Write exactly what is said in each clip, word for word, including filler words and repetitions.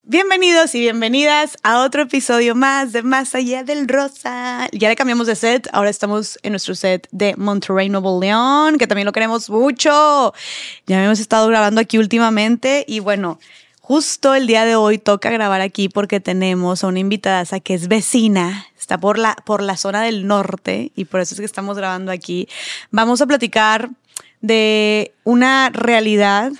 Bienvenidos y bienvenidas a otro episodio más de Más Allá del Rosa. Ya le cambiamos de set, ahora estamos en nuestro set de Monterrey, Nuevo León, que también lo queremos mucho. Ya hemos estado grabando aquí últimamente y bueno, justo el día de hoy toca grabar aquí porque tenemos a una invitada que es vecina, está por la, por la zona del norte y por eso es que estamos grabando aquí. Vamos a platicar de una realidad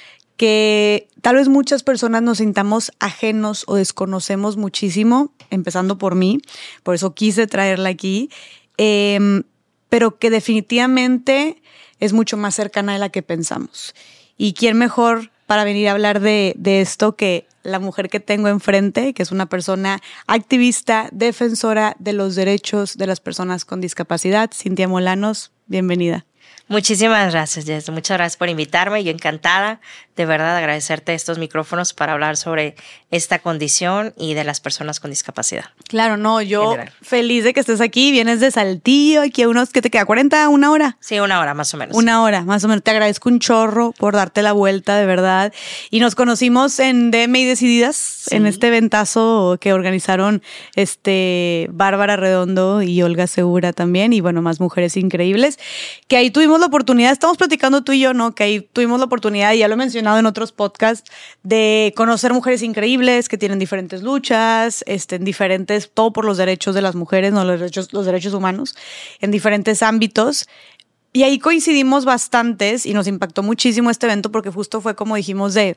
que tal vez muchas personas nos sintamos ajenos o desconocemos muchísimo, empezando por mí, por eso quise traerla aquí, eh, pero que definitivamente es mucho más cercana de la que pensamos. ¿Y quién mejor para venir a hablar de, de esto que la mujer que tengo enfrente, que es una persona activista, defensora de los derechos de las personas con discapacidad? Cintia Molanos, bienvenida. Muchísimas gracias, Jess. Muchas gracias por invitarme. Yo encantada, de verdad, agradecerte estos micrófonos para hablar sobre esta condición y de las personas con discapacidad. Claro, no, yo feliz de que estés aquí. Vienes de Saltillo, aquí a unos, ¿qué te queda? ¿cuarenta? ¿Una hora? Sí, una hora más o menos. Una hora, más o menos. Te agradezco un chorro por darte la vuelta, de verdad. Y nos conocimos en D M y Decididas, sí, en este eventazo que organizaron este Bárbara Redondo y Olga Segura también, y bueno, más mujeres increíbles, que ahí tuvimos la oportunidad, estamos platicando tú y yo, ¿no? Que ahí tuvimos la oportunidad, y ya lo he mencionado en otros podcasts, de conocer mujeres increíbles que tienen diferentes luchas, este, en diferentes, todo por los derechos de las mujeres, no los derechos, los derechos humanos, en diferentes ámbitos. Y ahí coincidimos bastantes y nos impactó muchísimo este evento porque justo fue como dijimos de,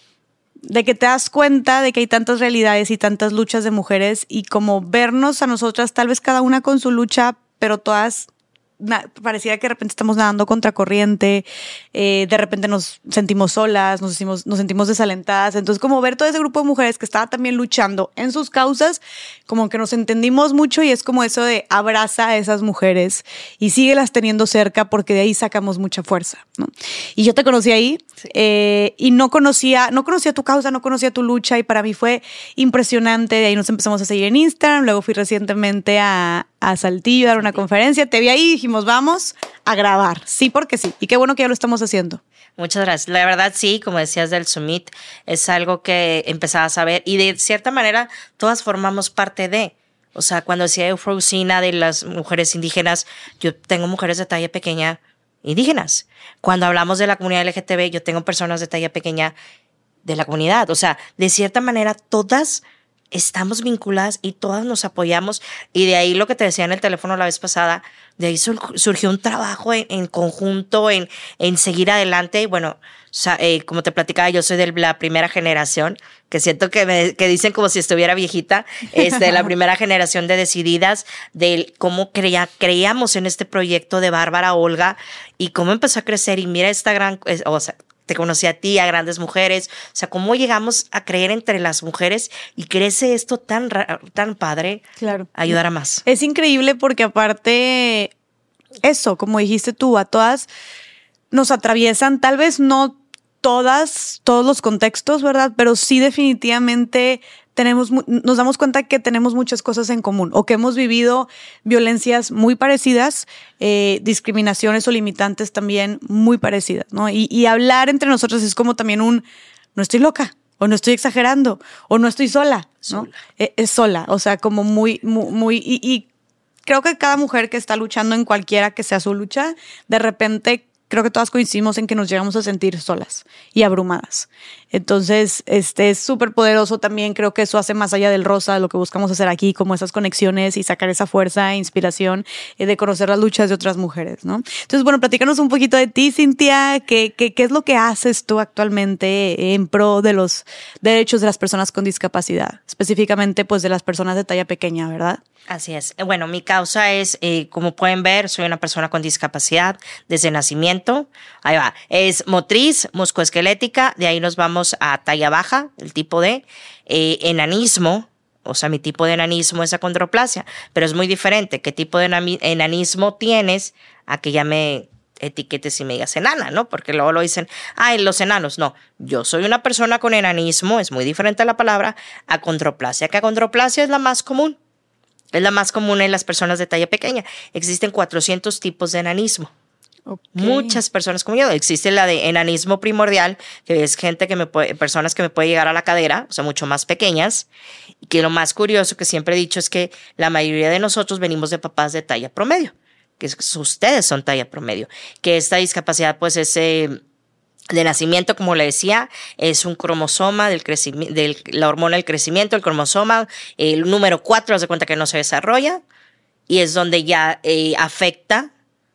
de que te das cuenta de que hay tantas realidades y tantas luchas de mujeres y como vernos a nosotras, tal vez cada una con su lucha, pero todas Na, parecía que de repente estamos nadando contra corriente, eh, de repente nos sentimos solas, nos sentimos, nos sentimos desalentadas. Entonces, como ver todo ese grupo de mujeres que estaba también luchando en sus causas, como que nos entendimos mucho y es como eso de abraza a esas mujeres y síguelas teniendo cerca porque de ahí sacamos mucha fuerza, ¿no? Y yo te conocí ahí, sí. eh, y no conocía, no conocía tu causa, no conocía tu lucha y para mí fue impresionante. De ahí nos empezamos a seguir en Instagram, luego fui recientemente a, a Saltillo a dar una conferencia, te vi ahí y dijimos, vamos a grabar, sí, porque sí, y qué bueno que ya lo estamos haciendo. Muchas gracias. La verdad, sí, como decías del Summit, es algo que empezabas a ver y de cierta manera todas formamos parte de, o sea, cuando decía Eufrosina de las mujeres indígenas, yo tengo mujeres de talla pequeña indígenas. Cuando hablamos de la comunidad L G T B, yo tengo personas de talla pequeña de la comunidad, o sea, de cierta manera todas estamos vinculadas y todas nos apoyamos y de ahí lo que te decía en el teléfono la vez pasada, de ahí surgió un trabajo en, en conjunto, en, en seguir adelante y bueno, o sea, eh, como te platicaba, yo soy de la primera generación, que siento que me que dicen como si estuviera viejita, es de la primera generación de Decididas, de cómo creía, creíamos en este proyecto de Bárbara, Olga y cómo empezó a crecer y mira esta gran, o sea, te conocí a ti, a grandes mujeres, o sea, cómo llegamos a creer entre las mujeres y crece esto tan, tan padre, claro, ayudar a más. Es increíble porque aparte, eso, como dijiste tú, a todas nos atraviesan, tal vez no todas, todos los contextos, ¿verdad? Pero sí definitivamente tenemos, nos damos cuenta que tenemos muchas cosas en común o que hemos vivido violencias muy parecidas, eh, discriminaciones o limitantes también muy parecidas, ¿no? Y, y hablar entre nosotros es como también un, no estoy loca, o no estoy exagerando, o no estoy sola, ¿no? Sola. Es, es sola, o sea, como muy, muy, muy y, y creo que cada mujer que está luchando en cualquiera que sea su lucha, de repente creo que todas coincidimos en que nos llegamos a sentir solas y abrumadas. Entonces, este es súper poderoso también. Creo que eso hace más allá del rosa, de lo que buscamos hacer aquí, como esas conexiones y sacar esa fuerza e inspiración eh, de conocer las luchas de otras mujeres, ¿no? Entonces, bueno, platícanos un poquito de ti, Cintia. ¿Qué, qué, qué es lo que haces tú actualmente en pro de los derechos de las personas con discapacidad? Específicamente, pues, de las personas de talla pequeña, ¿verdad? Así es. Bueno, mi causa es, eh, como pueden ver, soy una persona con discapacidad desde nacimiento. Ahí va. Es motriz, musculoesquelética, de ahí nos vamos a talla baja, el tipo de eh, enanismo. O sea, mi tipo de enanismo es acondroplasia, pero es muy diferente. ¿Qué tipo de enanismo tienes? A que ya me etiquetes y me digas enana, ¿no? Porque luego lo dicen, ay, los enanos. No, yo soy una persona con enanismo, es muy diferente a la palabra acondroplasia, que acondroplasia es la más común. Es la más común en las personas de talla pequeña. Existen cuatrocientos tipos de enanismo. Okay. Muchas personas como yo. Existe la de enanismo primordial, que es gente que me puede, personas que me puede llegar a la cadera, o sea, mucho más pequeñas. Y que lo más curioso que siempre he dicho es que la mayoría de nosotros venimos de papás de talla promedio, que es, ustedes son talla promedio, que esta discapacidad pues es eh, de nacimiento, como le decía, es un cromosoma del crecimiento, de la hormona del crecimiento, el cromosoma, el número cuatro, haz de cuenta que no se desarrolla, y es donde ya eh, afecta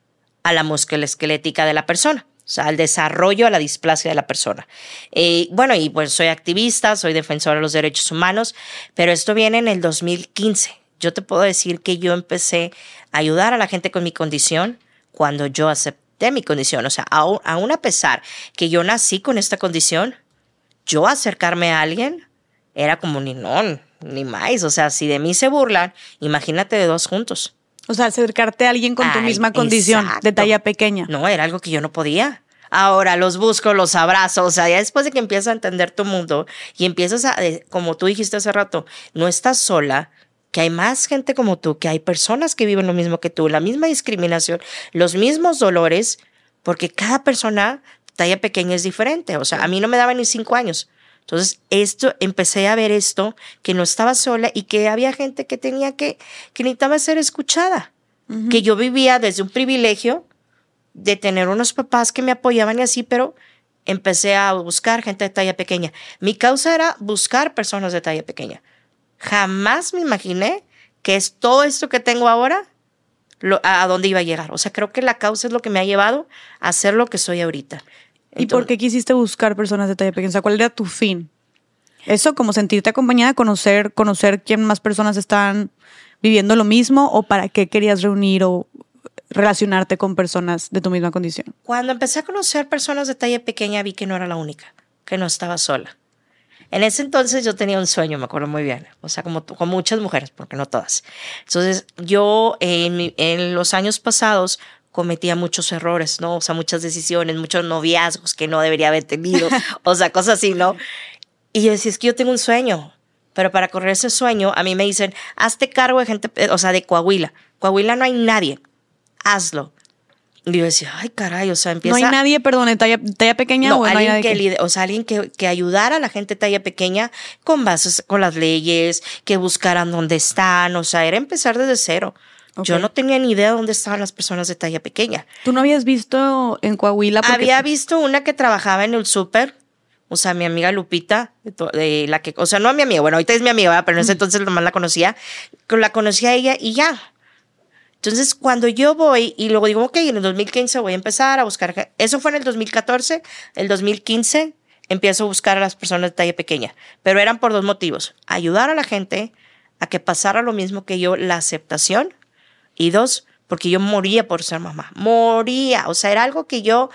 a la musculoesquelética de la persona, o sea, al desarrollo, a la displasia de la persona. Eh, bueno, y pues soy activista, soy defensora de los derechos humanos, pero esto viene en el dos mil quince. Yo te puedo decir que yo empecé a ayudar a la gente con mi condición cuando yo acepté mi condición. O sea, aún, aún a pesar que yo nací con esta condición, yo acercarme a alguien era como ni no, ni más. O sea, si de mí se burlan, imagínate de dos juntos. O sea, acercarte a alguien con tu Ay, misma condición, exacto. de talla pequeña. No, era algo que yo no podía. Ahora los busco, los abrazo. O sea, ya después de que empiezas a entender tu mundo y empiezas a, como tú dijiste hace rato, no estás sola, que hay más gente como tú, que hay personas que viven lo mismo que tú, la misma discriminación, los mismos dolores, porque cada persona, talla pequeña, es diferente. O sea, a mí no me daba ni cinco años. Entonces, esto, empecé a ver esto, que no estaba sola y que había gente que tenía que, que necesitaba ser escuchada. Uh-huh. Que yo vivía desde un privilegio de tener unos papás que me apoyaban y así, pero empecé a buscar gente de talla pequeña. Mi causa era buscar personas de talla pequeña. Jamás me imaginé que es todo esto que tengo ahora, lo, a, a dónde iba a llegar. O sea, creo que la causa es lo que me ha llevado a ser lo que soy ahorita. ¿Y Entonces, por qué quisiste buscar personas de talla pequeña? O sea, ¿cuál era tu fin? Eso, como sentirte acompañada, conocer, conocer quién más personas están viviendo lo mismo, o para qué querías reunir o relacionarte con personas de tu misma condición. Cuando empecé a conocer personas de talla pequeña, vi que no era la única, que no estaba sola. En ese entonces yo tenía un sueño, me acuerdo muy bien, o sea, como con muchas mujeres, porque no todas. Entonces, yo en, mi, en los años pasados cometía muchos errores, ¿no? O sea, muchas decisiones, muchos noviazgos que no debería haber tenido, o sea, cosas así, ¿no? Y yo decía, es que yo tengo un sueño, pero para correr ese sueño, a mí me dicen, hazte cargo de gente, o sea, de Coahuila. Coahuila no hay nadie, hazlo. Y yo decía, ay, caray, o sea, empieza... No hay nadie, perdón, de talla, talla pequeña, no, o alguien no hay nadie que, que... O sea, alguien que, que ayudara a la gente de talla pequeña con bases, con las leyes, que buscaran dónde están, o sea, era empezar desde cero. Okay. Yo no tenía ni idea de dónde estaban las personas de talla pequeña. ¿Tú no habías visto en Coahuila? Porque... Había visto una que trabajaba en el súper, o sea, mi amiga Lupita, de la que, o sea, no a mi amiga, bueno, ahorita es mi amiga, pero en ese entonces nomás la conocía, la conocía a ella y ya. Entonces, cuando yo voy y luego digo, ok, en el dos mil quince voy a empezar a buscar, eso fue en el dos mil catorce, el dos mil quince empiezo a buscar a las personas de talla pequeña, pero eran por dos motivos, ayudar a la gente a que pasara lo mismo que yo, la aceptación, y dos, porque yo moría por ser mamá, moría, o sea, era algo que yo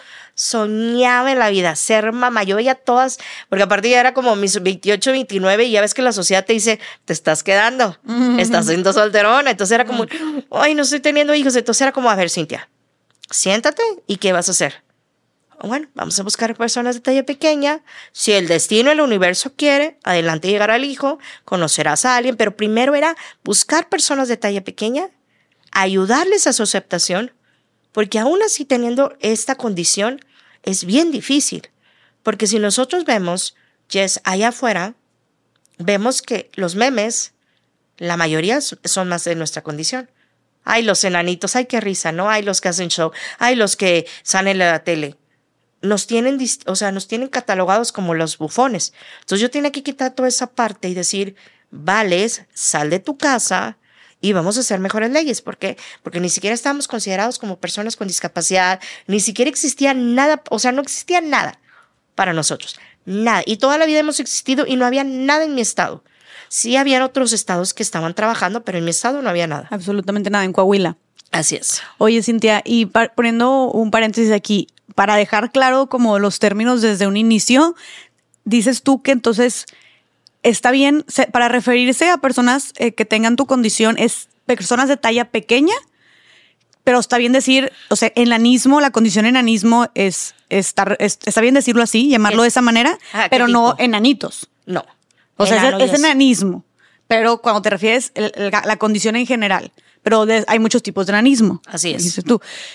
soñaba en la vida, ser mamá. Yo veía todas, porque aparte ya era como mis veintiocho, veintinueve, y ya ves que la sociedad te dice, te estás quedando, mm-hmm. estás siendo solterona, entonces era como, ay, no estoy teniendo hijos, entonces era como, a ver, Cintia, siéntate, ¿y qué vas a hacer? Bueno, vamos a buscar personas de talla pequeña, si el destino, el universo quiere, adelante llegará el hijo, conocerás a alguien, pero primero era buscar personas de talla pequeña, ayudarles a su aceptación, porque aún así teniendo esta condición es bien difícil, porque si nosotros vemos, Jess, allá afuera, vemos que los memes, la mayoría son más de nuestra condición. Hay los enanitos, ay, qué risa, ¿no? Hay los que hacen show, hay los que salen en la tele. Nos tienen, o sea, nos tienen catalogados como los bufones. Entonces yo tenía que quitar toda esa parte y decir, vales, sal de tu casa, y vamos a hacer mejores leyes. ¿Por qué? Porque ni siquiera estábamos considerados como personas con discapacidad, ni siquiera existía nada, o sea, no existía nada para nosotros, nada. Y toda la vida hemos existido y no había nada en mi estado. Sí había otros estados que estaban trabajando, pero en mi estado no había nada. Absolutamente nada, en Coahuila. Así es. Oye, Cintia, y pa- poniendo un paréntesis aquí, para dejar claro como los términos desde un inicio, dices tú que entonces... Está bien, para referirse a personas eh, que tengan tu condición, es personas de talla pequeña, pero está bien decir, o sea, enanismo, la condición enanismo es, está, es, está bien decirlo así, llamarlo es, de esa manera, ah, pero no enanitos. No. O sea, es, es enanismo, pero cuando te refieres a la condición en general, pero de, hay muchos tipos de enanismo. Así es. Dices tú.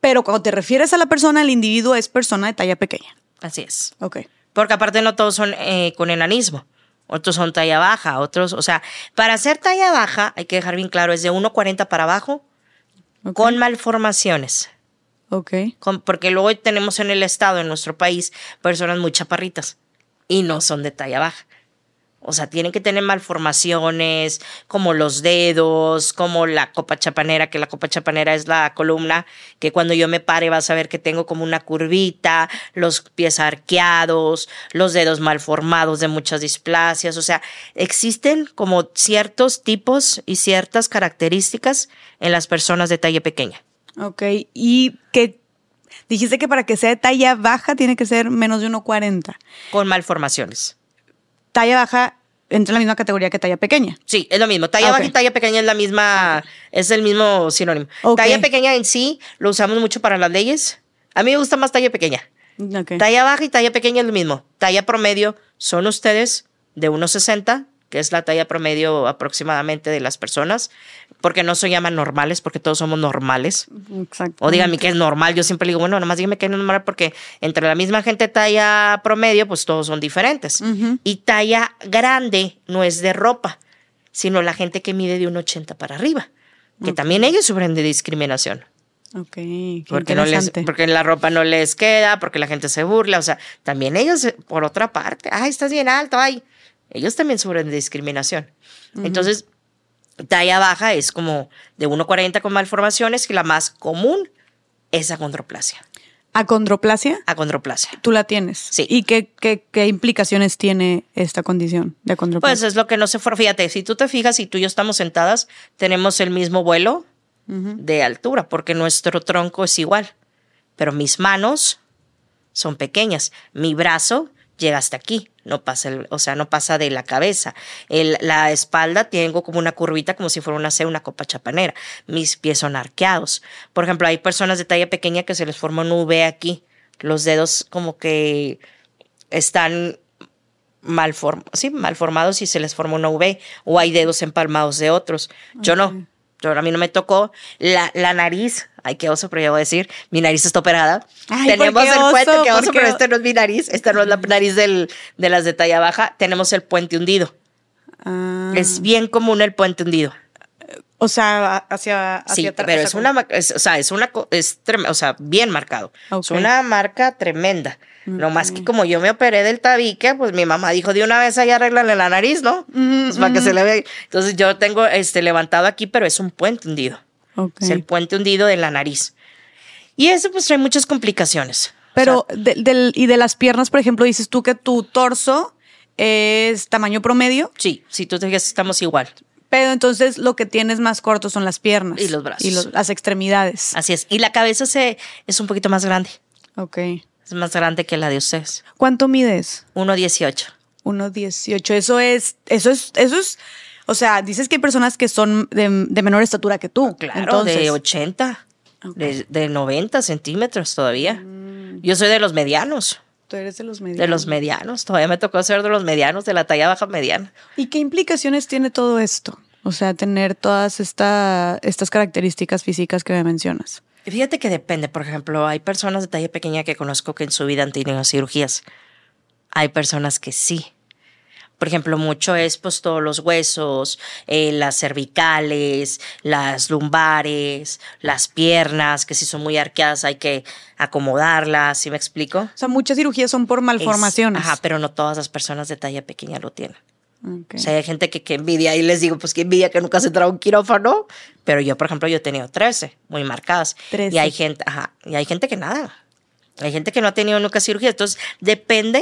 Pero cuando te refieres a la persona, el individuo es persona de talla pequeña. Así es. Ok. Porque aparte no todos son eh, con enanismo. Otros son talla baja, otros, o sea, para hacer talla baja, hay que dejar bien claro, es de uno cuarenta para abajo, Ok. con malformaciones. Ok. Con, porque luego tenemos en el estado, en nuestro país, personas muy chaparritas y no son de talla baja. O sea, tienen que tener malformaciones como los dedos, como la copa chapanera, que la copa chapanera es la columna, que cuando yo me pare vas a ver que tengo como una curvita, los pies arqueados, los dedos malformados de muchas displasias. O sea, existen como ciertos tipos y ciertas características en las personas de talla pequeña. Ok. Y que dijiste que para que sea de talla baja tiene que ser menos de uno cuarenta. Con malformaciones. Talla baja entra en la misma categoría que talla pequeña. Sí, es lo mismo. Talla Ok. baja y talla pequeña es la misma, es el mismo sinónimo. Ok. Talla pequeña en sí lo usamos mucho para las leyes. A mí me gusta más talla pequeña. Ok. Talla baja y talla pequeña es lo mismo. Talla promedio son ustedes de uno sesenta, que es la talla promedio aproximadamente de las personas, porque no se llaman normales, porque todos somos normales. Exacto. O díganme que es normal. Yo siempre le digo, bueno, nomás dígame que es normal, porque entre la misma gente talla promedio, pues todos son diferentes. Ujú. Y talla grande no es de ropa, sino la gente que mide de un ochenta para arriba, que Ok. también ellos sufren de discriminación. Ok, qué Porque, no les, interesante. porque la ropa no les queda, porque la gente se burla. O sea, también ellos, eh, por otra parte, ay, estás bien alto, ay. Ellos también sufren de discriminación. Entonces, talla baja es como de uno cuarenta con malformaciones, y la más común es acondroplasia. ¿Acondroplasia? Acondroplasia. Tú la tienes. Sí. ¿Y qué, qué, qué implicaciones tiene esta condición de Pues acondroplasia? es lo que no se forma. Fíjate, si tú te fijas y tú y yo estamos sentadas, tenemos el mismo vuelo de altura, porque nuestro tronco es igual. Pero mis manos son pequeñas. Mi brazo llega hasta aquí, no pasa, el, o sea, no pasa de la cabeza. El, la espalda tengo como una curvita, como si fuera una C, una copa chapanera. Mis pies son arqueados. Por ejemplo, hay personas de talla pequeña que se les forma un V aquí. Los dedos como que están mal, form sí, mal formados y se les forma una V. O hay dedos empalmados de otros. Yo Ok. no. Yo, a mí no me tocó. La, la nariz, ay, qué oso, pero ya voy a decir, mi nariz está operada. Ay, Tenemos ¿por qué el oso? puente, que oso, ¿Por qué pero o- este no es mi nariz. Esta no es la nariz del, de las de talla baja. Tenemos el puente hundido. Ah, Es bien común el puente hundido. o sea, hacia, hacia Sí, atrás, pero o sea, es una, ma- es- o sea, es una, co- es trem- o sea, bien marcado. Ok. Es una marca tremenda. No más Ok. que como yo me operé del tabique, pues mi mamá dijo de una vez ahí arréglale la nariz, ¿no? Pues para que se le vea. Entonces yo tengo este levantado aquí, pero es un puente hundido. Ok. Es el puente hundido de la nariz. Y eso pues trae muchas complicaciones. Pero, O sea, de- del- y de las piernas, por ejemplo, dices tú que tu torso es tamaño promedio, sí, si tú te fijas, estamos igual. pero entonces lo que tienes más corto son las piernas. Y los brazos. Y los- las extremidades. Así es. Y la cabeza se, es un poquito más grande. Ok. Es más grande que la de ustedes. ¿Cuánto mides? uno dieciocho. uno dieciocho. Eso es, eso es, eso es, o sea, dices que hay personas que son de, de menor estatura que tú. Claro, Entonces, de ochenta, Ok. de, de noventa centímetros todavía. Yo soy de los medianos, tú eres de los medios. de los medianos. Todavía me tocó ser de los medianos, de la talla baja mediana. ¿Y qué implicaciones tiene todo esto? O sea, tener todas esta, estas características físicas que me mencionas. Y fíjate que depende. Por ejemplo, hay personas de talla pequeña que conozco que en su vida han tenido cirugías. Hay personas que sí. Por ejemplo, mucho es pues todos los huesos, eh, las cervicales, las lumbares, las piernas, que si son muy arqueadas hay que acomodarlas, ¿sí me explico? O sea, muchas cirugías son por malformaciones. Es- ajá, pero no todas las personas de talla pequeña lo tienen. Ok. O sea, hay gente que, que envidia y les digo, pues que envidia que nunca se entrado a un quirófano. Pero yo, por ejemplo, yo he tenido trece, muy marcadas. trece. Y hay gente, ajá, y hay gente que nada. Hay gente que no ha tenido nunca cirugía. Entonces, depende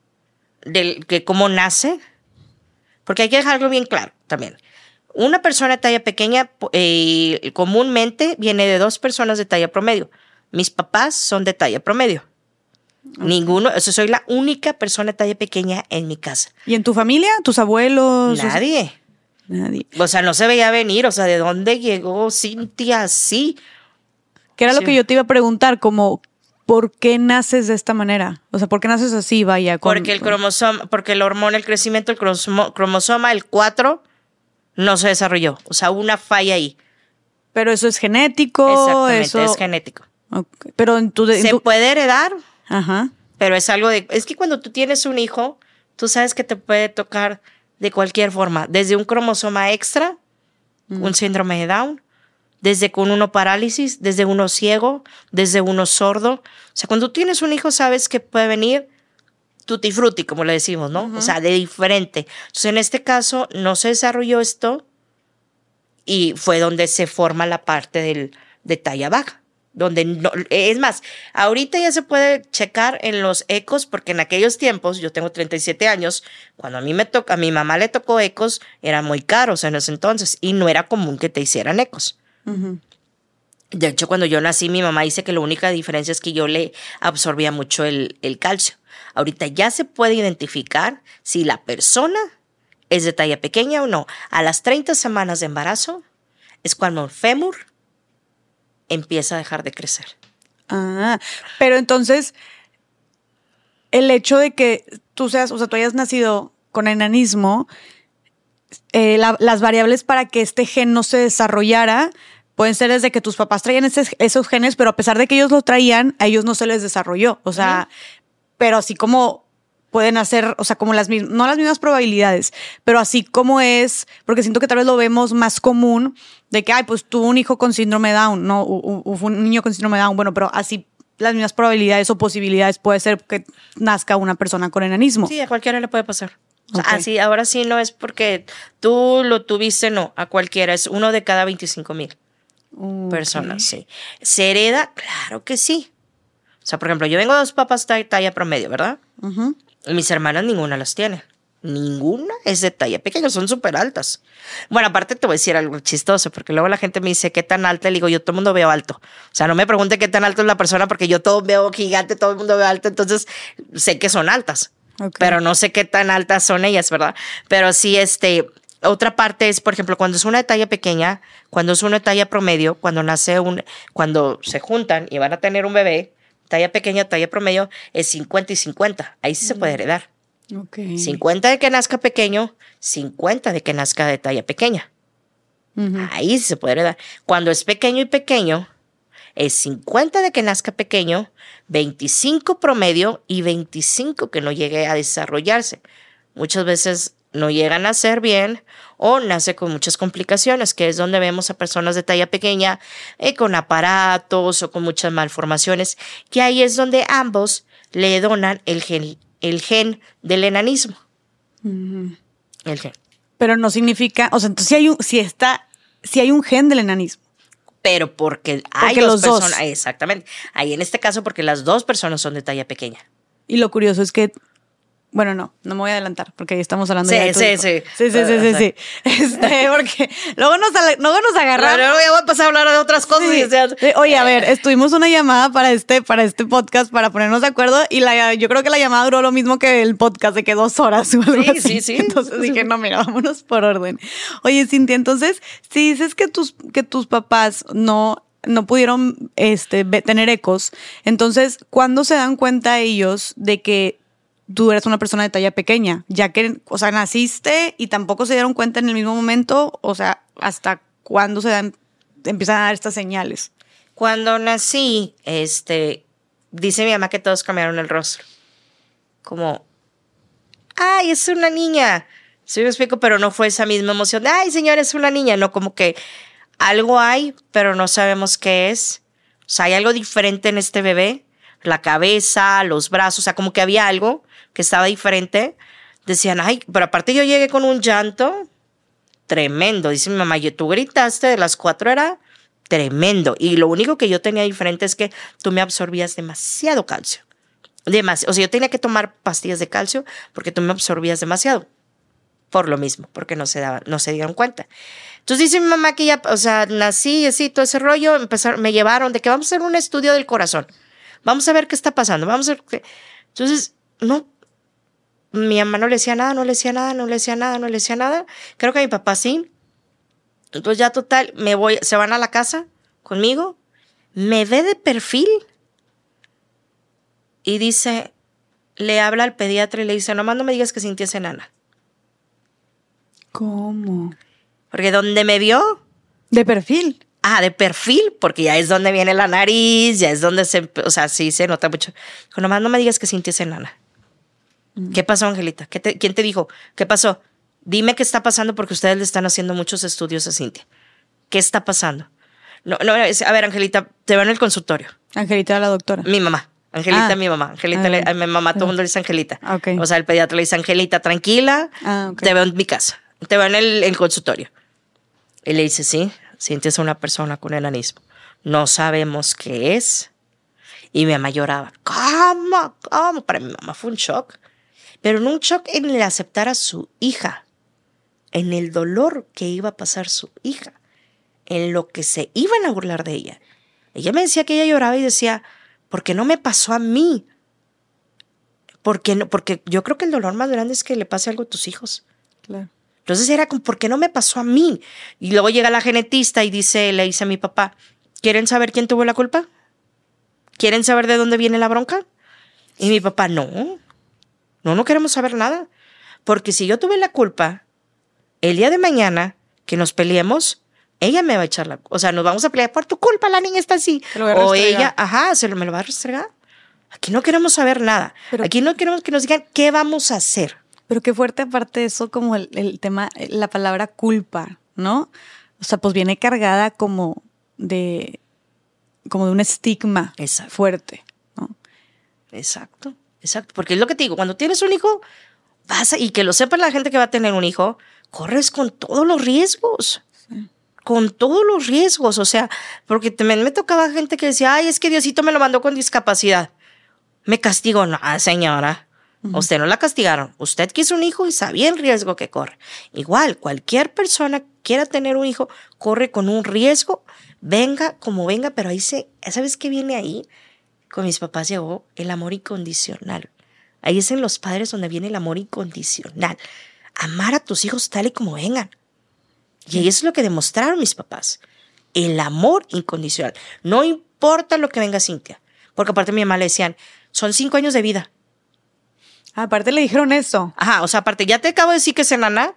del que cómo nace. Porque hay que dejarlo bien claro también. Una persona de talla pequeña eh, comúnmente viene de dos personas de talla promedio. Mis papás son de talla promedio. Ninguno, o sea, soy la única persona de talla pequeña en mi casa. ¿Y en tu familia? ¿Tus abuelos? Nadie. Nadie. O sea, no se veía venir. O sea, ¿de dónde llegó Cintia así? Que era lo Sí. que yo te iba a preguntar, como, ¿por qué naces de esta manera? O sea, ¿por qué naces así, vaya? con- Porque el con- cromosoma, porque la hormona, el crecimiento, el cromosomo- cromosoma, el cuatro, no se desarrolló. O sea, hubo una falla ahí. Pero eso es genético, Exactamente, eso... es genético. Okay. Pero en tu, en Se tu... puede heredar, Ajá. pero es algo de... Es que cuando tú tienes un hijo, tú sabes que te puede tocar de cualquier forma, desde un cromosoma extra, mm. un síndrome de Down, desde con uno parálisis, desde uno ciego, desde uno sordo. O sea, cuando tú tienes un hijo, sabes que puede venir tutti frutti, como le decimos, ¿no? Uh-huh. O sea, de diferente. Entonces, en este caso, no se desarrolló esto y fue donde se forma la parte del, de talla baja. Donde no, es más, ahorita ya se puede checar en los ecos, porque en aquellos tiempos, yo tengo treinta y siete años, cuando a mí me toca, a mi mamá le tocó ecos, eran muy caros en ese entonces y no era común que te hicieran ecos. Uh-huh. De hecho, cuando yo nací, mi mamá dice que la única diferencia es que yo le absorbía mucho el, el calcio. Ahorita ya se puede identificar si la persona es de talla pequeña o no. A las treinta semanas de embarazo es cuando el fémur empieza a dejar de crecer. Ah, pero entonces el hecho de que tú seas, o sea, tú hayas nacido con enanismo, eh, la, las variables para que este gen no se desarrollara pueden ser desde que tus papás traían ese, esos genes, pero a pesar de que ellos lo traían, a ellos no se les desarrolló. O sea, uh-huh. pero así como pueden hacer, o sea, como las mismas, no las mismas probabilidades, pero así como es, porque siento que tal vez lo vemos más común, de que, ay, pues tuvo un hijo con síndrome de Down, no, hubo un niño con síndrome de Down, bueno, pero así las mismas probabilidades o posibilidades puede ser que nazca una persona con enanismo. Sí, a cualquiera le puede pasar. O sea, okay. así, ahora sí no es porque tú lo tuviste, no, a cualquiera, es uno de cada veinticinco mil okay. personas, sí. ¿Se hereda? Claro que sí. O sea, por ejemplo, yo vengo de dos papás de talla promedio, ¿verdad? Uh-huh. Y mis hermanas ninguna las tiene. Ninguna es de talla pequeña, son súper altas. Bueno, aparte te voy a decir algo chistoso, porque luego la gente me dice, ¿qué tan alta? Le digo, yo todo el mundo veo alto. O sea, no me pregunte qué tan alta es la persona, porque yo todo veo gigante, todo el mundo ve alto, entonces sé que son altas. Okay. Pero no sé qué tan altas son ellas, ¿verdad? Pero sí, este... Otra parte es, por ejemplo, cuando es una de talla pequeña, cuando es una de talla promedio, cuando nace un... Cuando se juntan y van a tener un bebé, talla pequeña, talla promedio, es cincuenta y cincuenta. Ahí sí mm. se puede heredar. Okay. cincuenta de que nazca pequeño, cincuenta de que nazca de talla pequeña. Uh-huh. Ahí sí se puede heredar. Cuando es pequeño y pequeño, es cincuenta de que nazca pequeño, veinticinco promedio y veinticinco que no llegue a desarrollarse. Muchas veces no llega a nacer bien o nace con muchas complicaciones, que es donde vemos a personas de talla pequeña eh, con aparatos o con muchas malformaciones, que ahí es donde ambos le donan el gen, el gen del enanismo. Uh-huh. El gen. Pero no significa, o sea, entonces si hay un, si está, si hay un gen del enanismo. Pero porque hay porque dos los personas, dos. Exactamente. Ahí en este caso porque las dos personas son de talla pequeña. Y lo curioso es que Bueno, no, no me voy a adelantar porque ahí estamos hablando sí, ya de tu sí, hijo. sí, sí. Sí, sí, sí, sí, sí. Este, porque luego nos, luego nos agarramos. Luego ya voy a empezar a hablar de otras cosas. Sí. Y, o sea, sí. Oye, a ver, estuvimos una llamada para este, para este podcast para ponernos de acuerdo y la, yo creo que la llamada duró lo mismo que el podcast, de que dos horas o algo sí, así. Sí, sí, Entonces dije, no, mira, vámonos por orden. Oye, Cintia, entonces, si dices que tus, que tus papás no... no pudieron este, tener ecos, entonces, ¿cuándo se dan cuenta ellos de que tú eres una persona de talla pequeña? Ya que, o sea, naciste y tampoco se dieron cuenta en el mismo momento, o sea, ¿hasta cuándo se dan, empiezan a dar estas señales? Cuando nací, este, dice mi mamá que todos cambiaron el rostro. Como, ¡ay, es una niña! Sí me explico, pero no fue esa misma emoción de, ¡ay, señora, es una niña! No, como que algo hay, pero no sabemos qué es. O sea, hay algo diferente en este bebé. La cabeza, los brazos, o sea, como que había algo que estaba diferente. Decían, ay, pero aparte yo llegué con un llanto tremendo. Dice mi mamá, tú gritaste de las cuatro, era tremendo. Y lo único que yo tenía diferente es que tú me absorbías demasiado calcio. Demasiado. O sea, yo tenía que tomar pastillas de calcio porque tú me absorbías demasiado. Por lo mismo, porque no se daban, no se dieron cuenta. Entonces dice mi mamá que ya, o sea, nací así, todo ese rollo, empezaron, me llevaron de que vamos a hacer un estudio del corazón. Vamos a ver qué está pasando, vamos a ver qué. Entonces, no, mi mamá no le decía nada, no le decía nada, no le decía nada, no le decía nada. Creo que a mi papá sí. Entonces ya total, me voy, se van a la casa conmigo, me ve de perfil y dice, le habla al pediatra y le dice, nomás no me digas que sintiese nada. ¿Cómo? Porque donde me vio... ¿De perfil? Ah, de perfil, porque ya es donde viene la nariz, ya es donde se, o sea, sí se nota mucho. Dijo, nomás no me digas que Cintia es enana. Mm. ¿Qué pasó, Angelita? ¿Qué te, ¿Quién te dijo? ¿Qué pasó? Dime qué está pasando porque ustedes le están haciendo muchos estudios a Cintia. ¿Qué está pasando? No, no, a ver, Angelita, te veo en el consultorio. Angelita, la doctora. Mi mamá. Angelita, ah. mi mamá. Angelita, le, a mi mamá, todo el mundo le dice Angelita. Okay. O sea, el pediatra le dice Angelita, tranquila, ah, okay. te veo en mi casa. Te veo en el, el consultorio. Y le dice, sí, Cintia es una persona con enanismo. No sabemos qué es. Y mi mamá lloraba. ¿Cómo? ¿Cómo? Para mi mamá fue un shock. Pero no un shock en el aceptar a su hija. En el dolor que iba a pasar su hija. En lo que se iban a burlar de ella. Ella me decía que ella lloraba y decía, ¿por qué no me pasó a mí? ¿Por qué no? Porque yo creo que el dolor más grande es que le pase algo a tus hijos. Claro. Entonces era como, ¿por qué no me pasó a mí? Y luego llega la genetista y dice, le dice a mi papá, ¿quieren saber quién tuvo la culpa? ¿Quieren saber de dónde viene la bronca? Y mi papá, no, no, no queremos saber nada. Porque si yo tuve la culpa, el día de mañana que nos peleemos, ella me va a echar la... O sea, nos vamos a pelear por tu culpa, la niña está así. O ella, ajá, se lo, me lo va a restregar. Aquí no queremos saber nada. Pero, aquí no queremos que nos digan qué vamos a hacer. Pero qué fuerte aparte de eso, como el, el tema, la palabra culpa, ¿no? O sea, pues viene cargada como de, como de un estigma exacto. fuerte, ¿no? Exacto, exacto. Porque es lo que te digo, cuando tienes un hijo, vas a, y que lo sepa la gente que va a tener un hijo, corres con todos los riesgos. Sí. Con todos los riesgos, o sea, porque también me tocaba gente que decía, ay, es que Diosito me lo mandó con discapacidad. Me castigó. No, señora, uh-huh. Usted no la castigaron. Usted quiso un hijo y sabía el riesgo que corre. Igual, cualquier persona que quiera tener un hijo, corre con un riesgo, venga como venga, pero ahí se, ¿sabes qué viene ahí? Con mis papás llegó el amor incondicional. Ahí es en los padres donde viene el amor incondicional. Amar a tus hijos tal y como vengan. Y eso es lo que demostraron mis papás. El amor incondicional. No importa lo que venga Cintia. Porque aparte mi mamá le decían, son cinco años de vida. Aparte le dijeron eso. Ajá, o sea, aparte ya te acabo de decir que es enana.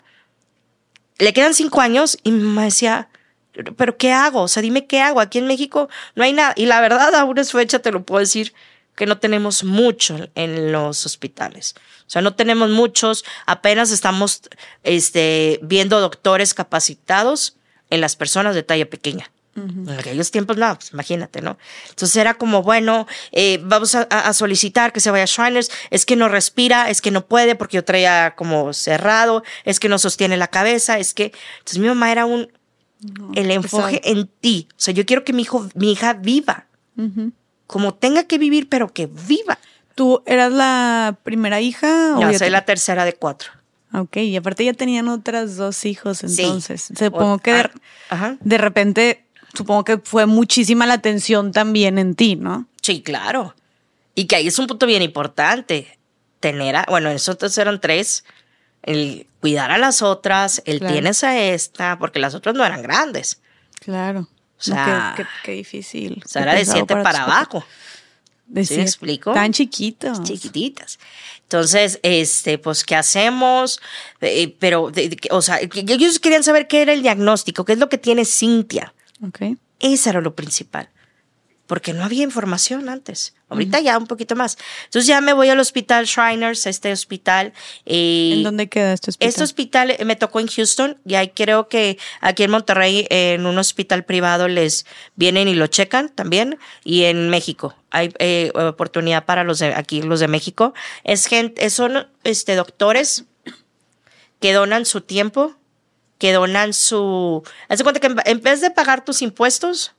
Le quedan cinco años y mi mamá decía, ¿pero qué hago? O sea, dime qué hago. Aquí en México no hay nada. Y la verdad, a una fecha te lo puedo decir, que no tenemos mucho en los hospitales. O sea, no tenemos muchos, apenas estamos este, viendo doctores capacitados en las personas de talla pequeña. Uh-huh. En aquellos tiempos, no, pues imagínate, ¿no? Entonces era como, bueno, eh, vamos a, a solicitar que se vaya a Shriners, es que no respira, es que no puede porque yo traía como cerrado, es que no sostiene la cabeza, es que... Entonces mi mamá era un... No, el enfoque en ti. O sea, yo quiero que mi hijo, mi hija viva. Uh-huh. Como tenga que vivir, pero que viva. ¿Tú eras la primera hija? No, soy te... la tercera de cuatro. Ok, y aparte ya tenían otras dos hijos, entonces. Sí. Supongo o... que de, Ajá. de repente, supongo que fue muchísima la atención también en ti, ¿no? Sí, claro. Y que ahí es un punto bien importante. Tener a, bueno, nosotros eran tres, el cuidar a las otras, el claro. tienes a esta, porque las otras no eran grandes. Claro. O sea, no, qué, qué, qué difícil. O sea, era de siete para, para abajo. De ¿Sí me explico? Tan chiquitos. Chiquititas. Entonces, este, pues, ¿qué hacemos? Eh, pero, de, de, o sea, ellos querían saber qué era el diagnóstico, qué es lo que tiene Cintia. Okay. Eso era lo principal. Porque no había información antes. Ahorita uh-huh. ya un poquito más. Entonces ya me voy al hospital Shriners, a este hospital. Eh, ¿En dónde queda este hospital? Este hospital me tocó en Houston y ahí creo que aquí en Monterrey, en un hospital privado, les vienen y lo checan también. Y en México hay eh, oportunidad para los de aquí, los de México. Es gente, son este, doctores que donan su tiempo, que donan su... Haz de cuenta que en, en vez de pagar tus impuestos,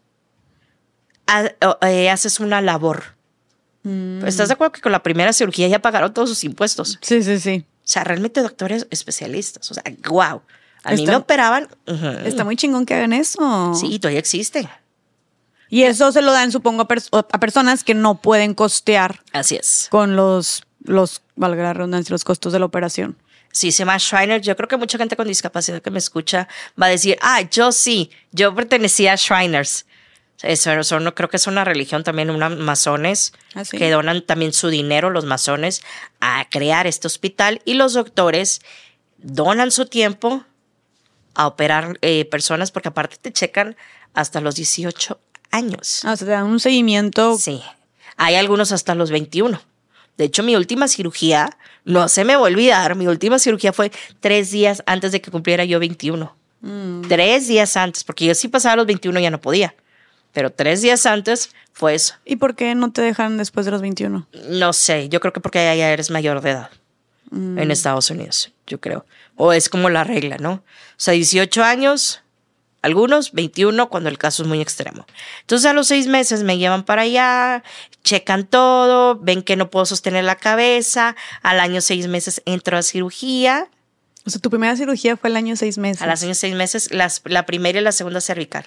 ha, eh, haces una labor. Mm. ¿Estás de acuerdo que con la primera cirugía ya pagaron todos sus impuestos? Sí, sí, sí. O sea, realmente doctores especialistas. O sea, wow. A está, mí me operaban. Uh-huh. Está muy chingón que hagan eso. Sí, todavía existe. Y eso se lo dan, supongo, a, pers- a personas que no pueden costear. Así es. Con los, los, valga la redundancia, los costos de la operación. Sí, se llama Shriners. Yo creo que mucha gente con discapacidad que me escucha va a decir, ah, yo sí, yo pertenecía a Shriners. Eso, eso no, creo que es una religión también, unos masones ¿Ah, sí? que donan también su dinero, los masones, a crear este hospital. Y los doctores donan su tiempo a operar eh, personas, porque aparte te checan hasta los dieciocho años. Ah, o sea, te dan un seguimiento. Sí, hay algunos hasta los veintiuno. De hecho, mi última cirugía, no se me va a olvidar, mi última cirugía fue tres días antes de que cumpliera yo veintiuno. Mm. Tres días antes, porque yo sí pasaba los veintiuno ya no podía. Pero tres días antes fue eso. ¿Y por qué no te dejan después de los veintiuno? No sé, yo creo que porque ya eres mayor de edad mm. en Estados Unidos, yo creo. O es como la regla, ¿no? O sea, dieciocho años, algunos, veintiuno, cuando el caso es muy extremo. Entonces a los seis meses me llevan para allá, checan todo, ven que no puedo sostener la cabeza. Al año seis meses entro a cirugía. O sea, tu primera cirugía fue el año seis meses. A los años seis meses, las, la primera y la segunda cervical.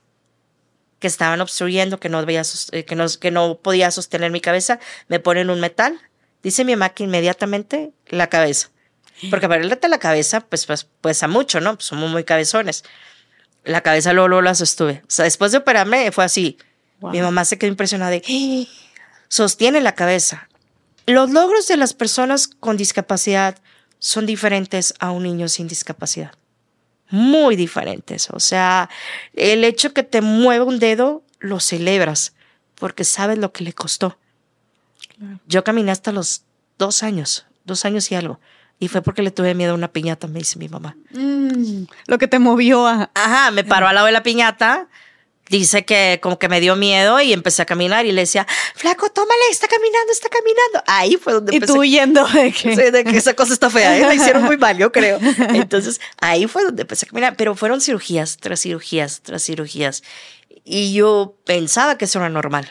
Que estaban obstruyendo, que no, veía, que, no, que no podía sostener mi cabeza. Me ponen un metal. Dice mi mamá que inmediatamente la cabeza. Porque para el la cabeza, pues, pues pesa mucho, ¿no? Pues somos muy cabezones. La cabeza luego, luego la sostuve. O sea, después de operarme fue así. Wow. Mi mamá se quedó impresionada de, ¡hey! Sostiene la cabeza. Los logros de las personas con discapacidad son diferentes a un niño sin discapacidad. Muy diferentes. O sea, el hecho que te mueva un dedo, lo celebras porque sabes lo que le costó. Claro. Yo caminé hasta los dos años, dos años y algo. Y fue porque le tuve miedo a una piñata, me dice mi mamá. Mm, lo que te movió a... Ajá, me paró al lado de la piñata. Dice que como que me dio miedo y empecé a caminar y le decía, flaco, tómale, está caminando, está caminando. Ahí fue donde y empecé. Y tú huyendo de que... Sí, de que esa cosa está fea, ¿eh? La hicieron muy mal, yo creo. Entonces, ahí fue donde empecé a caminar. Pero fueron cirugías tras cirugías tras cirugías. Y yo pensaba que eso era normal.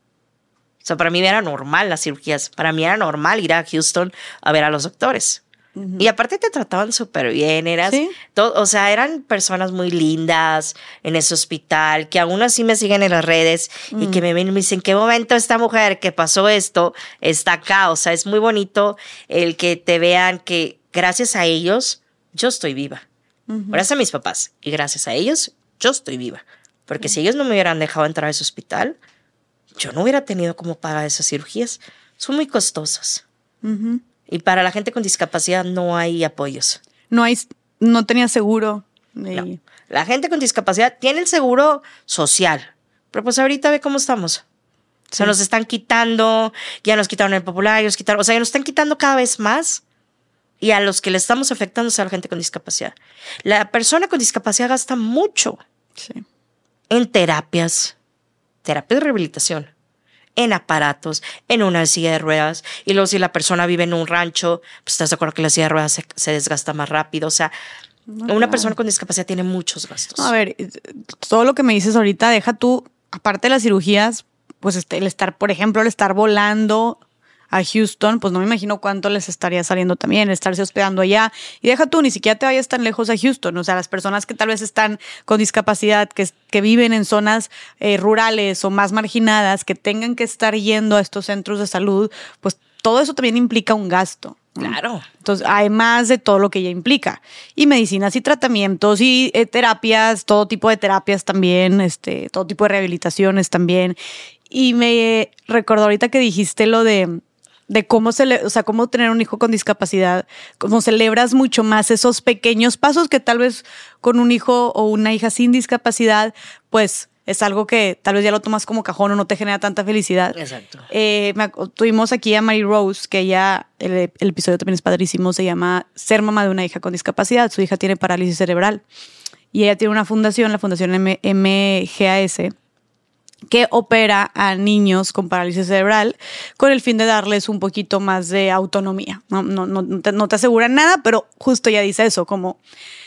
O sea, para mí era normal las cirugías. Para mí era normal ir a Houston a ver a los doctores. Uh-huh. Y aparte te trataban súper bien, eras, ¿sí? todo, o sea, eran personas muy lindas en ese hospital, que aún así me siguen en las redes uh-huh. y que me ven y me dicen, ¿qué momento esta mujer que pasó esto está acá? O sea, es muy bonito el que te vean que gracias a ellos yo estoy viva. Uh-huh. Gracias a mis papás y gracias a ellos yo estoy viva. Porque uh-huh. si ellos no me hubieran dejado entrar a ese hospital, yo no hubiera tenido cómo pagar esas cirugías. Son muy costosas. Uh-huh. Y para la gente con discapacidad no hay apoyos. No hay, no tenía seguro. De... No. La gente con discapacidad tiene el seguro social. Pero pues ahorita ve cómo estamos. Sí. O sea, nos están quitando, ya nos quitaron el popular, ya nos quitaron, o sea, ya nos están quitando cada vez más. Y a los que le estamos afectando es a la gente con discapacidad. La persona con discapacidad gasta mucho sí. en terapias, terapias de rehabilitación. En aparatos, en una silla de ruedas. Y luego si la persona vive en un rancho, pues estás de acuerdo que la silla de ruedas se, se desgasta más rápido. O sea, no, una claro. persona con discapacidad tiene muchos gastos. No, a ver, todo lo que me dices ahorita, deja tú, aparte de las cirugías, pues este, el estar, por ejemplo, el estar volando a Houston, pues no me imagino cuánto les estaría saliendo también, estarse hospedando allá. Y deja tú, ni siquiera te vayas tan lejos a Houston. O sea, las personas que tal vez están con discapacidad, que, que viven en zonas eh, rurales o más marginadas, que tengan que estar yendo a estos centros de salud, pues todo eso también implica un gasto. Claro. Entonces, además de todo lo que ya implica. Y medicinas y tratamientos y eh, terapias, todo tipo de terapias también, este, todo tipo de rehabilitaciones también. Y me recordó ahorita que dijiste lo de... de cómo se le, o sea, cómo tener un hijo con discapacidad, cómo celebras mucho más esos pequeños pasos que tal vez con un hijo o una hija sin discapacidad, pues es algo que tal vez ya lo tomas como cajón o no te genera tanta felicidad. Exacto. Eh, me, tuvimos aquí a Mary Rose, que ella, el, el episodio también es padrísimo, se llama Ser mamá de una hija con discapacidad. Su hija tiene parálisis cerebral y ella tiene una fundación, la Fundación M- MGAS, que opera a niños con parálisis cerebral con el fin de darles un poquito más de autonomía. No, no, no, te, no te aseguran nada, pero justo ya dice eso, como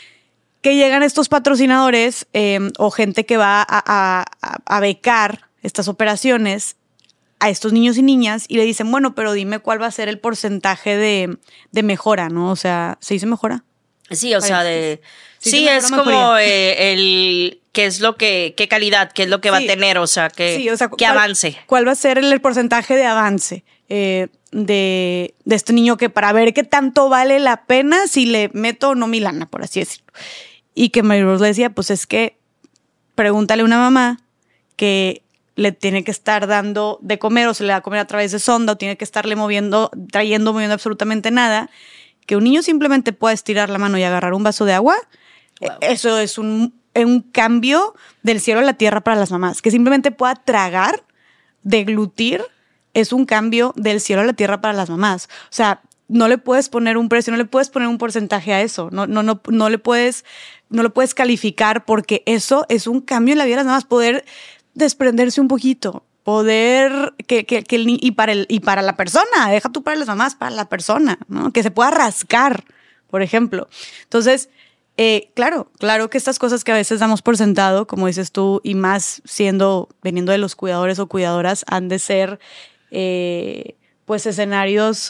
que llegan estos patrocinadores eh, o gente que va a, a, a becar estas operaciones a estos niños y niñas y le dicen, bueno, pero dime cuál va a ser el porcentaje de, de mejora, ¿no? O sea, ¿se dice mejora? Sí, o Ay, sea, de... Sí, sí es como eh, el... ¿Qué es lo que, qué calidad, qué es lo que sí. va a tener? O sea, que, sí, o sea, qué cuál, avance. ¿Cuál va a ser el, el porcentaje de avance eh, de, de este niño que para ver qué tanto vale la pena si le meto o no mi lana, por así decirlo? Y que Mary Rose le decía, pues es que pregúntale a una mamá que le tiene que estar dando de comer o se le da a comer a través de sonda o tiene que estarle moviendo, trayendo, moviendo absolutamente nada, que un niño simplemente pueda estirar la mano y agarrar un vaso de agua, Wow. Eso es un, un cambio del cielo a la tierra para las mamás. Que simplemente pueda tragar, deglutir, es un cambio del cielo a la tierra para las mamás. O sea, no le puedes poner un precio, no le puedes poner un porcentaje a eso. No, no, no, no le puedes, no lo puedes calificar, porque eso es un cambio en la vida de las mamás. Poder desprenderse un poquito. Poder que, que, que el ni- y para el y para la persona, deja tú para las mamás, para la persona, ¿no? Que se pueda rascar, por ejemplo. Entonces, eh, claro, claro que estas cosas que a veces damos por sentado, como dices tú, y más siendo, veniendo de los cuidadores o cuidadoras, han de ser eh, pues escenarios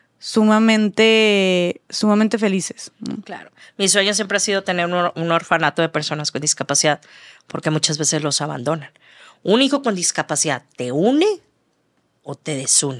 sumamente, sumamente felices, ¿no? Claro. Mi sueño siempre ha sido tener un, or- un orfanato de personas con discapacidad, porque muchas veces los abandonan. Un hijo con discapacidad, ¿te une o te desune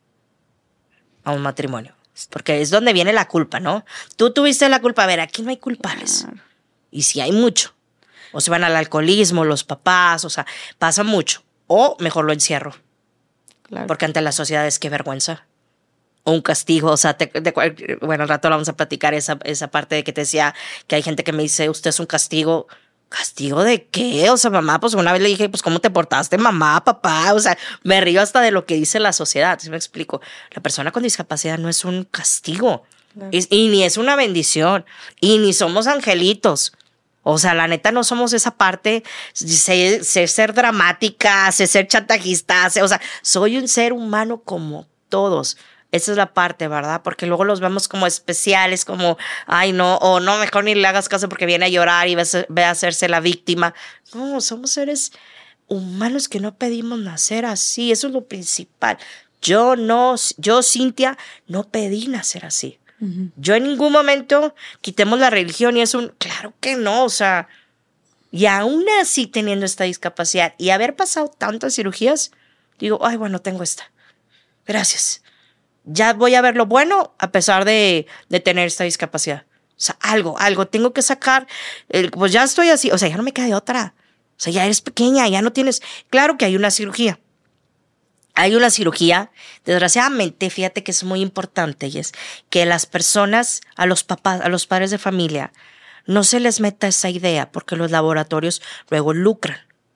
a un matrimonio? Porque es donde viene la culpa, ¿no? Tú tuviste la culpa. A ver, aquí no hay culpables. Claro. Y si hay mucho. O se van al alcoholismo, los papás, o sea, pasa mucho. O mejor lo encierro. Claro. Porque ante la sociedad es que vergüenza. O un castigo, o sea, te, te- bueno, al rato vamos a platicar esa, esa parte de que te decía que hay gente que me dice, usted es un castigo. ¿Castigo de qué? O sea, mamá, pues una vez le dije, pues, ¿cómo te portaste, mamá, papá? O sea, me río hasta de lo que dice la sociedad, ¿sí me explico? La persona con discapacidad no es un castigo, Claro. es- y ni es una bendición, y ni somos angelitos. O sea, la neta no somos esa parte, sé, sé ser dramática, sé ser chantajista, sé- o sea, soy un ser humano como todos. Esa es la parte, ¿verdad? Porque luego los vemos como especiales, como, ay, no, o no, mejor ni le hagas caso porque viene a llorar y ve a ser- ve a hacerse la víctima. No, somos seres humanos que no pedimos nacer así, eso es lo principal. Yo no, yo, Cintia, no pedí nacer así. Ujú. Yo en ningún momento quitemos la religión y es un, claro que no, o sea, y aún así teniendo esta discapacidad y haber pasado tantas cirugías, digo, ay, bueno, tengo esta. Gracias. Ya voy a ver lo bueno a pesar de, de tener esta discapacidad. O sea, algo, algo, tengo que sacar, el- pues ya estoy así, o sea, ya no me queda de otra. O sea, ya eres pequeña, ya no tienes, claro que hay una cirugía. Hay una cirugía, desgraciadamente, fíjate que es muy importante y es que las personas, a los papás, a los padres de familia, no se les meta esa idea porque los laboratorios luego lucran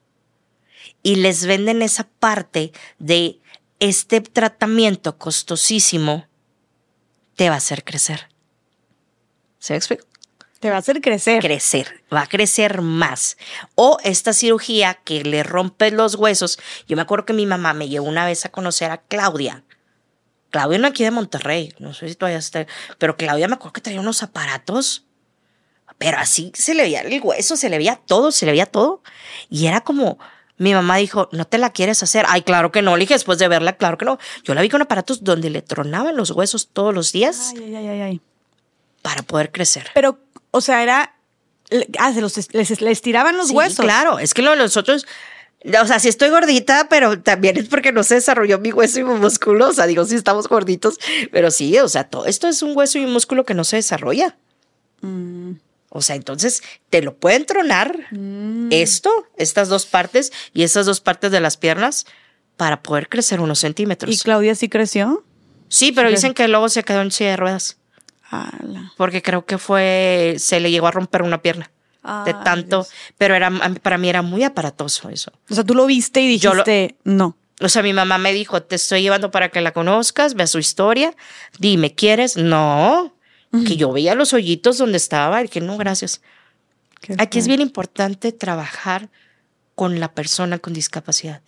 y les venden esa parte de este tratamiento costosísimo te va a hacer crecer. ¿Se me explica? Te va a hacer crecer. Crecer, va a crecer más. O esta cirugía que le rompe los huesos. Yo me acuerdo que mi mamá me llevó una vez a conocer a Claudia. Claudia no aquí de Monterrey, no sé si todavía está, pero Claudia me acuerdo que traía unos aparatos, pero así se le veía el hueso, se le veía todo, se le veía todo. Y era como, mi mamá dijo, ¿no te la quieres hacer? Ay, claro que no, le dije después de verla, claro que no. Yo la vi con aparatos donde le tronaban los huesos todos los días Ay, ay, ay, ay. para poder crecer. Pero, o sea, era. Ah, se los, les, les tiraban los Sí, huesos. claro, es que lo de nosotros, o sea, sí estoy gordita, pero también es porque no se desarrolló mi hueso y mi músculo. O sea, digo, sí estamos gorditos, pero sí, o sea, todo esto es un hueso y un músculo que no se desarrolla. Mm. O sea, entonces te lo pueden tronar Mm. esto, estas dos partes y esas dos partes de las piernas para poder crecer unos centímetros. ¿Y Claudia sí creció? Sí, pero Sí. dicen que luego se quedó en silla de ruedas Ala. porque creo que fue, se le llegó a romper una pierna de Ay, tanto, Dios. pero era, para mí era muy aparatoso eso. O sea, tú lo viste y Yo lo- dijiste, no. O sea, mi mamá me dijo, te estoy llevando para que la conozcas, vea su historia, dime, ¿quieres? No, que yo veía los hoyitos donde estaba y que no, gracias. Qué Aquí es feo. bien importante trabajar con la persona con discapacidad.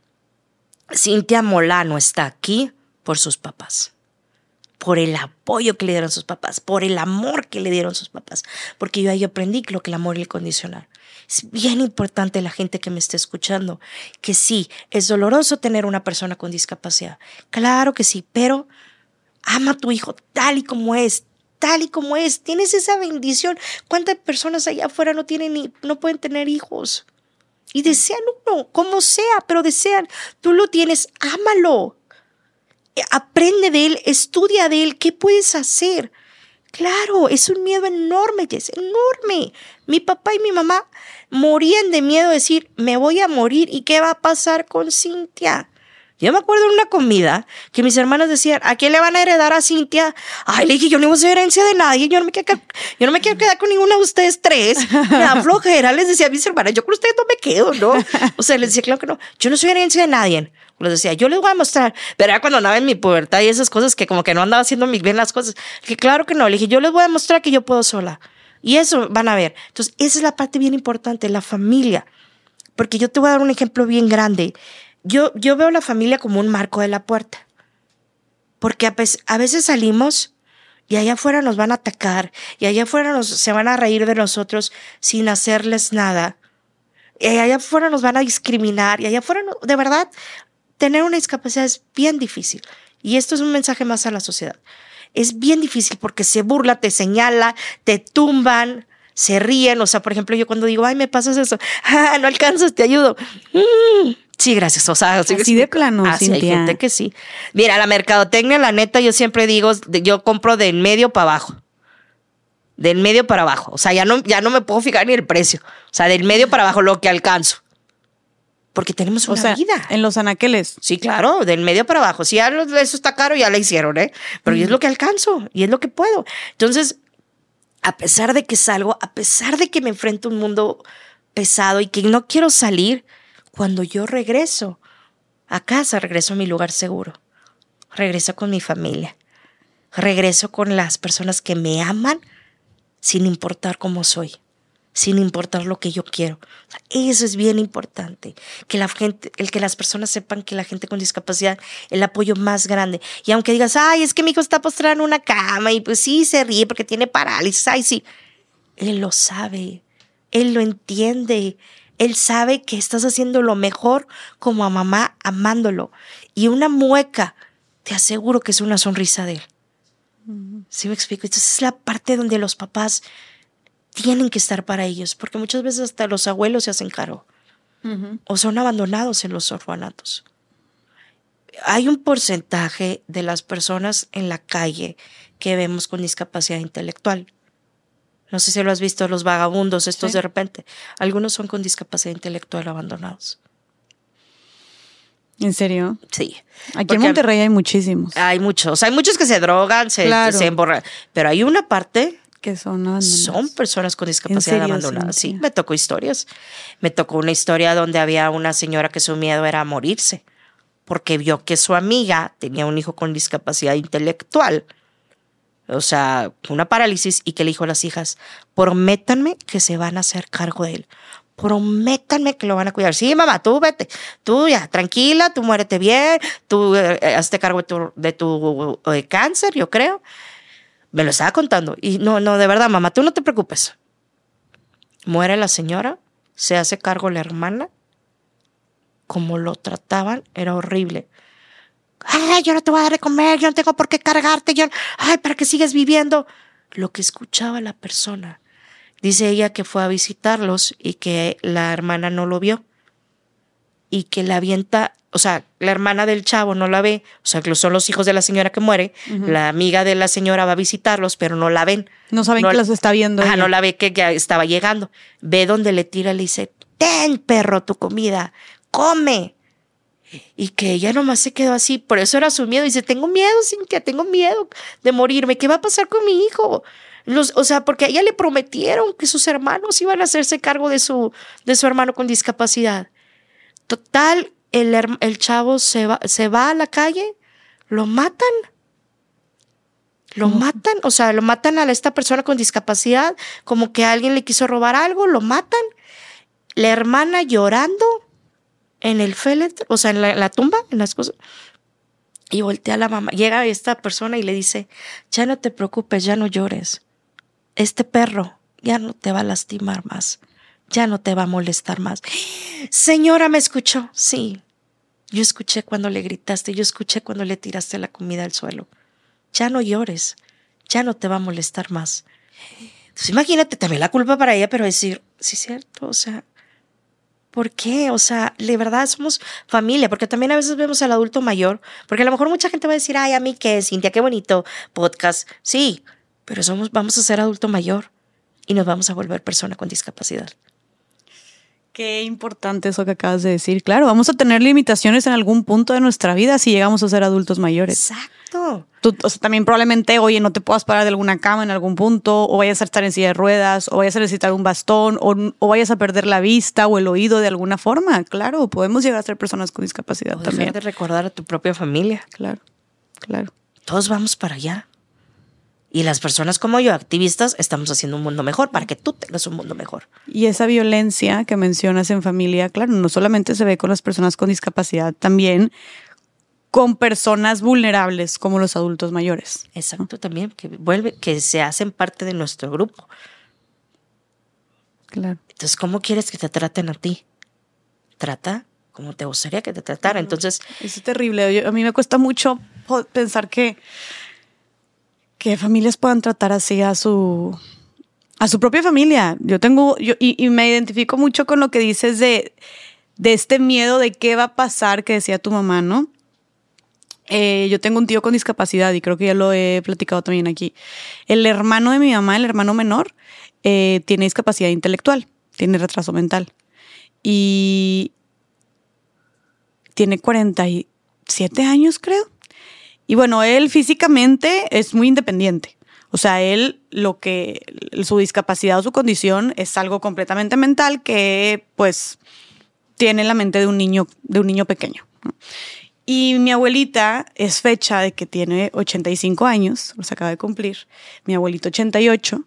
Cintia Molano está aquí por sus papás, por el apoyo que le dieron sus papás, por el amor que le dieron sus papás, porque yo ahí aprendí lo que el amor y el condicional. Es bien importante la gente que me esté escuchando, que sí, es doloroso tener una persona con discapacidad, claro que sí, pero ama a tu hijo tal y como es, tal y como es, tienes esa bendición. ¿Cuántas personas allá afuera no tienen ni, no pueden tener hijos? Y desean uno, como sea, pero desean. Tú lo tienes, ámalo. Aprende de él, estudia de él, ¿qué puedes hacer? Claro, es un miedo enorme, Jess, enorme. Mi papá y mi mamá morían de miedo de decir, me voy a morir y ¿qué va a pasar con Cintia? Yo me acuerdo de una comida que mis hermanas decían, ¿a quién le van a heredar a Cintia? Ay, le dije, yo no voy a hacer herencia de nadie, yo no me quiero, yo no me quiero quedar con ninguna de ustedes tres. Me da flojera, les decía a mis hermanas, yo con ustedes no me quedo, ¿no? O sea, les decía, claro que no, yo no soy herencia de nadie. Les decía, yo les voy a mostrar. Pero era cuando andaba en mi pubertad y esas cosas que como que no andaba haciendo bien las cosas. Que claro que no, le dije, yo les voy a mostrar que yo puedo sola. Y eso van a ver. Entonces, esa es la parte bien importante, la familia. Porque yo te voy a dar un ejemplo bien grande. Yo, yo veo la familia como un marco de la puerta. Porque a, a veces salimos y allá afuera nos van a atacar y allá afuera nos, se van a reír de nosotros sin hacerles nada. Y allá afuera nos van a discriminar y allá afuera, no, de verdad, tener una discapacidad es bien difícil. Y esto es un mensaje más a la sociedad. Es bien difícil porque se burla, te señala, te tumban, se ríen. O sea, por ejemplo, yo cuando digo, ay, me pasas eso, ah, no alcanzas, te ayudo. Mm, sí, gracias. O sea, así, así de plano, así Cintia. Hay gente que sí. Mira, la mercadotecnia, la neta, yo siempre digo, yo compro de en medio para abajo. Del medio para abajo. O sea, ya no, ya no me puedo fijar ni el precio. O sea, del medio para abajo lo que alcanzo. Porque tenemos una o sea, vida. En los anaqueles. Sí, claro, del medio para abajo. Si ya eso está caro, ya la hicieron, ¿eh? Pero mm. es lo que alcanzo y es lo que puedo. Entonces, a pesar de que salgo, a pesar de que me enfrento a un mundo pesado y que no quiero salir, cuando yo regreso a casa, regreso a mi lugar seguro. Regreso con mi familia. Regreso con las personas que me aman sin importar cómo soy. Sin importar lo que yo quiero. O sea, eso es bien importante. Que la gente, el que las personas sepan que la gente con discapacidad es el apoyo más grande. Y aunque digas, ay, es que mi hijo está postrado en una cama y pues sí se ríe porque tiene parálisis, ay, sí. Él lo sabe. Él lo entiende. Él sabe que estás haciendo lo mejor como a mamá, amándolo. Y una mueca, te aseguro que es una sonrisa de él. Uh-huh. ¿Sí me explico? Entonces es la parte donde los papás tienen que estar para ellos, porque muchas veces hasta los abuelos se hacen cargo uh-huh. o son abandonados en los orfanatos. Hay un porcentaje de las personas en la calle que vemos con discapacidad intelectual. No sé si lo has visto, los vagabundos estos sí. de repente. Algunos son con discapacidad intelectual abandonados. ¿En serio? Sí. Aquí porque en Monterrey hay muchísimos. Hay muchos. O sea, hay muchos que se drogan, se, claro. se emborran. Pero hay una parte que son abandonadas. Son personas con discapacidad abandonadas. Sí, me tocó historias. Me tocó una historia donde había una señora que su miedo era morirse porque vio que su amiga tenía un hijo con discapacidad intelectual. O sea, una parálisis, y que le dijo a las hijas, prométanme que se van a hacer cargo de él. Prométanme que lo van a cuidar. Sí, mamá, tú vete. Tú ya, tranquila, tú muérete bien. Tú eh, hazte cargo de tu, de tu eh, cáncer, yo creo. Me lo estaba contando. Y no, no, de verdad, mamá, tú no te preocupes. Muere la señora, se hace cargo la hermana. Como lo trataban, era horrible. Ay, yo no te voy a dar de comer, yo no tengo por qué cargarte. Yo, ay, ¿para qué sigues viviendo? Lo que escuchaba la persona. Dice ella que fue a visitarlos y que la hermana no lo vio. Y que la avienta, o sea, la hermana del chavo no la ve, o sea, que son los hijos de la señora que muere, uh-huh. la amiga de la señora va a visitarlos, pero no la ven. No saben no, que los está viendo. Ajá, ella. No la ve que ya estaba llegando. Ve donde le tira, le dice, ten, perro, tu comida, come. Y que ella nomás se quedó así, por eso era su miedo. Dice, tengo miedo, Cintia, tengo miedo de morirme, ¿qué va a pasar con mi hijo? Los, o sea, porque a ella le prometieron que sus hermanos iban a hacerse cargo de su, de su hermano con discapacidad. Total, el, el chavo se va, se va a la calle, lo matan. Lo uh-huh. matan, o sea, lo matan a esta persona con discapacidad, como que alguien le quiso robar algo, lo matan. La hermana llorando en el féretro, o sea, en la, en la tumba, en las cosas. Y voltea a la mamá. Llega esta persona y le dice, ya no te preocupes, ya no llores. Este perro ya no te va a lastimar más. Ya no te va a molestar más. Señora, ¿me escuchó? Sí. Yo escuché cuando le gritaste, yo escuché cuando le tiraste la comida al suelo. Ya no llores, ya no te va a molestar más. Entonces imagínate también la culpa para ella, pero decir, sí es cierto, o sea, ¿por qué? O sea, de verdad somos familia, porque también a veces vemos al adulto mayor, porque a lo mejor mucha gente va a decir, ay, a mí qué, Cintia, qué bonito podcast. Sí, pero somos, vamos a ser adulto mayor y nos vamos a volver persona con discapacidad. Qué importante eso que acabas de decir. Claro, vamos a tener limitaciones en algún punto de nuestra vida si llegamos a ser adultos mayores. Exacto. Tú, o sea, también probablemente, oye, no te puedas parar de alguna cama en algún punto, o vayas a estar en silla de ruedas, o vayas a necesitar un bastón, o, o vayas a perder la vista o el oído de alguna forma. Claro, podemos llegar a ser personas con discapacidad O también. dejar de recordar a tu propia familia. Claro, claro. Todos vamos para allá. Y las personas como yo, activistas, estamos haciendo un mundo mejor para que tú tengas un mundo mejor. Y esa violencia que mencionas en familia, claro, no solamente se ve con las personas con discapacidad, también con personas vulnerables como los adultos mayores. Exacto, también, que vuelve, que se hacen parte de nuestro grupo. Claro. Entonces, ¿cómo quieres que te traten a ti? Trata como te gustaría que te tratara. Entonces, eso es terrible. Yo, a mí me cuesta mucho pensar que que familias puedan tratar así a su a su propia familia. Yo tengo yo y, y me identifico mucho con lo que dices de de este miedo de qué va a pasar que decía tu mamá, ¿no? Eh, yo tengo un tío con discapacidad y creo que ya lo he platicado también aquí. El hermano de mi mamá, el hermano menor, eh, tiene discapacidad intelectual, tiene retraso mental y tiene cuarenta y siete años, creo. Y bueno, él físicamente es muy independiente. O sea, él lo que, su discapacidad o su condición es algo completamente mental que pues tiene la mente de un niño, de un niño pequeño, ¿no? Y mi abuelita es fecha de que tiene ochenta y cinco años, los acaba de cumplir. Mi abuelito ochenta y ocho.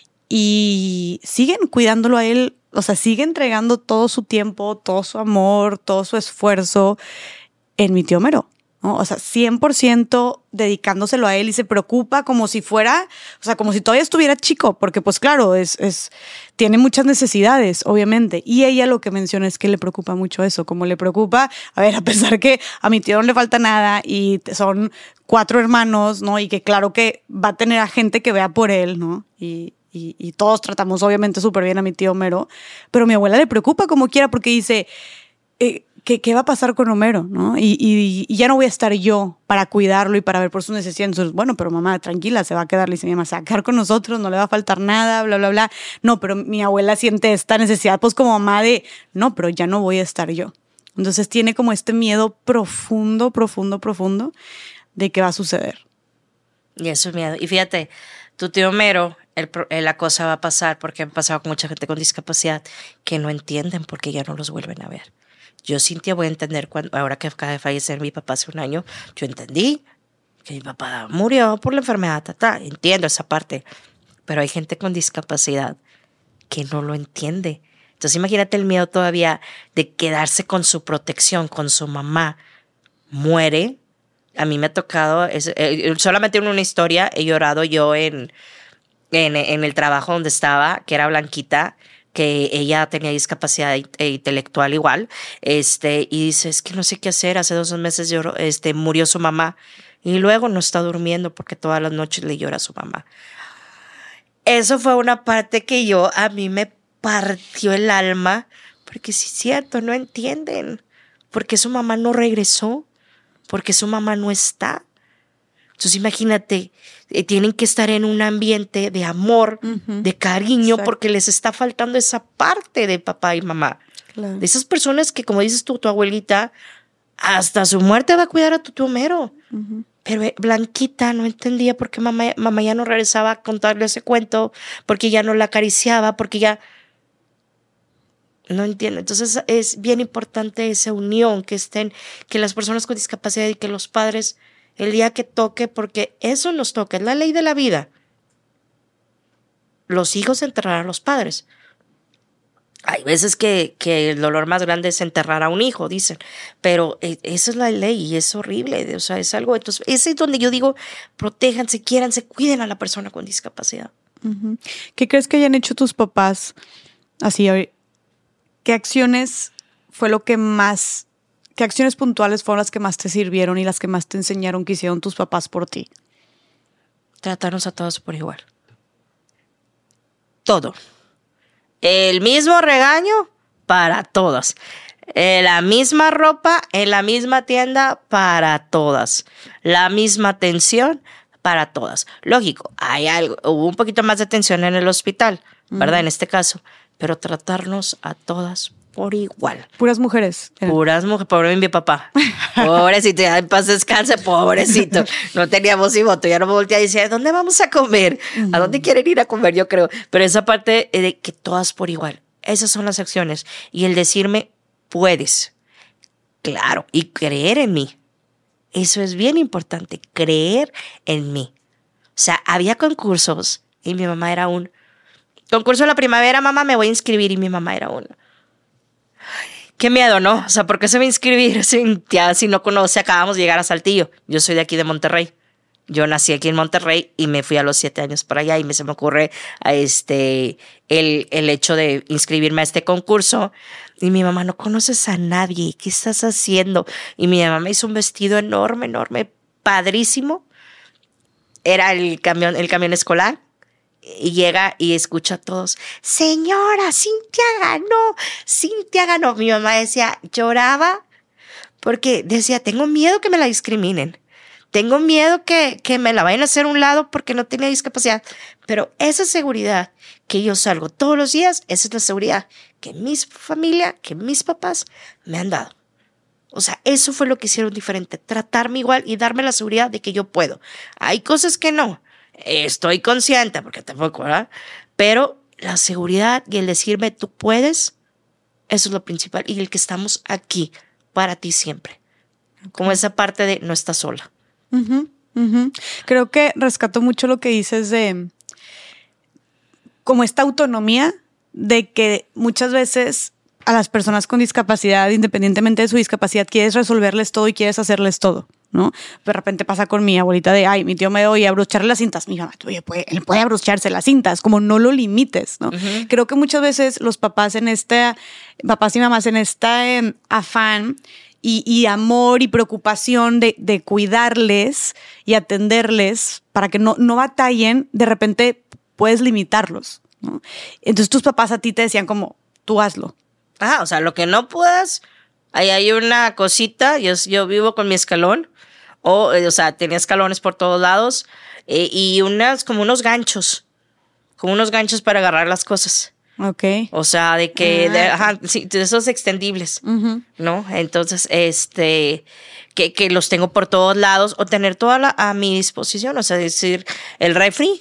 Y siguen cuidándolo a él, o sea, sigue entregando todo su tiempo, todo su amor, todo su esfuerzo en mi tío Mero, ¿no? O sea, cien por ciento dedicándoselo a él y se preocupa como si fuera, o sea, como si todavía estuviera chico, porque pues claro, es, es, tiene muchas necesidades, obviamente. Y ella lo que menciona es que le preocupa mucho eso, como le preocupa, a ver, a pesar que a mi tío no le falta nada y son cuatro hermanos, ¿no? Y que claro que va a tener a gente que vea por él, ¿no? Y, y, y todos tratamos obviamente súper bien a mi tío Mero, pero a mi abuela le preocupa como quiera porque dice, eh, ¿Qué, ¿qué va a pasar con Homero? ¿No? Y, y, y ya no voy a estar yo para cuidarlo y para ver por sus necesidades. Entonces, bueno, pero mamá, tranquila, se va a quedar, le dice mi mamá, se va a quedar con nosotros, no le va a faltar nada, bla, bla, bla. No, pero mi abuela siente esta necesidad, pues como mamá de, no, pero ya no voy a estar yo. Entonces tiene como este miedo profundo, profundo, profundo de qué va a suceder. Y eso es miedo. Y fíjate, tu tío Homero, el, la cosa va a pasar porque han pasado con mucha gente con discapacidad que no entienden porque ya no los vuelven a ver. Yo, Cintia, voy a entender cuando, ahora que acaba de fallecer mi papá hace un año, yo entendí que mi papá murió por la enfermedad, ta, ta, entiendo esa parte, pero hay gente con discapacidad que no lo entiende. Entonces imagínate el miedo todavía de quedarse con su protección, con su mamá, muere. A mí me ha tocado, es, eh, solamente en una historia he llorado yo en, en, en el trabajo donde estaba, que era Blanquita, que ella tenía discapacidad intelectual igual, este, y dice, es que no sé qué hacer, hace dos meses lloró, este, murió su mamá, y luego no está durmiendo porque todas las noches le llora a su mamá. Eso fue una parte que yo, a mí me partió el alma, porque sí es cierto, no entienden, porque su mamá no regresó, porque su mamá no está. Entonces imagínate, eh, tienen que estar en un ambiente de amor, uh-huh. de cariño, exacto. porque les está faltando esa parte de papá y mamá. Claro. De esas personas que, como dices tú, tu abuelita, hasta su muerte va a cuidar a tu tío Homero. Uh-huh. Pero eh, Blanquita no entendía por qué mamá, mamá ya no regresaba a contarle ese cuento, porque ya no la acariciaba, porque ya... No entiendo. Entonces es bien importante esa unión, que estén, que las personas con discapacidad y que los padres... el día que toque, porque eso nos toca, es la ley de la vida. Los hijos enterrarán a los padres. Hay veces que, que el dolor más grande es enterrar a un hijo, dicen, pero eh, esa es la ley y es horrible, o sea, es algo, entonces, ese es donde yo digo, protéjanse, quiéranse, cuiden a la persona con discapacidad. Uh-huh. ¿Qué crees que hayan hecho tus papás? Así, ¿qué acciones fue lo que más... ¿Qué acciones puntuales fueron las que más te sirvieron y las que más te enseñaron que hicieron tus papás por ti? Tratarnos a todos por igual. Todo. El mismo regaño para todos. Eh, la misma ropa en la misma tienda para todas. La misma atención para todas. Lógico, hay algo, hubo un poquito más de atención en el hospital, ¿verdad? Mm. En este caso. Pero tratarnos a todas por igual. Puras mujeres. Puras mujeres, pobre mi papá. Pobrecito, ya en paz descanse, pobrecito. No teníamos ni voto, ya no me volteaba y decía, ¿dónde vamos a comer? ¿A dónde quieren ir a comer? Yo creo. Pero esa parte de que todas por igual. Esas son las acciones. Y el decirme, puedes. Claro. Y creer en mí. Eso es bien importante. Creer en mí. O sea, había concursos y mi mamá era un... Concurso de la primavera, mamá, me voy a inscribir. Y mi mamá era un... Qué miedo, ¿no? O sea, ¿por qué se va a inscribir si, ya, si no conoce? Acabamos de llegar a Saltillo. Yo soy de aquí de Monterrey. Yo nací aquí en Monterrey y me fui a los siete años para allá y me se me ocurre a este, el, el hecho de inscribirme a este concurso. Y mi mamá, no conoces a nadie. ¿Qué estás haciendo? Y mi mamá me hizo un vestido enorme, enorme, padrísimo. Era el camión, el camión escolar. Y llega y escucha a todos, señora, Cintia ganó, Cintia ganó. Mi mamá decía, lloraba porque decía, tengo miedo que me la discriminen, tengo miedo que, que me la vayan a hacer a un lado porque no tenía discapacidad. Pero esa seguridad que yo salgo todos los días, esa es la seguridad que mi familia, que mis papás me han dado. O sea, eso fue lo que hicieron diferente, tratarme igual y darme la seguridad de que yo puedo. Hay cosas que no. Estoy consciente, porque tampoco, ¿verdad? Pero la seguridad y el decirme, tú puedes, eso es lo principal. Y el que estamos aquí para ti siempre. Okay. Como esa parte de no estás sola. Uh-huh, uh-huh. Creo que rescato mucho lo que dices de como esta autonomía de que muchas veces a las personas con discapacidad, independientemente de su discapacidad, quieres resolverles todo y quieres hacerles todo, ¿no? De repente pasa con mi abuelita de, ay, mi tío me oye abrocharle las cintas. Mi mamá, oye, puede, él puede abrocharse las cintas, como no lo limites, ¿no? Uh-huh. Creo que muchas veces los papás en este, papás y mamás en este eh, afán y, y amor y preocupación de, de cuidarles y atenderles para que no, no batallen, de repente puedes limitarlos, ¿no? Entonces tus papás a ti te decían como, tú hazlo. Ah, o sea, lo que no puedas, ahí hay una cosita, yo, yo vivo con mi escalón, o, o sea, tenía escalones por todos lados, eh, y unas, como unos ganchos, como unos ganchos para agarrar las cosas. Ok. O sea, de que, ah. de, ajá, sí, de esos extendibles, uh-huh. ¿no? Entonces, este, que, que los tengo por todos lados, o tener toda la, a mi disposición, o sea, decir, el refri,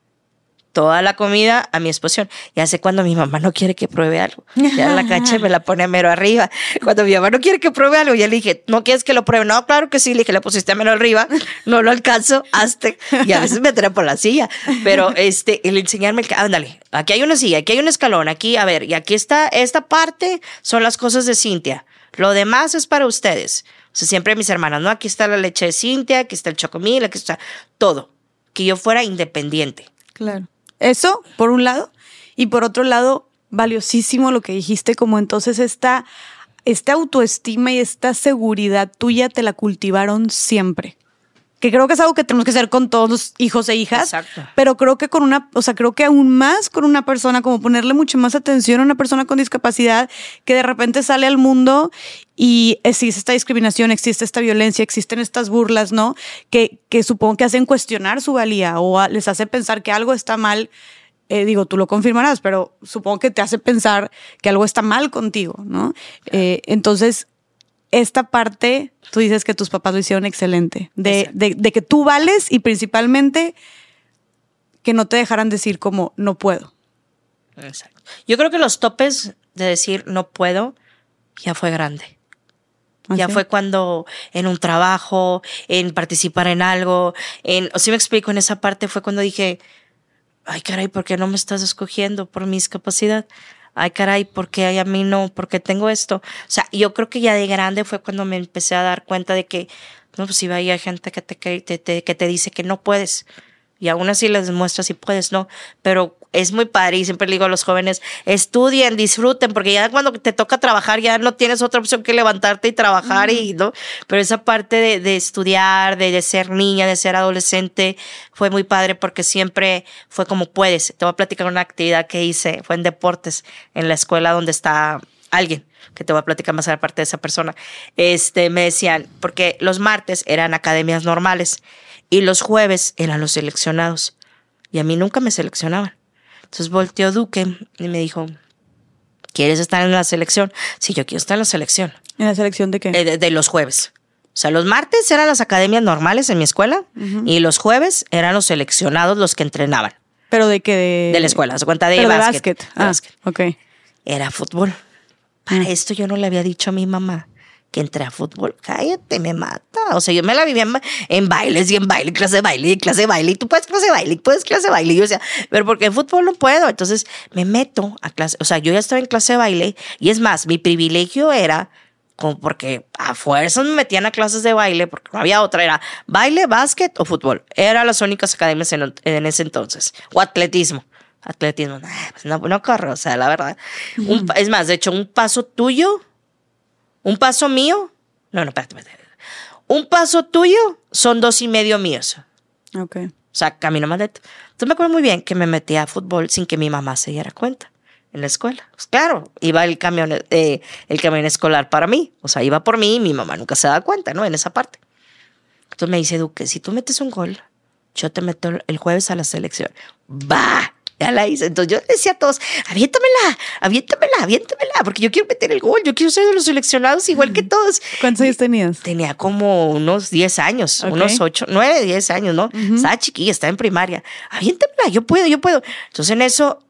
toda la comida a mi disposición. Ya sé cuando mi mamá no quiere que pruebe algo. Ya la caché me la pone mero arriba. Cuando mi mamá no quiere que pruebe algo, ya le dije, ¿no quieres que lo pruebe? No, claro que sí. Le dije, le pusiste mero arriba. No lo alcanzo. Hazte. Y a veces me trae por la silla. Pero este, el enseñarme, ándale, aquí hay una silla, aquí hay un escalón, aquí, a ver, y aquí está, esta parte son las cosas de Cintia. Lo demás es para ustedes. O sea, siempre mis hermanas, ¿no? Aquí está la leche de Cintia, aquí está el chocomil, aquí está todo. Que yo fuera independiente. Claro. Eso, por un lado, y por otro lado, valiosísimo lo que dijiste, como entonces esta, esta autoestima y esta seguridad tuya te la cultivaron siempre. Que creo que es algo que tenemos que hacer con todos los hijos e hijas. Exacto. Pero creo que con una, o sea, creo que aún más con una persona, como ponerle mucho más atención a una persona con discapacidad que de repente sale al mundo y existe esta discriminación, existe esta violencia, existen estas burlas, ¿no? Que, que supongo que hacen cuestionar su valía o a, les hace pensar que algo está mal. Eh, digo, tú lo confirmarás, pero supongo que te hace pensar que algo está mal contigo, ¿no? Eh, entonces, esta parte, tú dices que tus papás lo hicieron excelente, de, de, de que tú vales y principalmente que no te dejaran decir como no puedo. Exacto. Yo creo que los topes de decir no puedo ya fue grande. ¿Ah, ya sí? Fue cuando en un trabajo, en participar en algo, en, o si me explico, en esa parte fue cuando dije, ay caray, ¿por qué no me estás escogiendo por mi discapacidad? Ay, caray, ¿por qué a mí no? ¿Por qué tengo esto? O sea, yo creo que ya de grande fue cuando me empecé a dar cuenta de que, no, pues si hay gente que te, que te, que te dice que no puedes. Y aún así les demuestras si puedes, no. Pero es muy padre y siempre le digo a los jóvenes, estudien, disfruten, porque ya cuando te toca trabajar ya no tienes otra opción que levantarte y trabajar, mm. y ¿no? Pero esa parte de, de estudiar, de, de ser niña, de ser adolescente, fue muy padre porque siempre fue como puedes. Te voy a platicar una actividad que hice, fue en deportes, en la escuela donde está alguien, que te voy a platicar más aparte de esa persona. Este, me decían, porque los martes eran academias normales y los jueves eran los seleccionados. Y a mí nunca me seleccionaban. Entonces volteó Duque y me dijo, ¿quieres estar en la selección? Sí, yo quiero estar en la selección. ¿En la selección de qué? De, de, de los jueves. O sea, los martes eran las academias normales en mi escuela uh-huh. y los jueves eran los seleccionados los que entrenaban. ¿Pero de qué? De, de la escuela, se cuenta de Pero básquet. De básquet. Ah, básquet. Ok. Era fútbol. Para mm. esto yo no le había dicho a mi mamá que entré a fútbol. Cállate, me mata. O sea, yo me la vivía en, en bailes y en baile, clase de baile y clase de baile. Y tú puedes clase de baile y puedes clase de baile. Y yo decía, pero porque en fútbol no puedo. Entonces me meto a clase. O sea, yo ya estaba en clase de baile. Y es más, mi privilegio era, como porque a fuerzas me metían a clases de baile, porque no había otra. Era baile, básquet o fútbol. Eran las únicas academias en, en ese entonces. O atletismo. Atletismo. Nah, pues no, no corro, o sea, la verdad. Uh-huh. Un, es más, de hecho, un paso tuyo... Un paso mío, no, no, espérate, espérate. Un paso tuyo son dos y medio míos. Ok. O sea, camino más lento. Entonces me acuerdo muy bien que me metí a fútbol sin que mi mamá se diera cuenta en la escuela. Pues claro, iba el camión, eh, el camión escolar para mí. O sea, iba por mí y mi mamá nunca se da cuenta, ¿no? En esa parte. Entonces me dice, Duque, si tú metes un gol, yo te meto el jueves a la selección. ¡Bah! Ya la hice. Entonces yo decía a todos, aviéntamela, aviéntamela, aviéntamela, porque yo quiero meter el gol, yo quiero ser de los seleccionados igual que todos. ¿Cuántos años tenías? Tenía como unos diez años, okay. unos ocho, nueve, diez años, ¿no? Uh-huh. Estaba chiquilla, estaba en primaria. Aviéntamela, yo puedo, yo puedo. Entonces en eso,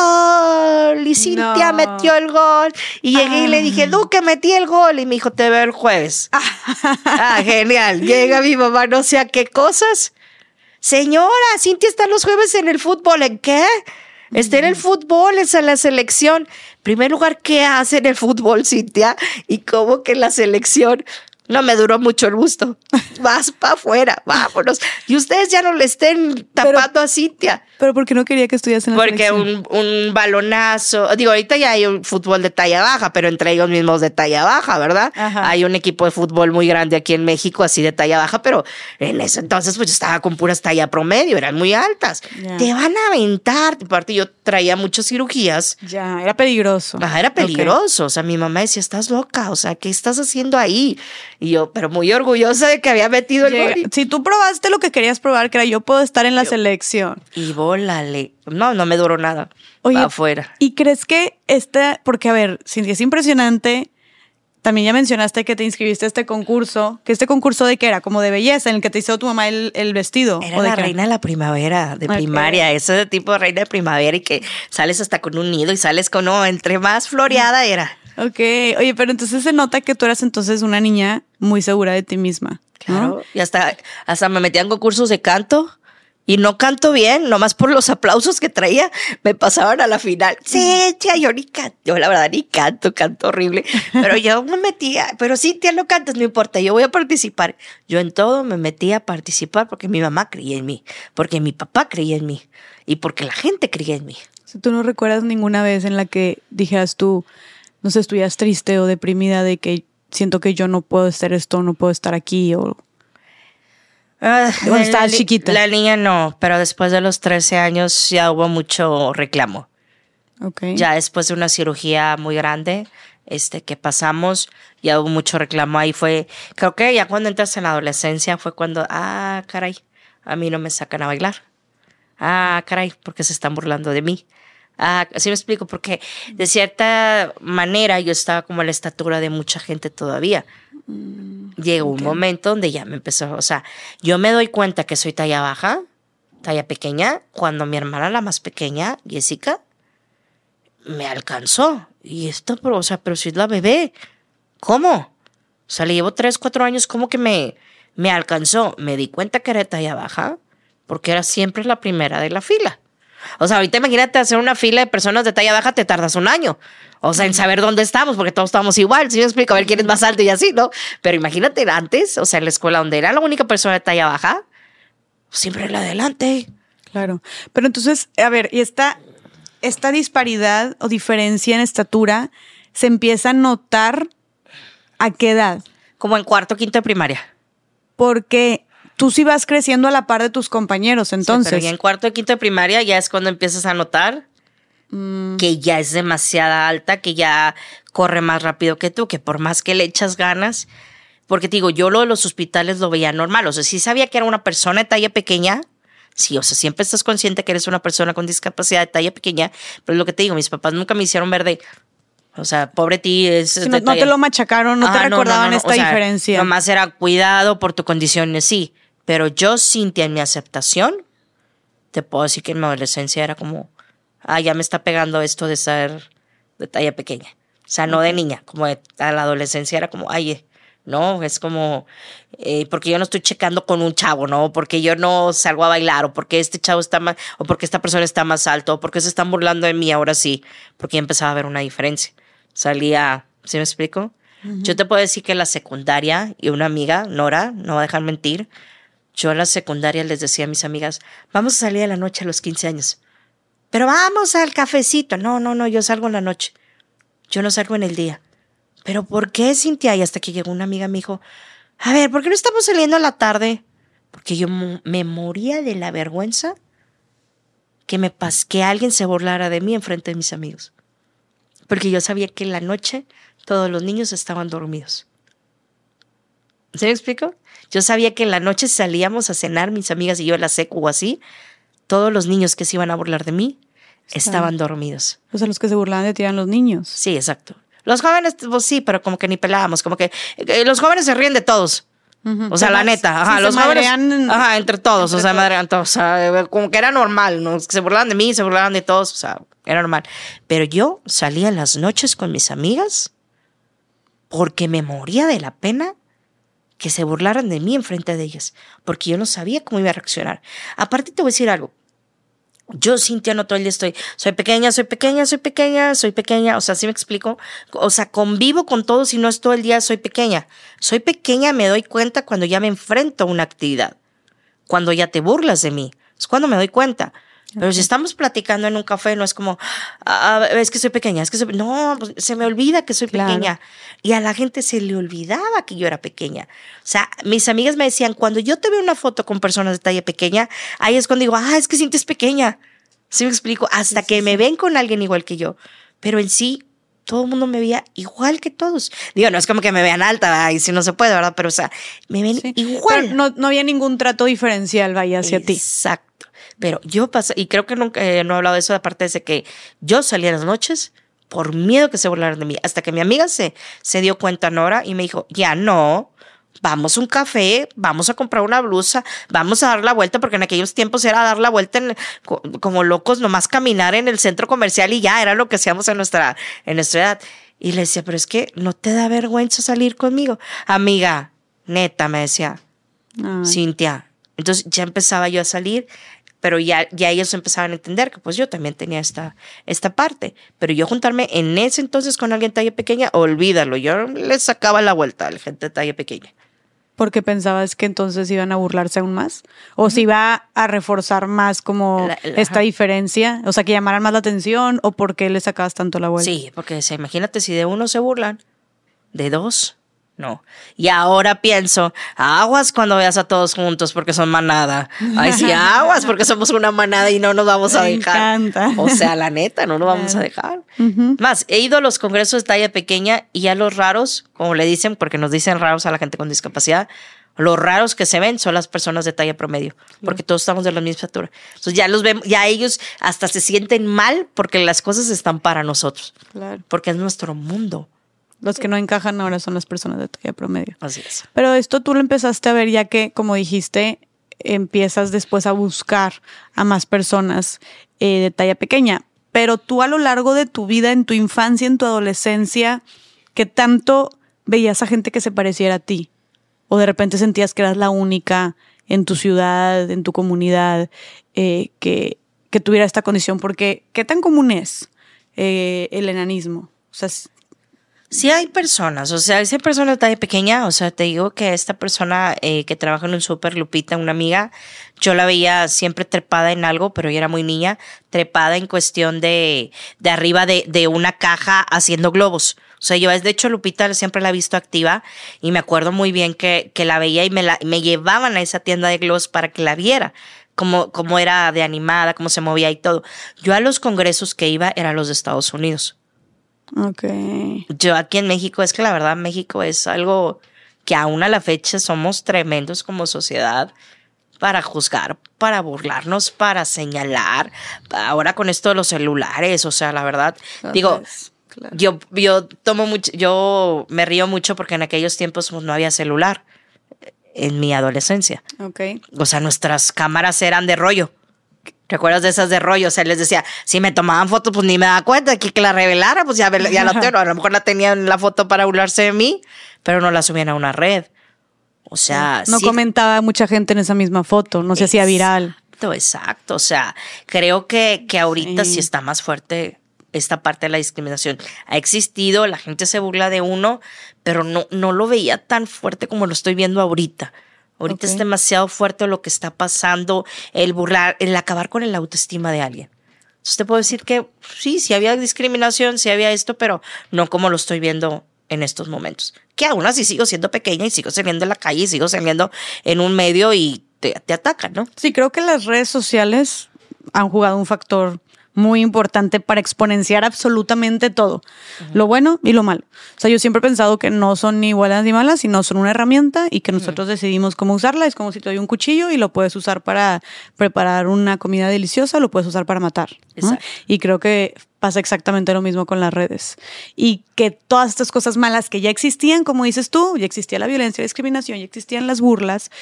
¡gol! Y Cintia no. metió el gol. Y llegué ah. y le dije, Duque, metí el gol. Y me dijo, te veo el jueves. Ah, genial. Llega mi mamá, no sé a qué cosas. Señora, Cintia está los jueves en el fútbol. ¿En qué? Está en el fútbol, es en la selección. En primer lugar, ¿qué hace en el fútbol, Cintia? ¿Y cómo que en la selección? No me duró mucho el gusto. Vas para afuera, vámonos. Y ustedes ya no le estén tapando pero, a Cintia. ¿Pero por qué no quería que estudias en la Porque selección? Porque un, un balonazo... Digo, ahorita ya hay un fútbol de talla baja, pero entre ellos mismos de talla baja, ¿verdad? Ajá. Hay un equipo de fútbol muy grande aquí en México, así de talla baja, pero en ese entonces pues yo estaba con puras talla promedio, eran muy altas. Yeah. Te van a aventar. Aparte yo traía muchas cirugías. Ya, era peligroso. Ajá, era peligroso. Okay. O sea, mi mamá decía, estás loca, o sea, ¿qué estás haciendo ahí? Y yo, pero muy orgullosa de que había metido el Llega. gol. Si tú probaste lo que querías probar, que era yo puedo estar en la yo, selección. Y bólale. No, no me duró nada. Oye, afuera. ¿Y crees que este, porque a ver, Cintia, es impresionante, también ya mencionaste que te inscribiste a este concurso, que este concurso de qué era, como de belleza, en el que te hizo tu mamá el, el vestido. Era la reina de la primavera, de okay. primaria, ese tipo de reina de primavera y que sales hasta con un nido y sales con, no, entre más floreada era. Ok, oye, pero entonces se nota que tú eras entonces una niña muy segura de ti misma, ¿no? Claro, y hasta, hasta me metían concursos de canto y no canto bien, nomás por los aplausos que traía, me pasaban a la final. Sí, tía, yo ni canto, yo la verdad ni canto, canto horrible, pero yo me metía, pero sí, tía, no cantas, no importa, yo voy a participar. Yo en todo me metía a participar porque mi mamá creía en mí, porque mi papá creía en mí y porque la gente creía en mí. Si tú no recuerdas ninguna vez en la que dijeras tú, no sé, estuvieras triste o deprimida de que siento que yo no puedo hacer esto, no puedo estar aquí o... Uh, Cuando estabas chiquita. La niña no, pero después de los trece años ya hubo mucho reclamo. Okay. Ya después de una cirugía muy grande este, que pasamos, ya hubo mucho reclamo. Ahí fue, creo que ya cuando entras en la adolescencia fue cuando, ah, caray, a mí no me sacan a bailar. Ah, caray, porque se están burlando de mí. Ah, así me explico, porque de cierta manera yo estaba como a la estatura de mucha gente todavía. Mm, Llegó okay. un momento donde ya me empezó, o sea, yo me doy cuenta que soy talla baja, talla pequeña, cuando mi hermana la más pequeña, Jessica, me alcanzó. Y esto, pero, o sea, pero si es la bebé, ¿cómo? O sea, le llevo tres, cuatro años, ¿cómo que me, me alcanzó? Me di cuenta que era talla baja, porque era siempre la primera de la fila. O sea, ahorita imagínate hacer una fila de personas de talla baja, te tardas un año. O sea, en saber dónde estamos, porque todos estamos igual. Si me explico, a ver quién es más alto y así, ¿no? Pero imagínate antes, o sea, en la escuela donde era la única persona de talla baja, siempre la de adelante. Claro. Pero entonces, a ver, y esta, esta disparidad o diferencia en estatura se empieza a notar ¿a qué edad? Como en cuarto, quinto de primaria. Porque tú sí vas creciendo a la par de tus compañeros, entonces. Sí, pero ya en cuarto y quinto de primaria ya es cuando empiezas a notar mm. que ya es demasiada alta, que ya corre más rápido que tú, que por más que le echas ganas, porque te digo, yo lo de los hospitales lo veía normal, o sea, sí sabía que era una persona de talla pequeña, sí, o sea, siempre estás consciente que eres una persona con discapacidad de talla pequeña, pero es lo que te digo, mis papás nunca me hicieron ver de, O sea, pobre ti. Es, si no, no te lo machacaron, no ah, te recordaban no, no, no. esta o sea, diferencia. Nomás era cuidado por tu condición, sí. Pero yo, Cintia, en mi aceptación, te puedo decir que en mi adolescencia era como, ah, ya me está pegando esto de ser de talla pequeña. O sea, no okay. de niña, como de, a la adolescencia era como, ay, no, es como, eh, porque yo no estoy checando con un chavo, ¿no? Porque yo no salgo a bailar, o porque este chavo está más, o porque esta persona está más alto, o porque se están burlando de mí ahora sí, porque ya empezaba a haber una diferencia. Salía, ¿sí me explico? Uh-huh. Yo te puedo decir que en la secundaria, y una amiga, Nora, no va a dejar mentir, yo en la secundaria les decía a mis amigas, vamos a salir a la noche a los quince años, pero vamos al cafecito. No, no, no, yo salgo en la noche, yo no salgo en el día. ¿Pero por qué, Cintia? Y hasta que llegó una amiga me dijo, a ver, ¿por qué no estamos saliendo a la tarde? Porque yo me moría de la vergüenza que, me pas- que alguien se burlara de mí enfrente de mis amigos. Porque yo sabía que en la noche todos los niños estaban dormidos. ¿Se me explico? Yo sabía que en la noche salíamos a cenar, mis amigas y yo en la secu o así, todos los niños que se iban a burlar de mí estaban dormidos. O sea, los que se burlaban de ti eran los niños. Sí, exacto. Los jóvenes, pues sí, pero como que ni pelábamos, como que eh, los jóvenes se ríen de todos. Uh-huh. O sea, se la neta, ajá, sí, los jóvenes, ajá, entre todos, entre o sea, madrean todos, o sea, como que era normal, ¿no? Se burlaban de mí, se burlaban de todos, o sea, era normal. Pero yo salía en las noches con mis amigas porque me moría de la pena que se burlaran de mí enfrente de ellas, porque yo no sabía cómo iba a reaccionar. Aparte te voy a decir algo. Yo, Cintia, no todo el día estoy, soy pequeña, soy pequeña, soy pequeña, soy pequeña, o sea, ¿sí me explico? O sea, convivo con todos y no es todo el día soy pequeña. Soy pequeña, me doy cuenta cuando ya me enfrento a una actividad, cuando ya te burlas de mí, es cuando me doy cuenta. Pero okay. Si estamos platicando en un café, no es como, ah, es que soy pequeña, es que soy, no, pues se me olvida que soy claro. pequeña. Y a la gente se le olvidaba que yo era pequeña. O sea, mis amigas me decían, cuando yo te veo una foto con personas de talla pequeña, ahí es cuando digo, ah, es que sientes pequeña. ¿Sí me explico? Hasta sí, que sí, me sí. ven con alguien igual que yo. Pero en sí, todo el mundo me veía igual que todos. Digo, no es como que me vean alta, y si no se puede, ¿verdad? Pero, o sea, me ven sí. igual. Pero no, no había ningún trato diferencial, vaya, hacia Exacto. ti. Exacto. Pero yo pasé, y creo que nunca eh, no he hablado de eso, aparte de que yo salía en las noches por miedo que se burlaran de mí. Hasta que mi amiga se, se dio cuenta, Nora, y me dijo, ya no, vamos a un café, vamos a comprar una blusa, vamos a dar la vuelta, porque en aquellos tiempos era dar la vuelta en, como locos, nomás caminar en el centro comercial y ya, era lo que hacíamos en nuestra, en nuestra edad. Y le decía, pero es que no te da vergüenza salir conmigo. Amiga, neta, me decía, Ay. Cintia. Entonces ya empezaba yo a salir, pero ya, ya ellos empezaban a entender que pues yo también tenía esta, esta parte. Pero yo juntarme en ese entonces con alguien de talla pequeña, olvídalo, yo les sacaba la vuelta a la gente de talla pequeña. ¿Porque pensabas que entonces iban a burlarse aún más? ¿O uh-huh. se iba a reforzar más como la, la, esta diferencia? O sea, que llamaran más la atención, ¿o por qué le sacabas tanto la vuelta? Sí, porque o sea, imagínate si de uno se burlan, de dos... No. Y ahora pienso, aguas cuando veas a todos juntos porque son manada. Ay, sí, aguas porque somos una manada y no nos vamos a Me dejar. encanta. O sea, la neta, no nos claro. vamos a dejar. Uh-huh. Más, he ido a los congresos de talla pequeña y a los raros, como le dicen, porque nos dicen raros a la gente con discapacidad, los raros que se ven son las personas de talla promedio, porque todos estamos de la misma estatura. Entonces ya los vemos, ya ellos hasta se sienten mal porque las cosas están para nosotros. Claro. Porque es nuestro mundo. Los que no encajan ahora son las personas de talla promedio. Así es. Pero esto tú lo empezaste a ver ya que, como dijiste, empiezas después a buscar a más personas eh, de talla pequeña. Pero tú a lo largo de tu vida, en tu infancia, en tu adolescencia, ¿qué tanto veías a gente que se pareciera a ti? ¿O de repente sentías que eras la única en tu ciudad, en tu comunidad, eh, que, que tuviera esta condición? Porque, ¿qué tan común es eh, el enanismo? O sea, sí hay personas, o sea, hay personas de talla pequeña, o sea, te digo que esta persona eh, que trabaja en un súper, Lupita, una amiga, yo la veía siempre trepada en algo, pero ella era muy niña, trepada en cuestión de, de arriba de, de una caja haciendo globos. O sea, yo de hecho Lupita siempre la he visto activa y me acuerdo muy bien que, que la veía y me, la, me llevaban a esa tienda de globos para que la viera. Cómo, cómo era de animada, cómo se movía y todo. Yo a los congresos que iba eran los de Estados Unidos. Okay. Yo aquí en México, es que la verdad México es algo que aún a la fecha somos tremendos como sociedad para juzgar, para burlarnos, para señalar. Ahora con esto de los celulares, o sea, la verdad, Entonces. digo, Claro. Yo, yo tomo mucho, yo me río mucho porque en aquellos tiempos pues, no había celular en mi adolescencia. Okay. O sea, nuestras cámaras eran de rollo. ¿Recuerdas de esas de rollo? O sea, les decía, si me tomaban fotos, pues ni me daba cuenta que, que la revelara, pues ya, ya la tengo. A lo mejor la tenían la foto para burlarse de mí, pero no la subían a una red. O sea, no sí, comentaba mucha gente en esa misma foto, no se hacía viral. Exacto, exacto. O sea, creo que, que ahorita sí. sí está más fuerte esta parte de la discriminación. Ha existido, la gente se burla de uno, pero no, no lo veía tan fuerte como lo estoy viendo ahorita. Ahorita okay. es demasiado fuerte lo que está pasando, el burlar, el acabar con el autoestima de alguien. Entonces te puedo decir que sí, sí había discriminación, sí había esto, pero no como lo estoy viendo en estos momentos. Que aún así sigo siendo pequeña y sigo saliendo en la calle y sigo saliendo en un medio y te, te atacan, ¿no? Sí, creo que las redes sociales han jugado un factor muy importante para exponenciar absolutamente todo, uh-huh. lo bueno y lo malo. O sea, yo siempre he pensado que no son ni buenas ni malas, sino son una herramienta y que nosotros uh-huh. decidimos cómo usarla. Es como si te doy un cuchillo y lo puedes usar para preparar una comida deliciosa, lo puedes usar para matar, ¿no? Y creo que pasa exactamente lo mismo con las redes. Y que todas estas cosas malas que ya existían, como dices tú, ya existía la violencia, la discriminación, ya existían las burlas,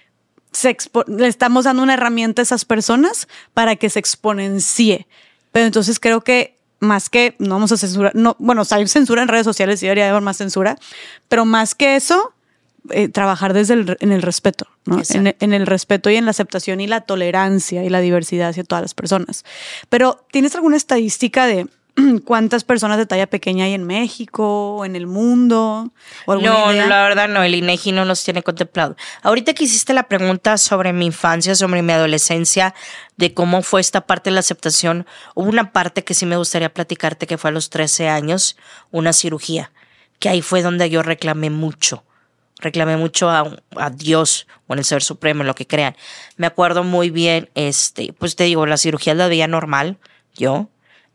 se expo- le estamos dando una herramienta a esas personas para que se exponencie. Pero entonces creo que más que, no vamos a censurar, no, bueno, o sea, hay censura en redes sociales, sí debería haber más censura, pero más que eso, eh, trabajar desde el, en el respeto, ¿no? En, en el respeto y en la aceptación y la tolerancia y la diversidad hacia todas las personas. Pero, ¿tienes alguna estadística de cuántas personas de talla pequeña hay en México o en el mundo? ¿O no, idea? La verdad no, el INEGI no nos tiene contemplado. Ahorita que hiciste la pregunta sobre mi infancia, sobre mi adolescencia, de cómo fue esta parte de la aceptación, hubo una parte que sí me gustaría platicarte que fue a los trece años, una cirugía, que ahí fue donde yo reclamé mucho. Reclamé mucho a, a Dios o en el Ser Supremo, en lo que crean. Me acuerdo muy bien, este, pues te digo, la cirugía la veía normal, yo,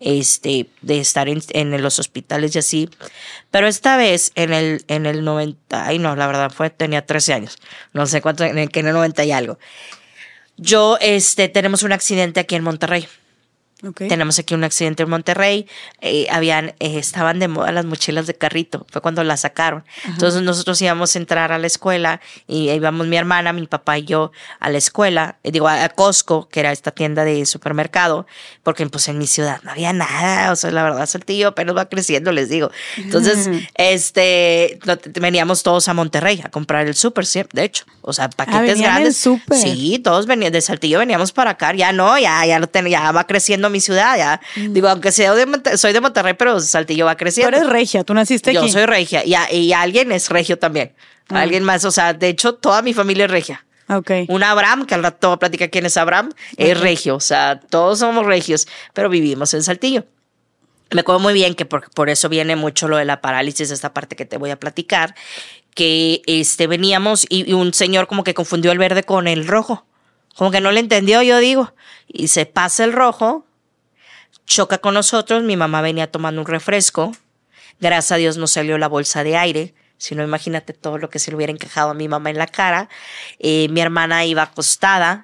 este, de estar en, en los hospitales y así. Pero esta vez, en el, en el noventa, ay no, la verdad fue, tenía trece años, no sé cuánto, en el, que en el noventa y algo. Yo, este, tenemos un accidente aquí en Monterrey. Okay. Tenemos aquí un accidente en Monterrey, eh, habían, eh, estaban de moda las mochilas de carrito, fue cuando las sacaron. Ajá. Entonces nosotros íbamos a entrar a la escuela y íbamos mi hermana, mi papá y yo a la escuela, eh, digo a Costco, que era esta tienda de supermercado, porque pues en mi ciudad no había nada, o sea, la verdad Saltillo apenas va creciendo, les digo. Entonces, uh-huh. este, veníamos todos a Monterrey a comprar el súper, ¿sí? De hecho, o sea, paquetes ah, grandes. Súper. Sí, todos venían de Saltillo, veníamos para acá, ya no, ya, ya, lo ten, ya va creciendo mi ciudad, ya. Mm. Digo, aunque sea de Monterrey, soy de Monterrey, pero Saltillo va creciendo. Tú eres regia, tú naciste Yo aquí. Yo soy regia y, a, y alguien es regio también. Mm. Alguien más, o sea, de hecho, toda mi familia es regia. Okay. Un Abraham, que al rato voy a platicar quién es Abraham, okay. es regio, o sea, todos somos regios, pero vivimos en Saltillo. Me acuerdo muy bien que por, por eso viene mucho lo de la parálisis, esta parte que te voy a platicar, que este, veníamos y, y un señor como que confundió el verde con el rojo. Como que no le entendió, yo digo. Y se pasa el rojo, choca con nosotros, mi mamá venía tomando un refresco, gracias a Dios no salió la bolsa de aire, si no imagínate todo lo que se le hubiera encajado a mi mamá en la cara. Eh, mi hermana iba acostada,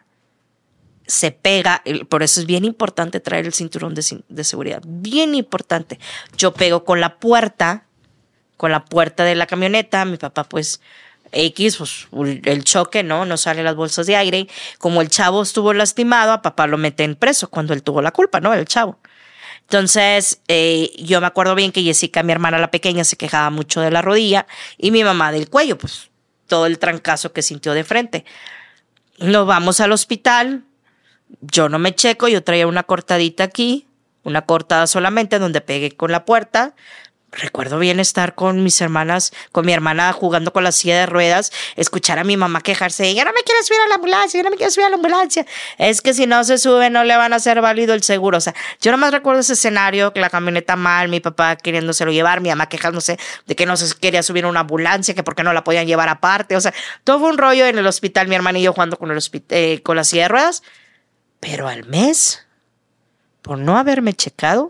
se pega, por eso es bien importante traer el cinturón de, de seguridad, bien importante. Yo pego con la puerta, con la puerta de la camioneta, mi papá pues... X, pues el choque, ¿no? No salen las bolsas de aire. Como el chavo estuvo lastimado, a papá lo meten preso cuando él tuvo la culpa, ¿no? El chavo. Entonces, eh, yo me acuerdo bien que Jessica, mi hermana la pequeña, se quejaba mucho de la rodilla y mi mamá del cuello, pues todo el trancazo que sintió de frente. Nos vamos al hospital, yo no me checo, yo traía una cortadita aquí, una cortada solamente donde pegué con la puerta. Recuerdo bien estar con mis hermanas, con mi hermana jugando con la silla de ruedas, escuchar a mi mamá quejarse, yo no me quiero subir a la ambulancia, yo no me quiero subir a la ambulancia. Es que si no se sube no le van a hacer válido el seguro. O sea, yo nomás recuerdo ese escenario, la camioneta mal, mi papá queriéndoselo llevar, mi mamá quejándose de que no se quería subir a una ambulancia, que por qué no la podían llevar aparte. O sea, todo fue un rollo en el hospital, mi hermana y yo jugando con, el eh, con la silla de ruedas. Pero al mes, por no haberme checado,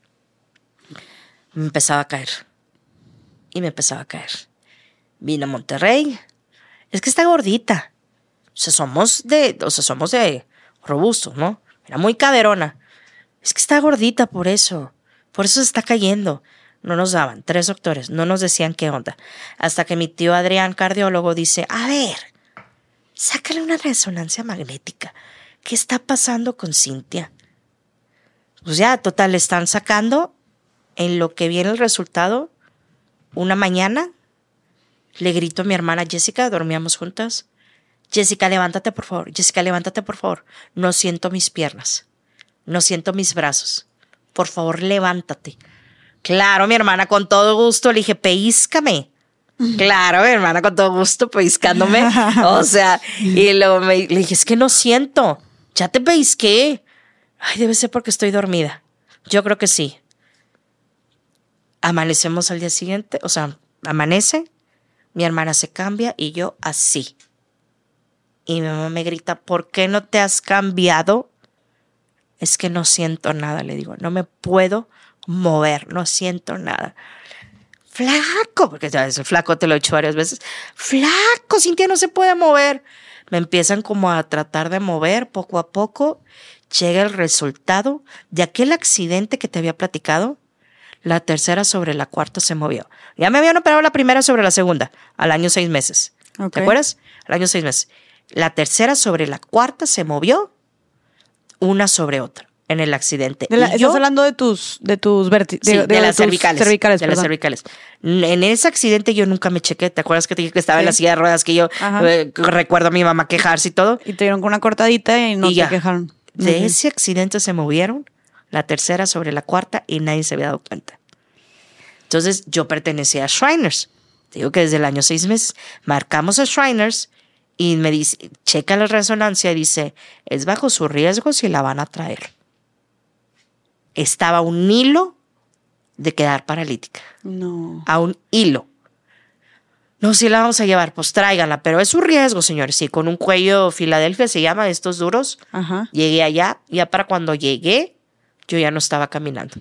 me empezaba a caer. Y me empezaba a caer. Vine a Monterrey. Es que está gordita. O sea, somos de, o sea, somos de robustos, ¿no? Era muy caderona. Es que está gordita por eso. Por eso se está cayendo. no nos daban, tres doctores, no nos decían qué onda. Hasta que mi tío Adrián, cardiólogo, dice, a ver, sácale una resonancia magnética. ¿Qué está pasando con Cintia? Pues ya, total, le están sacando. En lo que viene el resultado, una mañana, le grito a mi hermana Jessica, dormíamos juntas. Jessica, levántate por favor. Jessica, levántate por favor. No siento mis piernas. No siento mis brazos. Por favor, levántate. Claro, mi hermana, con todo gusto. Le dije, pellízcame. Claro, mi hermana, con todo gusto, pellizcándome. O sea, y luego me, le dije, es que no siento. Ya te pellizqué. Ay, debe ser porque estoy dormida. Yo creo que sí. Amanecemos al día siguiente. O sea, amanece. Mi hermana se cambia y yo así. Y mi mamá me grita, ¿por qué no te has cambiado? Es que no siento nada, le digo. No me puedo mover, no siento nada. Flaco, porque ya es flaco, te lo he dicho varias veces. Flaco, Cintia no se puede mover. Me empiezan como a tratar de mover poco a poco. Llega el resultado de aquel accidente que te había platicado. La tercera sobre la cuarta se movió. Ya me habían operado la primera sobre la segunda, al año seis meses. Okay. ¿Te acuerdas? Al año seis meses. La tercera sobre la cuarta se movió, una sobre otra, en el accidente. De la, ¿Estás yo, hablando de tus, de tus, verti- sí, de, de, de las tus cervicales? cervicales de las cervicales. En ese accidente yo nunca me chequé. ¿Te acuerdas que te dije que estaba sí. en la silla de ruedas? Que yo eh, recuerdo a mi mamá quejarse y todo. Y te dieron con una cortadita y no y te ya. quejaron. De uh-huh. ese accidente se movieron la tercera sobre la cuarta y nadie se había dado cuenta. Entonces yo pertenecía a Shriners. Te digo que desde el año seis meses marcamos a Shriners. Y me dice, checa la resonancia y dice, es bajo su riesgo si la van a traer. Estaba a un hilo de quedar paralítica. No. A un hilo. No, si la vamos a llevar, pues tráiganla. Pero es su riesgo, señores. Sí, con un cuello Filadelfia se llama, estos duros. Ajá. Llegué allá. Ya para cuando llegué, yo ya no estaba caminando.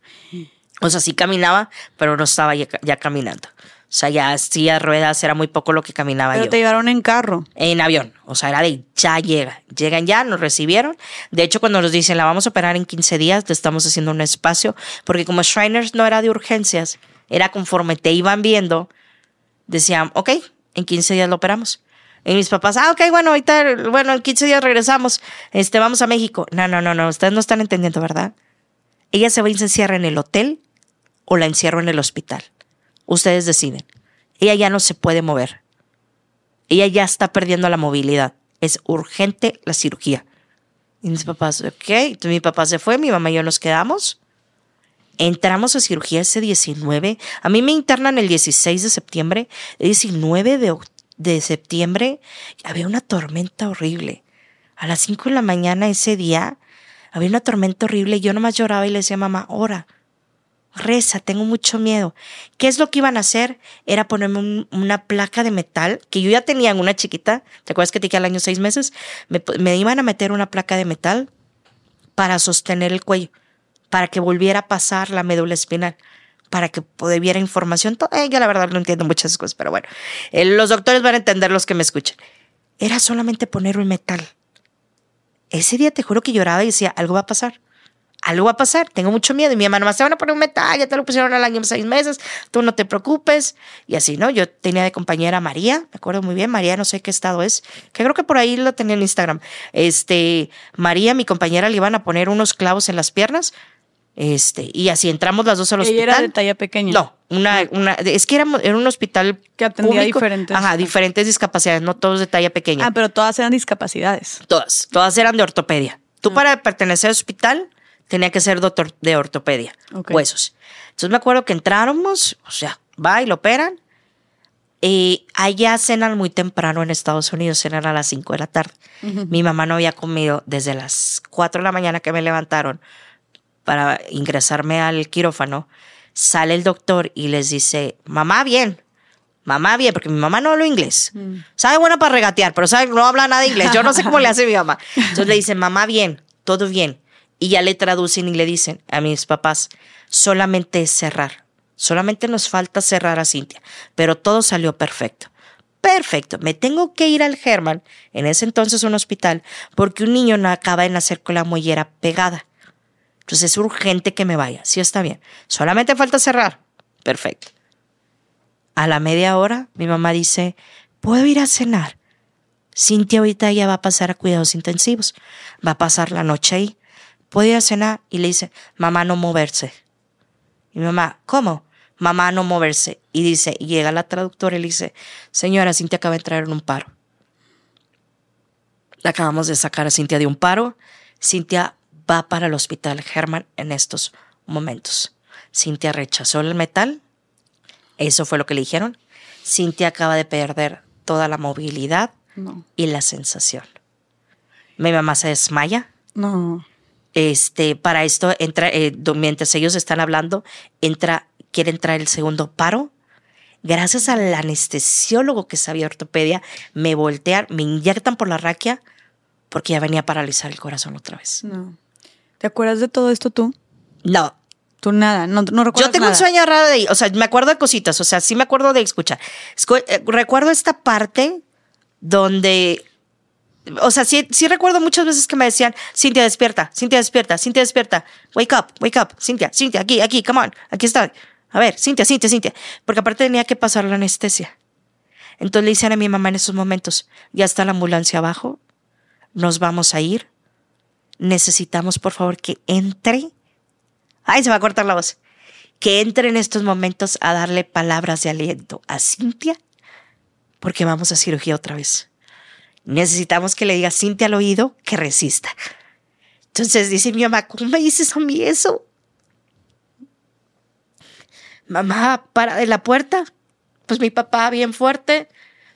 O sea, sí caminaba, pero no estaba ya, ya caminando. O sea, ya silla ruedas era muy poco lo que caminaba Pero yo. Pero te llevaron en carro. En avión. O sea, era de ya llega. Llegan ya, nos recibieron. De hecho, cuando nos dicen, la vamos a operar en quince días, le estamos haciendo un espacio. Porque como Shriners no era de urgencias, era conforme te iban viendo, decían, ok, en quince días lo operamos. Y mis papás, ah, ok, bueno, ahorita, bueno, en quince días regresamos. Este, vamos a México. No, no, no, no. Ustedes no están entendiendo, ¿verdad? Ella se va y se encierra en el hotel o la encierro en el hospital. Ustedes deciden. Ella ya no se puede mover. Ella ya está perdiendo la movilidad. Es urgente la cirugía. Y mis papás, ok. Entonces mi papá se fue, mi mamá y yo nos quedamos. Entramos a cirugía ese diecinueve. A mí me internan el dieciséis de septiembre. El diecinueve de, de septiembre había una tormenta horrible. A las cinco de la mañana ese día había una tormenta horrible. Y yo nomás lloraba y le decía a mamá, ora. Reza, tengo mucho miedo. ¿Qué es lo que iban a hacer? Era ponerme un, una placa de metal, que yo ya tenía en una chiquita. ¿Te acuerdas que te dije al año seis meses? Me, me iban a meter una placa de metal para sostener el cuello, para que volviera a pasar la médula espinal, para que pudiera información. Eh, yo la verdad no entiendo muchas cosas, pero bueno. Eh, los doctores van a entender los que me escuchan. Era solamente poner un metal. Ese día te juro que lloraba y decía, algo va a pasar. Algo va a pasar, tengo mucho miedo. Y mi mamá nomás, te van a poner un metal, ya te lo pusieron al año seis meses, tú no te preocupes. Y así, ¿no? Yo tenía de compañera a María, me acuerdo muy bien, María, no sé qué estado es, que creo que por ahí lo tenía en Instagram. Este, María, mi compañera, le iban a poner unos clavos en las piernas. Este, y así entramos las dos al hospital. ¿Ella era de talla pequeña? No, una, una, es que era, era un hospital que atendía público, diferentes. Ajá, diferentes discapacidades, no todos de talla pequeña. Ah, pero todas eran discapacidades. Todas, todas eran de ortopedia. Tú ah. para pertenecer al hospital tenía que ser doctor de ortopedia, okay. Huesos. Entonces me acuerdo que entráramos, o sea, va y lo operan. Y allá cenan muy temprano en Estados Unidos, cenan a las cinco de la tarde. Uh-huh. Mi mamá no había comido desde las cuatro de la mañana que me levantaron para ingresarme al quirófano. Sale el doctor y les dice, mamá, bien. Mamá, bien, porque mi mamá no habla inglés. Mm. Sabe buena para regatear, pero sabe, no habla nada de inglés. Yo no sé cómo le hace mi mamá. Entonces le dicen, mamá, bien, todo bien. Y ya le traducen y le dicen a mis papás, solamente es cerrar. Solamente nos falta cerrar a Cintia. Pero todo salió perfecto. Perfecto. Me tengo que ir al Herman, en ese entonces un hospital, porque un niño no acaba de nacer con la mollera pegada. Entonces es urgente que me vaya. Sí, está bien. Solamente falta cerrar. Perfecto. A la media hora, mi mamá dice, ¿puedo ir a cenar? Cintia ahorita ya va a pasar a cuidados intensivos. Va a pasar la noche ahí. ¿Puedo ir a cenar? Y le dice, mamá, no moverse. Y mi mamá, ¿cómo? Mamá, no moverse. Y dice, y llega la traductora y le dice, señora, Cintia acaba de entrar en un paro. Acabamos de sacar a Cintia de un paro. Cintia va para el hospital Hermann en estos momentos. Cintia rechazó el metal. Eso fue lo que le dijeron. Cintia acaba de perder toda la movilidad no. y la sensación. Mi mamá se desmaya. No. Este, para esto entra, eh, mientras ellos están hablando, entra, quiere entrar el segundo paro. Gracias al anestesiólogo que sabía ortopedia, me voltean, me inyectan por la raquia porque ya venía a paralizar el corazón otra vez. No. ¿Te acuerdas de todo esto tú? No. Tú nada, no, no recuerdo. Yo tengo nada. un sueño raro de, o sea, me acuerdo de cositas, o sea, sí me acuerdo de escuchar. Escu- eh, recuerdo esta parte donde, o sea, sí, sí recuerdo muchas veces que me decían, Cintia, despierta, Cintia, despierta, Cintia, despierta, wake up, wake up, Cintia, Cintia, aquí, aquí, come on, aquí está. A ver, Cintia, Cintia, Cintia. Porque aparte tenía que pasar la anestesia. Entonces le dicen a mi mamá en esos momentos, ya está la ambulancia abajo, nos vamos a ir, necesitamos por favor que entre. Ay, se va a cortar la voz. Que entre en estos momentos a darle palabras de aliento a Cintia, porque vamos a cirugía otra vez. Necesitamos que le diga Cintia al oído que resista. Entonces dice mi mamá, ¿cómo me dices a mí eso? Mamá, para de la puerta. Pues mi papá bien fuerte.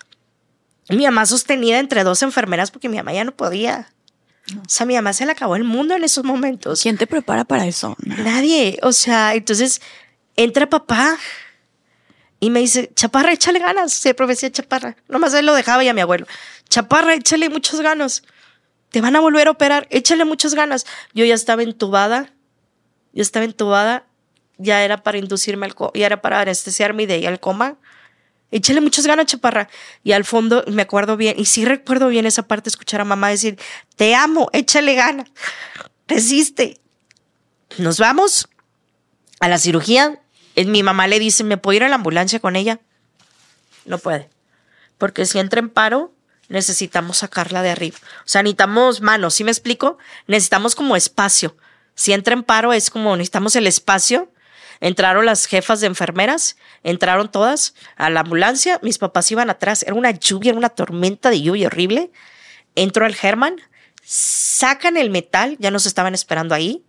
Mi mamá sostenida entre dos enfermeras porque mi mamá ya no podía. O sea, mi mamá se le acabó el mundo en esos momentos. ¿Quién te prepara para eso? No. Nadie. O sea, entonces entra papá y me dice, Chaparra, échale ganas. Siempre me decía Chaparra. Nomás él lo dejaba y a mi abuelo. Chaparra, échale muchas ganas. Te van a volver a operar. Échale muchas ganas. Yo ya estaba entubada. Yo estaba entubada. Ya era para inducirme al coma. Ya era para anestesiarme y de ahí al coma. Échale muchas ganas, Chaparra. Y al fondo me acuerdo bien, y sí recuerdo bien esa parte, escuchar a mamá decir, te amo, échale ganas, resiste. Nos vamos a la cirugía. Mi mamá le dice, ¿me puedo ir a la ambulancia con ella? No puede. Porque si entra en paro, necesitamos sacarla de arriba. O sea, necesitamos manos, ¿sí me explico? Necesitamos como espacio. Si entra en paro es como necesitamos el espacio. Entraron las jefas de enfermeras, entraron todas a la ambulancia, mis papás iban atrás, era una lluvia, era una tormenta de lluvia horrible. Entró el Hermann, sacan el metal, ya nos estaban esperando ahí.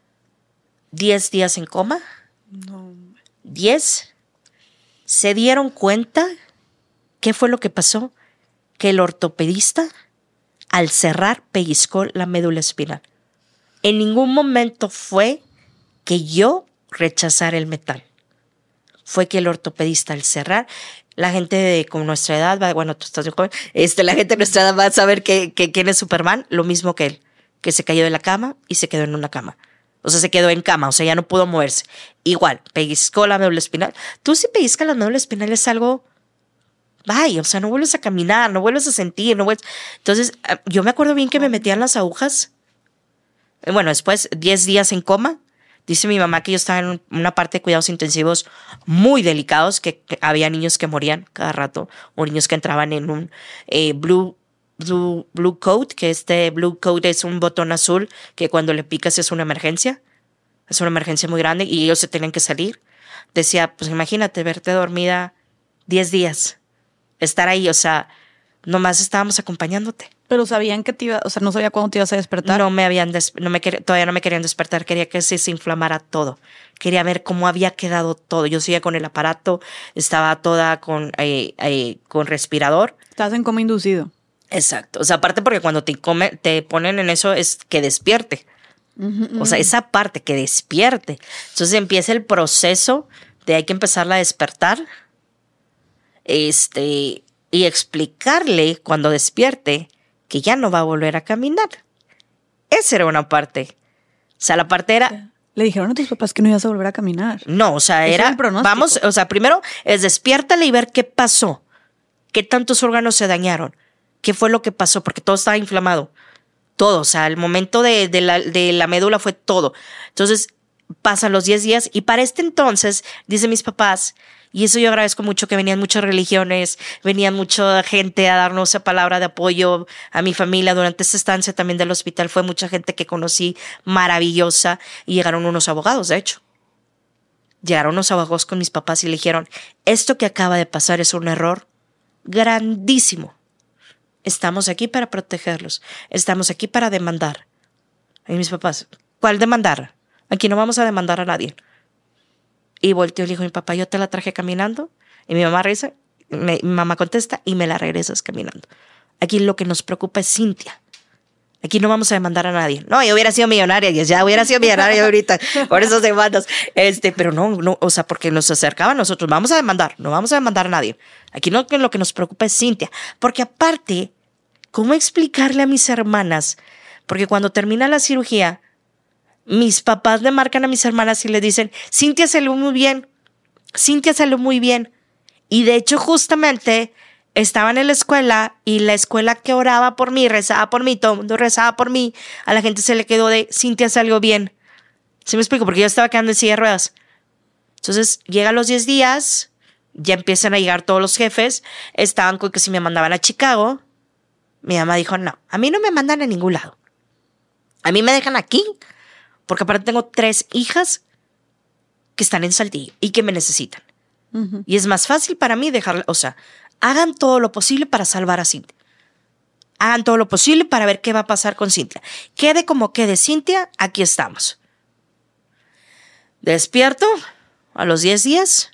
Diez días en coma. No. Diez. Se dieron cuenta, ¿qué fue lo que pasó? Que el ortopedista, al cerrar, pellizcó la médula espinal. En ningún momento fue que yo rechazar el metal. Fue que el ortopedista al cerrar, la gente de con nuestra edad, va, bueno, tú estás de joven, este, la gente de nuestra edad va a saber que, que quién es Superman, lo mismo que él, que se cayó de la cama y se quedó en una cama. O sea, se quedó en cama, o sea, ya no pudo moverse. Igual, pellizcó la médula espinal. Tú si pellizcas la médula espinal es algo, vaya, o sea, no vuelves a caminar, no vuelves a sentir, no vuelves. Entonces, yo me acuerdo bien que me metían las agujas. Bueno, después, diez días en coma. Dice mi mamá que yo estaba en una parte de cuidados intensivos muy delicados, que, que había niños que morían cada rato, o niños que entraban en un eh, blue, blue, blue code, que este blue code es un botón azul que cuando le picas es una emergencia, es una emergencia muy grande y ellos se tenían que salir. Decía, pues imagínate verte dormida diez días, estar ahí, o sea, nomás estábamos acompañándote. Pero sabían que te iba, o sea, no sabía cuándo te ibas a despertar. No me habían, des, no me quer, todavía no me querían despertar, quería que se, se inflamara todo. Quería ver cómo había quedado todo. Yo seguía con el aparato, estaba toda con, eh, eh, con respirador. Estás en coma inducido. Exacto. O sea, aparte porque cuando te, come, te ponen en eso es que despierte. Uh-huh, uh-huh. O sea, esa parte que despierte. Entonces empieza el proceso de hay que empezarla a despertar. Este, y explicarle cuando despierte que ya no va a volver a caminar. Esa era una parte. O sea, la parte era... Le dijeron a tus papás que no ibas a volver a caminar. No, o sea, era... Vamos, o sea, primero es despiértale y ver qué pasó. ¿Qué tantos órganos se dañaron? ¿Qué fue lo que pasó? Porque todo estaba inflamado. Todo, o sea, el momento de, de, la, de la médula fue todo. Entonces, pasan los diez días y para este entonces, dicen mis papás, y eso yo agradezco mucho, que venían muchas religiones, venían mucha gente a darnos esa palabra de apoyo a mi familia durante esta estancia también del hospital. Fue mucha gente que conocí maravillosa y llegaron unos abogados, de hecho. Llegaron unos abogados con mis papás y le dijeron, esto que acaba de pasar es un error grandísimo. Estamos aquí para protegerlos. Estamos aquí para demandar. Y mis papás, ¿cuál demandar? Aquí no vamos a demandar a nadie. Y volteó y le dijo, mi papá, yo te la traje caminando. Y mi mamá reza, me, mi mamá contesta y me la regresas caminando. Aquí lo que nos preocupa es Cintia. Aquí no vamos a demandar a nadie. No, yo hubiera sido millonaria, ya hubiera sido millonaria ahorita por esas demandas. Este, pero no, no, o sea, porque nos acercaba a nosotros, vamos a demandar, no vamos a demandar a nadie. Aquí no, lo que nos preocupa es Cintia. Porque aparte, ¿cómo explicarle a mis hermanas? Porque cuando termina la cirugía, mis papás le marcan a mis hermanas y le dicen, Cintia salió muy bien, Cintia salió muy bien. Y de hecho, justamente estaban en la escuela y la escuela que oraba por mí, rezaba por mí, todo el mundo rezaba por mí, a la gente se le quedó de, Cintia salió bien. ¿Sí me explico? Porque yo estaba quedando en silla de ruedas. Entonces, llegan los diez días, ya empiezan a llegar todos los jefes, estaban con que si me mandaban a Chicago, mi mamá dijo, no, a mí no me mandan a ningún lado. A mí me dejan aquí, porque aparte tengo tres hijas que están en Saltillo y que me necesitan. Uh-huh. Y es más fácil para mí dejarla, o sea, hagan todo lo posible para salvar a Cintia. Hagan todo lo posible para ver qué va a pasar con Cintia. Quede como quede Cintia, aquí estamos. Despierto a los diez días.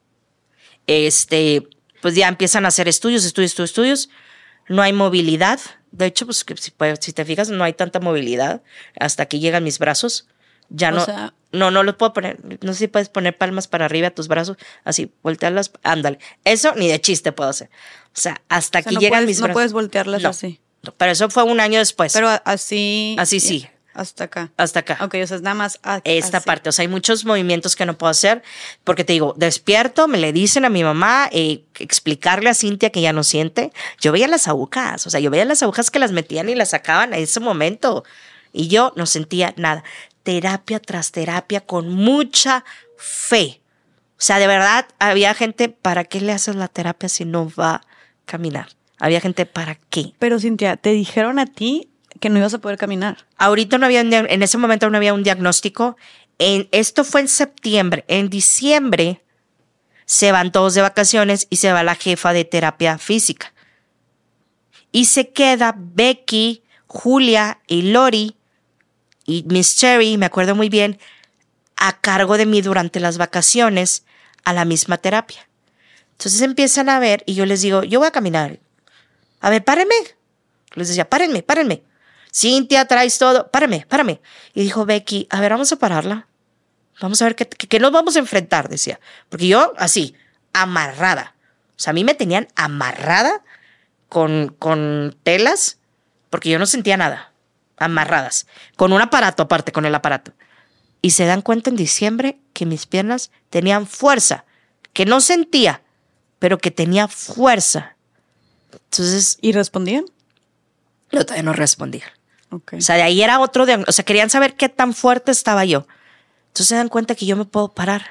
Este, pues ya empiezan a hacer estudios, estudios, estudios, estudios. No hay movilidad. De hecho, pues si, si te fijas, no hay tanta movilidad. Hasta aquí llegan mis brazos. Ya no, o sea, no, no los puedo poner. No sé si puedes poner palmas para arriba a tus brazos. Así, voltearlas. Ándale. Eso ni de chiste puedo hacer. O sea, hasta o sea, aquí no llegan puedes, mis no brazos. No puedes voltearlas no, así. No, pero eso fue un año después. Pero así. Así sí. Hasta acá. Hasta acá. Ok, o sea, es nada más aquí, esta así. parte. O sea, hay muchos movimientos que no puedo hacer porque te digo, despierto, me le dicen a mi mamá, eh, explicarle a Cintia que ya no siente. Yo veía las agujas, o sea, yo veía las agujas que las metían y las sacaban en ese momento y yo no sentía nada. Terapia tras terapia con mucha fe. O sea, de verdad, había gente, ¿para qué le haces la terapia si no va a caminar? Había gente, ¿para qué? Pero Cintia, te dijeron a ti que no ibas a poder caminar. Ahorita no había, en ese momento no había un diagnóstico. En, esto fue en septiembre. En diciembre se van todos de vacaciones y se va la jefa de terapia física. Y se queda Becky, Julia y Lori y Miss Cherry, me acuerdo muy bien, a cargo de mí durante las vacaciones a la misma terapia. Entonces empiezan a ver y yo les digo, yo voy a caminar. A ver, párenme. Les decía, párenme, párenme. Cintia, traes todo. Párame, párame. Y dijo Becky, a ver, vamos a pararla. Vamos a ver qué, qué, qué nos vamos a enfrentar, decía. Porque yo, así, amarrada. O sea, a mí me tenían amarrada con, con telas porque yo no sentía nada. Amarradas. Con un aparato aparte, con el aparato. Y se dan cuenta en diciembre que mis piernas tenían fuerza. Que no sentía, pero que tenía fuerza. Entonces... ¿Y respondían? No, todavía no respondían. Okay. O sea, de ahí era otro diagnóstico. O sea, querían saber qué tan fuerte estaba yo. Entonces se dan cuenta que yo me puedo parar.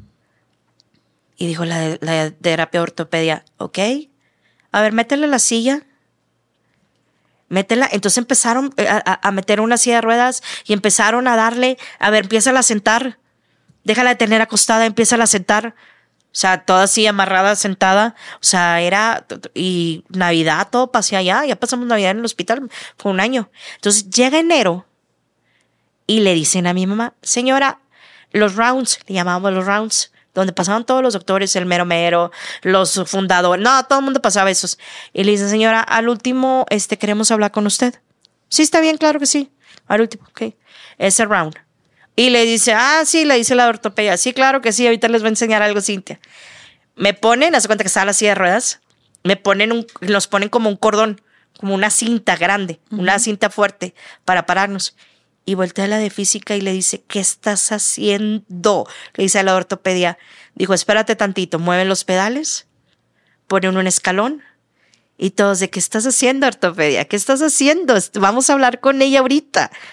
Y dijo la, la terapia ortopedia, ok, a ver, métele la silla. Métela. Entonces empezaron a, a meter una silla de ruedas y empezaron a darle, a ver, empiézala a sentar. Déjala de tener acostada, empiézala a sentar. O sea, toda así amarrada, sentada. O sea, era... Y Navidad, todo pasé allá. Ya pasamos Navidad en el hospital. Fue un año. Entonces llega enero y le dicen a mi mamá, señora, los rounds, le llamábamos los rounds, donde pasaban todos los doctores, el mero mero, los fundadores. No, todo el mundo pasaba esos. Y le dicen, señora, al último este, queremos hablar con usted. Sí, está bien, claro que sí. Al último, ok. Ese round. Y le dice, ah, sí, le dice la ortopedia. Sí, claro que sí, ahorita les voy a enseñar algo, Cintia. Me ponen, haz cuenta que estaba la silla de ruedas, me ponen un, nos ponen como un cordón, como una cinta grande, uh-huh. una cinta fuerte para pararnos. Y voltea a la de física y le dice, ¿qué estás haciendo? Le dice a la ortopedia. Dijo, espérate tantito, mueven los pedales, ponen un escalón. Y todos, ¿de qué estás haciendo, ortopedia? ¿Qué estás haciendo? Vamos a hablar con ella ahorita.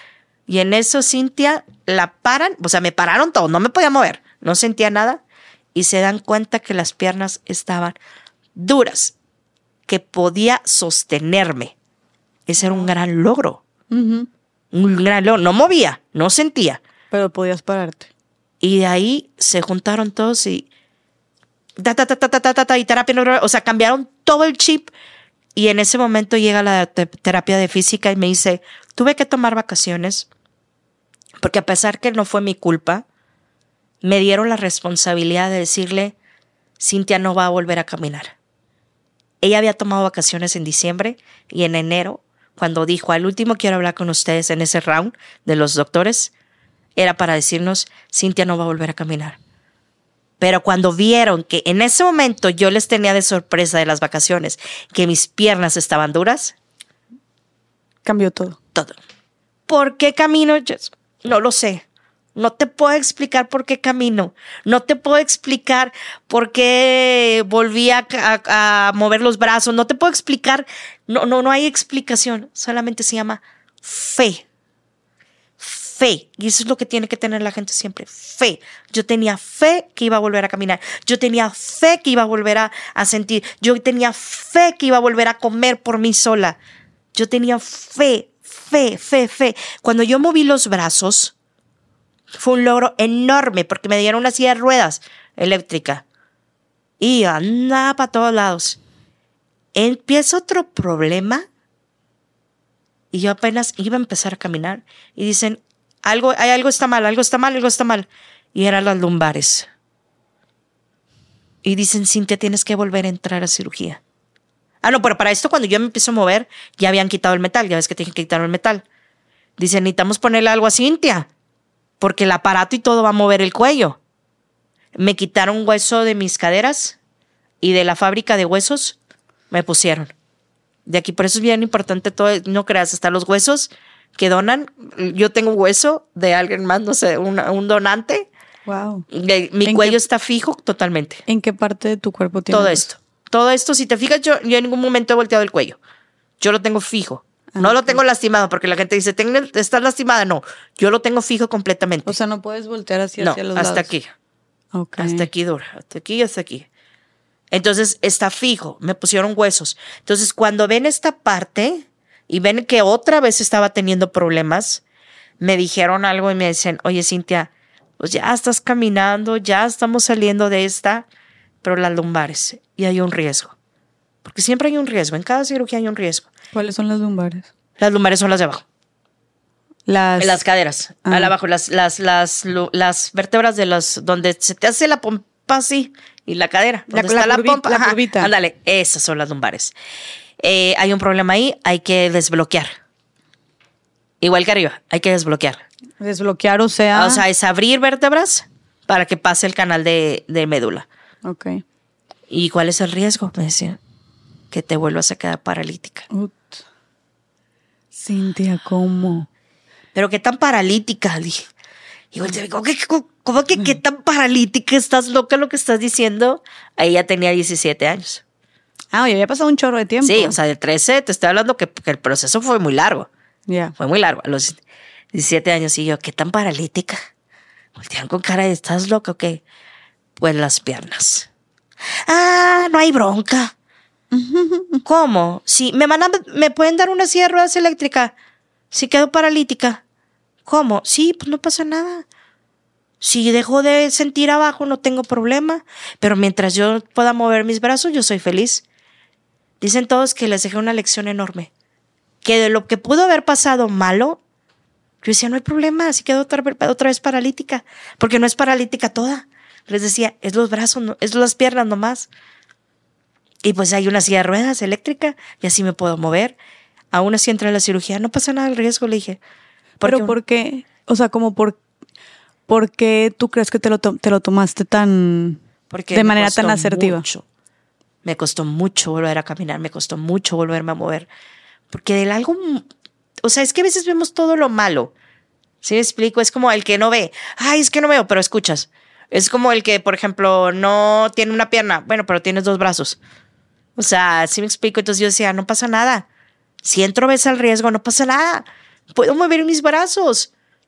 Y en eso Cintia la paran, o sea, me pararon todo, no me podía mover, no sentía nada. Y se dan cuenta que las piernas estaban duras, que podía sostenerme. Ese era un gran logro. Uh-huh. Un gran logro. No movía, no sentía. Pero podías pararte. Y de ahí se juntaron todos y... Ta, ta, ta, ta, ta, ta, ta, y terapia, o sea, cambiaron todo el chip. Y en ese momento llega la te- terapia de física y me dice, tuve que tomar vacaciones porque a pesar que no fue mi culpa, me dieron la responsabilidad de decirle, Cintia no va a volver a caminar. Ella había tomado vacaciones en diciembre y en enero, cuando dijo, al último quiero hablar con ustedes en ese round de los doctores, era para decirnos, Cintia no va a volver a caminar. Pero cuando vieron que en ese momento yo les tenía de sorpresa de las vacaciones, que mis piernas estaban duras, cambió todo. Todo. ¿Por qué camino? Jess? No lo sé. No te puedo explicar por qué camino. No te puedo explicar por qué volví a, a, a mover los brazos. No te puedo explicar. No, no, no hay explicación. Solamente se llama fe. Fe. Y eso es lo que tiene que tener la gente siempre. Fe. Yo tenía fe que iba a volver a caminar. Yo tenía fe que iba a volver a, a sentir. Yo tenía fe que iba a volver a comer por mí sola. Yo tenía fe, fe, fe, fe. Cuando yo moví los brazos, fue un logro enorme porque me dieron una silla de ruedas eléctrica. Y andaba para todos lados. Empieza otro problema. Y yo apenas iba a empezar a caminar. Y dicen, algo, hay, algo está mal, algo está mal, algo está mal. Y eran las lumbares. Y dicen, Cintia, tienes que volver a entrar a cirugía. Ah, no, pero para esto cuando yo me empiezo a mover, ya habían quitado el metal. Ya ves que tienen que quitar el metal. Dicen, necesitamos ponerle algo a Cintia, porque el aparato y todo va a mover el cuello. Me quitaron hueso de mis caderas y de la fábrica de huesos me pusieron. De aquí, por eso es bien importante todo, no creas, hasta los huesos que donan. Yo tengo hueso de alguien más, no sé, un, un donante. Wow. Mi cuello qué, está fijo totalmente. ¿En qué parte de tu cuerpo tienes? Todo esto. Todo esto, si te fijas, yo, yo en ningún momento he volteado el cuello. Yo lo tengo fijo. Ah, no lo tengo lastimado porque la gente dice, ¿estás lastimada? No, yo lo tengo fijo completamente. O sea, no puedes voltear hacia, no, hacia los hasta lados. aquí. Okay. Hasta aquí dura, hasta aquí y hasta aquí. Entonces está fijo, me pusieron huesos. Entonces cuando ven esta parte y ven que otra vez estaba teniendo problemas, me dijeron algo y me dicen, oye Cintia, pues ya estás caminando, ya estamos saliendo de esta, pero las lumbares, y hay un riesgo. Porque siempre hay un riesgo, en cada cirugía hay un riesgo. ¿Cuáles son las lumbares? Las lumbares son las de abajo. Las, las caderas, ah. al abajo, las, las, las, las vértebras de los, donde se te hace la pompa así y la cadera, donde la, está la, la curvita, pompa. La curvita. Ándale, esas son las lumbares. Eh, hay un problema ahí, hay que desbloquear. Igual que arriba, hay que desbloquear. Desbloquear, o sea. O sea, es abrir vértebras para que pase el canal de, de médula. Ok. ¿Y cuál es el riesgo? Me decían, que te vuelvas a quedar paralítica. Ut. Cintia, ¿cómo? Pero qué tan paralítica, dije. Igual te digo, ¿cómo, cómo que qué tan paralítica? ¿Estás loca lo que estás diciendo? Ahí ya tenía diecisiete años. Ah, ya había pasado un chorro de tiempo. Sí, o sea, de trece, te estoy hablando que, que el proceso fue muy largo. Ya. Yeah. Fue muy largo. A los diecisiete años, y yo, ¿qué tan paralítica? Voltean con cara de, ¿estás loca o qué? Pues las piernas. Ah, no hay bronca. ¿Cómo? Sí, me, mandan, me pueden dar una silla de ruedas eléctrica. Si quedo paralítica. ¿Cómo? Sí, pues no pasa nada. Si dejo de sentir abajo, no tengo problema. Pero mientras yo pueda mover mis brazos, yo soy feliz. Dicen todos que les dejé una lección enorme. Que de lo que pudo haber pasado malo, yo decía, no hay problema, así quedo otra, otra vez paralítica. Porque no es paralítica toda. Les decía, es los brazos, no, es las piernas nomás. Y pues hay una silla de ruedas eléctrica y así me puedo mover. Aún así entré a la cirugía, no pasa nada el riesgo, le dije. Pero ¿por qué? O sea, como por, ¿por qué tú crees que te lo, to- te lo tomaste tan, Porque de manera tan asertiva? Mucho. Me costó mucho volver a caminar, me costó mucho volverme a mover. Porque de algo, o sea, es que a veces vemos todo lo malo. ¿Sí me explico? Es como el que no ve. Ay, es que no veo, pero escuchas. Es como el que, por ejemplo, no tiene una pierna. Bueno, pero tienes dos brazos. O sea, ¿sí me explico? Entonces yo decía, no pasa nada. Si entro vez al riesgo, no pasa nada. Puedo mover mis brazos.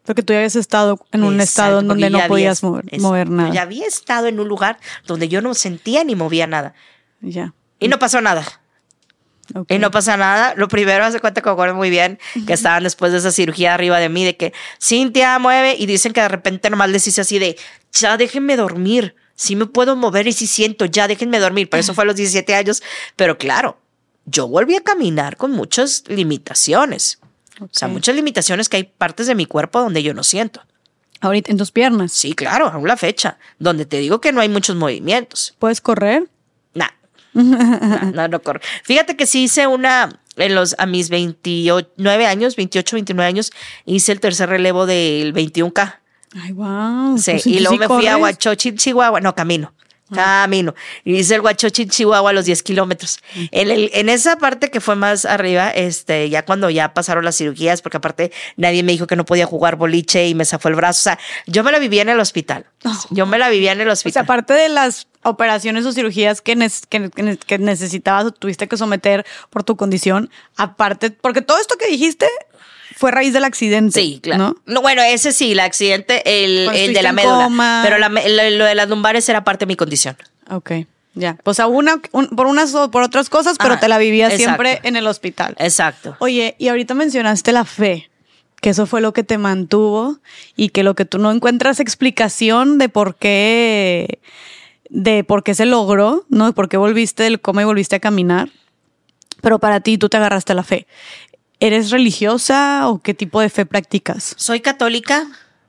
Porque tú ya habías estado en un Exacto, estado en donde porque no ya podías había- mover, es- mover nada. Yo ya había estado en un lugar donde yo no sentía ni movía nada. Ya. Y no pasó nada. Ok. Y no pasa nada. Lo primero, hace cuenta que me acuerdo muy bien que estaban después de esa cirugía arriba de mí, de que Cintia mueve, y dicen que de repente nomás les hice así de ya déjenme dormir. Sí me puedo mover y sí siento, ya déjenme dormir. Pero eso fue a los diecisiete años. Pero claro, yo volví a caminar con muchas limitaciones. O sea, Ok. muchas limitaciones que hay partes de mi cuerpo donde yo no siento. Ahorita en tus piernas. Sí, claro, aún la fecha, donde te digo que no hay muchos movimientos. ¿Puedes correr? Nah. No, no, no corro. Fíjate que sí hice una, en los, a mis veintinueve años, veintiocho, veintinueve años, hice el tercer relevo del veintiún K. Ay, wow. Sí, Pues, y luego sí me fui a corres. Huachochil, Chihuahua. No, camino. Camino. Y hice el Huachochil, Chihuahua a los diez kilómetros. En, el, en esa parte que fue más arriba, este, ya cuando ya pasaron las cirugías, porque aparte nadie me dijo que no podía jugar boliche y me zafó el brazo. O sea, yo me la vivía en el hospital. Yo me la vivía en el O sea, hospital. aparte de las operaciones o cirugías que, nes- que, que- que necesitabas o tuviste que someter por tu condición, aparte, porque todo esto que dijiste fue raíz del accidente. Sí, claro. ¿no? No, bueno, ese sí, el accidente, el, Cuando el de estuviste la en médula. coma. Pero la me- lo, lo de las lumbares era parte de mi condición. Ok, ya. O sea, una, un- por unas o por otras cosas, pero Ajá, te la vivías exacto. siempre en el hospital. Exacto. Oye, y ahorita mencionaste la fe, que eso fue lo que te mantuvo y que lo que tú no encuentras explicación de por qué, de por qué se logró, ¿no? De por qué volviste del coma y volviste a caminar. Pero para ti, tú te agarraste a la fe. ¿Eres religiosa o qué tipo de fe practicas? Soy católica,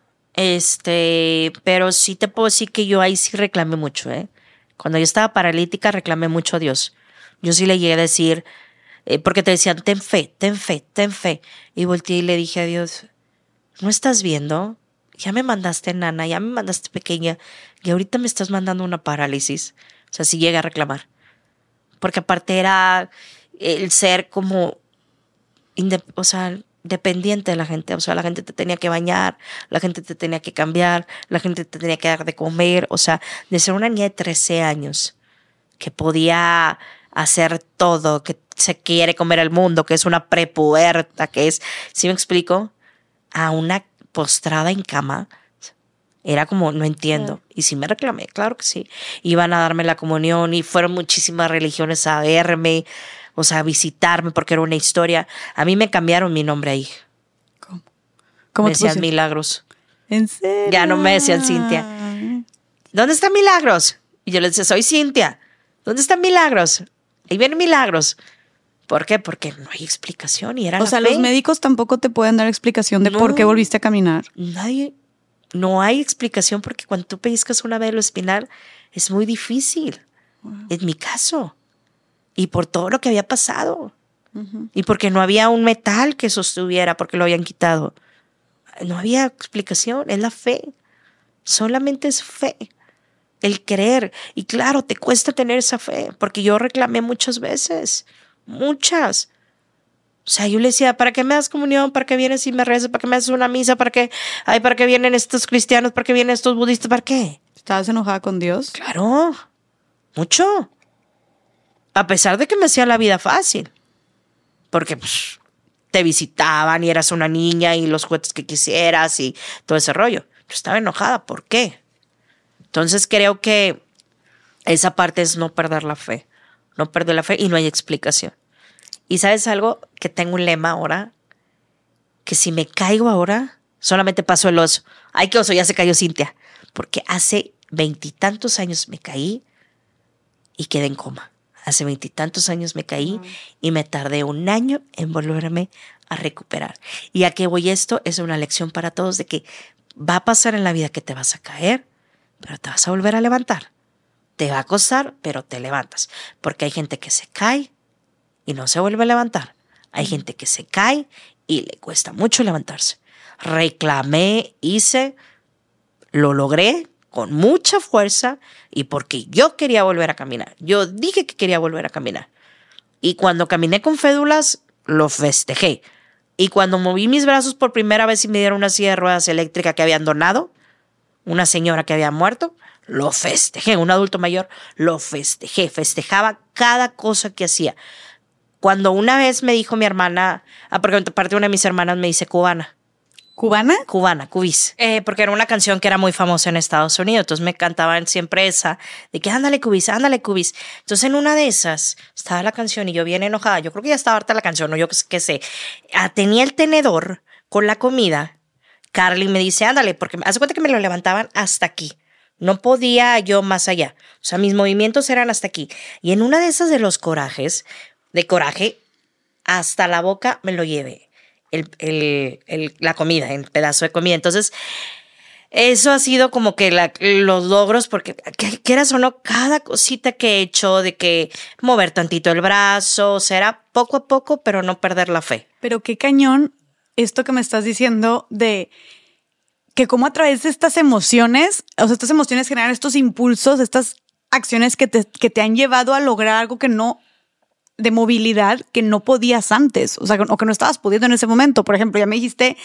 este, pero sí te puedo decir que yo ahí sí reclamé mucho, ¿eh? Cuando yo estaba paralítica reclamé mucho a Dios. Yo sí le llegué a decir, eh, porque te decían, ten fe, ten fe, ten fe. Y volteé y le dije a Dios, ¿no estás viendo? Ya me mandaste nana, ya me mandaste pequeña, y ahorita me estás mandando una parálisis. O sea, sí llegué a reclamar. Porque aparte era el ser como, indep- o sea, dependiente de la gente. O sea, la gente te tenía que bañar, la gente te tenía que cambiar, la gente te tenía que dar de comer. O sea, de ser una niña de trece años que podía hacer todo, que se quiere comer el mundo, que es una prepuberta, que es, ¿sí me explico? A una postrada en cama. Era como, no entiendo. Y sí me reclamé, claro que sí. Iban a darme la comunión y fueron muchísimas religiones a verme, o sea, a visitarme porque era una historia. A mí me cambiaron mi nombre ahí. ¿Cómo? ¿Cómo Me te decían pusieron? Milagros. ¿En serio? Ya no me decían Cintia. ¿Dónde está Milagros? Y yo les decía, soy Cintia. ¿Dónde están Milagros? Ahí vienen Milagros. ¿Por qué? Porque no hay explicación y era O la sea, fe. los médicos tampoco te pueden dar explicación de No. por qué volviste a caminar. Nadie, no hay explicación porque cuando tú pellizcas una médula espinal es muy difícil. En mi caso. Y por todo lo que había pasado. Ujú. Y porque no había un metal que sostuviera porque lo habían quitado. No había explicación, es la fe. Solamente es fe. El creer. Y claro, te cuesta tener esa fe porque yo reclamé muchas veces. Muchas. O sea, yo le decía, ¿para qué me das comunión? ¿Para qué vienes y me rezas? ¿Para qué me haces una misa? ¿Para qué? Ay, ¿para qué vienen estos cristianos? ¿Para qué vienen estos budistas? ¿Para qué? ¿Estabas enojada con Dios? Claro, mucho. A pesar de que me hacía la vida fácil. Porque pues, te visitaban y eras una niña y los juguetes que quisieras y todo ese rollo. Yo estaba enojada, ¿por qué? Entonces creo que esa parte es no perder la fe. No perder la fe y no hay explicación. Y ¿sabes algo? Que tengo un lema ahora, que si me caigo ahora, solamente paso el oso. Ay, qué oso, ya se cayó Cintia. Porque hace veintitantos años me caí y quedé en coma. Hace veintitantos años me caí uh-huh. y me tardé un año en volverme a recuperar. Y a qué voy esto es una lección para todos de que va a pasar en la vida que te vas a caer, pero te vas a volver a levantar. Te va a costar, pero te levantas. Porque hay gente que se cae y no se vuelve a levantar. Hay gente que se cae y le cuesta mucho levantarse. Reclamé, hice, lo logré con mucha fuerza y porque yo quería volver a caminar. Yo dije que quería volver a caminar. Y cuando caminé con fédulas, lo festejé. Y cuando moví mis brazos por primera vez y me dieron una silla de ruedas eléctrica que habían donado, una señora que había muerto, lo festejé. Un adulto mayor, lo festejé. Festejaba cada cosa que hacía. Cuando una vez me dijo mi hermana, ah, porque aparte una de mis hermanas me dice cubana, ¿Cubana? Cubana, Cubis. Eh, porque era una canción que era muy famosa en Estados Unidos. Entonces me cantaban siempre esa, de que ándale Cubis, ándale Cubis. Entonces en una de esas estaba la canción y yo bien enojada. Yo creo que ya estaba harta la canción, o yo qué sé. Ah, tenía el tenedor con la comida. Carly me dice, ándale, porque hace cuenta que me lo levantaban hasta aquí. No podía yo más allá. O sea, mis movimientos eran hasta aquí. Y en una de esas de los corajes, de coraje, hasta la boca me lo llevé. El, el, el, la comida, el pedazo de comida. Entonces, eso ha sido como que la, los logros, porque quieras o no, cada cosita que he hecho, de que mover tantito el brazo, será poco a poco, pero no perder la fe. Pero qué cañón esto que me estás diciendo de que cómo a través de estas emociones, o sea, estas emociones generan estos impulsos, estas acciones que te, que te han llevado a lograr algo que no, de movilidad que no podías antes, o sea, o que no estabas pudiendo en ese momento. Por ejemplo, ya me dijiste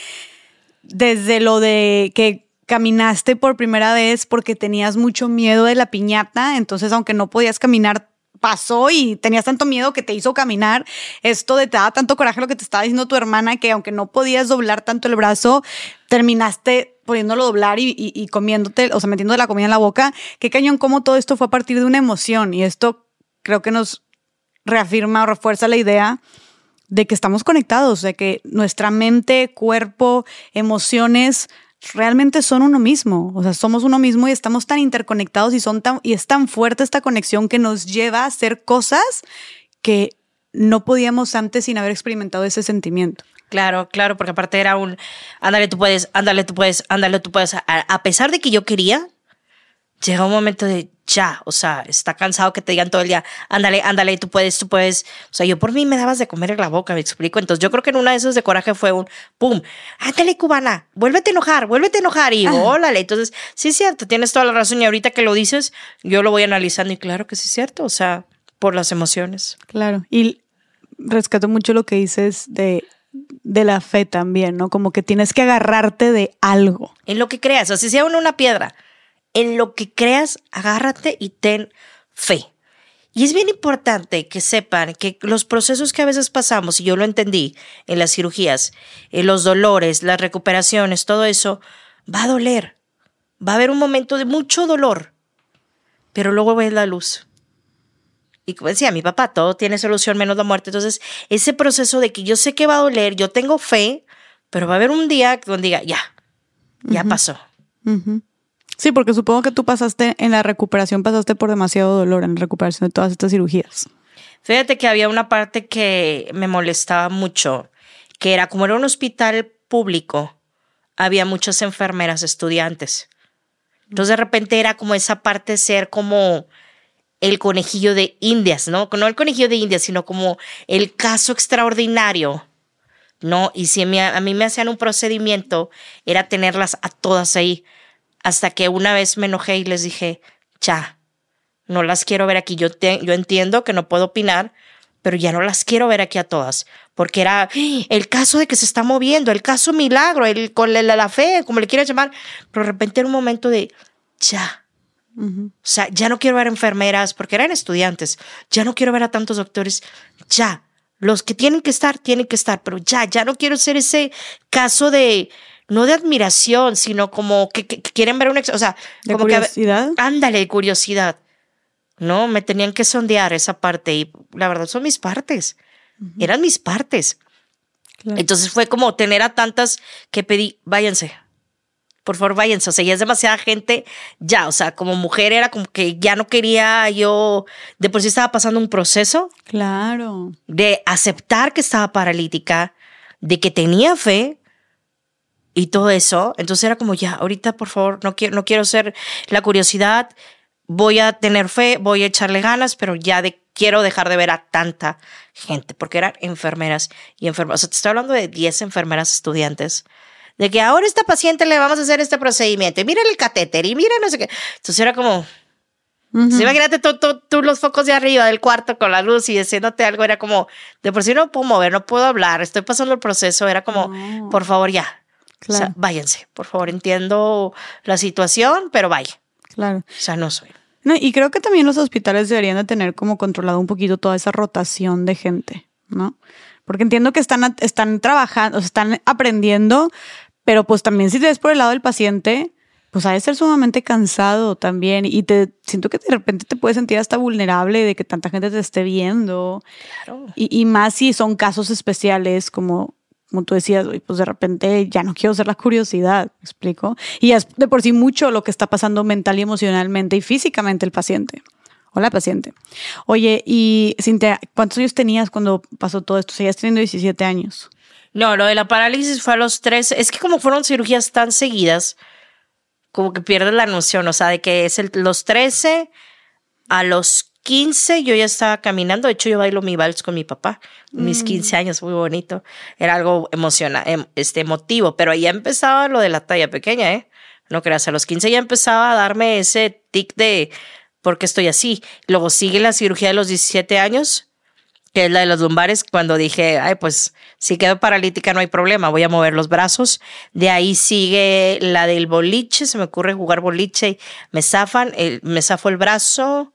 desde lo de que caminaste por primera vez porque tenías mucho miedo de la piñata, entonces aunque no podías caminar, pasó y tenías tanto miedo que te hizo caminar. Esto de te daba tanto coraje lo que te estaba diciendo tu hermana, que aunque no podías doblar tanto el brazo, terminaste poniéndolo a doblar y, y, y comiéndote, o sea, metiendo la comida en la boca. Qué cañón cómo todo esto fue a partir de una emoción, y esto creo que nos reafirma o refuerza la idea de que estamos conectados, de que nuestra mente, cuerpo, emociones realmente son uno mismo. O sea, somos uno mismo y estamos tan interconectados y, son tan, y es tan fuerte esta conexión que nos lleva a hacer cosas que no podíamos antes sin haber experimentado ese sentimiento. Claro, claro, porque aparte era un ándale tú puedes, ándale tú puedes, ándale tú puedes. A, a pesar de que yo quería, llega un momento de ya, o sea, está cansado que te digan todo el día, ándale, ándale, tú puedes, tú puedes. O sea, yo por mí me dabas de comer en la boca, me explico. Entonces yo creo que en una de esas de coraje fue un pum, ándale cubana, vuélvete a enojar, vuélvete a enojar y ólale. Entonces, sí es cierto, tienes toda la razón y ahorita que lo dices, yo lo voy analizando y claro que sí es cierto, o sea, por las emociones. Claro, y rescato mucho lo que dices de, de la fe también, ¿no? Como que tienes que agarrarte de algo. En lo que creas, o sea, si sea una piedra, en lo que creas, agárrate y ten fe. Y es bien importante que sepan que los procesos que a veces pasamos, y yo lo entendí en las cirugías, en los dolores, las recuperaciones, todo eso, va a doler. Va a haber un momento de mucho dolor, pero luego ves la luz. Y como decía mi papá, todo tiene solución menos la muerte. Entonces, ese proceso de que yo sé que va a doler, yo tengo fe, pero va a haber un día donde diga, ya, ya uh-huh. pasó. Uh-huh. Sí, porque supongo que tú pasaste, en la recuperación pasaste por demasiado dolor en la recuperación de todas estas cirugías. Fíjate que había una parte que me molestaba mucho, que era como era un hospital público, había muchas enfermeras estudiantes. Entonces de repente era como esa parte de ser como el conejillo de Indias, ¿no? No el conejillo de Indias, sino como el caso extraordinario, ¿no? Y si me, a mí me hacían un procedimiento, era tenerlas a todas ahí. Hasta que una vez me enojé y les dije, ya, no las quiero ver aquí. Yo, te, yo entiendo que no puedo opinar, pero ya no las quiero ver aquí a todas. Porque era el caso de que se está moviendo, el caso milagro, el, con la, la fe, como le quieras llamar. Pero de repente era un momento de, ya. Uh-huh. O sea, ya no quiero ver enfermeras, porque eran estudiantes. Ya no quiero ver a tantos doctores. Ya, los que tienen que estar, tienen que estar. Pero ya, ya no quiero ser ese caso de... no de admiración, sino como que, que, que quieren ver una... O sea, ¿de como curiosidad? Que, ándale, de curiosidad. No, me tenían que sondear esa parte y la verdad son mis partes. Uh-huh. Eran mis partes. Claro. Entonces fue como tener a tantas que pedí, váyanse. Por favor, váyanse. O sea, ya es demasiada gente. Ya, o sea, como mujer era como que ya no quería yo... De por sí estaba pasando un proceso. Claro. De aceptar que estaba paralítica, de que tenía fe... y todo eso. Entonces era como ya, ahorita por favor, no quiero, no quiero ser la curiosidad, voy a tener fe, voy a echarle ganas, pero ya de, quiero dejar de ver a tanta gente, porque eran enfermeras y enfermeras. O sea, te estoy hablando de diez enfermeras estudiantes, de que ahora a esta paciente le vamos a hacer este procedimiento, y mira el catéter, y mira no sé qué. Entonces era como... Uh-huh. Entonces, imagínate tú, tú, tú los focos de arriba del cuarto con la luz y diciéndote algo, era como, de por sí no puedo mover, no puedo hablar, estoy pasando el proceso, era como, no. Por favor, ya. Claro. O sea, váyanse, por favor, entiendo la situación, pero vaya. Claro. O sea, no soy. No, y creo que también los hospitales deberían de tener como controlado un poquito toda esa rotación de gente, ¿no? Porque entiendo que están, están trabajando, están aprendiendo, Pero pues también si te ves por el lado del paciente, pues ha de ser sumamente cansado también. Y te siento que de repente te puedes sentir hasta vulnerable de que tanta gente te esté viendo. Claro. Y, y más si son casos especiales como... Como tú decías, pues de repente ya no quiero ser la curiosidad, ¿me explico? Y es de por sí mucho lo que está pasando mental y emocionalmente y físicamente el paciente o la paciente. Oye, y Cintia, ¿cuántos años tenías cuando pasó todo esto? Seguías teniendo diecisiete años. No, lo de la parálisis fue a los tres. Es que como fueron cirugías tan seguidas, como que pierdes la noción, o sea, de que es el, los trece a los quince yo ya estaba caminando. De hecho, yo bailo mi vals con mi papá. Mis quince años, muy bonito. Era algo emocionante, este, emotivo. Pero ahí ya empezaba lo de la talla pequeña, ¿eh? No creas, a los quince ya empezaba a darme ese tic de ¿por qué estoy así? Luego sigue la cirugía de los diecisiete años, que es la de los lumbares, cuando dije, ay, pues si quedo paralítica no hay problema, voy a mover los brazos. De ahí sigue la del boliche, se me ocurre jugar boliche y me zafan, el, me zafo el brazo.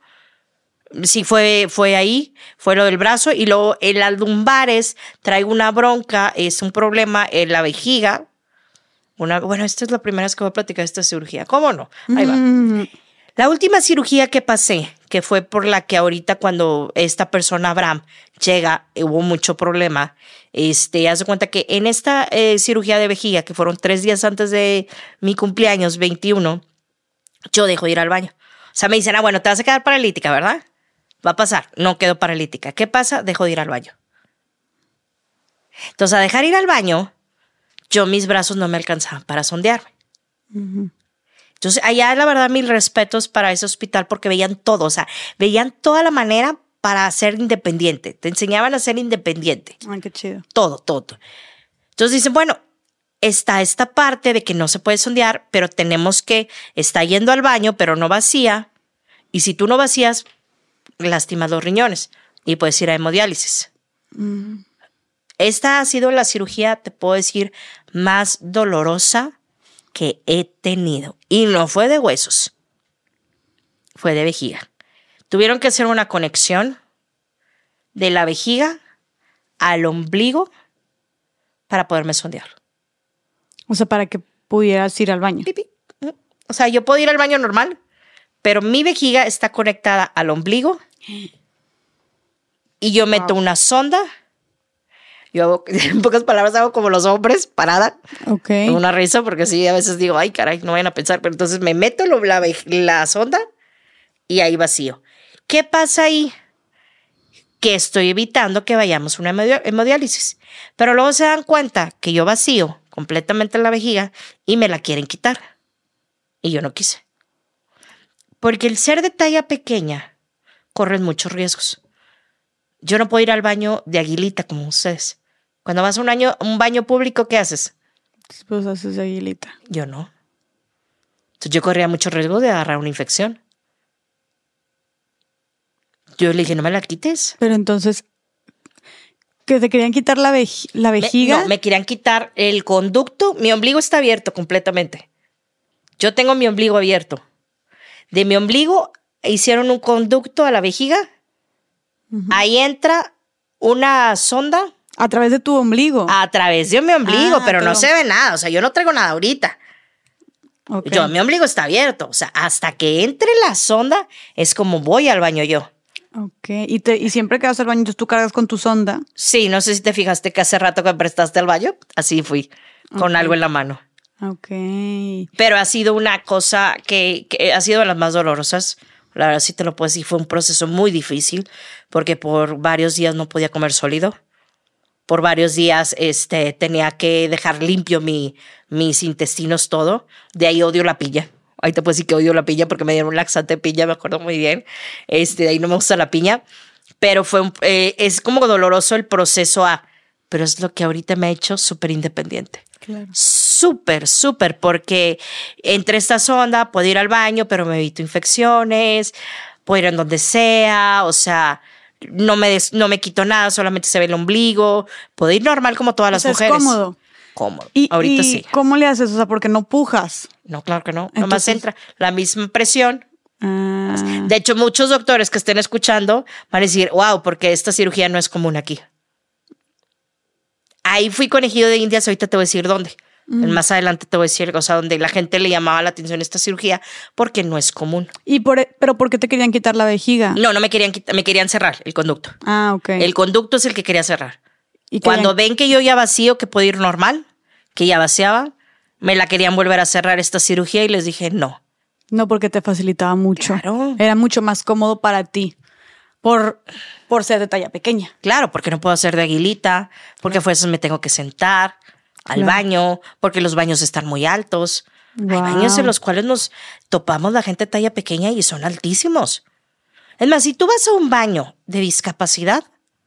Sí, fue, fue ahí, fue lo del brazo. Y luego en las lumbares traigo una bronca, es un problema en la vejiga. Una, bueno, esta es la primera vez que voy a platicar de esta cirugía. ¿Cómo no? Ahí va. Mm. La última cirugía que pasé, que fue por la que ahorita cuando esta persona, Abraham, llega, hubo mucho problema. Este, haz de cuenta que en esta eh, cirugía de vejiga, que fueron tres días antes de mi cumpleaños, veintiuno, yo dejo de ir al baño. O sea, me dicen, ah, bueno, te vas a quedar paralítica, ¿verdad? Va a pasar, no quedo paralítica. ¿Qué pasa? Dejo de ir al baño. Entonces, a dejar ir al baño, yo mis brazos no me alcanzaban para sondearme. Uh-huh. Entonces, allá la verdad, mil respetos para ese hospital porque veían todo, o sea, veían toda la manera para ser independiente. Te enseñaban a ser independiente. Ay, qué chido. Todo, todo. Entonces dicen, bueno, está esta parte de que no se puede sondear, pero tenemos que, está yendo al baño, pero no vacía. Y si tú no vacías, lastimas los riñones y puedes ir a hemodiálisis. Mm. Esta ha sido la cirugía, te puedo decir, más dolorosa que he tenido. Y no fue de huesos, fue de vejiga. Tuvieron que hacer una conexión de la vejiga al ombligo para poderme sondear. O sea, para que pudieras ir al baño. Pipi. O sea, yo puedo ir al baño normal, pero mi vejiga está conectada al ombligo y yo meto wow. una sonda. Yo hago, en pocas palabras, hago como los hombres, parada. Ok. Una risa, porque sí, a veces digo, ay, caray, no vayan a pensar. Pero entonces me meto lo, la, la sonda y ahí vacío. ¿Qué pasa ahí? Que estoy evitando que vayamos a una hemodiálisis. Pero luego se dan cuenta que yo vacío completamente la vejiga y me la quieren quitar. Y yo no quise. Porque el ser de talla pequeña corre muchos riesgos. Yo no puedo ir al baño de aguilita como ustedes. Cuando vas a un, año, un baño público, ¿qué haces? Pues haces de aguilita. Yo no. Entonces yo corría mucho riesgo de agarrar una infección. Yo le dije, no me la quites. Pero entonces, ¿que te querían quitar la, vej- la vejiga? Me, no, me querían quitar el conducto. Mi ombligo está abierto completamente. Yo tengo mi ombligo abierto. De mi ombligo hicieron un conducto a la vejiga. Uh-huh. Ahí entra una sonda. ¿A través de tu ombligo? A través de mi ombligo, ah, pero, pero no se ve nada. O sea, yo no traigo nada ahorita. Okay. Yo, mi ombligo está abierto. O sea, hasta que entre la sonda es como voy al baño yo. Ok. ¿Y, te, y siempre que vas al baño, entonces tú cargas con tu sonda? Sí, no sé si te fijaste que hace rato que prestaste al baño. Así fui, con okay. algo en la mano. Ok. Pero ha sido una cosa que, que ha sido de las más dolorosas. La verdad sí te lo puedo decir, fue un proceso muy difícil porque por varios días no podía comer sólido. Por varios días este, tenía que dejar limpio mi, mis intestinos todo. De ahí odio la piña. Ahí te puedo decir que odio la piña porque me dieron un laxante de piña, me acuerdo muy bien. Este, de ahí no me gusta la piña. Pero fue un, eh, es como doloroso el proceso a... Pero es lo que ahorita me ha hecho súper independiente. Claro. Súper, súper, porque entre esta sonda puedo ir al baño, pero me evito infecciones, puedo ir en donde sea, o sea, no me, des, no me quito nada, solamente se ve el ombligo, puedo ir normal como todas o las sea, mujeres. Es cómodo. Cómodo, ¿Y, ahorita y sí. ¿Cómo le haces? O sea, porque no pujas. No, claro que no, Entonces... nomás entra la misma presión. Ah. De hecho, muchos doctores que estén escuchando van a decir, wow, porque esta cirugía no es común aquí. Ahí fui conejillo de indias, ahorita te voy a decir dónde. Mm. Más adelante te voy a decir, o sea, donde la gente le llamaba la atención esta cirugía porque no es común. ¿Y por, pero por qué te querían quitar la vejiga? No, no me querían quitar, me querían cerrar el conducto. Ah, ok. El conducto es el que quería cerrar. ¿Y Cuando querían... ven que yo ya vacío, que puedo ir normal, que ya vaciaba, me la querían volver a cerrar esta cirugía y les dije no. No, porque te facilitaba mucho. Claro. Era mucho más cómodo para ti por, por ser de talla pequeña. Claro, porque no puedo hacer de aguilita, porque a veces me tengo que sentar al Claro. baño, porque los baños están muy altos. Wow. Hay baños en los cuales nos topamos la gente de talla pequeña y son altísimos. Es más, si tú vas a un baño de discapacidad,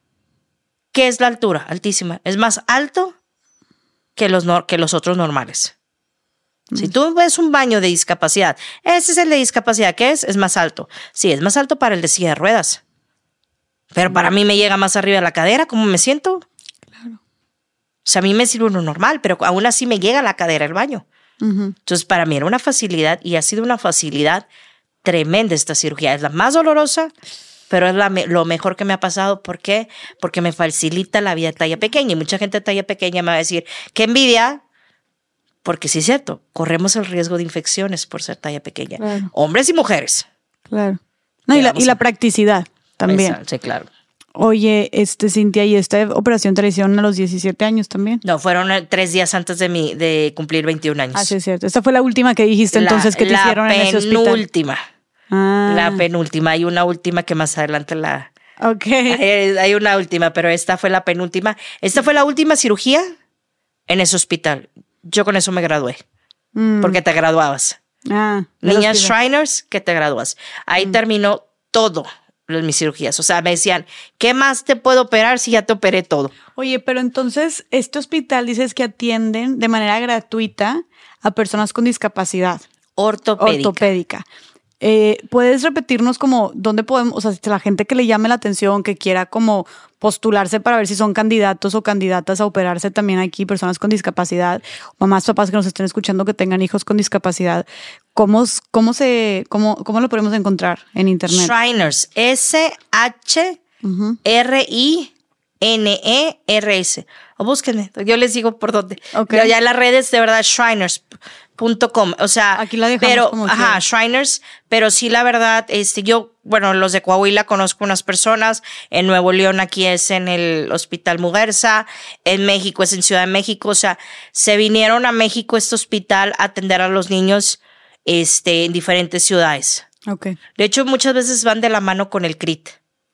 ¿qué es la altura? Altísima. Es más alto que los, no, que los otros normales. Mm. Si tú ves un baño de discapacidad, ese es el de discapacidad, ¿qué es? Es más alto. Sí, es más alto para el de silla de ruedas. Pero para mí me llega más arriba de la cadera, ¿cómo me siento? Claro. O sea, a mí me sirve uno normal, pero aún así me llega a la cadera el baño. Uh-huh. Entonces, para mí era una facilidad y ha sido una facilidad tremenda esta cirugía. Es la más dolorosa, pero es la me- lo mejor que me ha pasado. ¿Por qué? Porque me facilita la vida de talla pequeña. Y mucha gente de talla pequeña me va a decir, ¡qué envidia! Porque sí es cierto, corremos el riesgo de infecciones por ser talla pequeña. Claro. Hombres y mujeres. Claro. No, y, la, y la practicidad también. Esa, sí, claro. Oye, este, Cintia, ¿y esta operación te la hicieron a los diecisiete años también? No, fueron tres días antes de mi, de cumplir veintiún años. Ah, sí, es cierto. Esta fue la última que dijiste entonces la, que te la hicieron en ese hospital. penúltima. Ah. La penúltima. Hay una última que más adelante la... Ok. Hay, hay una última, pero esta fue la penúltima. Esta fue la última cirugía en ese hospital. Yo con eso me gradué. Mm. Porque te graduabas. Ah, Niñas Shriners, que te gradúas. Ahí mm. terminó todo. Mis cirugías. O sea, me decían, ¿qué más te puedo operar si ya te operé todo? Oye, pero entonces, este hospital dices que atienden de manera gratuita a personas con discapacidad. Ortopédica. Ortopédica. Eh, ¿Puedes repetirnos como dónde podemos, o sea, si la gente que le llame la atención, que quiera como postularse para ver si son candidatos o candidatas a operarse también aquí, personas con discapacidad, mamás, papás que nos estén escuchando que tengan hijos con discapacidad, ¿cómo, cómo, se, cómo, cómo lo podemos encontrar en internet? Shriners, S H R I N E R S. O búsquenme, yo les digo por dónde. Okay. Yo ya en las redes, de verdad, Shriners punto com, o sea, aquí la dejamos pero, como ajá, Shriners, pero sí, la verdad, este, yo, bueno, los de Coahuila conozco unas personas, en Nuevo León aquí es en el Hospital Muguerza, en México es en Ciudad de México, o sea, se vinieron a México este hospital a atender a los niños, este, en diferentes ciudades. Okay. De hecho, muchas veces van de la mano con el C R I T.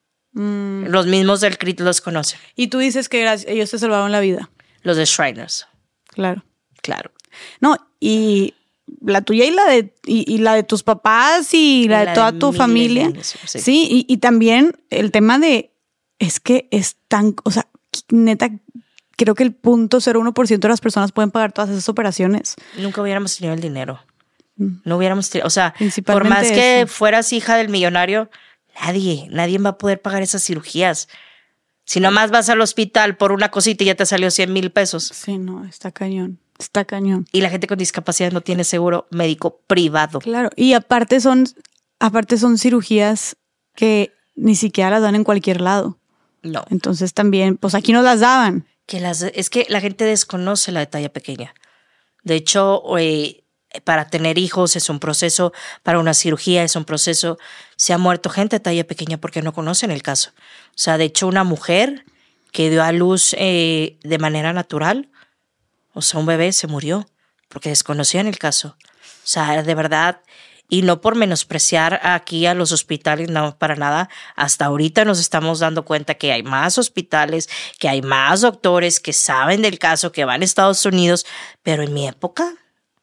Mm. Los mismos del C R I T los conocen. Y tú dices que ellos te salvaron la vida. Los de Shriners. Claro. Claro. No, y la tuya y la de y, y la de tus papás y la, la de toda de tu familia. Niños, sí, sí y, y también el tema de es que es tan, o sea, neta, creo que el punto cero uno por ciento de las personas pueden pagar todas esas operaciones. Nunca hubiéramos tenido el dinero. No hubiéramos tenido, o sea, por más que eso. fueras hija del millonario, nadie, nadie va a poder pagar esas cirugías. Si nomás vas al hospital por una cosita y ya te salió cien mil pesos. Sí, no, está cañón, está cañón. Y la gente con discapacidad no tiene seguro médico privado. Claro, y aparte son, aparte son cirugías que ni siquiera las dan en cualquier lado. No. Entonces también, pues aquí nos las daban. Que las, es que la gente desconoce la de talla pequeña. De hecho, eh, para tener hijos es un proceso, para una cirugía es un proceso. Se ha muerto gente de talla pequeña porque no conocen el caso. O sea, de hecho, una mujer que dio a luz eh, de manera natural, o sea, un bebé se murió porque desconocían el caso. O sea, de verdad, y no por menospreciar aquí a los hospitales, no, para nada. Hasta ahorita nos estamos dando cuenta que hay más hospitales, que hay más doctores que saben del caso, que van a Estados Unidos, pero en mi época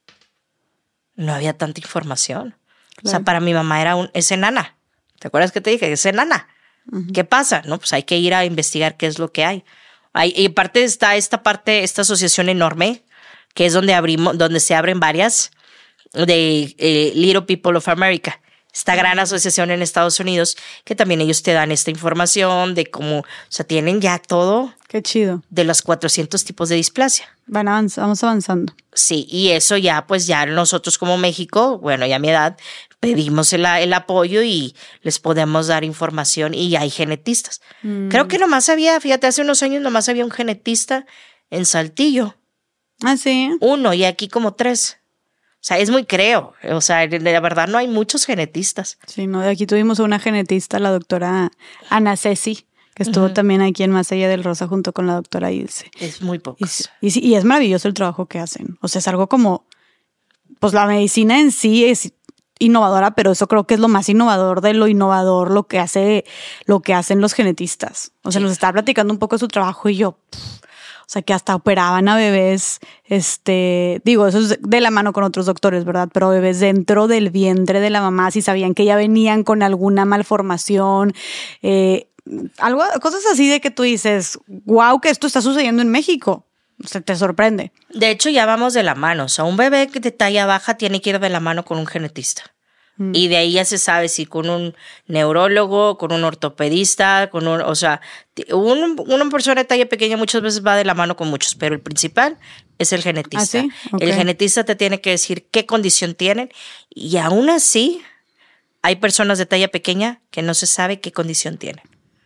no había tanta información. Claro. O sea, para mi mamá era un, es enana. ¿Te acuerdas que te dije? Es enana. Uh-huh. ¿Qué pasa? No, pues hay que ir a investigar qué es lo que hay. hay y aparte está esta parte, esta asociación enorme, que es donde abrimos, donde se abren varias, de eh, Little People of America. Esta gran asociación en Estados Unidos, que también ellos te dan esta información de cómo, o sea, tienen ya todo. Qué chido. De los cuatrocientos tipos de displasia. Van avanz- vamos avanzando. Sí, y eso ya, pues ya nosotros como México, bueno, ya a mi edad, pedimos el, el apoyo y les podemos dar información y hay genetistas. Mm. Creo que nomás había, fíjate, hace unos años nomás había un genetista en Saltillo. Ah, sí. Uno, y aquí como tres. O sea, es muy creo. O sea, la verdad no hay muchos genetistas. Sí, no, de aquí tuvimos a una genetista, la doctora Ana Ceci, que estuvo uh-huh. también aquí en Más Allá del Rosa junto con la doctora Ilse. Es muy pocos. Y, y, y es maravilloso el trabajo que hacen. O sea, es algo como, pues la medicina en sí es innovadora, pero eso creo que es lo más innovador de lo innovador, lo que hace, lo que hacen los genetistas. O sea, sí. Nos estaba platicando un poco de su trabajo y yo... Pff, o sea, que hasta operaban a bebés, este, digo, eso es de la mano con otros doctores, ¿verdad? Pero bebés dentro del vientre de la mamá, si sabían que ya venían con alguna malformación, eh, algo, cosas así de que tú dices, wow, que esto está sucediendo en México. O sea, te sorprende. De hecho, ya vamos de la mano. O sea, un bebé de talla baja tiene que ir de la mano con un genetista. Y de ahí ya se sabe si con un neurólogo, con un ortopedista, con un, o sea, un, una persona de talla pequeña muchas veces va de la mano con muchos, pero el principal es el genetista. ¿Ah, sí? Okay. El genetista te tiene que decir qué condición tienen y aún así hay personas de talla pequeña que no se sabe qué condición tienen.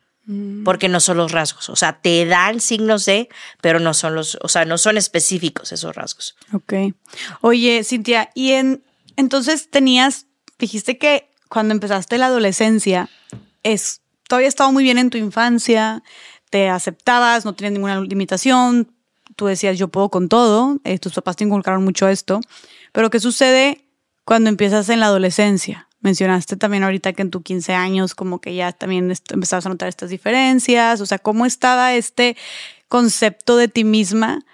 Mm. Porque no son los rasgos, o sea, te dan signos de, pero no son los, o sea, no son específicos esos rasgos. Ok. Oye, Cintia, y en, entonces tenías... Dijiste que cuando empezaste la adolescencia, es, todavía estaba muy bien en tu infancia, te aceptabas, no tenías ninguna limitación, tú decías yo puedo con todo, eh, tus papás te inculcaron mucho esto, pero ¿qué sucede cuando empiezas en la adolescencia? Mencionaste también ahorita que en tus quince años como que ya también empezabas a notar estas diferencias, o sea, ¿cómo estaba este concepto de ti misma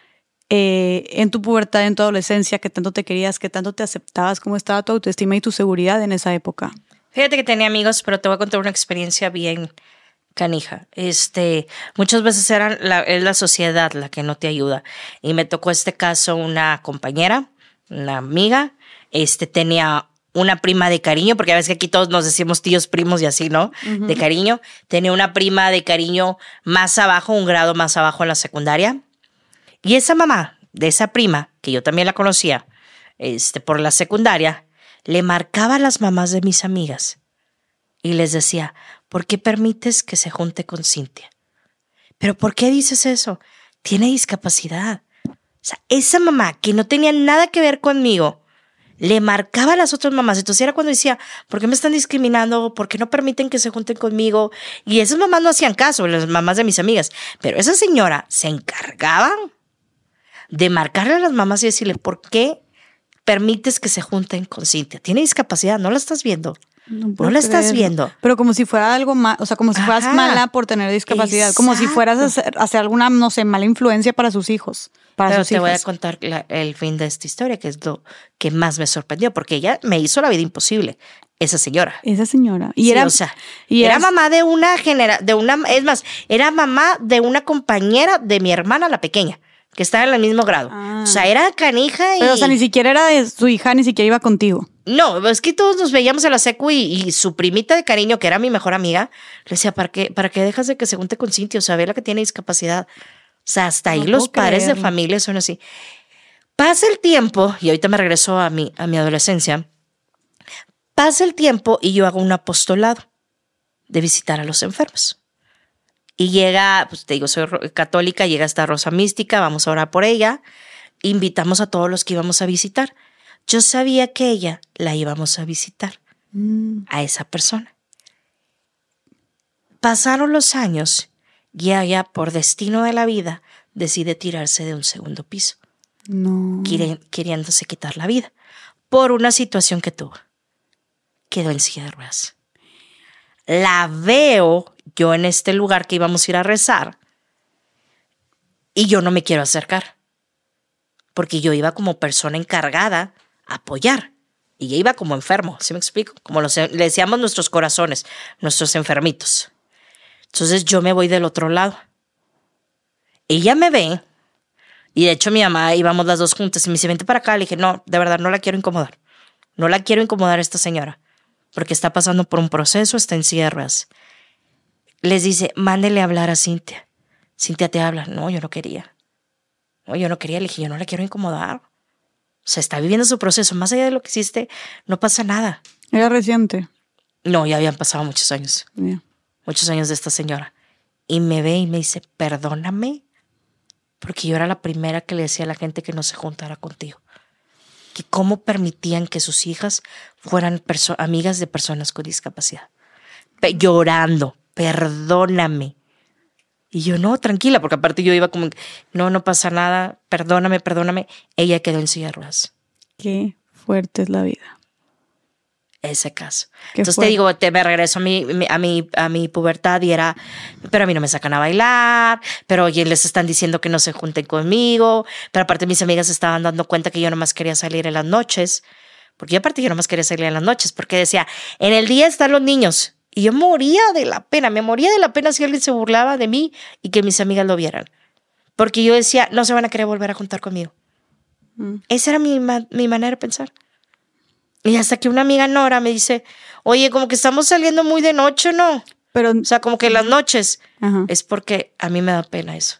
Eh, en tu pubertad, en tu adolescencia, qué tanto te querías, qué tanto te aceptabas, cómo estaba tu autoestima y tu seguridad en esa época? Fíjate que tenía amigos, pero te voy a contar una experiencia bien canija. Este, muchas veces era la, es la sociedad la que no te ayuda. Y me tocó este caso una compañera, una amiga, este, tenía una prima de cariño, porque a veces aquí todos nos decimos tíos, primos y así, ¿no? Uh-huh. De cariño. Tenía una prima de cariño más abajo, un grado más abajo en la secundaria. Y esa mamá de esa prima, que yo también la conocía, este, por la secundaria, le marcaba a las mamás de mis amigas y les decía, ¿por qué permites que se junte con Cintia? ¿Pero por qué dices eso? Tiene discapacidad. O sea, esa mamá que no tenía nada que ver conmigo, le marcaba a las otras mamás. Entonces era cuando decía, ¿por qué me están discriminando? ¿Por qué no permiten que se junten conmigo? Y esas mamás no hacían caso, las mamás de mis amigas. Pero esa señora se encargaba de marcarle a las mamás y decirle, ¿por qué permites que se junten con Cintia? Tiene discapacidad, ¿no la estás viendo? No, no la estás viendo. Pero como si fuera algo mal, o sea, como si fueras Ajá. mala por tener discapacidad, Exacto. como si fueras a hacer, a hacer alguna, no sé, mala influencia para sus hijos. Para Pero sus te hijas. voy a contar la, el fin de esta historia, que es lo que más me sorprendió, porque ella me hizo la vida imposible. Esa señora. Esa señora. Y sí, era, o sea, y era eras... mamá de una genera, de una, es más, era mamá de una compañera de mi hermana, la pequeña, que estaba en el mismo grado. Ah. O sea, era canija y... Pero, o sea, ni siquiera era de su hija, ni siquiera iba contigo. No, es que todos nos veíamos en la secu y, y su primita de cariño, que era mi mejor amiga, le decía, ¿para qué, ¿para qué dejas de que se junte con Cintia? O sea, ve la que tiene discapacidad. O sea, hasta ahí no los padres creerlo. De familia son así. Pasa el tiempo, y ahorita me regreso a mi, a mi adolescencia, pasa el tiempo y yo hago un apostolado de visitar a los enfermos. Y llega, pues te digo, soy católica, llega esta Rosa Mística, vamos a orar por ella, invitamos a todos los que íbamos a visitar. Yo sabía que ella la íbamos a visitar, mm. a esa persona. Pasaron los años y ella, por destino de la vida, decide tirarse de un segundo piso, no. queri- queriéndose quitar la vida por una situación que tuvo. Quedó en silla de ruedas. La veo yo en este lugar que íbamos a ir a rezar y yo no me quiero acercar porque yo iba como persona encargada a apoyar y ella iba como enfermo, ¿sí me explico? Como los, le decíamos nuestros corazones, nuestros enfermitos. Entonces yo me voy del otro lado. Ella me ve y de hecho mi mamá íbamos las dos juntas y me dice, vente para acá. Le dije, no, de verdad no la quiero incomodar. No la quiero incomodar a esta señora porque está pasando por un proceso, está en silla de ruedas. Les dice, mándele a hablar a Cintia. Cintia te habla. No, yo no quería. No, yo no quería. Le dije, yo no la quiero incomodar. O sea, está viviendo su proceso. Más allá de lo que hiciste, no pasa nada. ¿Era reciente? No, ya habían pasado muchos años. Yeah. Muchos años de esta señora. Y me ve y me dice, perdóname, Porque yo era la primera que le decía a la gente que no se juntara contigo. Que cómo permitían que sus hijas fueran perso- amigas de personas con discapacidad. Pe- llorando, perdóname. Y yo, no, tranquila, porque aparte yo iba como, no, no pasa nada, perdóname, perdóname. Ella quedó en silla de ruedas. Qué fuerte es la vida. Ese caso. Qué Entonces fuerte. te digo, te me regreso a mi, mi- a, mi, a mi pubertad y era, pero a mí no me sacan a bailar, pero oye, les están diciendo que no se junten conmigo, pero aparte mis amigas se estaban dando cuenta que yo nomás quería salir en las noches, porque yo aparte yo nomás quería salir en las noches, porque decía, en el día están los niños. Y yo moría de la pena, me moría de la pena si alguien se burlaba de mí y que mis amigas lo vieran. Porque yo decía, no se van a querer volver a juntar conmigo. Mm. Esa era mi, ma- mi manera de pensar. Y hasta que una amiga Nora me dice, oye, como que estamos saliendo muy de noche, ¿no? Pero, o sea, como que las noches. Ajá. Es porque a mí me da pena eso.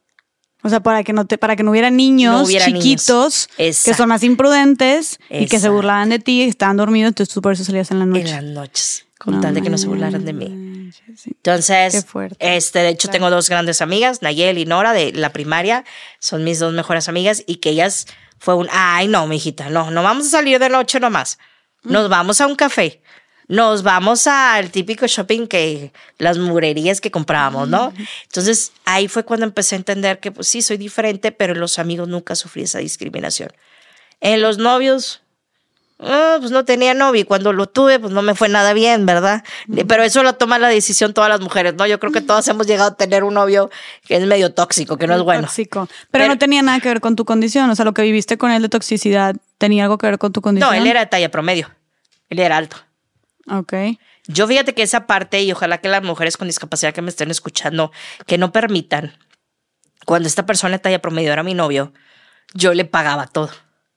O sea, para que no te, para que no hubiera niños No hubiera chiquitos niños. que son más imprudentes Exacto. y que se burlaban de ti y estaban dormidos, entonces tú por eso salías en la noche. En las noches, con No tal de que no se burlaran de mí. Entonces, Qué fuerte. este, de hecho, Claro. tengo dos grandes amigas, Nayel y Nora, de la primaria. Son mis dos mejores amigas y que ellas fue un, ay, no, mijita, no, no vamos a salir de noche nomás. Nos vamos a un café. Nos vamos al típico shopping que las mugrerías que comprábamos, ¿no? Entonces, ahí fue cuando empecé a entender que, pues sí, soy diferente, pero en los amigos nunca sufrí esa discriminación. En los novios, ah, pues no tenía novio y cuando lo tuve, pues no me fue nada bien, ¿verdad? Mm. Pero eso lo toma la decisión todas las mujeres, ¿no? Yo creo que todas hemos llegado a tener un novio que es medio tóxico, que no es bueno. Tóxico. Pero, pero no tenía nada que ver con tu condición, o sea, lo que viviste con él de toxicidad, ¿tenía algo que ver con tu condición? No, él era de talla promedio, él era alto. Ok. Yo fíjate que esa parte, y ojalá que las mujeres con discapacidad que me estén escuchando, que no permitan, cuando esta persona de talla promedio era mi novio, yo le pagaba todo.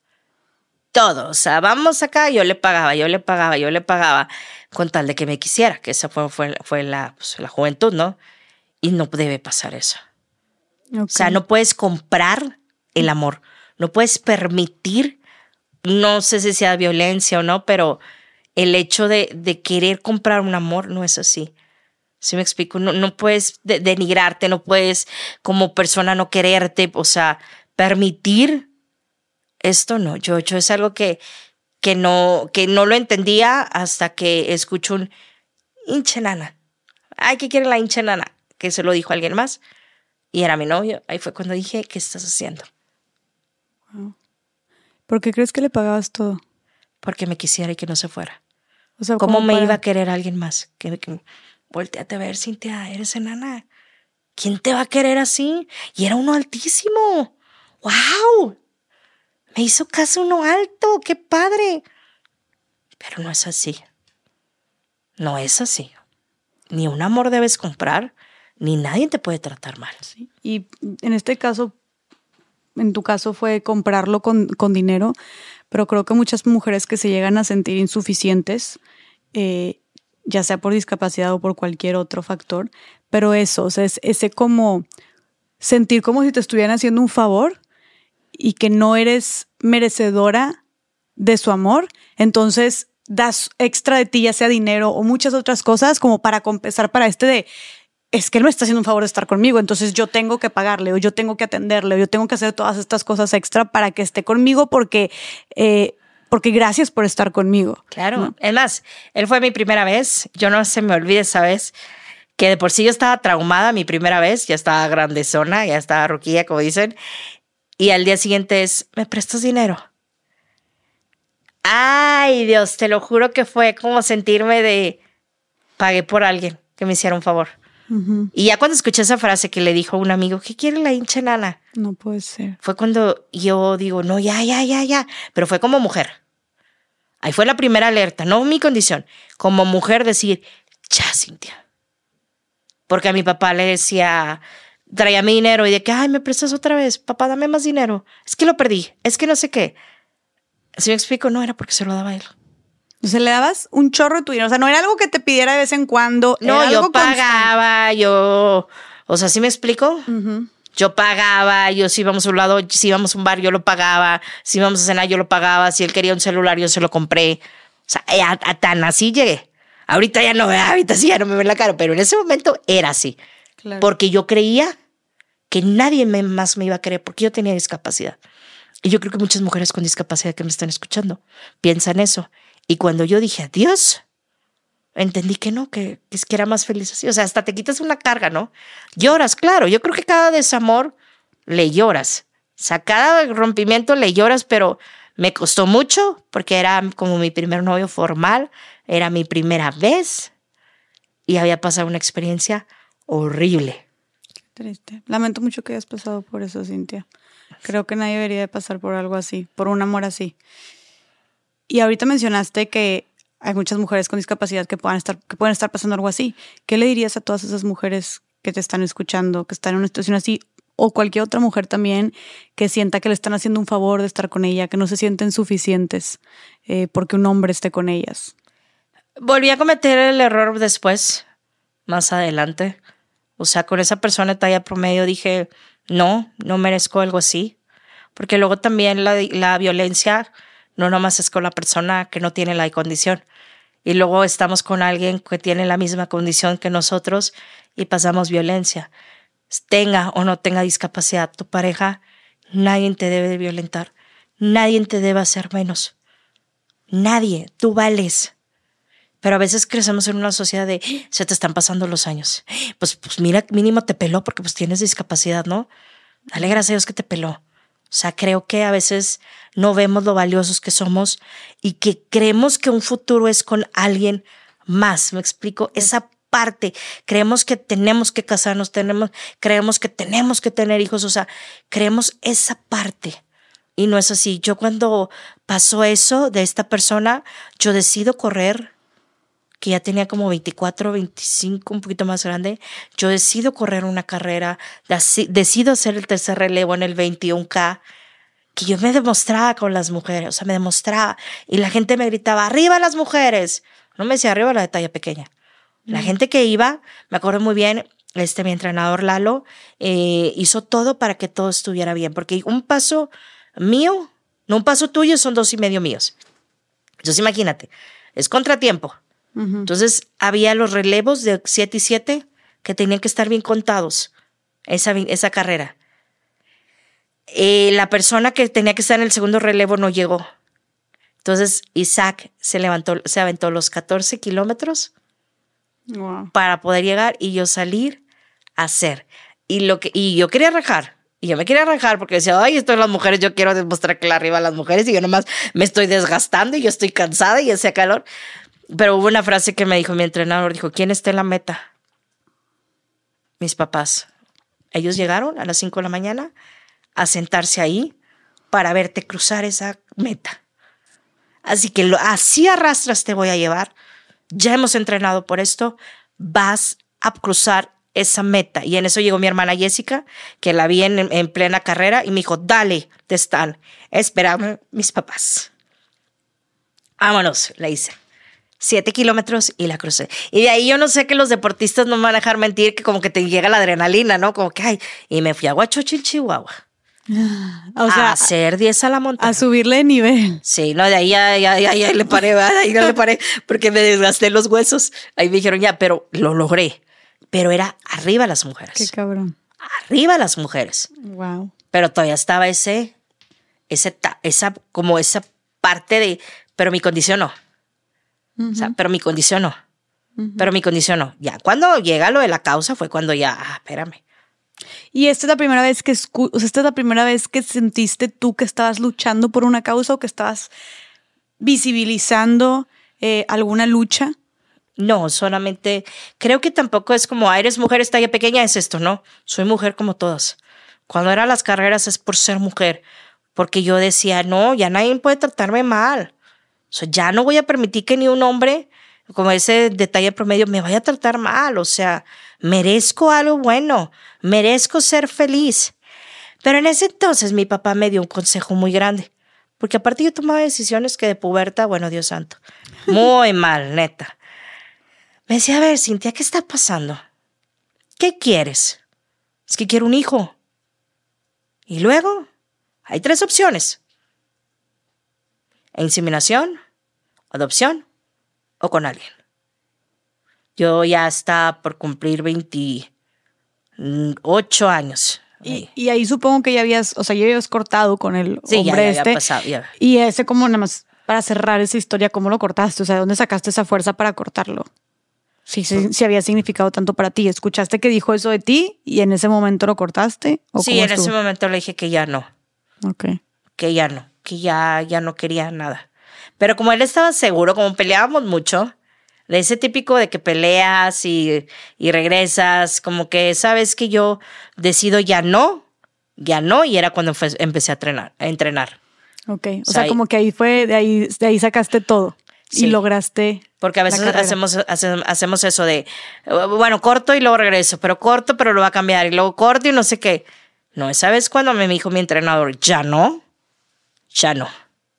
Todo, o sea, vamos acá, yo le pagaba, yo le pagaba, yo le pagaba, con tal de que me quisiera, que esa fue, fue, fue la, pues, la juventud, ¿no? Y no debe pasar eso. Okay. O sea, no puedes comprar el amor, no puedes permitir, no sé si sea violencia o no, pero el hecho de, de querer comprar un amor no es así. ¿Sí me explico? No, no puedes de, denigrarte, no puedes como persona no quererte, o sea, permitir esto no. Yo, yo es algo que, que, no, que no lo entendía hasta que escucho un hinche nana. Ay, ¿qué quiere la hinche nana? Que se lo dijo alguien más y era mi novio. Ahí fue cuando dije, ¿qué estás haciendo? Wow. ¿Por qué crees que le pagabas todo? Porque me quisiera y que no se fuera. O sea, ¿cómo me para... iba a querer alguien más? Que, que volteate a ver, Cintia, eres enana. ¿Quién te va a querer así? Y era uno altísimo. ¡Wow! Me hizo caso uno alto, qué padre. Pero no es así. No es así. Ni un amor debes comprar, ni nadie te puede tratar mal. Sí. Y en este caso, en tu caso fue comprarlo con, con dinero, pero creo que muchas mujeres que se llegan a sentir insuficientes, eh, ya sea por discapacidad o por cualquier otro factor, pero eso, o sea, es ese como sentir como si te estuvieran haciendo un favor y que no eres merecedora de su amor, entonces das extra de ti, ya sea dinero o muchas otras cosas, como para compensar para este de, es que él me está haciendo un favor de estar conmigo, entonces yo tengo que pagarle, o yo tengo que atenderle, o yo tengo que hacer todas estas cosas extra para que esté conmigo porque, eh, porque gracias por estar conmigo. Claro, ¿no? Es más, él fue mi primera vez, yo no se me olvide esa vez, que de por sí yo estaba traumada mi primera vez, ya estaba grandezona, ya estaba ruquilla, como dicen, y al día siguiente es, ¿me prestas dinero? Ay, Dios, te lo juro que fue como sentirme de, pagué por alguien que me hiciera un favor. Uh-huh. Y ya cuando escuché esa frase que le dijo un amigo, ¿qué quiere la hincha nana? No puede ser. Fue cuando yo digo, no, ya, ya, ya, ya. Pero fue como mujer. Ahí fue la primera alerta, no mi condición. Como mujer decir, ya, Cintia. Porque a mi papá le decía, traía mi dinero y de que, ay, me prestas otra vez, papá, dame más dinero. Es que lo perdí, es que no sé qué. Si me explico, no era porque se lo daba a él. O sea, le dabas un chorro de tu dinero. O sea, no era algo que te pidiera de vez en cuando. No, era yo algo pagaba, constante. yo... O sea, ¿sí me explico? Uh-huh. Yo pagaba, yo si íbamos a un lado, si íbamos a un bar, yo lo pagaba. Si íbamos a cenar, yo lo pagaba. Si él quería un celular, yo se lo compré. O sea, a, a tan así llegué. Ahorita ya no, ahorita sí ya no me ven la cara. Pero en ese momento era así. Claro. Porque yo creía que nadie me, más me iba a querer porque yo tenía discapacidad. Y yo creo que muchas mujeres con discapacidad que me están escuchando piensan eso. Y cuando yo dije adiós, entendí que no, que, que es que era más feliz así. O sea, hasta te quitas una carga, ¿no? Lloras, claro. Yo creo que cada desamor le lloras. O sea, cada rompimiento le lloras, pero me costó mucho porque era como mi primer novio formal, era mi primera vez y había pasado una experiencia horrible. Qué triste. Lamento mucho que hayas pasado por eso, Cintia. Creo que nadie debería de pasar por algo así, por un amor así. Y ahorita mencionaste que hay muchas mujeres con discapacidad que puedan estar, que pueden estar pasando algo así. ¿Qué le dirías a todas esas mujeres que te están escuchando, que están en una situación así, o cualquier otra mujer también que sienta que le están haciendo un favor de estar con ella, que no se sienten suficientes eh, porque un hombre esté con ellas? Volví a cometer el error después, más adelante. O sea, con esa persona de talla promedio dije, no, no merezco algo así. Porque luego también la, la violencia no nomás es con la persona que no tiene la condición. Y luego estamos con alguien que tiene la misma condición que nosotros y pasamos violencia. Tenga o no tenga discapacidad tu pareja, nadie te debe violentar. Nadie te debe hacer menos. Nadie, tú vales. Pero a veces crecemos en una sociedad de se te están pasando los años. Pues, pues mira, mínimo te peló porque pues tienes discapacidad, ¿no? Dale gracias a Dios que te peló. O sea, creo que a veces no vemos lo valiosos que somos y que creemos que un futuro es con alguien más. ¿Me explico? Esa parte. Creemos que tenemos que casarnos, tenemos, creemos que tenemos que tener hijos. O sea, creemos esa parte. Y no es así. Yo cuando pasó eso de esta persona, yo decido correr, que ya tenía como veinticuatro, veinticinco, un poquito más grande. Yo decido correr una carrera, decido hacer el tercer relevo en el veintiuno K, que yo me demostraba con las mujeres, o sea, me demostraba. Y la gente me gritaba, ¡arriba las mujeres! No me decía arriba la de talla pequeña. La mm. gente que iba, me acuerdo muy bien, este, mi entrenador Lalo, eh, hizo todo para que todo estuviera bien, porque un paso mío, no un paso tuyo, son dos y medio míos. Entonces imagínate, es contratiempo. Uh-huh. Entonces había los relevos de siete y siete que tenían que estar bien contados, esa, esa carrera. Eh, la persona que tenía que estar en el segundo relevo no llegó. Entonces Isaac se levantó, se aventó los catorce kilómetros wow. para poder llegar y yo salir a hacer. Y, lo que, y yo quería rajar. Y yo me quería rajar porque decía, ay, esto es las mujeres, yo quiero demostrar que la arriba las mujeres y yo nomás me estoy desgastando y yo estoy cansada y hacía calor. Pero hubo una frase que me dijo mi entrenador, dijo, ¿quién está en la meta? Mis papás. Ellos llegaron a las cinco de la mañana a sentarse ahí para verte cruzar esa meta. Así que lo, así arrastras te voy a llevar. Ya hemos entrenado por esto. Vas a cruzar esa meta. Y en eso llegó mi hermana Jessica, que la vi en, en plena carrera y me dijo, dale, te están esperando mis papás. Vámonos, la hice. Siete kilómetros y la crucé. Y de ahí yo no sé que los deportistas no me van a dejar mentir, que como que te llega la adrenalina, ¿no? Como que, ay, y me fui a Huachochil, Chihuahua. O sea, a hacer diez a la montaña. A subirle de nivel. Sí, no, de ahí ya, ya, ya, ya le paré, ¿verdad? Ahí ya le paré porque me desgasté los huesos. Ahí me dijeron, ya, pero lo logré. Pero era arriba las mujeres. Qué cabrón. Arriba las mujeres. Wow. Pero todavía estaba ese, ese, esa, como esa parte de, pero mi condición no. Uh-huh. O sea, pero mi condición no. Uh-huh. Pero mi condición no. Ya, cuando llega lo de la causa fue cuando ya, ah, espérame. ¿Y esta es la primera vez que escu- o sea, esta es la primera vez que sentiste tú que estabas luchando por una causa o que estabas visibilizando eh, alguna lucha? No, solamente creo que tampoco es como, ah, eres mujer, es talla pequeña, es esto, ¿no? Soy mujer como todas. Cuando eran las carreras es por ser mujer, porque yo decía, no, ya nadie puede tratarme mal. O sea, ya no voy a permitir que ni un hombre, como ese detalle promedio, me vaya a tratar mal. O sea, merezco algo bueno, merezco ser feliz. Pero en ese entonces mi papá me dio un consejo muy grande, porque aparte yo tomaba decisiones que de puberta, bueno, Dios santo, muy mal, neta. Me decía, a ver, Cintia, ¿qué está pasando? ¿Qué quieres? Es que quiero un hijo. Y luego, hay tres opciones. Inseminación, adopción o con alguien. Yo ya estaba por cumplir veintiocho años. Y, y ahí supongo que ya habías, o sea, ya habías cortado con el Sí, hombre ya, ya este. había pasado, ya. Y ese como nada más, para cerrar esa historia, ¿cómo lo cortaste? O sea, ¿de dónde sacaste esa fuerza para cortarlo? Sí, sí, sí había significado tanto para ti. ¿Escuchaste que dijo eso de ti y en ese momento lo cortaste? ¿O Sí, cómo en estuvo? ese momento le dije que ya no, Ok. que ya no, que ya, ya no quería nada. Pero como él estaba seguro, como peleábamos mucho, de ese típico de que peleas y, y regresas, como que sabes que yo decido ya no, ya no, y era cuando fue- empecé a entrenar, a entrenar. Ok. O, O sea, sea, como que ahí fue, de ahí, de ahí sacaste todo Sí. y lograste. Porque a la veces carrera. hacemos, hace- hacemos eso de, eh, bueno, corto y luego regreso, pero corto, pero lo va a cambiar, y luego corto y no sé qué. No, esa vez cuando me dijo mi entrenador, ya no, ya no.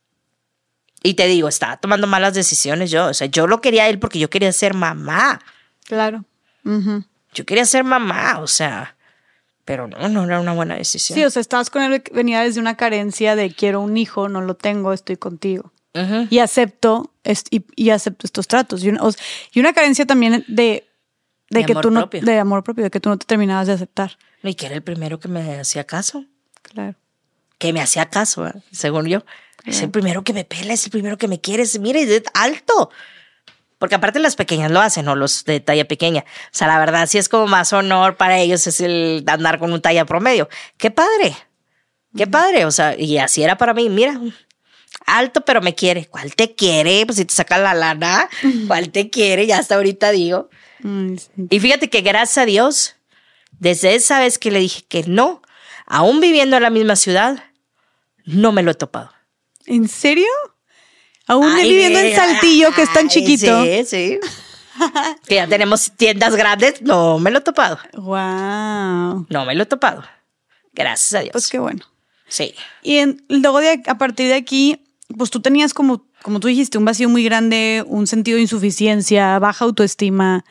Y te digo, estaba tomando malas decisiones yo. O sea, yo lo quería a él porque yo quería ser mamá. Claro. Ujú. Yo quería ser mamá, o sea, pero no, no era una buena decisión. Sí, o sea, estabas con él, venía desde una carencia de quiero un hijo, no lo tengo, estoy contigo. Ujú. Y acepto, es- y, y acepto estos tratos. Y una, o sea, y una carencia también de, de, De que amor tú no, propio. de amor propio, de que tú no te terminabas de aceptar. Y que era el primero que me hacía caso. Claro. Que me hacía caso, ¿verdad? Según yo. Es el primero que me pela, es el primero que me quiere. Es, mira, es alto. Porque aparte las pequeñas lo hacen, o los de talla pequeña. O sea, la verdad, sí es como más honor para ellos es el andar con un talla promedio. ¡Qué padre! ¡Qué padre! O sea, y así era para mí. Mira, alto, pero me quiere. ¿Cuál te quiere? Pues si te saca la lana, ¿cuál te quiere? Ya hasta ahorita digo. Ay, sí. Y fíjate que gracias a Dios, desde esa vez que le dije que no, aún viviendo en la misma ciudad, no me lo he topado. ¿En serio? Aún Ay, viviendo en mira, Saltillo, que es tan ay, chiquito. Sí, sí. Que ya tenemos tiendas grandes, no me lo he topado. Wow. No me lo he topado. Gracias a Dios. Pues qué bueno. Sí. Y en- luego de, a partir de aquí, pues tú tenías como, como tú dijiste, un vacío muy grande, un sentido de insuficiencia, baja autoestima.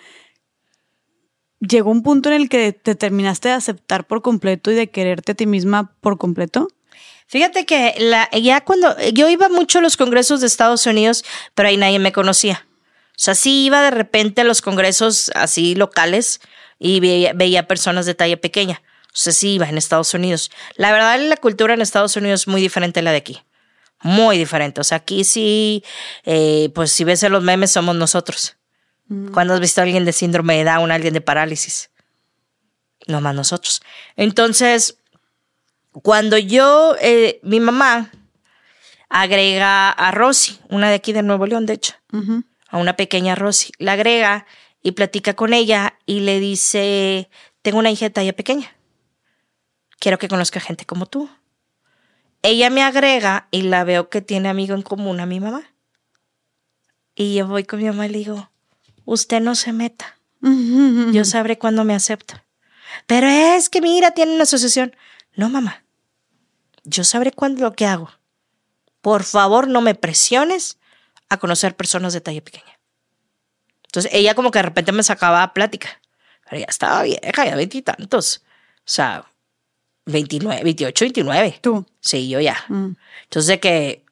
¿Llegó un punto en el que te terminaste de aceptar por completo y de quererte a ti misma por completo? Fíjate que la, ya cuando yo iba mucho a los congresos de Estados Unidos, pero ahí nadie me conocía. O sea, sí iba de repente a los congresos así locales y veía, veía personas de talla pequeña. O sea, sí iba en Estados Unidos. La verdad, la cultura en Estados Unidos es muy diferente a la de aquí. Muy diferente. O sea, aquí sí, eh, pues si ves en los memes somos nosotros. Mm. ¿Cuándo has visto a alguien de síndrome de Down, alguien de parálisis? No más nosotros. Entonces, cuando yo, eh, mi mamá agrega a Rosy, una de aquí de Nuevo León, de hecho, uh-huh. a una pequeña Rosy, la agrega y platica con ella y le dice, tengo una hija de talla pequeña, quiero que conozca gente como tú. Ella me agrega y la veo que tiene amigo en común a mi mamá. Y yo voy con mi mamá y le digo, usted no se meta, uh-huh. yo sabré cuándo me acepta. Pero es que mira, tiene una asociación. No, mamá, yo sabré cuándo lo que hago. Por favor, no me presiones a conocer personas de talla pequeña. Entonces, ella como que de repente me sacaba a plática. Pero ya estaba vieja, ya veintitantos. O sea, veintinueve, veintiocho, veintinueve. ¿Tú? Sí, yo ya. Mm. Entonces, de que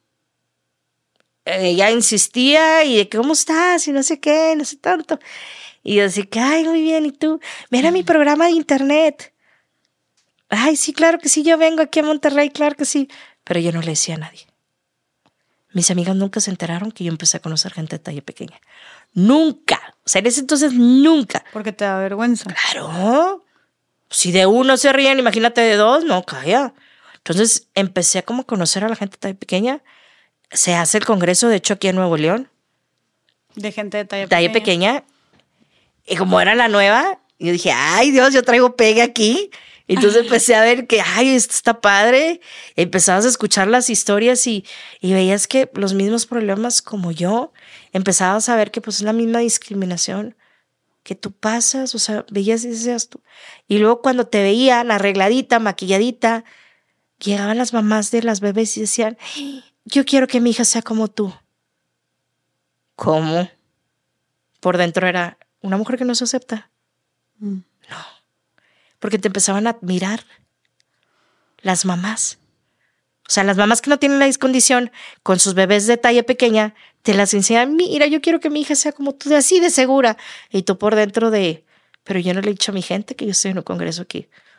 ella insistía y de que, ¿cómo estás? Y no sé qué, no sé tanto. Y yo así que, ay, muy bien, ¿y tú? Mira mi programa de internet. Ay, sí, claro que sí, yo vengo aquí a Monterrey, claro que sí. Pero yo no le decía a nadie. Mis amigas nunca se enteraron que yo empecé a conocer gente de talla pequeña. Nunca. O sea, en ese entonces nunca. Porque te da vergüenza. Claro. Si de uno se ríen, imagínate de dos, no, calla. Entonces empecé a como conocer a la gente de talla pequeña. Se hace el congreso, de hecho, aquí en Nuevo León. De gente de talla, talla pequeña. pequeña. Y como era la nueva, yo dije, ay, Dios, yo traigo pegue aquí. Entonces empecé a ver que, ay, esto está padre. Empezabas a escuchar las historias y, y veías que los mismos problemas como yo, empezabas a ver que pues es la misma discriminación que tú pasas, o sea, veías y decías tú. Y luego cuando te veían arregladita, maquilladita, llegaban las mamás de las bebés y decían, yo quiero que mi hija sea como tú. ¿Cómo? Por dentro era una mujer que no se acepta. Mm. No. Porque te empezaban a admirar las mamás. O sea, las mamás que no tienen la discondición con sus bebés de talla pequeña, te las enseñan, mira, yo quiero que mi hija sea como tú, así de segura. Y tú por dentro de, pero yo no le he dicho a mi gente que yo estoy en un congreso aquí.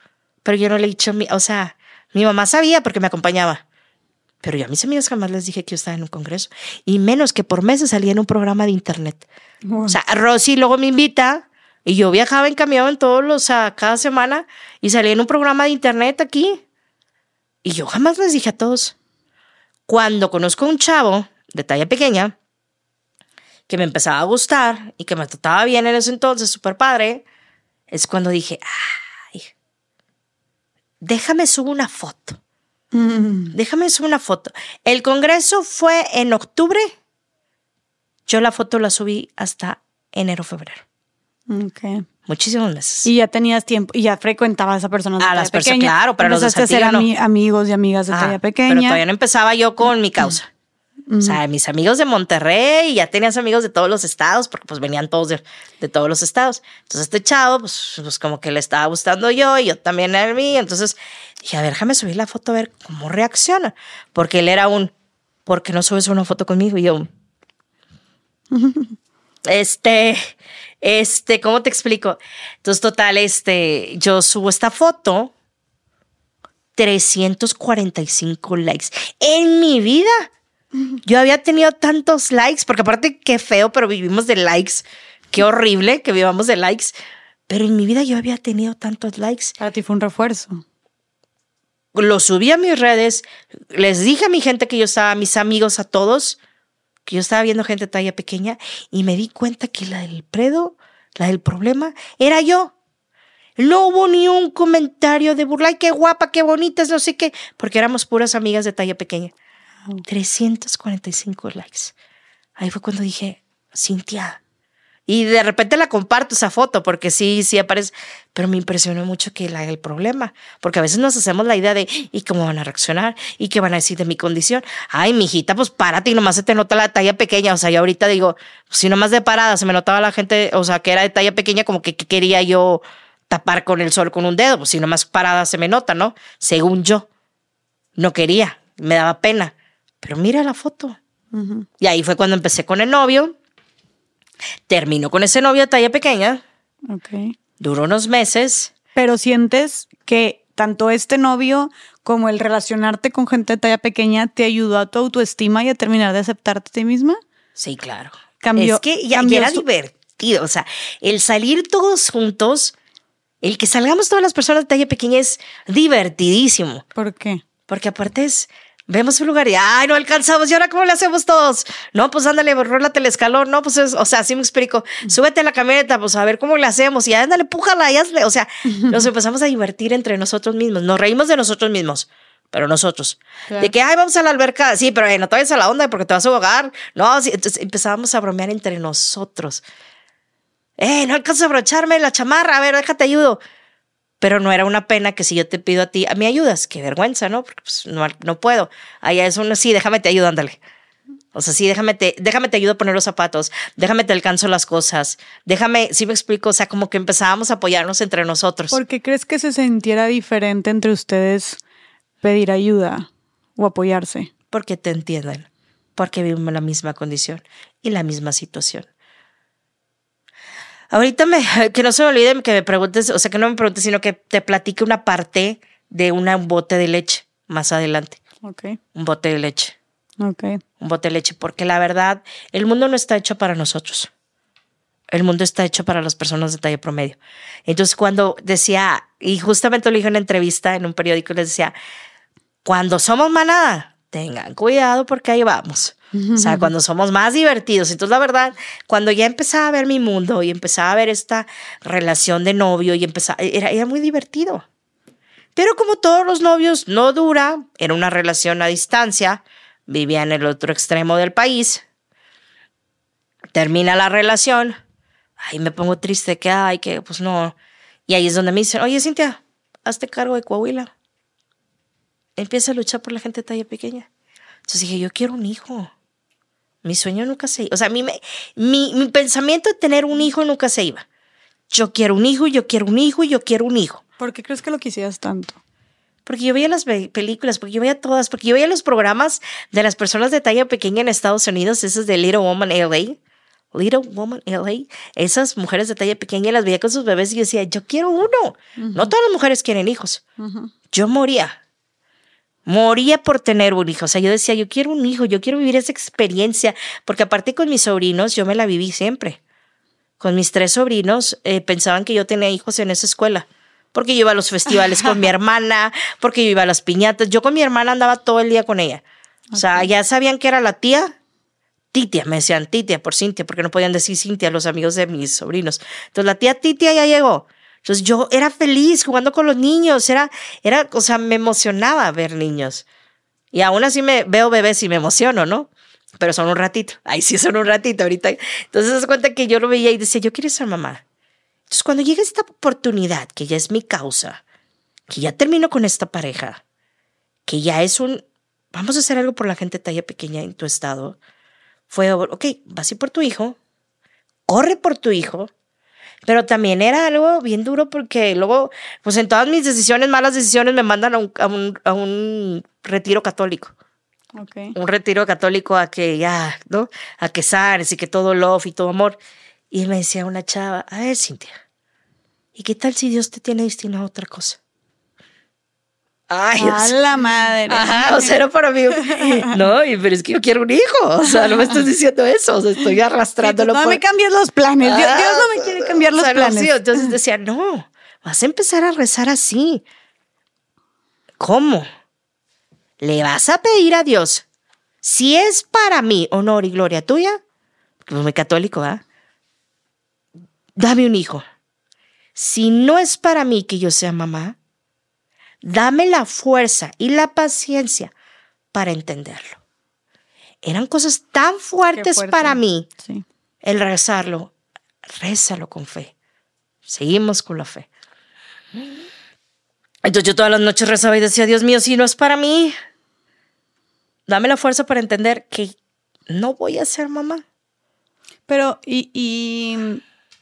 Pero yo no le he dicho, mi, o sea, mi mamá sabía porque me acompañaba. Pero yo a mis amigos jamás les dije que yo estaba en un congreso. Y menos que por meses salía en un programa de internet. Wow. O sea, Rosy luego me invita y yo viajaba en camión en todos los, o sea, cada semana y salía en un programa de internet aquí. Y yo jamás les dije a todos. Cuando conozco a un chavo de talla pequeña que me empezaba a gustar y que me trataba bien en ese entonces, súper padre, es cuando dije, ay, déjame subir una foto. Mm. Déjame subir una foto. El congreso fue en octubre. Yo la foto la subí hasta enero, febrero. Okay. Muchísimos meses. Y ya tenías tiempo, y ya frecuentabas a esas personas de a talla las personas, pequeña. Claro, pero empezaste los de a ser Saltillo, ami- no. amigos y amigas de ah, talla pequeña. Pero todavía no empezaba yo con mi causa. Mm. O sea, mis amigos de Monterrey, y ya tenías amigos de todos los estados, porque pues venían todos de, de todos los estados. Entonces este chavo, pues, pues como que le estaba gustando yo, y yo también a mí. Entonces dije, a ver, déjame subir la foto a ver cómo reacciona. Porque él era un, ¿por qué no subes una foto conmigo? Y yo, este... Este, ¿cómo te explico? Entonces, total, este, yo subo esta foto, trescientos cuarenta y cinco likes. En mi vida, yo había tenido tantos likes, porque aparte, qué feo, pero vivimos de likes. Qué horrible que vivamos de likes. Pero en mi vida yo había tenido tantos likes. Para ti fue un refuerzo. Lo subí a mis redes, les dije a mi gente que yo estaba, a mis amigos, a todos, que yo estaba viendo gente de talla pequeña y me di cuenta que la del predo, la del problema, era yo. No hubo ni un comentario de burla, ay, qué guapa, qué bonitas, no sé qué, porque éramos puras amigas de talla pequeña. Wow. trescientos cuarenta y cinco likes. Ahí fue cuando dije, Cintia. Y de repente la comparto esa foto, porque sí, sí aparece. Pero me impresionó mucho que la el problema. Porque a veces nos hacemos la idea de, ¿y cómo van a reaccionar? ¿Y qué van a decir de mi condición? Ay, mijita, pues párate y nomás se te nota la talla pequeña. O sea, yo ahorita digo, si nomás de parada se me notaba la gente, o sea, que era de talla pequeña, como que, que quería yo tapar con el sol con un dedo. Pues si nomás parada se me nota, ¿no? Según yo. No quería, me daba pena. Pero mira la foto. Uh-huh. Y ahí fue cuando empecé con el novio. Terminó con ese novio de talla pequeña. Okay. Duró unos meses. Pero sientes que tanto este novio como el relacionarte con gente de talla pequeña te ayudó a tu autoestima y a terminar de aceptarte a ti misma. Sí, claro. Cambió, es que ya, cambió ya era su... divertido. O sea, el salir todos juntos, el que salgamos todas las personas de talla pequeña es divertidísimo. ¿Por qué? Porque aparte es... Vemos un lugar y, ay, no alcanzamos, ¿y ahora cómo le hacemos todos? No, pues ándale, rólate el escalón, no, pues, es, o sea, así me explico, súbete a la camioneta, pues a ver cómo le hacemos, y ándale, pújala, y hazle, o sea, nos empezamos a divertir entre nosotros mismos, nos reímos de nosotros mismos, pero nosotros, claro. De que, ay, vamos a la alberca, sí, pero eh, no te vayas a la onda porque te vas a ahogar, no, sí. Entonces empezábamos a bromear entre nosotros, eh, no alcanzo a abrocharme la chamarra, a ver, déjate ayudo. Pero no era una pena que si yo te pido a ti, ¿me ayudas? Qué vergüenza, ¿no? Porque pues, no, no puedo. Allá es uno, sí, déjame te ayudo, ándale. O sea, sí, déjame te, déjame te ayudo a poner los zapatos, déjame te alcanzo las cosas, déjame, sí me explico, o sea, como que empezábamos a apoyarnos entre nosotros. ¿Por qué crees que se sintiera diferente entre ustedes pedir ayuda o apoyarse? Porque te entienden, porque vivimos la misma condición y la misma situación. Ahorita me, que no se me olvide que me preguntes, o sea, que no me preguntes, sino que te platique una parte de una, un bote de leche más adelante. Okay. Un bote de leche. Okay. Un bote de leche, porque la verdad, el mundo no está hecho para nosotros. El mundo está hecho para las personas de talla promedio. Entonces, cuando decía, y justamente lo dije en una entrevista en un periódico, les decía, cuando somos manada, tengan cuidado porque ahí vamos. O sea, cuando somos más divertidos. Entonces, la verdad, cuando ya empezaba a ver mi mundo y empezaba a ver esta relación de novio y empezaba, era, era muy divertido. Pero como todos los novios, no dura, era una relación a distancia, vivía en el otro extremo del país, termina la relación, ay, me pongo triste, que ay, que pues no. Y ahí es donde me dicen, oye, Cintia, hazte cargo de Coahuila. Empieza a luchar por la gente de talla pequeña. Entonces dije, yo quiero un hijo. Mi sueño nunca se iba. O sea, mi, mi, mi pensamiento de tener un hijo nunca se iba. Yo quiero un hijo, yo quiero un hijo, yo quiero un hijo. ¿Por qué crees que lo quisieras tanto? Porque yo veía las películas, porque yo veía todas, porque yo veía los programas de las personas de talla pequeña en Estados Unidos, esos de Little Woman L A. Little Woman L A, esas mujeres de talla pequeña las veía con sus bebés y yo decía, yo quiero uno. Uh-huh. No todas las mujeres quieren hijos. Uh-huh. Yo moría. Moría por tener un hijo. O sea, yo decía, yo quiero un hijo, yo quiero vivir esa experiencia. Porque aparte con mis sobrinos, yo me la viví siempre. Con mis tres sobrinos, eh, pensaban que yo tenía hijos en esa escuela. Porque yo iba a los festivales con mi hermana, porque yo iba a las piñatas. Yo con mi hermana andaba todo el día con ella. O sea, okay. Ya sabían que era la tía. Titia, me decían Titia por Cintia, porque no podían decir Cintia los amigos de mis sobrinos. Entonces la tía Titia ya llegó. Entonces yo era feliz jugando con los niños, era, era, o sea, me emocionaba ver niños. Y aún así me veo bebés y me emociono, ¿no? Pero son un ratito. Ay, sí, son un ratito ahorita. Entonces se das cuenta que yo lo veía y decía, yo quiero ser mamá. Entonces cuando llega esta oportunidad, que ya es mi causa, que ya termino con esta pareja, que ya es un, vamos a hacer algo por la gente talla pequeña en tu estado, fue, ok, vas a ir por tu hijo, corre por tu hijo, pero también era algo bien duro porque luego, pues en todas mis decisiones, malas decisiones, me mandan a un, a un, a un retiro católico. Okay. Un retiro católico a que ya, ¿no? A que sanes y que todo love y todo amor. Y me decía una chava, a ver, Cintia, ¿y qué tal si Dios te tiene destinado a otra cosa? Ay, a la madre. Ajá, o sea, era para mí. No, y, pero es que yo quiero un hijo. O sea, no me estás diciendo eso. O sea, estoy arrastrándolo. Sí, no por... me cambies los planes. Ah, Dios, Dios no me quiere cambiar los o sea, planes. No, sí, entonces decía, no, vas a empezar a rezar así. ¿Cómo? Le vas a pedir a Dios, si es para mí honor y gloria tuya, como muy católico, ¿ah? ¿eh? Dame un hijo. Si no es para mí que yo sea mamá, dame la fuerza y la paciencia para entenderlo. Eran cosas tan fuertes para mí. Sí. El rezarlo. Rézalo con fe. Seguimos con la fe. Entonces yo todas las noches rezaba y decía, Dios mío, si no es para mí, dame la fuerza para entender que no voy a ser mamá. Pero, y... y...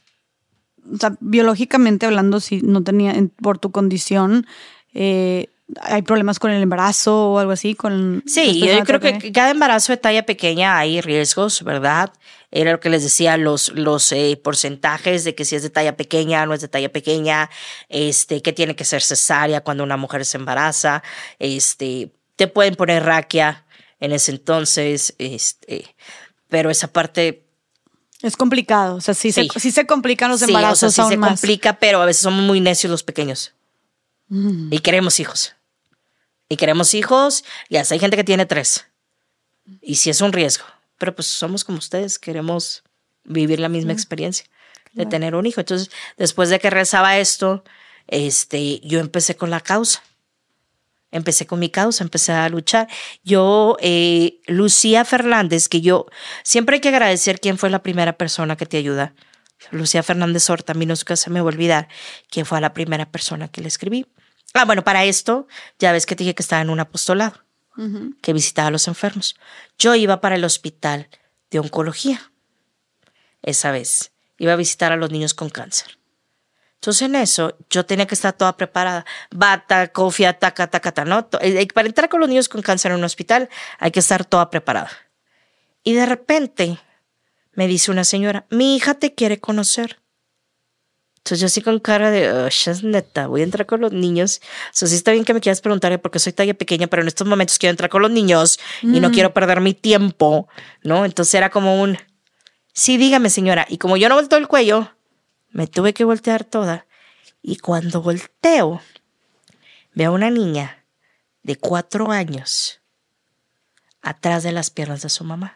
O sea, biológicamente hablando, si no tenía, por tu condición, eh, ¿hay problemas con el embarazo o algo así? Con sí, yo creo que cada embarazo de talla pequeña hay riesgos, ¿verdad? Era lo que les decía, los, los eh, porcentajes de que si es de talla pequeña, no es de talla pequeña, este, que tiene que ser cesárea cuando una mujer se embaraza, este, te pueden poner raquia en ese entonces, este, pero esa parte... Es complicado, o sea, sí, sí. Se, sí se complican los sí, embarazos o sea, sí aún se más. complica, pero a veces somos muy necios los pequeños. Mm. Y queremos hijos. Y queremos hijos, y hasta hay gente que tiene tres. Y sí es un riesgo, pero pues somos como ustedes, queremos vivir la misma mm. experiencia de mm. tener un hijo. Entonces, después de que rezaba esto, este, yo empecé con la causa. Empecé con mi causa, empecé a luchar. Yo, eh, Lucía Fernández, que yo siempre hay que agradecer quién fue la primera persona que te ayuda. Lucía Fernández Horta, a mí nunca se me va a olvidar quién fue la primera persona que le escribí. Ah, bueno, para esto, ya ves que te dije que estaba en un apostolado, uh-huh. que visitaba a los enfermos. Yo iba para el hospital de oncología. Esa vez iba a visitar a los niños con cáncer. Entonces en eso yo tenía que estar toda preparada. Bata, cofia, taca, taca, taca, ¿no? Para entrar con los niños con cáncer en un hospital hay que estar toda preparada. Y de repente me dice una señora, mi hija te quiere conocer. Entonces yo así con cara de, oh, es neta, voy a entrar con los niños. O sea, sí está bien que me quieras preguntar porque soy talla pequeña, pero en estos momentos quiero entrar con los niños mm. y no quiero perder mi tiempo, ¿no? Entonces era como un, sí, dígame señora. Y como yo no volteo el cuello, me tuve que voltear toda. Y cuando volteo, veo a una niña de cuatro años atrás de las piernas de su mamá.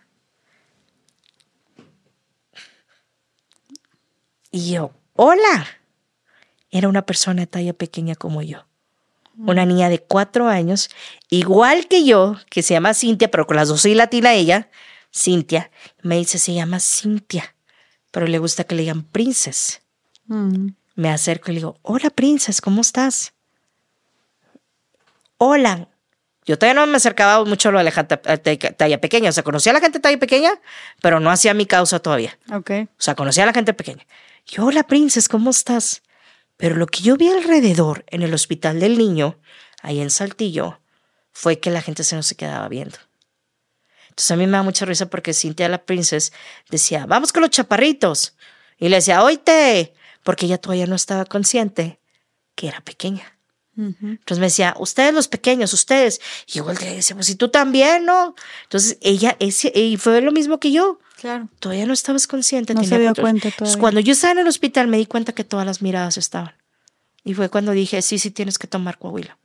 Y yo, hola. Era una persona de talla pequeña como yo. Mm. Una niña de cuatro años, igual que yo, que se llama Cintia, pero con las dos soy latina ella, Cintia. Me dice, se llama Cintia, pero le gusta que le digan Princess. Mm. Me acerco y le digo, hola Princess, ¿cómo estás? Hola. Yo todavía no me acercaba mucho a lo de la gente talla pequeña. O sea, conocía a la gente talla pequeña, pero no hacía mi causa todavía. Okay. O sea, conocía a la gente pequeña. Y hola Princess, ¿cómo estás? Pero lo que yo vi alrededor en el hospital del niño, ahí en Saltillo, fue que la gente se nos quedaba viendo. Entonces a mí me da mucha risa porque Cynthia la Princess decía, vamos con los chaparritos. Y le decía, oíte, porque ella todavía no estaba consciente que era pequeña. Uh-huh. Entonces me decía, ustedes los pequeños, ustedes. Y igual le decía, pues si tú también, ¿no? Entonces ella, ese, y fue lo mismo que yo. Claro. Todavía no estabas consciente. No se dio cuenta todavía. Entonces cuando yo estaba en el hospital me di cuenta que todas las miradas estaban. Y fue cuando dije, sí, sí tienes que tomar Coahuila.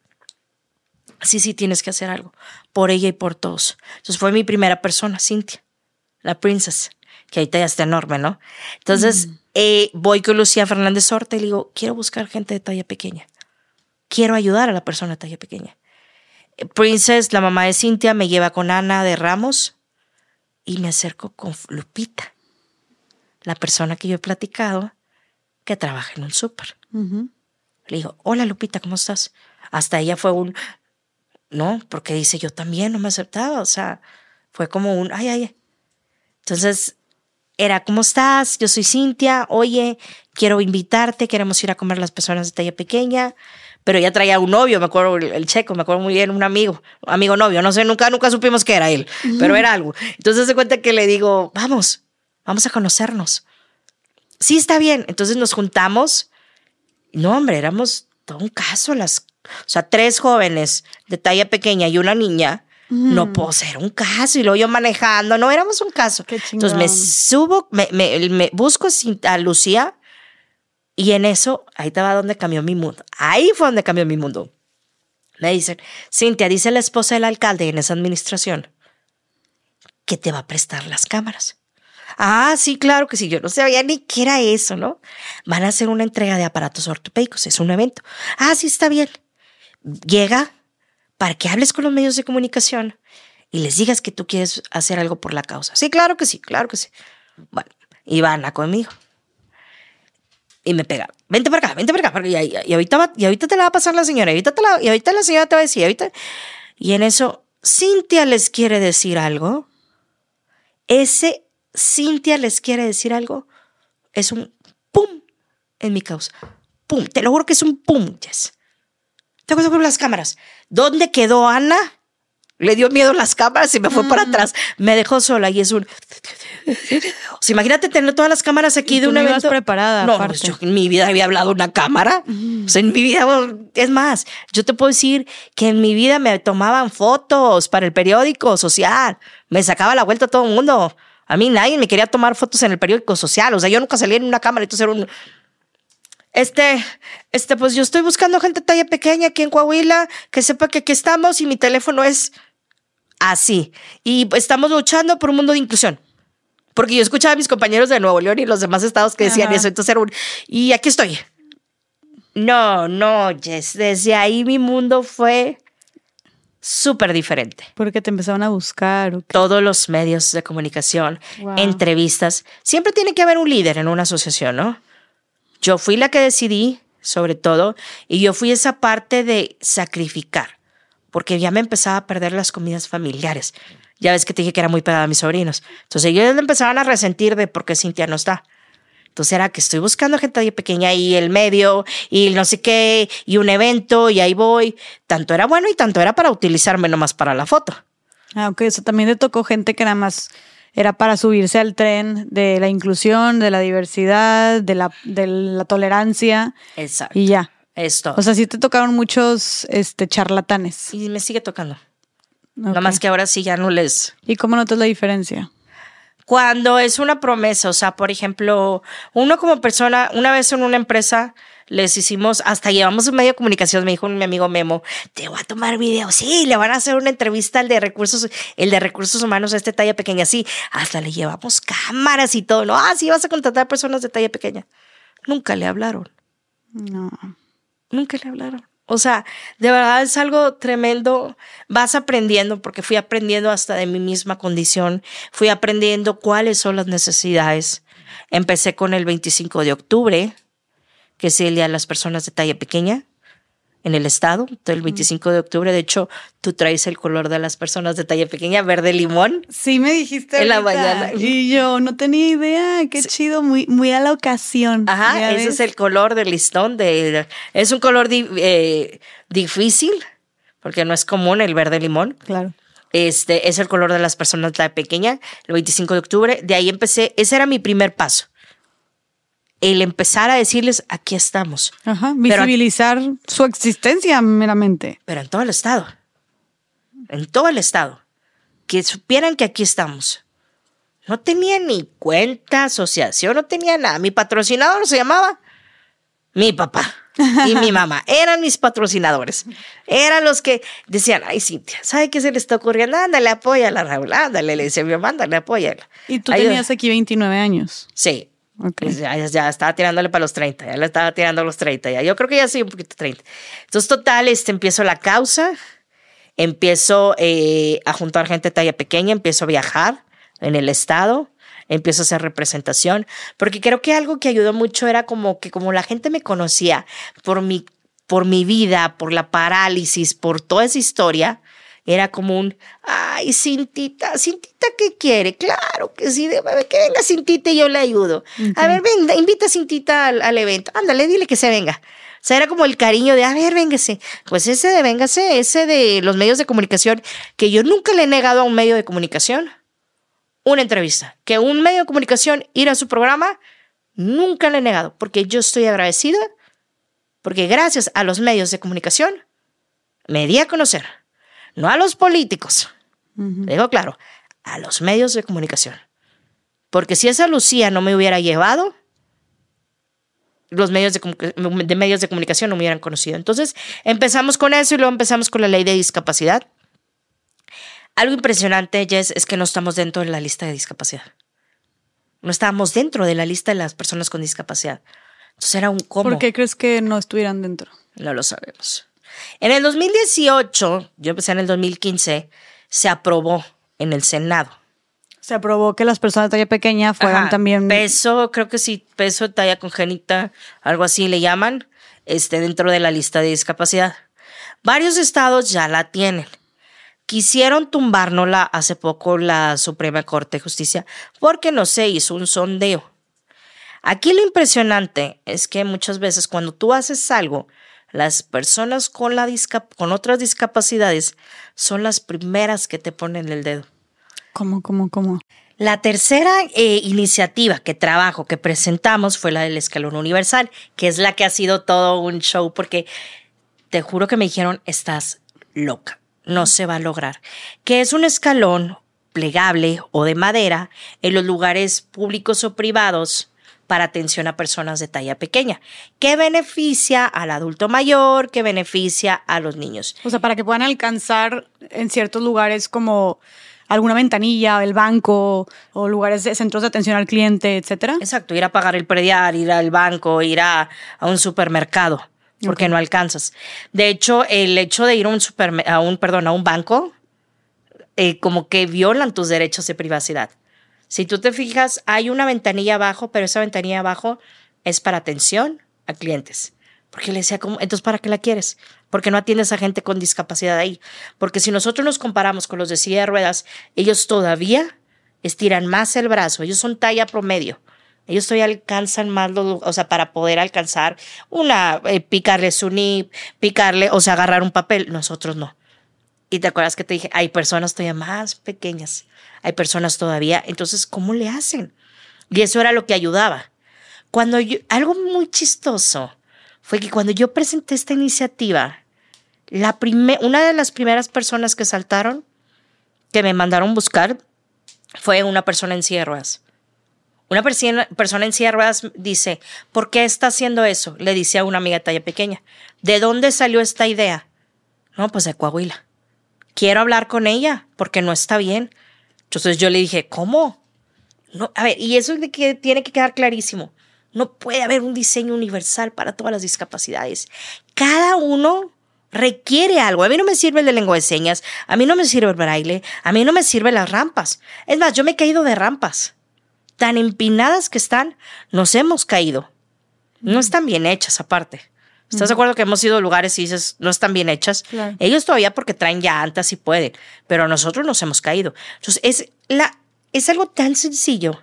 Sí, sí tienes que hacer algo. Por ella y por todos. Entonces fue mi primera persona, Cynthia, la Princess, que ahorita ya está enorme, ¿no? Entonces mm. eh, voy con Lucía Fernández Horta y le digo, quiero buscar gente de talla pequeña. Quiero ayudar a la persona de talla pequeña. Princess, la mamá de Cynthia, me lleva con Ana de Ramos y me acerco con Lupita, la persona que yo he platicado que trabaja en un súper. Uh-huh. Le digo, hola Lupita, ¿cómo estás? Hasta ella fue un, no, porque dice, yo también no me aceptaba, o sea, fue como un, ay, ay. Entonces, era, ¿cómo estás? Yo soy Cynthia, oye, quiero invitarte, queremos ir a comer las personas de talla pequeña. Pero ella traía un novio, me acuerdo, el checo, me acuerdo muy bien, un amigo, amigo novio, no sé, nunca, nunca supimos que era él, uh-huh. pero era algo. Entonces se cuenta que le digo, vamos, vamos a conocernos. Sí, está bien. Entonces nos juntamos. No, hombre, éramos todo un caso, las, o sea, tres jóvenes de talla pequeña y una niña. Uh-huh. No puedo ser un caso. Y luego yo manejando, no, éramos un caso. Qué chingón. Entonces me subo, me, me, me busco a Lucía. Y en eso, ahí estaba donde cambió mi mundo. Ahí fue donde cambió mi mundo. Me dicen, Cynthia, dice la esposa del alcalde en esa administración que te va a prestar las cámaras. Ah, sí, claro que sí. Yo no sabía ni qué era eso, ¿no? Van a hacer una entrega de aparatos ortopédicos. Es un evento. Ah, sí, está bien. Llega para que hables con los medios de comunicación y les digas que tú quieres hacer algo por la causa. Sí, claro que sí, claro que sí. Bueno, y van a conmigo. Y me pega, vente para acá, vente para acá. Y, y, y, ahorita va, y ahorita te la va a pasar la señora. Y ahorita, te la, y ahorita la señora te va a decir. Ahorita, y en eso, Cynthia les quiere decir algo. Ese Cynthia les quiere decir algo. Es un pum en mi causa. Pum, te lo juro que es un pum, Jess. Te acuerdas con las cámaras. ¿Dónde quedó Ana? Le dio miedo las cámaras y me fue mm. para atrás. Me dejó sola y es un... O sea, imagínate tener todas las cámaras aquí de un evento. ¿Tú no ibas preparada? No, pues yo en mi vida había hablado una cámara. Mm. O sea, en mi vida... Es más, yo te puedo decir que en mi vida me tomaban fotos para el periódico social. Me sacaba la vuelta a todo el mundo. A mí nadie me quería tomar fotos en el periódico social. O sea, yo nunca salía en una cámara. Entonces era un... Este, este, pues yo estoy buscando gente de talla pequeña aquí en Coahuila, que sepa que aquí estamos y mi teléfono es... Así. Y estamos luchando por un mundo de inclusión. Porque yo escuchaba a mis compañeros de Nuevo León y los demás estados que decían Ajá. eso. Entonces era un... Y aquí estoy. No, no, Jess. Desde ahí mi mundo fue súper diferente. Porque te empezaron a buscar. ¿O todos los medios de comunicación, wow. entrevistas. Siempre tiene que haber un líder en una asociación, ¿no? Yo fui la que decidí, sobre todo, y yo fui esa parte de sacrificar. Porque ya me empezaba a perder las comidas familiares. Ya ves que te dije que era muy pegada a mis sobrinos. Entonces ellos empezaban a resentir de por qué Cynthia no está. Entonces era que estoy buscando gente pequeña y el medio y no sé qué y un evento y ahí voy. Tanto era bueno y tanto era para utilizarme nomás para la foto. Ah, ok. Eso también te tocó gente que nada más era para subirse al tren de la inclusión, de la diversidad, de la, de la tolerancia. Exacto. Y ya. Esto. O sea, sí te tocaron muchos este, charlatanes. Y me sigue tocando. Okay. Nada más que ahora sí ya no les... ¿Y cómo notas la diferencia? Cuando es una promesa, o sea, por ejemplo, uno como persona, una vez en una empresa les hicimos, hasta llevamos un medio de comunicación, me dijo mi amigo Memo, te voy a tomar video, sí, le van a hacer una entrevista al de recursos, el de recursos humanos a este talla pequeña, sí, hasta le llevamos cámaras y todo, no, ah, sí, vas a contratar personas de talla pequeña. Nunca le hablaron. No. Nunca le hablaron. O sea, de verdad es algo tremendo. Vas aprendiendo, porque fui aprendiendo hasta de mi misma condición. Fui aprendiendo cuáles son las necesidades. Empecé con el veinticinco de octubre, que es el día de las personas de talla pequeña en el estado. Entonces, el veinticinco de octubre, de hecho, tú traes el color de las personas de talla pequeña, verde limón. Sí, me dijiste en ahorita. La mañana. Y yo no tenía idea. Qué sí. chido, muy, muy a la ocasión. Ajá, ese ves? Es el color del listón. De, es un color di, eh, difícil, porque no es común el verde limón. Claro. Este es el color de las personas de talla pequeña, el veinticinco de octubre. De ahí empecé, ese era mi primer paso. El empezar a decirles, aquí estamos. Ajá, visibilizar pero, su existencia meramente. Pero en todo el estado. En todo el estado. Que supieran que aquí estamos. No tenía ni cuenta, asociación, no tenía nada. Mi patrocinador se llamaba mi papá y mi mamá. Eran mis patrocinadores. Eran los que decían, ay, Cintia, ¿sabe qué se le está ocurriendo? Ándale, apóyala, Raúl, ándale. Le decía mi mamá, ándale, apóyala. ¿Y tú Ayuda. tenías aquí veintinueve años? Sí. Okay. Ya, ya estaba tirándole para los treinta, ya le estaba tirando a los treinta, ya. Yo creo que ya soy un poquito treinta. Entonces, total, este, empiezo la causa, empiezo eh, a juntar gente de talla pequeña, empiezo a viajar en el estado, empiezo a hacer representación, porque creo que algo que ayudó mucho era como que como la gente me conocía por mi, por mi vida, por la parálisis, por toda esa historia, era como un, ay, Cintita, Cintita, ¿qué quiere? Claro que sí, que venga Cintita y yo le ayudo. Okay. A ver, venga, invita a Cintita al, al evento. Ándale, dile que se venga. O sea, era como el cariño de, a ver, véngase. Pues ese de véngase, ese de los medios de comunicación, que yo nunca le he negado a un medio de comunicación una entrevista. Que un medio de comunicación ir a su programa, nunca le he negado, porque yo estoy agradecida, porque gracias a los medios de comunicación me di a conocer. No a los políticos, uh-huh. Digo claro, a los medios de comunicación. Porque si esa Lucía no me hubiera llevado, los medios de, de medios de comunicación no me hubieran conocido. Entonces empezamos con eso y luego empezamos con la ley de discapacidad. Algo impresionante, Jess, es que no estamos dentro de la lista de discapacidad. No estábamos dentro de la lista de las personas con discapacidad. Entonces era un cómo. ¿Por qué crees que no estuvieran dentro? No lo sabemos. En el dos mil dieciocho, yo empecé en el dos mil quince, se aprobó en el Senado. Se aprobó que las personas de talla pequeña fueran Ajá, también... Peso, creo que sí, peso, talla congénita, algo así le llaman, este, dentro de la lista de discapacidad. Varios estados ya la tienen. Quisieron tumbárnosla hace poco la Suprema Corte de Justicia porque no se hizo un sondeo. Aquí lo impresionante es que muchas veces cuando tú haces algo, las personas con, la discap- con otras discapacidades son las primeras que te ponen el dedo. ¿Cómo, cómo, cómo? La tercera eh, iniciativa que trabajo, que presentamos, fue la del Escalón Universal, que es la que ha sido todo un show, porque te juro que me dijeron, estás loca, no se va a lograr. Que es un escalón plegable o de madera en los lugares públicos o privados para atención a personas de talla pequeña, que beneficia al adulto mayor, que beneficia a los niños. O sea, para que puedan alcanzar en ciertos lugares como alguna ventanilla, el banco o lugares de centros de atención al cliente, etcétera. Exacto, ir a pagar el predial, ir al banco, ir a, a un supermercado, porque okay. no alcanzas. De hecho, el hecho de ir a un, superme- a un, perdón, a un banco, eh, como que violan tus derechos de privacidad. Si tú te fijas, hay una ventanilla abajo, pero esa ventanilla abajo es para atención a clientes. Porque le decía, ¿cómo? Entonces, ¿para qué la quieres? Porque no atiendes a gente con discapacidad ahí. Porque si nosotros nos comparamos con los de silla de ruedas, ellos todavía estiran más el brazo. Ellos son talla promedio. Ellos todavía alcanzan más, los, o sea, para poder alcanzar una, eh, picarle su nip, picarle, o sea, agarrar un papel. Nosotros no. Y te acuerdas que te dije, hay personas todavía más pequeñas. Hay personas todavía. Entonces, ¿cómo le hacen? Y eso era lo que ayudaba. Cuando yo, algo muy chistoso fue que cuando yo presenté esta iniciativa, la prime, una de las primeras personas que saltaron, que me mandaron buscar, fue una persona en silla de ruedas. Una persona, persona en silla de ruedas dice, ¿por qué está haciendo eso? Le dice a una amiga de talla pequeña. ¿De dónde salió esta idea? No, pues de Coahuila. Quiero hablar con ella porque no está bien. Entonces yo le dije, ¿cómo? No, a ver, y eso es de que tiene que quedar clarísimo. No puede haber un diseño universal para todas las discapacidades. Cada uno requiere algo. A mí no me sirve el de lengua de señas, a mí no me sirve el braille, a mí no me sirven las rampas. Es más, yo me he caído de rampas. Tan empinadas que están, nos hemos caído. No están bien hechas aparte. ¿Estás de acuerdo que hemos ido a lugares y dices, no están bien hechas? Claro. Ellos todavía porque traen llantas y pueden, pero nosotros nos hemos caído. Entonces, es, la, es algo tan sencillo.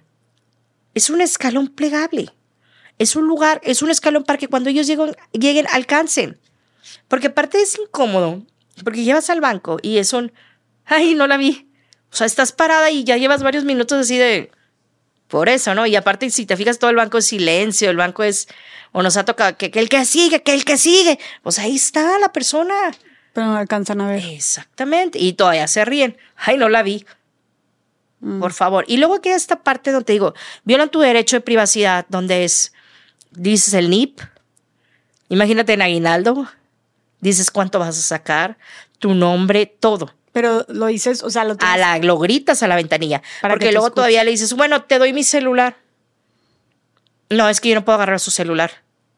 Es un escalón plegable. Es un lugar, es un escalón para que cuando ellos lleguen, lleguen alcancen. Porque aparte es incómodo, porque llevas al banco y es un, Ay, no la vi. O sea, estás parada y ya llevas varios minutos así de... Por eso, ¿no? Y aparte, si te fijas, todo el banco es silencio, el banco es... O nos ha tocado que, que el que sigue, que el que sigue. Pues ahí está la persona. Pero no alcanzan a ver. Exactamente. Y todavía se ríen. Ay, no la vi. Mm. Por favor. Y luego queda esta parte donde te digo, violan tu derecho de privacidad, donde es... Dices el N I P. Imagínate en aguinaldo. Dices cuánto vas a sacar, tu nombre, todo. Pero lo dices, o sea, lo tienes... A la, lo gritas a la ventanilla. Porque luego escuches. Todavía le dices, bueno, te doy mi celular. No, es que yo no puedo agarrar su celular.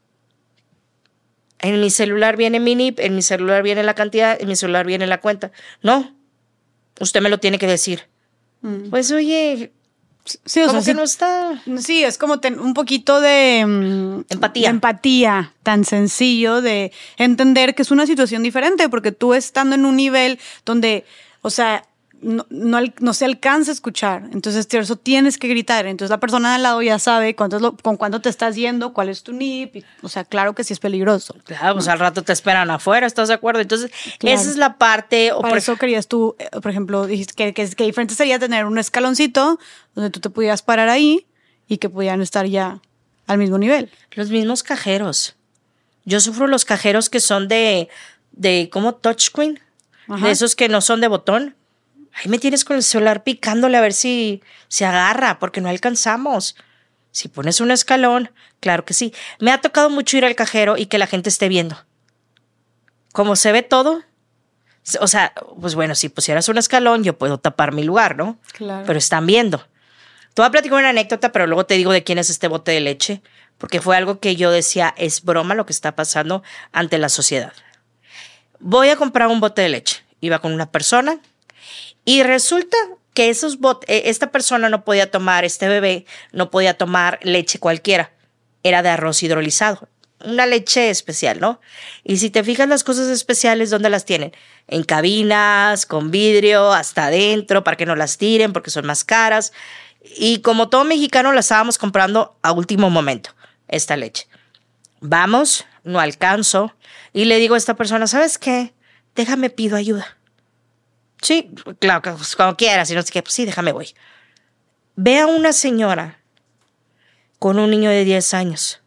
En mi celular viene mi N I P, en mi celular viene la cantidad, en mi celular viene la cuenta. No, usted me lo tiene que decir. Mm. Pues oye, sí, o como sea, que sí, no está... Sí, es como ten, un poquito de... Um, empatía. De empatía, tan sencillo de entender que es una situación diferente, porque tú estando en un nivel donde, o sea, no, no, no se alcanza a escuchar, entonces eso tienes que gritar, entonces la persona de al lado ya sabe cuánto es lo, con cuánto te estás yendo, cuál es tu N I P, y, o sea, claro que sí es peligroso. Claro, pues ¿no? Al rato te esperan afuera, ¿estás de acuerdo? Entonces, claro. Esa es la parte... O Para por eso querías tú, por ejemplo, dijiste que, que, que diferente sería tener un escaloncito donde tú te pudieras parar ahí y que pudieran estar ya al mismo nivel. Los mismos cajeros. Yo sufro los cajeros que son de, de ¿cómo? Touchscreen. Ajá. De esos que no son de botón. Ahí me tienes con el celular picándole a ver si se agarra, porque no alcanzamos. Si pones un escalón, claro que sí. Me ha tocado mucho ir al cajero y que la gente esté viendo. Como se ve todo, o sea, pues bueno, si pusieras un escalón, yo puedo tapar mi lugar, ¿no? Claro. Pero están viendo. Te voy a platicar una anécdota, pero luego te digo de quién es este bote de leche, porque fue algo que yo decía, es broma lo que está pasando ante la sociedad. Voy a comprar un bote de leche. Iba con una persona y resulta que esos bot- esta persona no podía tomar, este bebé no podía tomar leche cualquiera. Era de arroz hidrolizado. Una leche especial, ¿no? Y si te fijas las cosas especiales, ¿dónde las tienen? En cabinas, con vidrio, hasta adentro, para que no las tiren, porque son más caras. Y como todo mexicano, la estábamos comprando a último momento, esta leche. Vamos, no alcanzo. Y le digo a esta persona, ¿sabes qué? Déjame, pido ayuda. Sí, claro, pues, cuando quieras, si no sé qué, pues sí, déjame, voy. Ve a una señora con un niño de diez años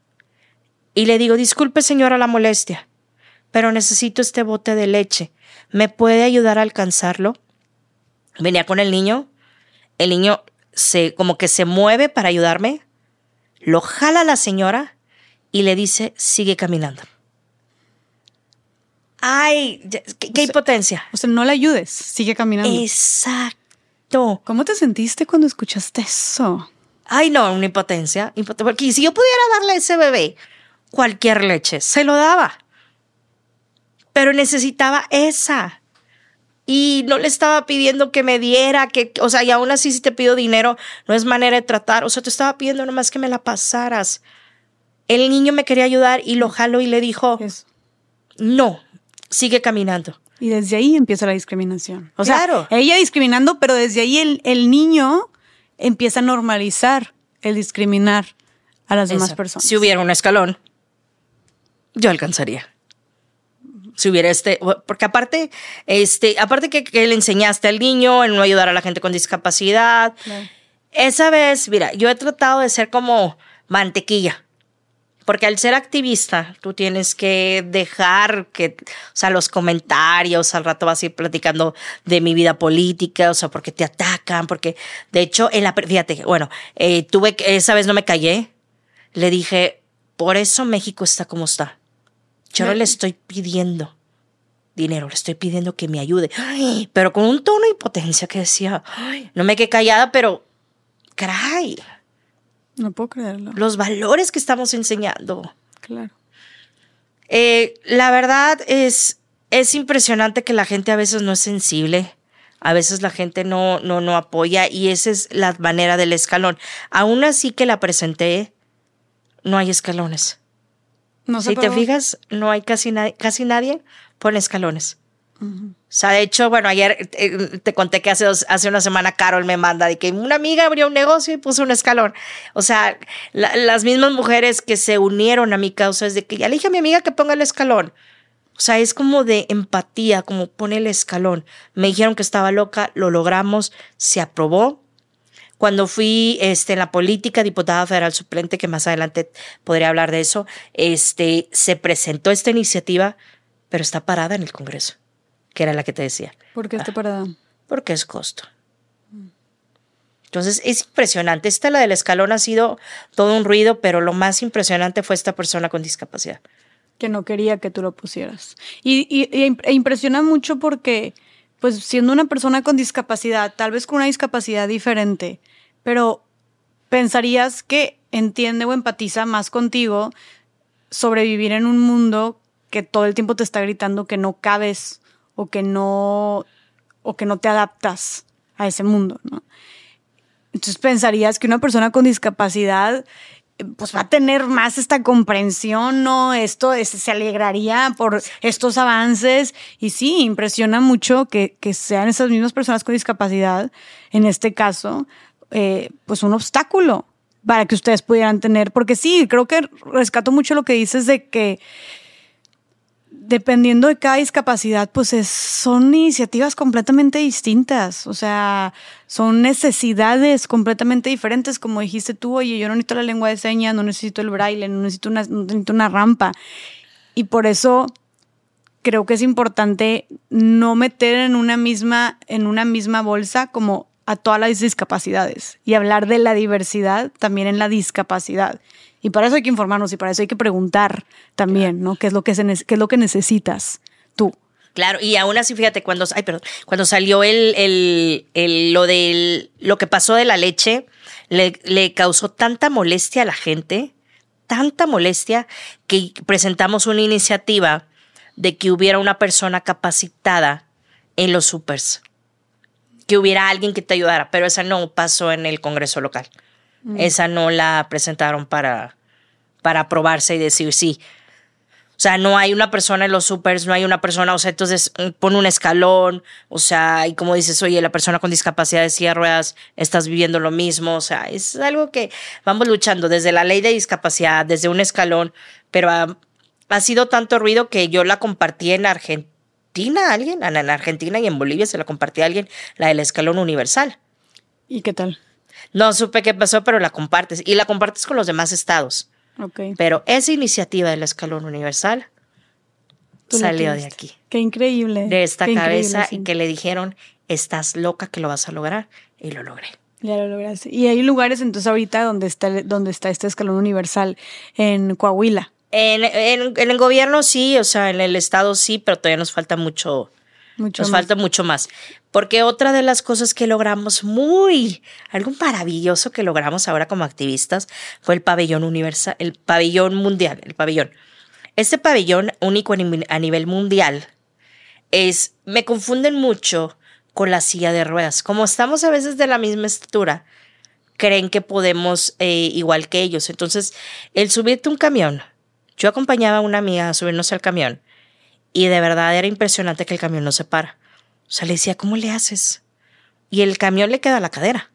y le digo, disculpe señora la molestia, pero necesito este bote de leche. ¿Me puede ayudar a alcanzarlo? Venía con el niño, el niño se, como que se mueve para ayudarme, lo jala la señora y le dice, sigue caminando. Ay, qué, qué o sea, impotencia. O sea, no le ayudes, sigue caminando. Exacto. ¿Cómo te sentiste cuando escuchaste eso? Ay, no, una impotencia. impotencia. Porque si yo pudiera darle a ese bebé cualquier leche, se lo daba. Pero necesitaba esa. Y no le estaba pidiendo que me diera, que, o sea, y aún así si te pido dinero, no es manera de tratar. O sea, te estaba pidiendo nomás que me la pasaras. El niño me quería ayudar y lo jaló y le dijo, eso. No. Sigue caminando. Y desde ahí empieza la discriminación. O claro. sea, ella discriminando, pero desde ahí el, el niño empieza a normalizar el discriminar a las Eso. demás personas. Si hubiera un escalón, yo alcanzaría. Si hubiera este, porque aparte, este, aparte que, que le enseñaste al niño en no ayudar a la gente con discapacidad. Claro. Esa vez, mira, yo he tratado de ser como mantequilla. Porque al ser activista, tú tienes que dejar que, o sea, los comentarios, al rato vas a ir platicando de mi vida política, o sea, porque te atacan, porque, de hecho, en la, fíjate, bueno, eh, tuve, esa vez no me callé, le dije, por eso México está como está. Yo no le estoy pidiendo dinero, le estoy pidiendo que me ayude. Ay, pero con un tono de impotencia que decía, ay, no me quedé callada, pero, caray. No puedo creerlo. Los valores que estamos enseñando. Claro. Eh, la verdad es, es impresionante que la gente a veces no es sensible. A veces la gente no, no, no apoya y esa es la manera del escalón. Aún así que la presenté, no hay escalones. No sé, si te fijas, no hay casi, na- casi nadie pone escalones. Uh-huh. O sea, de hecho, bueno, ayer eh, te conté que hace, dos, hace una semana Carol me manda de que una amiga abrió un negocio y puso un escalón. O sea, la, las mismas mujeres que se unieron a mi causa es de que ya le dije a mi amiga que ponga el escalón. O sea, es como de empatía, como pone el escalón. Me dijeron que estaba loca, lo logramos, se aprobó. Cuando fui este, en la política, diputada federal suplente, que más adelante podría hablar de eso, este, se presentó esta iniciativa, pero está parada en el Congreso, que era la que te decía. ¿Por qué está parada? Porque es costo. Entonces es impresionante. Esta, la del escalón, ha sido todo un ruido, pero lo más impresionante fue esta persona con discapacidad. Que no quería que tú lo pusieras. Y, y, y e impresiona mucho porque, pues siendo una persona con discapacidad, tal vez con una discapacidad diferente, pero pensarías que entiende o empatiza más contigo sobrevivir en un mundo que todo el tiempo te está gritando que no cabes o que no, o que no te adaptas a ese mundo, ¿no? Entonces pensarías que una persona con discapacidad pues va a tener más esta comprensión, ¿no? Esto es, se alegraría por estos avances. Y sí, impresiona mucho que, que sean esas mismas personas con discapacidad, en este caso, eh, pues un obstáculo para que ustedes pudieran tener. Porque sí, creo que rescato mucho lo que dices de que dependiendo de cada discapacidad, pues es, son iniciativas completamente distintas. O sea, son necesidades completamente diferentes. Como dijiste tú, oye, yo no necesito la lengua de señas, no necesito el braille, no necesito una, no necesito una rampa. Y por eso creo que es importante no meter en una misma, en una misma bolsa como a todas las discapacidades y hablar de la diversidad también en la discapacidad. Y para eso hay que informarnos y para eso hay que preguntar también, claro, ¿no? ¿Qué es lo que, se, qué es lo que necesitas tú? Claro, y aún así, fíjate, cuando, ay, perdón, cuando salió el, el, el, lo del, lo que pasó de la leche, le, le causó tanta molestia a la gente, tanta molestia, que presentamos una iniciativa de que hubiera una persona capacitada en los supers, que hubiera alguien que te ayudara, pero esa no pasó en el Congreso local. Mm. Esa no la presentaron para, para aprobarse y decir sí. O sea, no hay una persona en los supers, no hay una persona, o sea, entonces pon un escalón, o sea, y como dices, oye, la persona con discapacidad de silla de ruedas, estás viviendo lo mismo, o sea, es algo que vamos luchando desde la ley de discapacidad, desde un escalón, pero ha, ha sido tanto ruido que yo la compartí en Argentina, alguien, en Argentina y en Bolivia se la compartí a alguien, la del escalón universal. ¿Y qué tal? No supe qué pasó, pero la compartes, y la compartes con los demás estados. Okay. Pero esa iniciativa del escalón universal salió de aquí. Qué increíble. De esta Qué cabeza sí. Y que le dijeron, estás loca que lo vas a lograr. Y lo logré. Ya lo lograste. Y hay lugares entonces ahorita donde está, donde está este escalón universal, en Coahuila. En, en, en el gobierno sí, o sea, en el estado sí, pero todavía nos falta mucho. Mucho nos más. falta mucho más. Porque otra de las cosas que logramos muy, algo maravilloso que logramos ahora como activistas fue el pabellón universal, el pabellón mundial, el pabellón. Este pabellón único a nivel mundial es, me confunden mucho con la silla de ruedas. Como estamos a veces de la misma estatura, creen que podemos eh, igual que ellos. Entonces, el subirte a un camión, yo acompañaba a una amiga a subirnos al camión, y de verdad era impresionante que el camión no se para. O sea, le decía, ¿cómo le haces? Y el camión le queda a la cadera.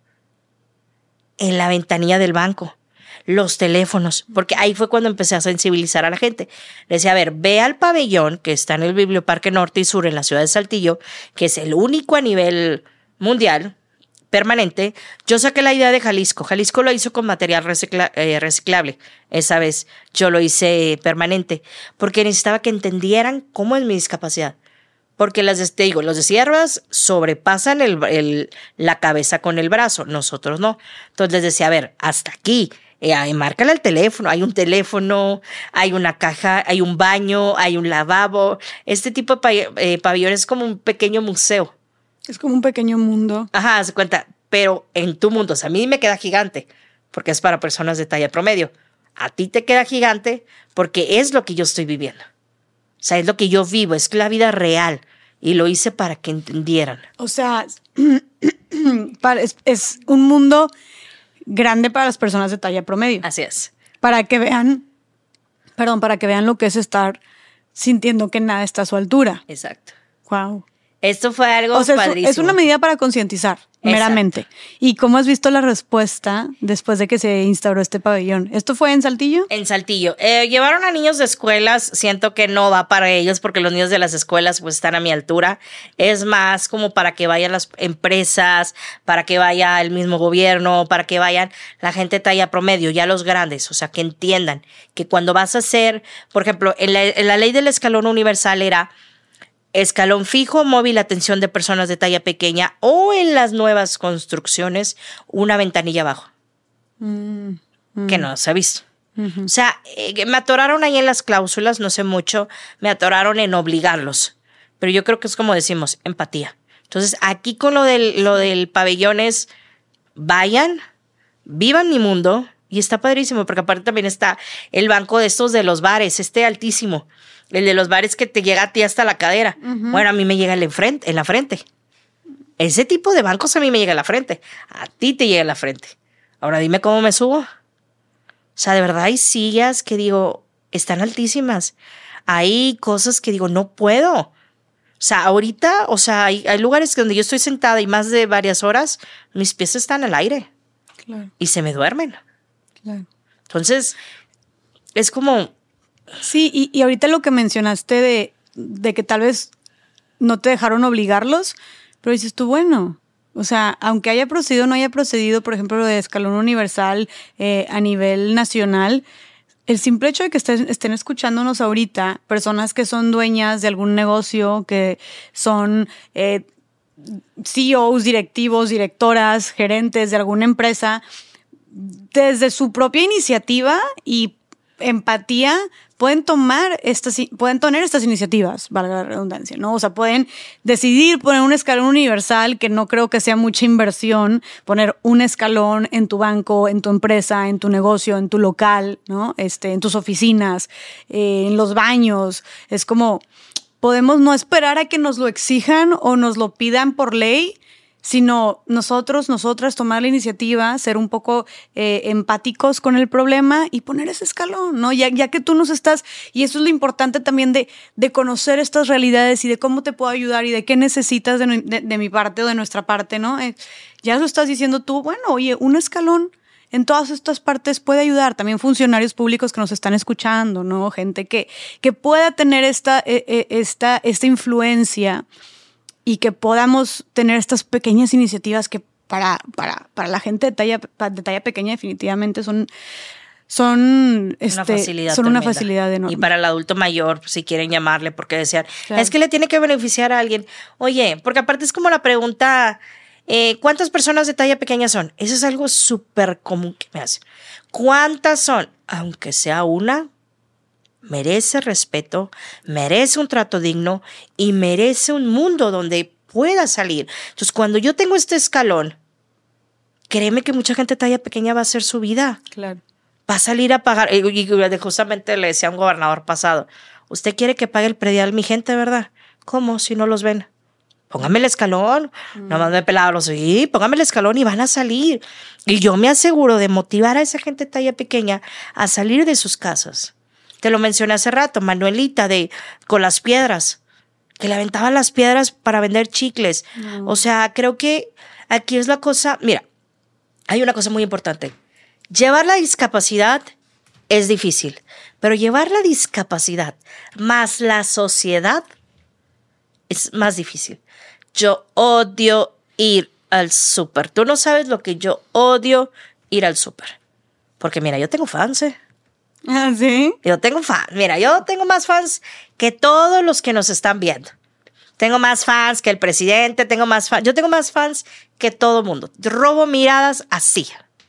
En la ventanilla del banco. Los teléfonos. Porque ahí fue cuando empecé a sensibilizar a la gente. Le decía, a ver, ve al pabellón que está en el Biblioparque Norte y Sur en la ciudad de Saltillo, que es el único a nivel mundial, permanente. Yo saqué la idea de Jalisco. Jalisco lo hizo con material recicla, eh, reciclable. Esa vez yo lo hice permanente porque necesitaba que entendieran cómo es mi discapacidad. Porque las de, te digo, los de silla de ruedas sobrepasan el, el, la cabeza con el brazo. Nosotros no. Entonces les decía, a ver, hasta aquí. Eh, márcale el teléfono. Hay un teléfono, hay una caja, hay un baño, hay un lavabo. Este tipo de pa eh, pabellón es como un pequeño museo. Es como un pequeño mundo. Ajá, se cuenta, pero en tu mundo, o sea, a mí me queda gigante porque es para personas de talla promedio. A ti te queda gigante porque es lo que yo estoy viviendo. O sea, es lo que yo vivo, es la vida real y lo hice para que entendieran. O sea, es, es un mundo grande para las personas de talla promedio. Así es. Para que vean, perdón, para que vean lo que es estar sintiendo que nada está a su altura. Exacto. Wow. Esto fue algo o sea, es, padrísimo. es una medida para concientizar, meramente. ¿Y cómo has visto la respuesta después de que se instauró este pabellón? ¿Esto fue en Saltillo? En Saltillo. Eh, llevaron a niños de escuelas, siento que no va para ellos porque los niños de las escuelas pues están a mi altura. Es más como para que vayan las empresas, para que vaya el mismo gobierno, para que vayan la gente talla promedio, ya los grandes, o sea, que entiendan que cuando vas a hacer, por ejemplo, en la, en la ley del escalón universal era escalón fijo, móvil, atención de personas de talla pequeña o en las nuevas construcciones, una ventanilla abajo. Mm, mm. Que no se ha visto. Uh-huh. O sea, eh, me atoraron ahí en las cláusulas, no sé mucho, me atoraron en obligarlos. Pero yo creo que es como decimos, empatía. Entonces, aquí con lo del, lo del pabellón es, vayan, vivan mi mundo. Y está padrísimo, porque aparte también está el banco de estos de los bares, este altísimo. El de los bares que te llega a ti hasta la cadera. Uh-huh. Bueno, a mí me llega en la, frente, en la frente. Ese tipo de bancos a mí me llega en la frente. A ti te llega en la frente. Ahora dime cómo me subo. O sea, de verdad hay sillas que digo, están altísimas. Hay cosas que digo, no puedo. O sea, ahorita, o sea, hay, hay lugares donde yo estoy sentada y más de varias horas, mis pies están al aire. Claro. Y se me duermen. Claro. Entonces, es como... Sí, y, y ahorita lo que mencionaste de, de que tal vez no te dejaron obligarlos, pero dices tú, bueno, o sea, aunque haya procedido o no haya procedido, por ejemplo, lo de escalón universal eh, a nivel nacional, el simple hecho de que estén, estén escuchándonos ahorita personas que son dueñas de algún negocio, que son eh, C E Os, directivos, directoras, gerentes de alguna empresa, desde su propia iniciativa y empatía pueden tomar estas, pueden tener estas iniciativas, valga la redundancia, ¿no? O sea, pueden decidir poner un escalón universal, que no creo que sea mucha inversión, poner un escalón en tu banco, en tu empresa, en tu negocio, en tu local, ¿no? Este, en tus oficinas, eh, en los baños. Es como, podemos no esperar a que nos lo exijan o nos lo pidan por ley, sino nosotros, nosotras tomar la iniciativa, ser un poco eh, empáticos con el problema y poner ese escalón, ¿no? Ya, ya que tú nos estás, y eso es lo importante también de, de conocer estas realidades y de cómo te puedo ayudar y de qué necesitas de, de, de mi parte o de nuestra parte, ¿no? Eh, ya lo estás diciendo tú, bueno, oye, un escalón en todas estas partes puede ayudar. También funcionarios públicos que nos están escuchando, ¿no? Gente que, que pueda tener esta, eh, esta, esta influencia y que podamos tener estas pequeñas iniciativas que para, para, para la gente de talla, de talla pequeña definitivamente son, son, este, una facilidad son una facilidad enorme. Y para el adulto mayor, si quieren llamarle, porque decían, claro, es que le tiene que beneficiar a alguien. Oye, porque aparte es como la pregunta, eh, ¿cuántas personas de talla pequeña son? Eso es algo súper común que me hacen. ¿Cuántas son? Aunque sea una, merece respeto, merece un trato digno y merece un mundo donde pueda salir. Entonces, cuando yo tengo este escalón, créeme que mucha gente de talla pequeña va a hacer su vida. Claro. Va a salir a pagar. Y justamente le decía a un gobernador pasado, usted quiere que pague el predial mi gente, ¿verdad? ¿Cómo? Si no los ven. Póngame el escalón. Mm. Nomás me pelaba los ojos. Sí, póngame el escalón y van a salir. Y yo me aseguro de motivar a esa gente de talla pequeña a salir de sus casas. Te lo mencioné hace rato, Manuelita, de con las piedras, que le aventaban las piedras para vender chicles. No. O sea, creo que aquí es la cosa, mira, hay una cosa muy importante. Llevar la discapacidad es difícil, pero llevar la discapacidad más la sociedad es más difícil. Yo odio ir al súper. Tú no sabes lo que yo odio ir al súper. Porque mira, yo tengo fans, ¿eh? ¿Ah, sí? Yo tengo fans. Mira, yo tengo más fans que todos los que nos están viendo. Tengo más fans que el presidente, tengo más fans. Yo tengo más fans que todo el mundo. Yo robo miradas así.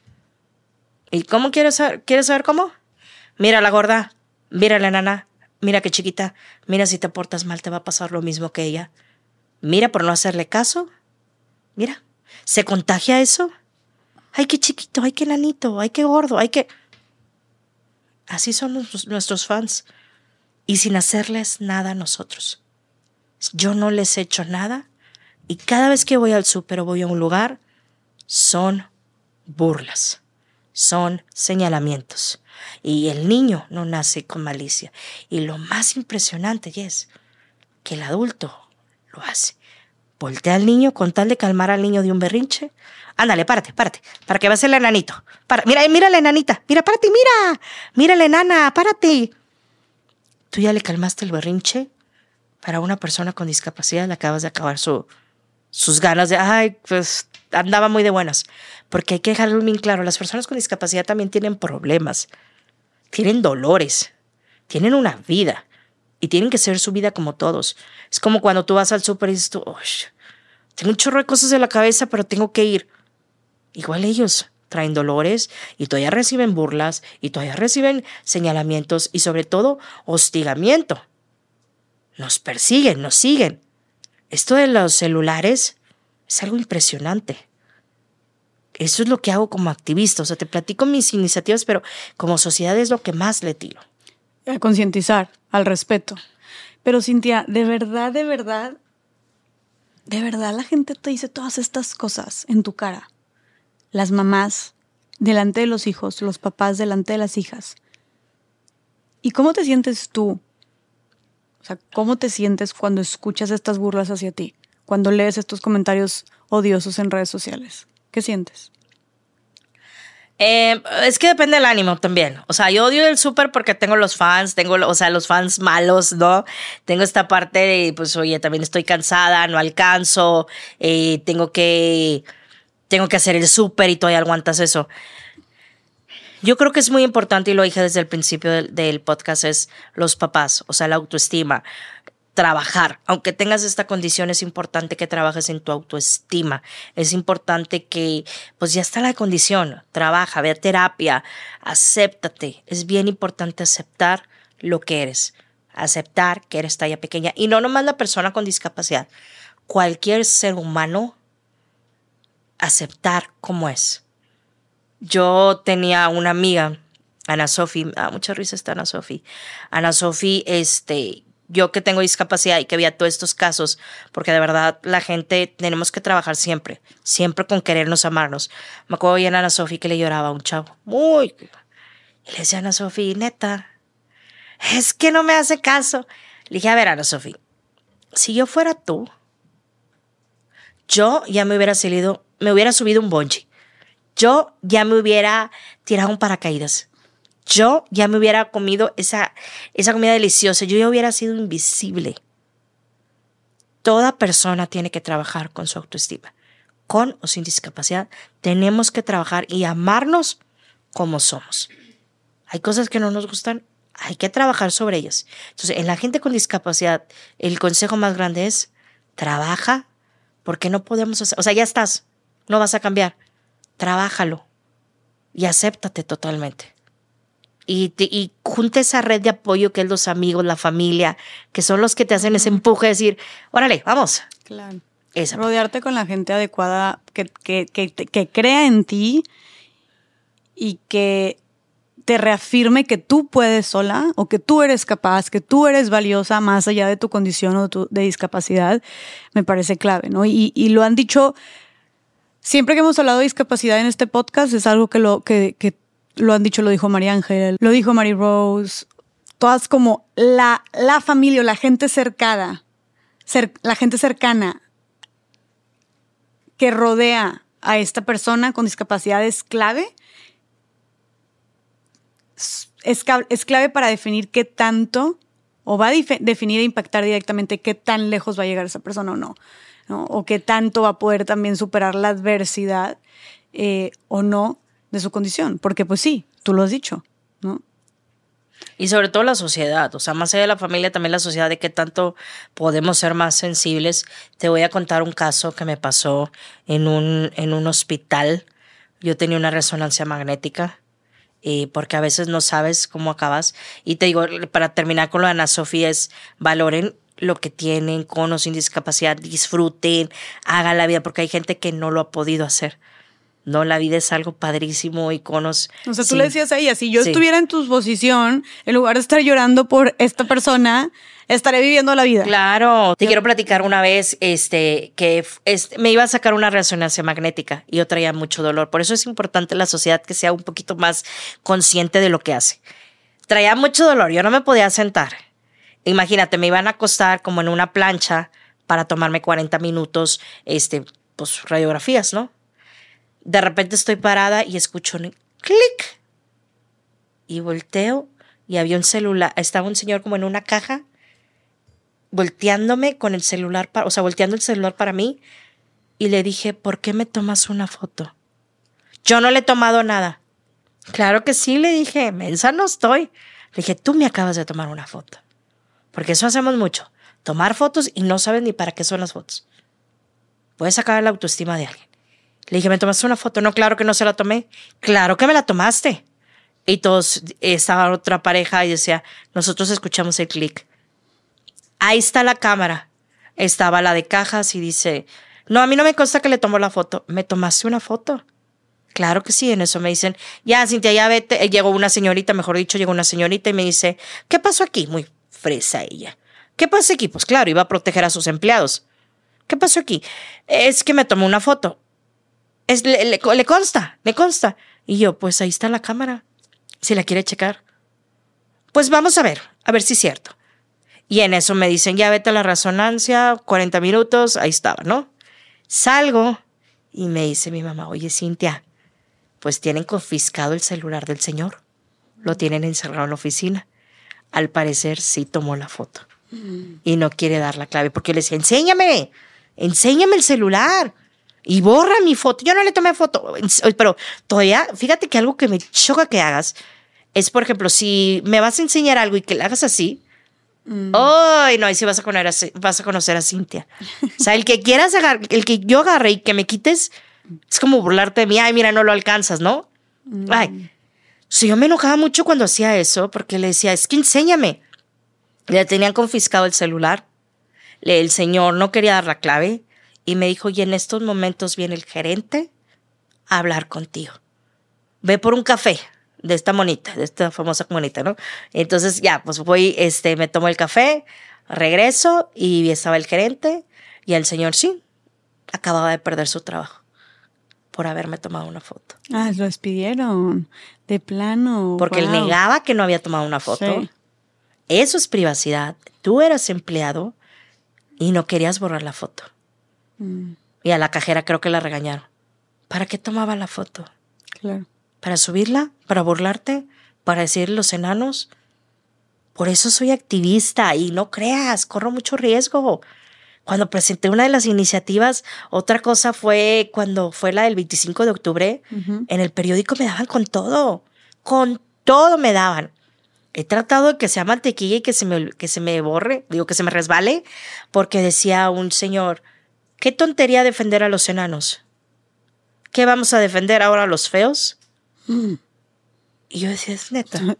¿Y cómo quieres saber? ¿Quieres saber cómo? Mira la gorda, mira la enana, mira qué chiquita. Mira, si te portas mal te va a pasar lo mismo que ella. Mira, por no hacerle caso. Mira, ¿se contagia eso? Ay, qué chiquito, ay, qué nanito, ay, qué gordo, ay, qué... Así son nuestros, nuestros fans. Y sin hacerles nada a nosotros. Yo no les he hecho nada. Y cada vez que voy al súper o voy a un lugar, son burlas. Son señalamientos. Y el niño no nace con malicia. Y lo más impresionante es que el adulto lo hace. Voltea al niño con tal de calmar al niño de un berrinche. Ándale, párate, párate, para que veas el enanito. Para, mira, mira la enanita, mira, párate, mira, mira la enana, párate. Tú ya le calmaste el berrinche. Para una persona con discapacidad le acabas de acabar su, sus ganas de, ay, pues andaba muy de buenas. Porque hay que dejarlo bien claro, las personas con discapacidad también tienen problemas, tienen dolores, tienen una vida y tienen que ser su vida como todos. Es como cuando tú vas al súper y dices tú, tengo un chorro de cosas en la cabeza, pero tengo que ir. Igual ellos traen dolores y todavía reciben burlas y todavía reciben señalamientos y sobre todo hostigamiento. Nos persiguen, nos siguen. Esto de los celulares es algo impresionante. Eso es lo que hago como activista. O sea, te platico mis iniciativas, pero como sociedad es lo que más le tiro. A concientizar, al respeto. Pero Cintia, de verdad, de verdad, de verdad la gente te dice todas estas cosas en tu cara. Las mamás delante de los hijos, los papás delante de las hijas. ¿Y cómo te sientes tú? O sea, ¿cómo te sientes cuando escuchas estas burlas hacia ti? Cuando lees estos comentarios odiosos en redes sociales. ¿Qué sientes? Eh, es que depende del ánimo también. O sea, yo odio el súper porque tengo los fans, tengo, o sea, los fans malos, ¿no? Tengo esta parte de, pues, oye, también estoy cansada, no alcanzo, eh, tengo que, tengo que hacer el súper y todavía aguantas eso. Yo creo que es muy importante, y lo dije desde el principio del, del podcast, es los papás, o sea, la autoestima. Trabajar, aunque tengas esta condición, es importante que trabajes en tu autoestima. Es importante que, pues ya está la condición, trabaja, ve a terapia, acéptate. Es bien importante aceptar lo que eres, aceptar que eres talla pequeña. Y no nomás la persona con discapacidad, cualquier ser humano, aceptar cómo es. Yo tenía una amiga, Ana Sofi, ah, mucha risa está Ana Sofi. Ana Sofi, este... yo que tengo discapacidad y que veía todos estos casos, porque de verdad la gente tenemos que trabajar siempre, siempre con querernos, amarnos. Me acuerdo bien a Ana Sofi que le lloraba a un chavo, muy, y le decía a Ana Sofi, neta, es que no me hace caso. Le dije, a ver, Ana Sofi, si yo fuera tú, yo ya me hubiera salido, me hubiera subido un bungee, yo ya me hubiera tirado un paracaídas. Yo ya me hubiera comido esa, esa comida deliciosa. Yo ya hubiera sido invisible. Toda persona tiene que trabajar con su autoestima. Con o sin discapacidad, tenemos que trabajar y amarnos como somos. Hay cosas que no nos gustan, hay que trabajar sobre ellas. Entonces, en la gente con discapacidad, el consejo más grande es, trabaja, porque no podemos hacer, o sea, ya estás, no vas a cambiar. Trabájalo y acéptate totalmente. Y, te, y junta esa red de apoyo que es los amigos, la familia, que son los que te hacen ese empuje de decir, órale, vamos. Claro. Esa. Rodearte con la gente adecuada que, que, que, que crea en ti y que te reafirme que tú puedes sola o que tú eres capaz, que tú eres valiosa más allá de tu condición o tu, de discapacidad, me parece clave, ¿no? Y, y lo han dicho, siempre que hemos hablado de discapacidad en este podcast, es algo que lo que, que lo han dicho, lo dijo María Ángel, lo dijo Mary Rose, todas como la, la familia o la gente cercana, cer, la gente cercana que rodea a esta persona con discapacidad es clave. Es, es clave para definir qué tanto, o va a dif- definir e impactar directamente qué tan lejos va a llegar esa persona o no, ¿no? O qué tanto va a poder también superar la adversidad eh, o no de su condición, porque pues sí, tú lo has dicho, ¿no? Y sobre todo la sociedad, o sea, más allá de la familia, también la sociedad, de qué tanto podemos ser más sensibles. Te voy a contar un caso que me pasó en un, en un hospital. Yo tenía una resonancia magnética, eh, porque a veces no sabes cómo acabas. Y te digo, para terminar con lo de Ana Sofía, es valoren lo que tienen, con o sin discapacidad, disfruten, hagan la vida, porque hay gente que no lo ha podido hacer. No, la vida es algo padrísimo, iconos. O sea, tú sí. le decías a ella, si yo sí. estuviera en tu posición, en lugar de estar llorando por esta persona, estaré viviendo la vida. Claro. Te yo... quiero platicar una vez este, que este, me iba a sacar una resonancia magnética y yo traía mucho dolor. Por eso es importante la sociedad que sea un poquito más consciente de lo que hace. Traía mucho dolor, yo no me podía sentar. Imagínate, me iban a acostar como en una plancha para tomarme cuarenta minutos, este, pues radiografías, ¿no? De repente estoy parada y escucho un clic. Y volteo y había un celular, estaba un señor como en una caja, volteándome con el celular, para, o sea, volteando el celular para mí. Y le dije, ¿por qué me tomas una foto? Yo no le he tomado nada. Claro que sí, le dije, mensa no estoy. Le dije, tú me acabas de tomar una foto. Porque eso hacemos mucho. Tomar fotos y no sabes ni para qué son las fotos. Puedes sacar la autoestima de alguien. Le dije, ¿me tomaste una foto? No, claro que no se la tomé. Claro que me la tomaste. Y todos, estaba otra pareja y decía, nosotros escuchamos el clic. Ahí está la cámara. Estaba la de cajas y dice, no, a mí no me consta que le tomó la foto. ¿Me tomaste una foto? Claro que sí. En eso me dicen, ya, Cintia, ya vete. Eh, llegó una señorita, mejor dicho, llegó una señorita y me dice, ¿qué pasó aquí? Muy fresa ella. ¿Qué pasó aquí? Pues claro, iba a proteger a sus empleados. ¿Qué pasó aquí? Es que me tomó una foto. Es, le, le, le consta, le consta. Y yo, pues ahí está la cámara. Si la quiere checar. Pues vamos a ver, a ver si es cierto. Y en eso me dicen, ya vete a la resonancia, cuarenta minutos, ahí estaba, ¿no? Salgo y me dice mi mamá, oye, Cintia, pues tienen confiscado el celular del señor. Lo tienen encerrado en la oficina. Al parecer sí tomó la foto. Mm. Y no quiere dar la clave porque le decía, enséñame, enséñame el celular. Y borra mi foto. Yo no le tomé foto. Pero todavía, fíjate que algo que me choca que hagas es, por ejemplo, si me vas a enseñar algo y que le hagas así, mm. ¡ay, no! Ahí sí vas a conocer a, vas a conocer a Cintia. O sea, el que quieras agarrar, el que yo agarre y que me quites, es como burlarte de mí. Ay, mira, no lo alcanzas, ¿no? Mm. Ay. O sea, yo me enojaba mucho cuando hacía eso porque le decía, es que enséñame. Le tenían confiscado el celular. El señor no quería dar la clave. Y me dijo, y en estos momentos viene el gerente a hablar contigo. Ve por un café de esta monita, de esta famosa monita, ¿no? Entonces ya, pues voy, este, me tomo el café, regreso y estaba el gerente y el señor sí, acababa de perder su trabajo por haberme tomado una foto. Ah, lo despidieron, de plano. Porque wow. Él negaba que no había tomado una foto. Sí. Eso es privacidad. Tú eras empleado y no querías borrar la foto. Mm. Y a la cajera creo que la regañaron. ¿Para qué tomaba la foto? Claro. ¿Para subirla? ¿Para burlarte? ¿Para decir los enanos? Por eso soy activista y no creas, corro mucho riesgo. Cuando presenté una de las iniciativas, otra cosa fue cuando fue la del veinticinco de octubre, uh-huh. En el periódico me daban con todo, con todo me daban. He tratado de que sea mantequilla y que se me, que se me borre, digo que se me resbale, porque decía un señor, qué tontería defender a los enanos. ¿Qué vamos a defender ahora a los feos? Mm. Y yo decía, es neta.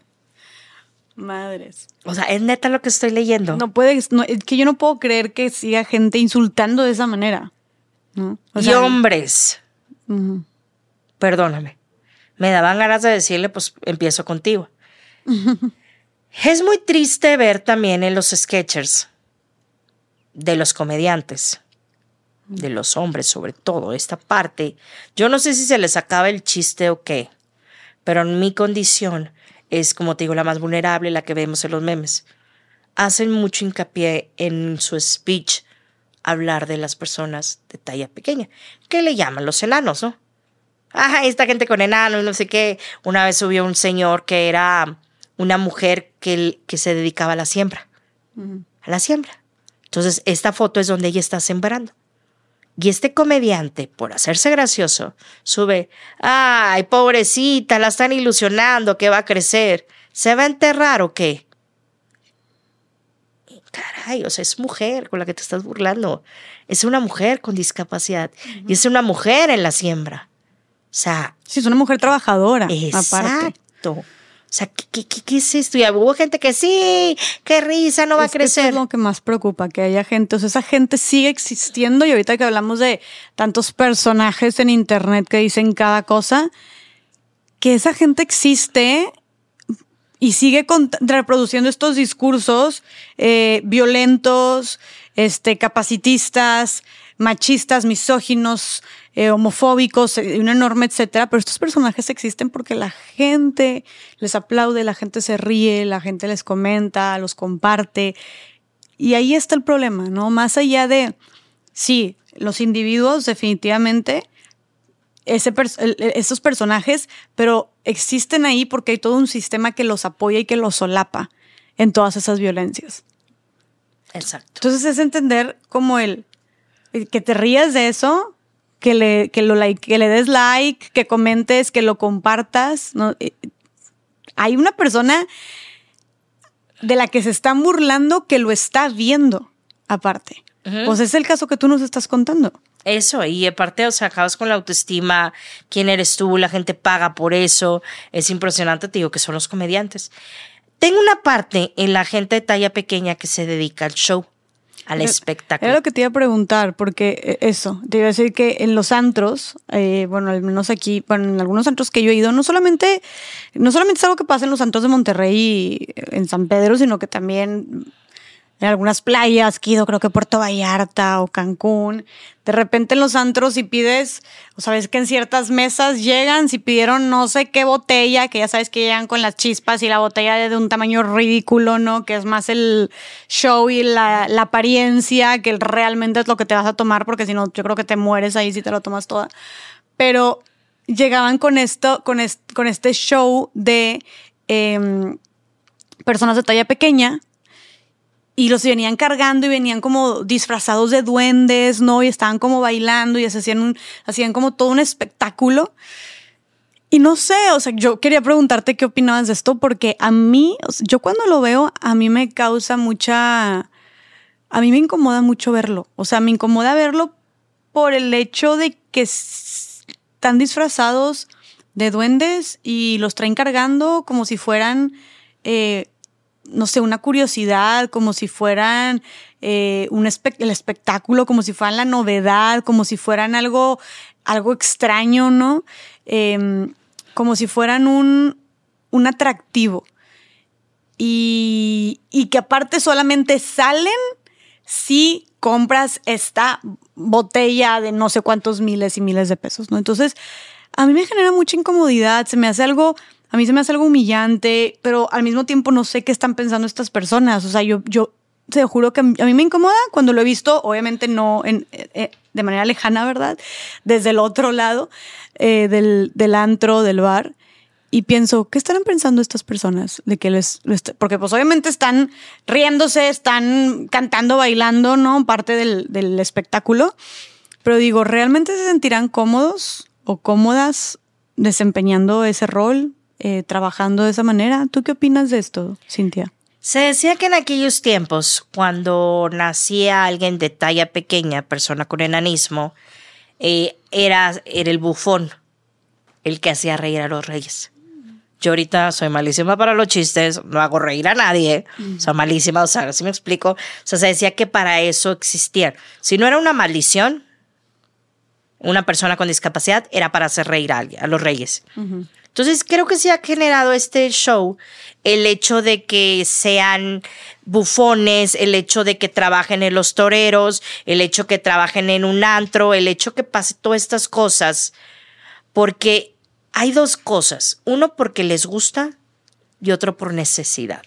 Madres. O sea, es neta lo que estoy leyendo. No puedes, no, es que yo no puedo creer que siga gente insultando de esa manera, ¿no? O y sea, hombres. Uh-huh. Perdóname. Me daban ganas de decirle, pues empiezo contigo. Uh-huh. Es muy triste ver también en los sketchers de los comediantes, de los hombres sobre todo, esta parte. Yo no sé si se les acaba el chiste o qué, pero en mi condición es, como te digo, la más vulnerable, la que vemos en los memes. Hacen mucho hincapié en su speech hablar de las personas de talla pequeña, que le llaman los enanos, ¿no? Ah, esta gente con enanos, no sé qué. Una vez subió un señor que era una mujer que, que se dedicaba a la siembra, uh-huh. a la siembra. Entonces, esta foto es donde ella está sembrando. Y este comediante, por hacerse gracioso, sube, ay, pobrecita, la están ilusionando que va a crecer. ¿Se va a enterrar o qué? Caray, o sea, es mujer con la que te estás burlando. Es una mujer con discapacidad. Uh-huh. Y es una mujer en la siembra. O sea... Sí, es una mujer trabajadora, exacto. aparte. O sea, ¿qué, qué, qué es esto? Y hubo gente que sí, qué risa, no va es a crecer. Que eso es lo que más preocupa, que haya gente, o sea, esa gente sigue existiendo y ahorita que hablamos de tantos personajes en internet que dicen cada cosa, que esa gente existe y sigue con, reproduciendo estos discursos eh, violentos, este, capacitistas, machistas, misóginos, eh, homofóbicos, eh, un enorme etcétera, pero estos personajes existen porque la gente les aplaude, la gente se ríe, la gente les comenta, los comparte. y ahí está el problema, ¿no? Más allá de, sí, los individuos definitivamente, ese pers- el, esos personajes, pero existen ahí porque hay todo un sistema que los apoya y que los solapa en todas esas violencias. Exacto. Entonces es entender como el, el que te rías de eso, que le, que, lo like, que le des like, que comentes, que lo compartas, ¿no? Hay una persona de la que se están burlando que lo está viendo aparte. Uh-huh. Pues es el caso que tú nos estás contando. Eso, y aparte, o sea, acabas con la autoestima, quién eres tú, la gente paga por eso, es impresionante, te digo, que son los comediantes. Tengo una parte en la gente de talla pequeña que se dedica al show, al era, espectáculo. Era lo que te iba a preguntar, porque eso, te iba a decir que en los antros, eh, bueno, al menos aquí, bueno, en algunos antros que yo he ido, no solamente, no solamente es algo que pasa en los antros de Monterrey y en San Pedro, sino que también en algunas playas, Quido, creo que Puerto Vallarta o Cancún. De repente en los antros, si pides, o sabes que en ciertas mesas llegan, si pidieron no sé qué botella, que ya sabes que llegan con las chispas y la botella de un tamaño ridículo, ¿no? Que es más el show y la, la apariencia que realmente es lo que te vas a tomar, porque si no, yo creo que te mueres ahí si te lo tomas toda. Pero llegaban con esto, con este, con este show de eh, personas de talla pequeña. Y los venían cargando y venían como disfrazados de duendes, ¿no? Y estaban como bailando y se hacían, un, hacían como todo un espectáculo. Y no sé, o sea, yo quería preguntarte qué opinabas de esto, porque a mí, o sea, yo cuando lo veo, a mí me causa mucha... A mí me incomoda mucho verlo. O sea, me incomoda verlo por el hecho de que están disfrazados de duendes y los traen cargando como si fueran... Eh, no sé, una curiosidad, como si fueran eh, un espe- el espectáculo, como si fueran la novedad, como si fueran algo, algo extraño, ¿no? Eh, como si fueran un, un atractivo. Y, y que aparte solamente salen si compras esta botella de no sé cuántos miles y miles de pesos, ¿no? Entonces, a mí me genera mucha incomodidad, se me hace algo... A mí se me hace algo humillante, pero al mismo tiempo no sé qué están pensando estas personas. O sea, yo, yo te juro que a mí me incomoda cuando lo he visto, obviamente no en, eh, de manera lejana, ¿verdad? Desde el otro lado eh, del, del antro, del bar. Y pienso, ¿qué estarán pensando estas personas? De que les, les, porque pues obviamente están riéndose, están cantando, bailando, ¿no? Parte del, del espectáculo. Pero digo, ¿realmente se sentirán cómodos o cómodas desempeñando ese rol? Eh, trabajando de esa manera. ¿Tú qué opinas de esto, Cintia? Se decía que en aquellos tiempos, cuando nacía alguien de talla pequeña, persona con enanismo, eh, era, era el bufón el que hacía reír a los reyes. Yo ahorita soy malísima para los chistes, no hago reír a nadie, mm. soy malísima, o sea, ¿sí me explico? O sea, se decía que para eso existían. Si no era una maldición, una persona con discapacidad, era para hacer reír a, alguien, a los reyes. Uh-huh. Entonces, creo que sí ha generado este show el hecho de que sean bufones, el hecho de que trabajen en los toreros, el hecho que trabajen en un antro, el hecho que pase todas estas cosas. Porque hay dos cosas. Uno, porque les gusta y otro por necesidad.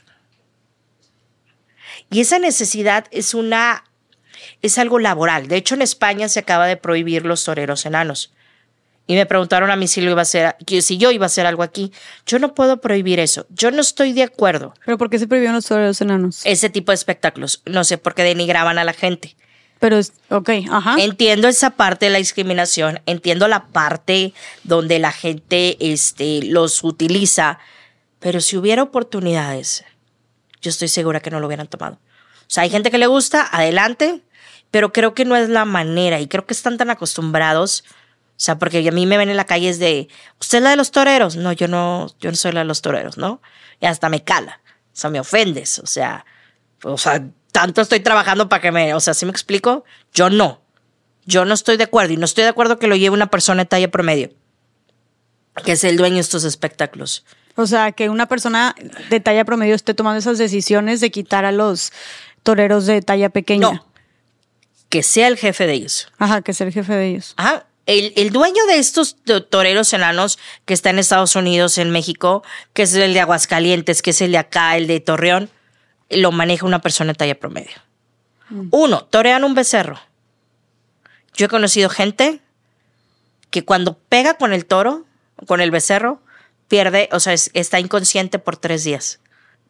Y esa necesidad es una, es algo laboral. De hecho, en España se acaba de prohibir los toreros enanos. Y me preguntaron a mí si, lo iba a hacer, si yo iba a hacer algo aquí. Yo no puedo prohibir eso. Yo no estoy de acuerdo. ¿Pero por qué se prohibieron los toreros enanos? Ese tipo de espectáculos. No sé, porque denigraban a la gente. Pero, es, ok, ajá. Entiendo esa parte de la discriminación. Entiendo la parte donde la gente este, los utiliza. Pero si hubiera oportunidades, yo estoy segura que no lo hubieran tomado. O sea, hay gente que le gusta, adelante. Pero creo que no es la manera. Y creo que están tan acostumbrados... O sea, porque a mí me ven en la calle es de, ¿usted es la de los toreros? No, yo no, yo no soy la de los toreros, ¿no? Y hasta me cala. O sea, me ofendes. O sea, o sea, tanto estoy trabajando para que me... O sea, ¿sí me explico? Yo no. Yo no estoy de acuerdo. Y no estoy de acuerdo que lo lleve una persona de talla promedio, que es el dueño de estos espectáculos. O sea, que una persona de talla promedio esté tomando esas decisiones de quitar a los toreros de talla pequeña. No. Que sea el jefe de ellos. Ajá, que sea el jefe de ellos. Ajá. El, el dueño de estos toreros enanos que está en Estados Unidos, en México, que es el de Aguascalientes, que es el de acá, el de Torreón, lo maneja una persona de talla promedio. Mm. Uno, torean un becerro. Yo he conocido gente que cuando pega con el toro, con el becerro, pierde, o sea, es, está inconsciente por tres días.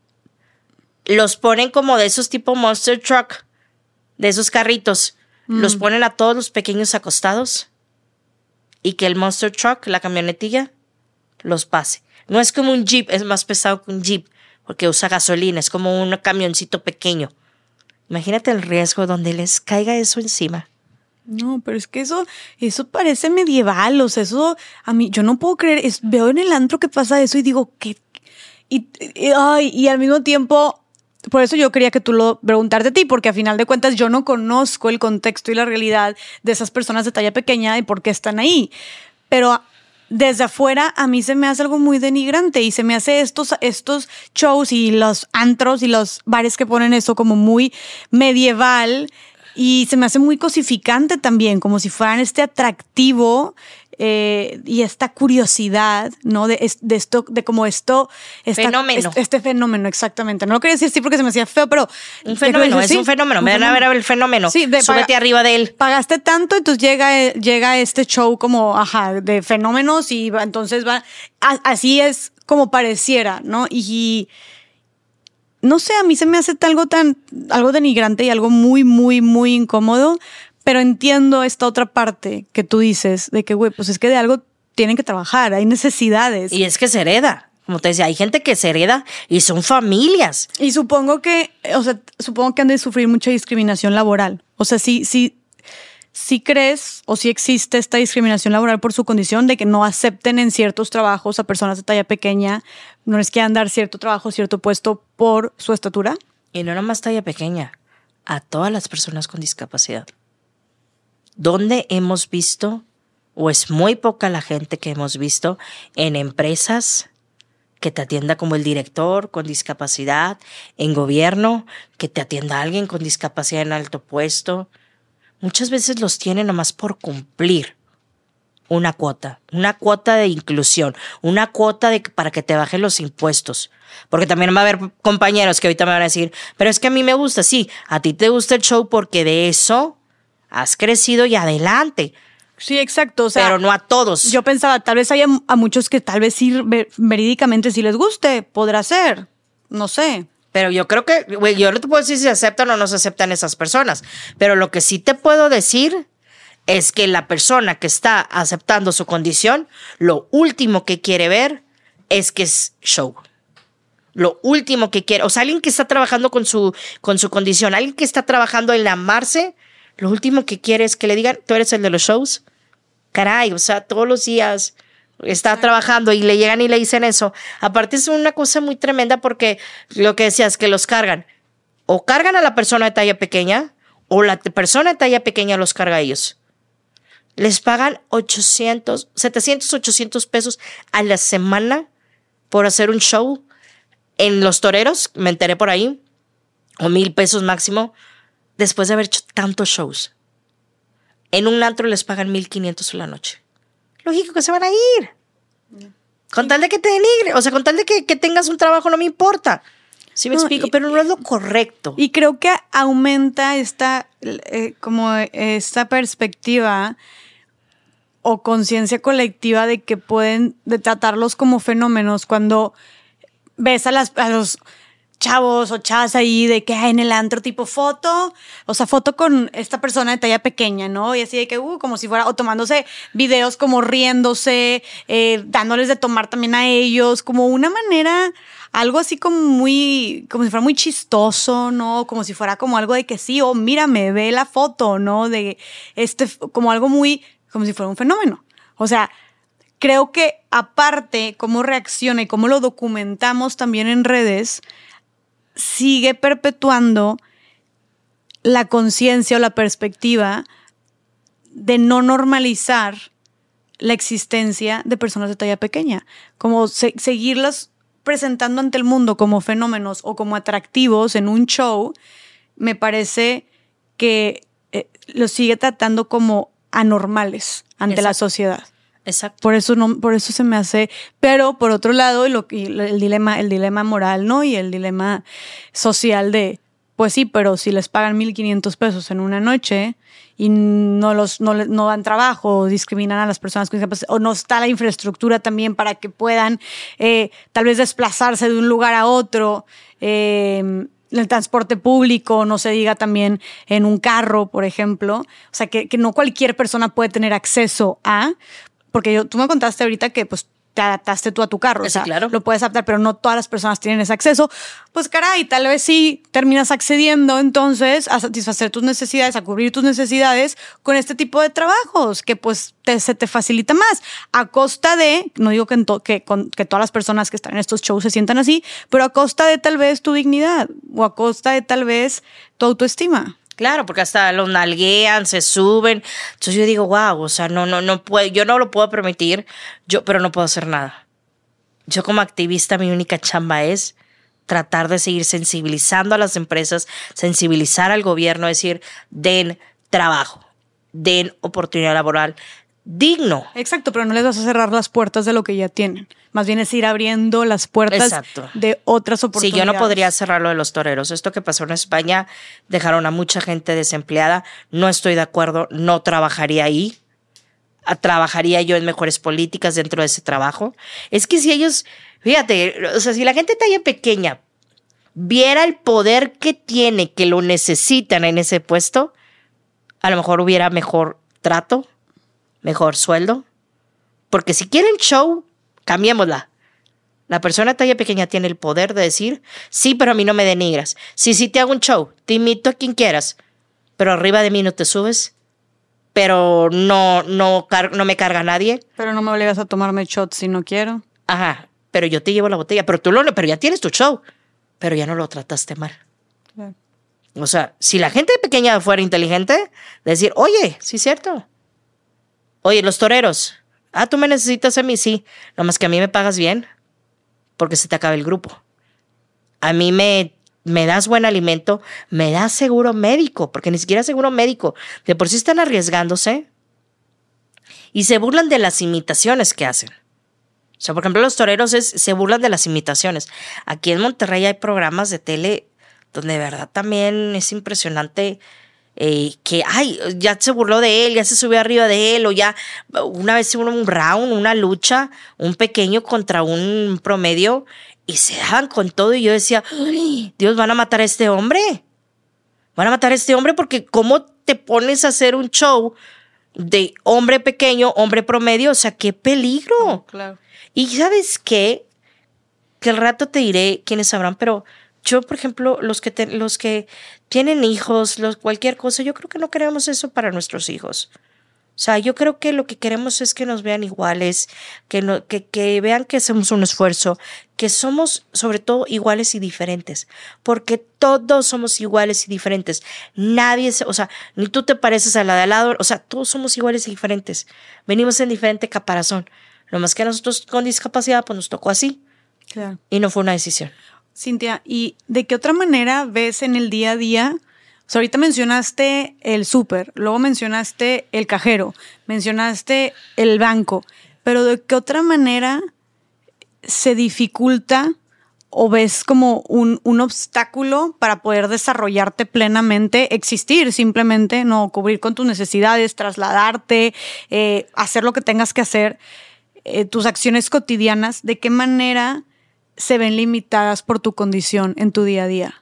Los ponen como de esos tipo monster truck, de esos carritos. Mm. Los ponen a todos los pequeños acostados y que el monster truck, la camionetilla, los pase. No es como un jeep, es más pesado que un jeep porque usa gasolina, es como un camioncito pequeño. Imagínate el riesgo donde les caiga eso encima. No, pero es que eso, eso parece medieval, o sea, eso, a mí, yo no puedo creer, es, veo en el antro que pasa eso y digo, ¿qué? Y, y, ay, y al mismo tiempo, por eso yo quería que tú lo preguntarte a ti, porque a final de cuentas yo no conozco el contexto y la realidad de esas personas de talla pequeña y por qué están ahí, pero desde afuera a mí se me hace algo muy denigrante y se me hace estos, estos shows y los antros y los bares que ponen eso como muy medieval. Y se me hace muy cosificante también, como si fueran este atractivo eh, y esta curiosidad, ¿no? De, de esto, de como esto... Esta, fenómeno. Este, este fenómeno, exactamente. No lo quería decir así porque se me hacía feo, pero... Un fenómeno, es un fenómeno. Me van a ver el fenómeno. Sí, de, súbete paga, arriba de él. Pagaste tanto, entonces llega, llega este show como, ajá, de fenómenos y va, entonces va... A, así es como pareciera, ¿no? Y... y no sé, a mí se me hace algo tan, algo denigrante y algo muy, muy, muy incómodo, pero entiendo esta otra parte que tú dices, de que, güey, pues es que de algo tienen que trabajar, hay necesidades. Y es que se hereda, como te decía, hay gente que se hereda y son familias. Y supongo que, o sea, supongo que han de sufrir mucha discriminación laboral. O sea, sí, sí, sí crees o sí existe esta discriminación laboral por su condición de que no acepten en ciertos trabajos a personas de talla pequeña, no les quieran dar cierto trabajo, cierto puesto por su estatura. Y no nomás talla pequeña, a todas las personas con discapacidad. ¿Dónde hemos visto, o es muy poca la gente que hemos visto en empresas que te atienda como el director con discapacidad, en gobierno, que te atienda alguien con discapacidad en alto puesto? Muchas veces los tienen nomás por cumplir una cuota, una cuota de inclusión, una cuota de para que te bajen los impuestos. Porque también va a haber compañeros que ahorita me van a decir, pero es que a mí me gusta, sí, a ti te gusta el show porque de eso has crecido y adelante. Sí, exacto. O sea, pero no a todos. Yo pensaba, tal vez haya a muchos que tal vez sí, verídicamente si les guste, podrá ser, no sé. Pero yo creo que, güey, yo no te puedo decir si se aceptan o no se aceptan esas personas. Pero lo que sí te puedo decir es que la persona que está aceptando su condición, lo último que quiere ver es que es show. Lo último que quiere, o sea, alguien que está trabajando con su, con su condición, alguien que está trabajando en amarse, lo último que quiere es que le digan, tú eres el de los shows. Caray, o sea, todos los días está trabajando y le llegan y le dicen eso. Aparte es una cosa muy tremenda porque lo que decías, que los cargan. O cargan a la persona de talla pequeña o la persona de talla pequeña los carga a ellos. Les pagan ochocientos, setecientos, ochocientos pesos a la semana por hacer un show. En los toreros, me enteré por ahí, o mil pesos máximo, después de haber hecho tantos shows. En un antro les pagan mil quinientos a la noche. Lógico que se van a ir. Con tal de que te denigre, o sea, con tal de que, que tengas un trabajo, no me importa. Sí me no, explico, y, pero no es lo correcto. Y creo que aumenta esta, eh, como esta perspectiva o conciencia colectiva de que pueden de tratarlos como fenómenos cuando ves a, las, a los chavos o chavas ahí de que en el antro tipo foto, o sea, foto con esta persona de talla pequeña, ¿no? Y así de que, uh, como si fuera, o tomándose videos como riéndose, eh, dándoles de tomar también a ellos, como una manera, algo así como muy, como si fuera muy chistoso, ¿no? Como si fuera como algo de que sí, oh, mírame, ve la foto, ¿no? De este, como algo muy, como si fuera un fenómeno. O sea, creo que aparte cómo reacciona y cómo lo documentamos también en redes, sigue perpetuando la conciencia o la perspectiva de no normalizar la existencia de personas de talla pequeña, como se- seguirlas presentando ante el mundo como fenómenos o como atractivos en un show, me parece que eh, los sigue tratando como anormales ante Exacto. la sociedad. Exacto. Por eso no, por eso se me hace, pero por otro lado, lo, y el dilema, el dilema moral, ¿no? Y el dilema social de Pues sí, pero si les pagan mil quinientos pesos en una noche y no los no, no dan trabajo, o discriminan a las personas con discapacidad, o no está la infraestructura también para que puedan eh, tal vez desplazarse de un lugar a otro, eh, el transporte público, no se diga también en un carro, por ejemplo. O sea, que, que no cualquier persona puede tener acceso a, porque yo, tú me contaste ahorita que pues te adaptaste tú a tu carro, Sí, o sea, claro. lo puedes adaptar, pero no todas las personas tienen ese acceso. Pues caray, tal vez sí terminas accediendo entonces a satisfacer tus necesidades, a cubrir tus necesidades con este tipo de trabajos, que pues te, se te facilita más, a costa de, no digo que, en to, que, con, que todas las personas que están en estos shows se sientan así, pero a costa de tal vez tu dignidad o a costa de tal vez tu autoestima. Claro, porque hasta los nalguean, se suben. Entonces yo digo, wow, o sea, no, no, no puedo, yo no lo puedo permitir, yo, pero no puedo hacer nada. Yo como activista, mi única chamba es tratar de seguir sensibilizando a las empresas, sensibilizar al gobierno, decir, den trabajo, den oportunidad laboral digno. Exacto, pero no les vas a cerrar las puertas de lo que ya tienen. Más bien es ir abriendo las puertas Exacto. de otras oportunidades. Sí, yo no podría cerrar lo de los toreros. Esto que pasó en España, dejaron a mucha gente desempleada. No estoy de acuerdo, no trabajaría ahí. Trabajaría yo en mejores políticas dentro de ese trabajo. Es que si ellos, fíjate, o sea, si la gente talla pequeña viera el poder que tiene, que lo necesitan en ese puesto, a lo mejor hubiera mejor trato, mejor sueldo. Porque si quieren show, cambiémosla. La persona talla pequeña tiene el poder de decir, sí, pero a mí no me denigras. Sí, sí te hago un show, te invito a quien quieras, pero arriba de mí no te subes, pero no, no, car- no me carga nadie. Pero no me obligas a tomarme shots si no quiero. Ajá, pero yo te llevo la botella, pero tú lo, pero ya tienes tu show, pero ya no lo trataste mal. Claro. O sea, si la gente pequeña fuera inteligente, decir, oye, sí es cierto. Oye, los toreros, ah, tú me necesitas a mí, sí, nomás que a mí me pagas bien, porque se te acaba el grupo. A mí me, me das buen alimento, me das seguro médico, porque ni siquiera seguro médico. De por sí están arriesgándose y se burlan de las imitaciones que hacen. O sea, por ejemplo, los toreros es, se burlan de las imitaciones. Aquí en Monterrey hay programas de tele donde de verdad también es impresionante eh, que, ay, ya se burló de él, ya se subió arriba de él, o ya una vez hubo un round, una lucha, un pequeño contra un promedio, y se daban con todo, y yo decía, ay, Dios, van a matar a este hombre. Van a matar a este hombre porque ¿cómo te pones a hacer un show de hombre pequeño, hombre promedio? O sea, qué peligro. Oh, claro. Y ¿sabes qué? Que al rato te diré quiénes sabrán, pero yo, por ejemplo, los que, te, los que tienen hijos, los, cualquier cosa, yo creo que no queremos eso para nuestros hijos. O sea, yo creo que lo que queremos es que nos vean iguales, que, no, que, que vean que hacemos un esfuerzo, que somos sobre todo iguales y diferentes, porque todos somos iguales y diferentes. Nadie, se, o sea, ni tú te pareces a la de al lado, o sea, todos somos iguales y diferentes. Venimos en diferente caparazón. Lo más que a nosotros con discapacidad, pues nos tocó así. Claro. Y no fue una decisión. Cintia, ¿y de qué otra manera ves en el día a día? O sea, ahorita mencionaste el súper, luego mencionaste el cajero, mencionaste el banco, pero ¿de qué otra manera se dificulta o ves como un, un obstáculo para poder desarrollarte plenamente, existir simplemente, no cubrir con tus necesidades, trasladarte, eh, hacer lo que tengas que hacer, eh, tus acciones cotidianas? ¿De qué manera se ven limitadas por tu condición en tu día a día?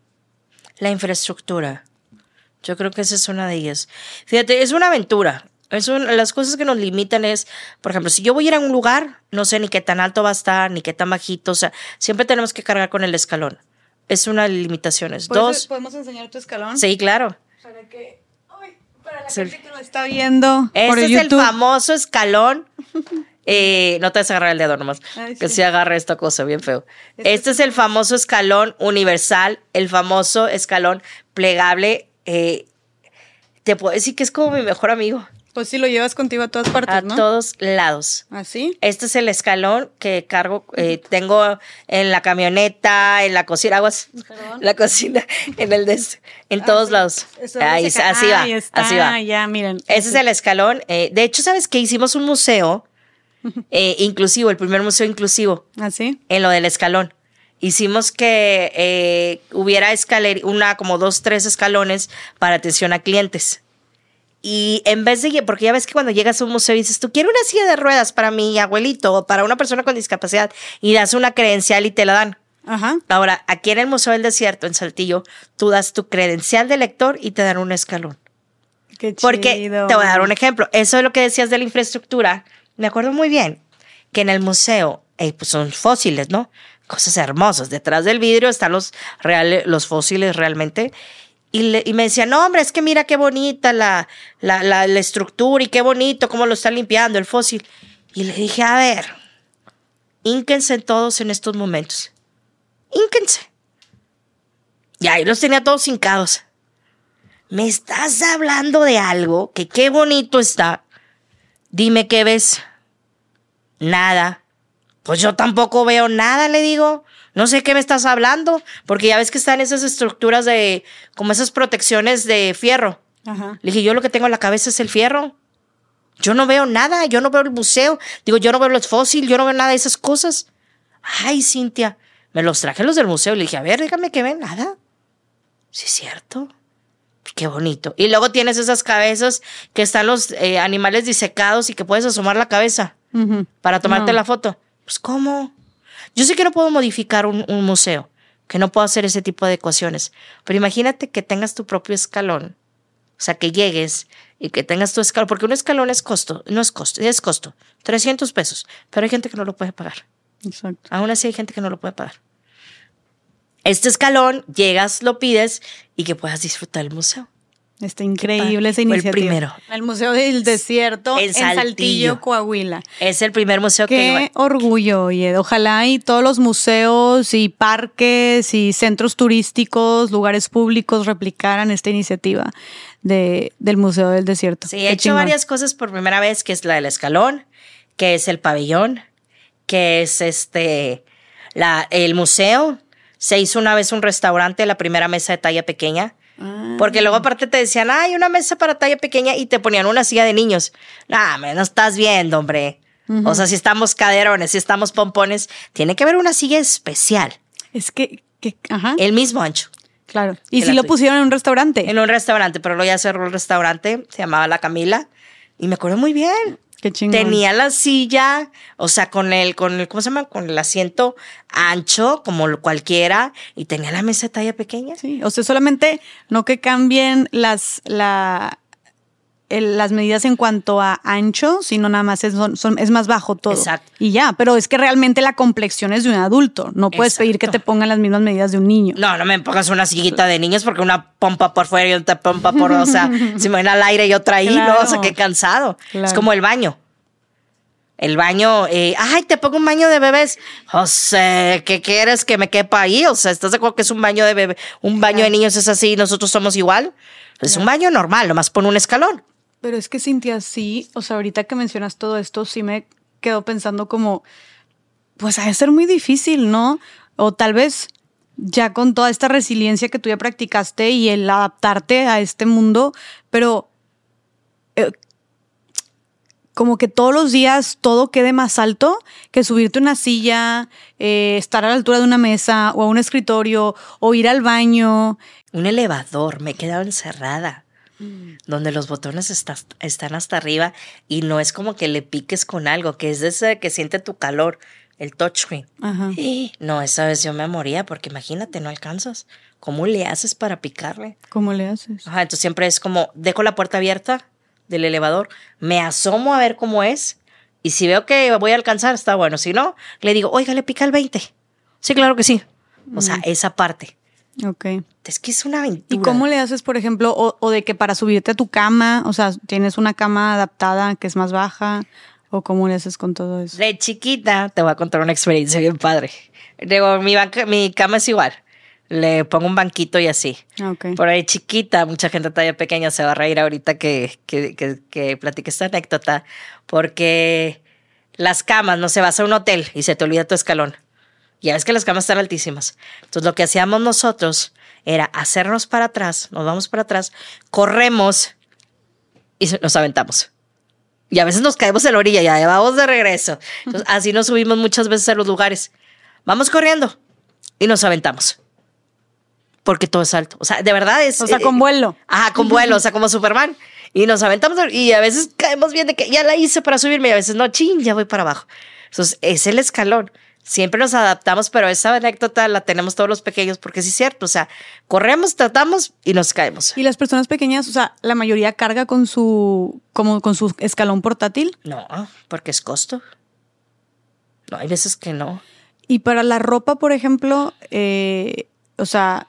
La infraestructura. Yo creo que esa es una de ellas. Fíjate, es una aventura. Es un, las cosas que nos limitan es, por ejemplo, si yo voy a ir a un lugar, no sé ni qué tan alto va a estar, ni qué tan bajito. O sea, siempre tenemos que cargar con el escalón. Es una de las limitaciones. Dos. ¿Podemos enseñar tu escalón? Sí, claro. Para que, ay, para la Sí. gente que lo está viendo Este por es YouTube. el famoso escalón. Eh, no te vas a agarrar el dedo nomás. Ay, que sí. sí agarra esta cosa, bien feo. Este Este es el famoso escalón universal, el famoso escalón plegable. Eh, te puedo decir que es como mi mejor amigo. Pues sí, lo llevas contigo a todas partes, A ¿no? todos lados. ¿Así? Este es el escalón que cargo, eh, tengo en la camioneta, en la cocina, aguas, Perdón. la cocina, en el des, en Ah, todos sí. lados. Eso Ahí, dice que- así va, ahí está, así va. ya, miren. Ese es el escalón. Eh, de hecho, ¿sabes qué? Hicimos un museo eh, inclusivo, el primer museo inclusivo, ¿Así? en lo del escalón. hicimos que eh, hubiera escaler, una, como dos, tres escalones para atención a clientes. Y en vez de, porque ya ves que cuando llegas a un museo y dices, tú quiero una silla de ruedas para mi abuelito o para una persona con discapacidad, y das una credencial y te la dan. Ajá. Ahora, aquí en el Museo del Desierto, en Saltillo, tú das tu credencial de lector y te dan un escalón. Qué chido. Porque te voy a dar un ejemplo. Eso es lo que decías de la infraestructura. Me acuerdo muy bien que en el museo, eh, pues son fósiles, ¿no? Cosas hermosas. Detrás del vidrio están los, reales, los fósiles realmente. Y, le, y me decían, no, hombre, es que mira qué bonita la, la, la, la estructura y qué bonito cómo lo están limpiando el fósil. Y le dije, a ver, hínquense todos en estos momentos. Hínquense. Y ahí los tenía todos hincados. ¿Me estás hablando de algo que qué bonito está? Dime qué ves. Nada. Pues yo tampoco veo nada, le digo. No sé qué me estás hablando, porque ya ves que están esas estructuras de, como esas protecciones de fierro. Ajá. Le dije, yo lo que tengo en la cabeza es el fierro. Yo no veo nada, yo no veo el museo. Digo, yo no veo los fósiles, yo no veo nada de esas cosas. Ay, Cintia, me los traje los del museo y le dije, a ver, dígame que ven, nada. Sí, es cierto. Qué bonito. Y luego tienes esas cabezas que están los eh, animales disecados y que puedes asomar la cabeza uh-huh. para tomarte no. la foto. Pues, ¿cómo? Yo sé que no puedo modificar un, un museo, que no puedo hacer ese tipo de ecuaciones, pero imagínate que tengas tu propio escalón, o sea, que llegues y que tengas tu escalón, porque un escalón es costo, no es costo, es costo, trescientos pesos, pero hay gente que no lo puede pagar. Exacto. Aún así hay gente que no lo puede pagar. Este escalón, llegas, lo pides y que puedas disfrutar el museo. Está increíble esa iniciativa. Fue el primero. El Museo del Desierto en, en Saltillo. Saltillo, Coahuila. Es el primer museo Qué que... Qué orgullo, oye. Ojalá y todos los museos y parques y centros turísticos, lugares públicos replicaran esta iniciativa de, del Museo del Desierto. Sí, he hecho chingón. varias cosas por primera vez, que es la del escalón, que es el pabellón, que es este la, el museo. Se hizo una vez un restaurante, la primera mesa de talla pequeña. Porque luego aparte te decían, hay una mesa para talla pequeña y te ponían una silla de niños. Nah, me no estás viendo, hombre. Uh-huh. O sea, si estamos caderones, si estamos pompones, tiene que haber una silla especial. Es que, que ajá. El mismo ancho. Claro. ¿Y si lo pusieron en un restaurante? En un restaurante, pero luego ya cerró el restaurante, se llamaba La Camila, y me acuerdo muy bien. Qué chingón. Tenía la silla, o sea, con el, con el, ¿cómo se llama? Con el asiento ancho, como cualquiera, y tenía la mesa de talla pequeña. Sí, o sea, solamente no que cambien las, la, el, las medidas en cuanto a ancho, sino nada más es, son, son, es más bajo todo. Exacto. Y ya, pero es que realmente la complexión es de un adulto. No puedes Exacto. pedir que te pongan las mismas medidas de un niño. No, no me pongas una sillita de niños porque una pompa por fuera y otra pompa por, o sea, si me ven al aire y otra ahí, claro. no, o sea, qué cansado. Claro. Es como el baño. El baño, eh, ay, te pongo un baño de bebés. O sea, ¿qué quieres que me quepa ahí? O sea, ¿estás de acuerdo que es un baño de bebé? Un baño claro. de niños es así y nosotros somos igual. Es claro. un baño normal, nomás pon un escalón. Pero es que, Cintia, sí, o sea, ahorita que mencionas todo esto, sí me quedo pensando como, pues ha de ser muy difícil, ¿no? O tal vez ya con toda esta resiliencia que tú ya practicaste y el adaptarte a este mundo, pero eh, como que todos los días todo quede más alto que subirte a una silla, eh, estar a la altura de una mesa o a un escritorio o ir al baño. Un elevador, me he quedado encerrada. Donde los botones está, están hasta arriba y no es como que le piques con algo, que es de ese que siente tu calor, el touchscreen. Ajá. No, esa vez yo me moría porque imagínate, no alcanzas. ¿Cómo le haces para picarle? ¿Cómo le haces? Ajá, entonces siempre es como, dejo la puerta abierta del elevador, me asomo a ver cómo es y si veo que voy a alcanzar, está bueno. Si no, le digo, oiga, le pica el veinte. Sí, claro que sí. O sea, esa parte. Ok. Es que es una aventura. ¿Y cómo le haces, por ejemplo, o, o de que para subirte a tu cama, o sea, tienes una cama adaptada que es más baja, o cómo le haces con todo eso? De chiquita, te voy a contar una experiencia bien padre. Digo, mi, banca, mi cama es igual. Le pongo un banquito y así. Okay. Por ahí chiquita, mucha gente talla pequeña se va a reír ahorita que, que, que, que platique esta anécdota, porque las camas, no sé, vas a un hotel y se te olvida tu escalón. Ya ves que las camas están altísimas. Entonces lo que hacíamos nosotros era hacernos para atrás, nos vamos para atrás, corremos y nos aventamos. Y a veces nos caemos en la orilla, ya vamos de regreso. Entonces así nos subimos muchas veces a los lugares. Vamos corriendo. y nos aventamos. Porque todo es alto. O sea, de verdad es... O sea, con vuelo. Eh, ajá, con vuelo, o sea, como Superman. Y nos aventamos y a veces caemos bien de que ya la hice para subirme y a veces no, chin, ya voy para abajo. Entonces, es el escalón. Siempre nos adaptamos, pero esa anécdota la tenemos todos los pequeños porque sí es cierto. O sea, corremos, tratamos y nos caemos. ¿Y las personas pequeñas, o sea, la mayoría carga con su, como con su escalón portátil? No, porque es costo. No, hay veces que no. Y para la ropa, por ejemplo, eh, o sea,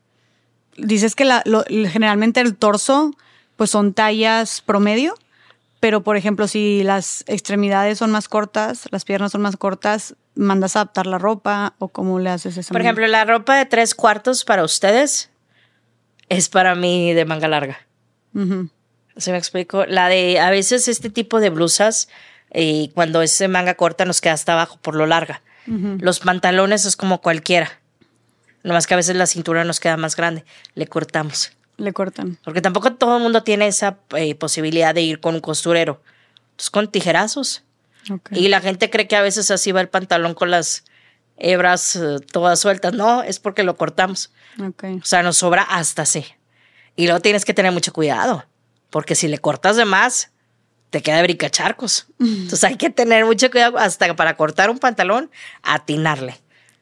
dices que la, lo, generalmente el torso, pues son tallas promedio, pero por ejemplo, si las extremidades son más cortas, las piernas son más cortas, ¿mandas a adaptar la ropa o cómo le haces eso? Por ejemplo, la ropa de tres cuartos para ustedes es para mí de manga larga. Uh-huh. ¿Se me explico? La de, a veces este tipo de blusas, eh, cuando es de manga corta nos queda hasta abajo por lo larga. Uh-huh. Los pantalones es como cualquiera. Nomás que a veces la cintura nos queda más grande. Le cortamos. Le cortan. Porque tampoco todo el mundo tiene esa eh, posibilidad de ir con un costurero. Entonces, con tijerazos. Okay. Y la gente cree que a veces así va el pantalón con las hebras uh, todas sueltas. No, es porque lo cortamos. Okay. O sea, nos sobra hasta así. Y luego tienes que tener mucho cuidado. Porque si le cortas de más, te queda de bricacharcos. Mm. Entonces hay que tener mucho cuidado hasta para cortar un pantalón, atinarle.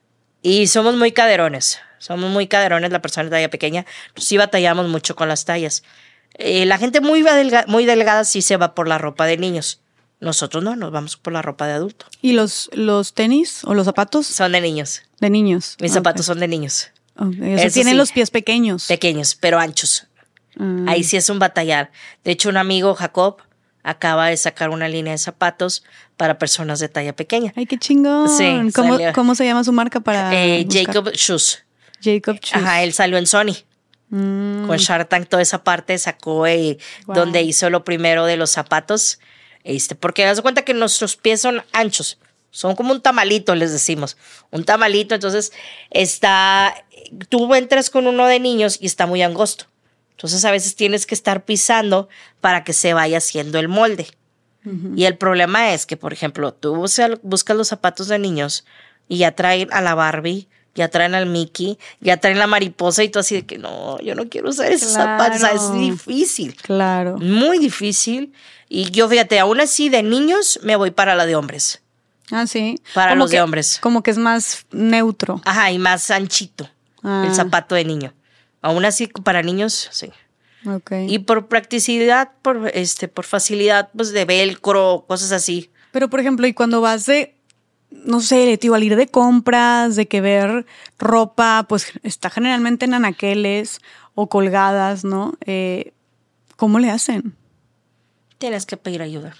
Y somos muy caderones. Somos muy caderones, la persona de talla pequeña. Sí batallamos mucho con las tallas. Eh, la gente muy, delga, muy delgada sí se va por la ropa de niños. Nosotros no, nos vamos por la ropa de adulto. ¿Y los, los tenis o los zapatos? Son de niños. De niños. Mis okay. zapatos son de niños. Okay. O sea, tienen sí, los pies pequeños. Pequeños, pero anchos. Mm. Ahí sí es un batallar. De hecho, un amigo, Jacob, acaba de sacar una línea de zapatos para personas de talla pequeña. ¡Ay, qué chingón! Sí, ¿Cómo, ¿Cómo se llama su marca para eh, Jacob Shoes. Jacob Shoes. Ajá, él salió en Sony. Mm. Con Shark Tank, toda esa parte sacó eh, wow. donde hizo lo primero de los zapatos. Este, porque haz de cuenta que nuestros pies son anchos. Son como un tamalito, les decimos. Un tamalito, entonces está... Tú entras con uno de niños y está muy angosto. Entonces a veces tienes que estar pisando para que se vaya haciendo el molde. Uh-huh. Y el problema es que, por ejemplo, tú buscas los zapatos de niños y ya traen a la Barbie, ya traen al Mickey, ya traen la mariposa y tú así de que no, yo no quiero usar esos claro. zapatos. O sea, es difícil. Claro. Muy difícil. Y yo, fíjate, aún así de niños me voy para la de hombres. Ah, sí. Para como los que, de hombres. Como que es más neutro. Ajá, y más anchito ah. el zapato de niño. Aún así, para niños, sí. Okay. Y por practicidad, por este, por facilidad, pues de velcro, cosas así. Pero, por ejemplo, y cuando vas de, no sé, tío, al ir de compras, de que ver ropa, pues está generalmente en anaqueles o colgadas, ¿no? Eh, ¿Cómo le hacen? Tienes que pedir ayuda.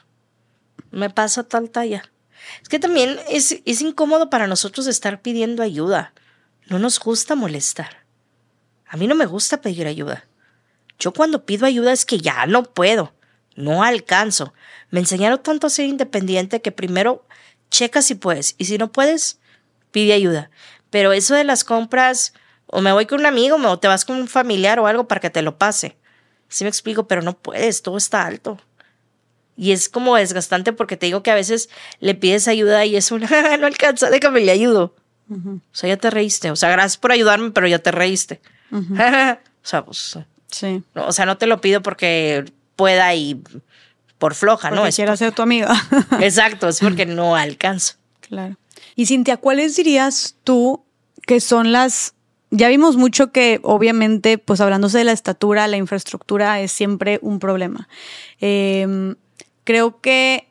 Me pasa tal talla. Es que también es, es incómodo para nosotros estar pidiendo ayuda. No nos gusta molestar. A mí no me gusta pedir ayuda. Yo cuando pido ayuda es que ya no puedo, no alcanzo. Me enseñaron tanto a ser independiente que primero checa si puedes y si no puedes, pide ayuda. Pero eso de las compras, o me voy con un amigo o te vas con un familiar o algo para que te lo pase. Sí me explico, pero no puedes, todo está alto. Y es como desgastante porque te digo que a veces le pides ayuda y es una, no alcanza, déjame le ayudo. Uh-huh. O sea, ya te reíste. O sea, gracias por ayudarme, pero ya te reíste. Uh-huh. O sea, pues... Sí. No, o sea, no te lo pido porque pueda y por floja, porque ¿no? Porque quiera ser tu amiga. Exacto, es porque no alcanzo. Claro. Y Cintia, ¿cuáles dirías tú que son las... Ya vimos mucho que, obviamente, pues hablándose de la estatura, la infraestructura es siempre un problema. Eh, creo que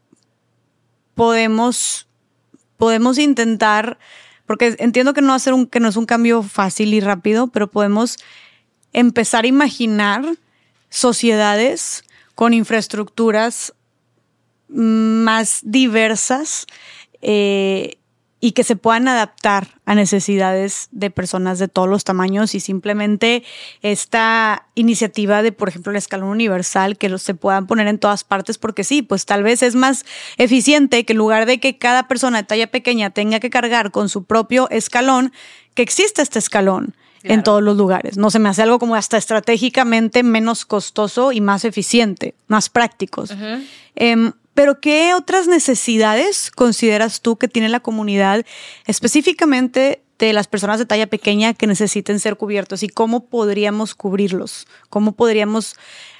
podemos, podemos intentar, porque entiendo que no, hacer un, que no es un cambio fácil y rápido, pero podemos empezar a imaginar sociedades con infraestructuras más diversas eh, y que se puedan adaptar a necesidades de personas de todos los tamaños y simplemente esta iniciativa de, por ejemplo, el escalón universal, que se puedan poner en todas partes, porque sí, pues tal vez es más eficiente que en lugar de que cada persona de talla pequeña tenga que cargar con su propio escalón, que exista este escalón. Claro. En todos los lugares. No se me hace algo como hasta estratégicamente menos costoso y más eficiente, más prácticos. Uh-huh. Eh, Pero ¿qué otras necesidades consideras tú que tiene la comunidad, específicamente de las personas de talla pequeña, que necesiten ser cubiertos? ¿Y cómo podríamos cubrirlos? ¿Cómo podríamos,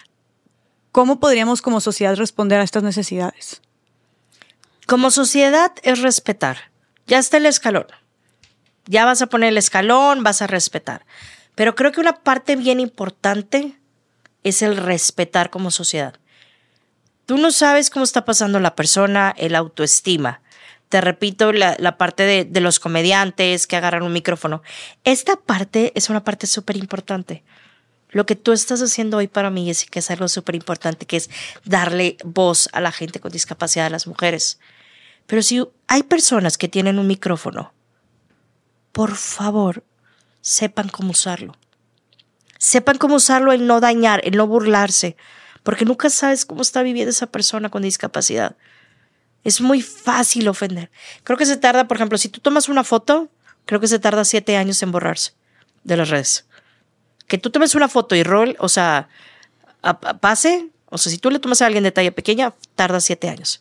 cómo podríamos como sociedad responder a estas necesidades? Como sociedad es respetar. Ya está el escalón. Ya vas a poner el escalón, vas a respetar. Pero creo que una parte bien importante es el respetar como sociedad. Tú no sabes cómo está pasando la persona, el autoestima. Te repito, la, la parte de, de los comediantes que agarran un micrófono. Esta parte es una parte súper importante. Lo que tú estás haciendo hoy para mí, Jessica, es algo súper importante, que es darle voz a la gente con discapacidad, a las mujeres. Pero si hay personas que tienen un micrófono, por favor, sepan cómo usarlo. Sepan cómo usarlo, el no dañar, el no burlarse, porque nunca sabes cómo está viviendo esa persona con discapacidad. Es muy fácil ofender. Creo que se tarda, por ejemplo, si tú tomas una foto, creo que se tarda siete años en borrarse de las redes. Que tú tomes una foto y rol, o sea, a, a pase, o sea, si tú le tomas a alguien de talla pequeña, tarda siete años.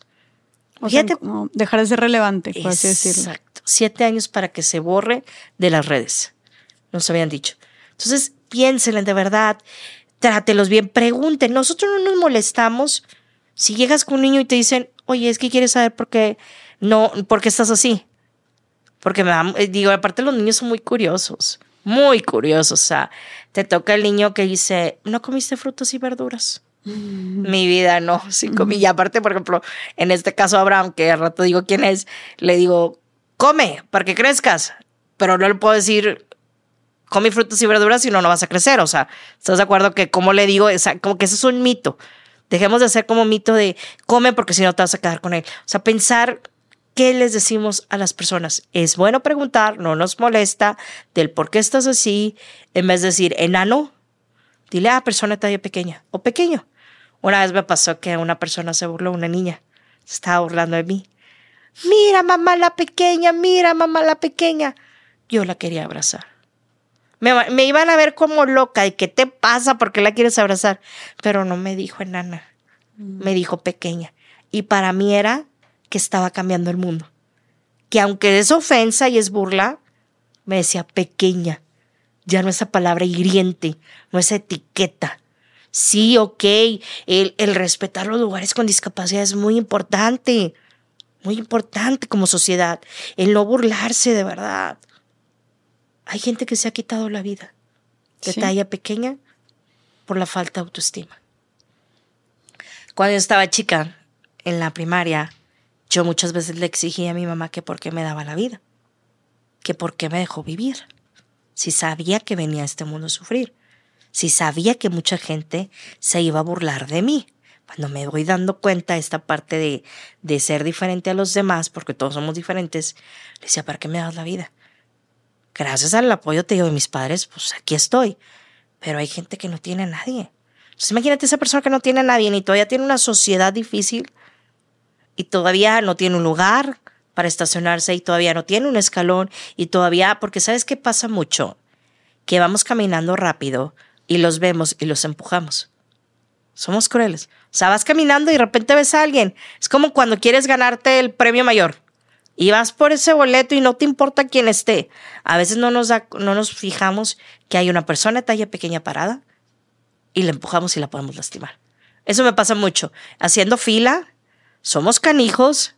O sea, como dejar de ser relevante, por así decirlo. Exacto. Siete años para que se borre de las redes. Nos habían dicho. Entonces, piénsenle de verdad, trátelos bien, pregunten. Nosotros no nos molestamos si llegas con un niño y te dicen, oye, es que quieres saber por qué, no, por qué estás así. Porque me da, digo, aparte los niños son muy curiosos, muy curiosos. O sea, te toca el niño que dice, ¿no comiste frutas y verduras? Mm. Mi vida no, sí comí. Mm. Y aparte, por ejemplo, en este caso Abraham, que al rato digo quién es, le digo, come para que crezcas. Pero no le puedo decir, come frutas y verduras, si no, no vas a crecer. O sea, ¿estás de acuerdo que como le digo? O sea, como que eso es un mito. Dejemos de hacer como mito de come porque si no te vas a quedar con él. O sea, pensar qué les decimos a las personas. Es bueno preguntar, no nos molesta del por qué estás así. En vez de decir enano, dile a persona de talla pequeña o pequeño. Una vez me pasó que una persona se burló, una niña, se estaba burlando de mí. Mira, mamá la pequeña, mira, mamá la pequeña. Yo la quería abrazar. Me, me iban a ver como loca. ¿Y qué te pasa? ¿Por qué la quieres abrazar? Pero no me dijo enana. Mm. Me dijo pequeña. Y para mí era que estaba cambiando el mundo. Que aunque es ofensa y es burla, me decía pequeña. Ya no esa palabra hiriente, no esa etiqueta. Sí, ok, el, el respetar los lugares con discapacidad es muy importante. Muy importante como sociedad. El no burlarse de verdad. Hay gente que se ha quitado la vida de sí. talla pequeña por la falta de autoestima. Cuando yo estaba chica, en la primaria, yo muchas veces le exigía a mi mamá que por qué me daba la vida, que por qué me dejó vivir, si sabía que venía a este mundo a sufrir, si sabía que mucha gente se iba a burlar de mí. Cuando me voy dando cuenta de esta parte de, de ser diferente a los demás, porque todos somos diferentes, le decía, ¿para qué me das la vida? Gracias al apoyo, te digo, de mis padres, pues aquí estoy. Pero hay gente que no tiene a nadie. Entonces imagínate esa persona que no tiene a nadie y todavía tiene una sociedad difícil y todavía no tiene un lugar para estacionarse y todavía no tiene un escalón y todavía, porque ¿sabes qué pasa mucho? Que vamos caminando rápido y los vemos y los empujamos. Somos crueles. O sea, vas caminando y de repente ves a alguien. Es como cuando quieres ganarte el premio mayor. Y vas por ese boleto y no te importa quién esté. A veces no nos, da, no nos fijamos que hay una persona de talla pequeña parada y la empujamos y la podemos lastimar. Eso me pasa mucho. Haciendo fila, somos canijos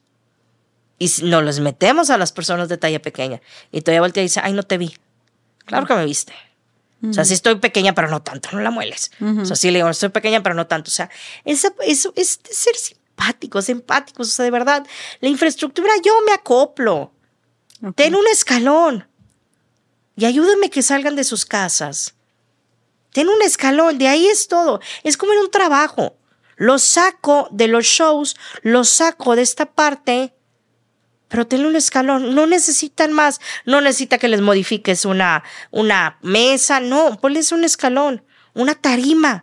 y nos los metemos a las personas de talla pequeña. Y todavía voltea y dice, ay, no te vi. Claro que me viste. Uh-huh. O sea, sí estoy pequeña, pero no tanto, no la mueles. Uh-huh. O sea, sí le digo, estoy pequeña, pero no tanto. O sea, eso es, es de ser simpáticos, empáticos. O sea, de verdad, la infraestructura yo me acoplo. Okay. Ten un escalón y ayúdenme que salgan de sus casas. Ten un escalón, de ahí es todo. Es como en un trabajo. Lo saco de los shows, lo saco de esta parte, pero tenle un escalón. No necesitan más. No necesita que les modifiques una, una mesa. No, ponles un escalón, una tarima.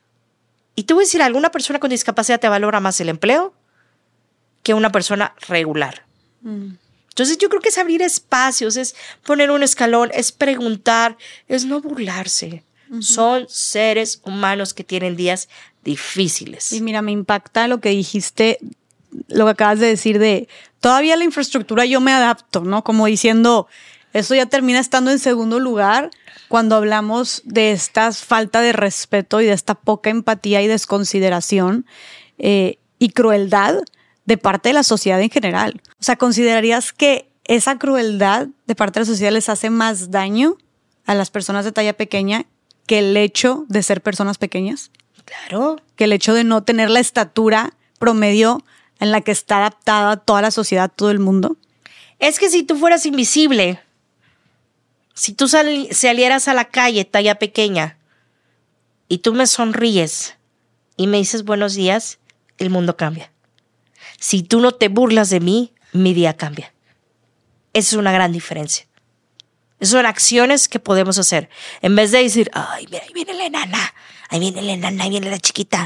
Y te voy a decir, alguna persona con discapacidad te valora más el empleo que una persona regular. Mm. Entonces yo creo que es abrir espacios, es poner un escalón, es preguntar, es no burlarse. Uh-huh. Son seres humanos que tienen días difíciles. Y mira, me impacta lo que dijiste lo que acabas de decir de todavía la infraestructura yo me adapto, ¿no? Como diciendo, eso ya termina estando en segundo lugar cuando hablamos de esta falta de respeto y de esta poca empatía y desconsideración eh, y crueldad de parte de la sociedad en general. O sea, ¿considerarías que esa crueldad de parte de la sociedad les hace más daño a las personas de talla pequeña que el hecho de ser personas pequeñas? Claro. Que el hecho de no tener la estatura promedio en la que está adaptada toda la sociedad, todo el mundo. Es que si tú fueras invisible, si tú sal- salieras a la calle talla pequeña y tú me sonríes y me dices buenos días, el mundo cambia. Si tú no te burlas de mí, mi día cambia. Esa es una gran diferencia. Esas son acciones que podemos hacer. En vez de decir, ay, mira, ahí viene la enana, ahí viene la enana, ahí viene la chiquita.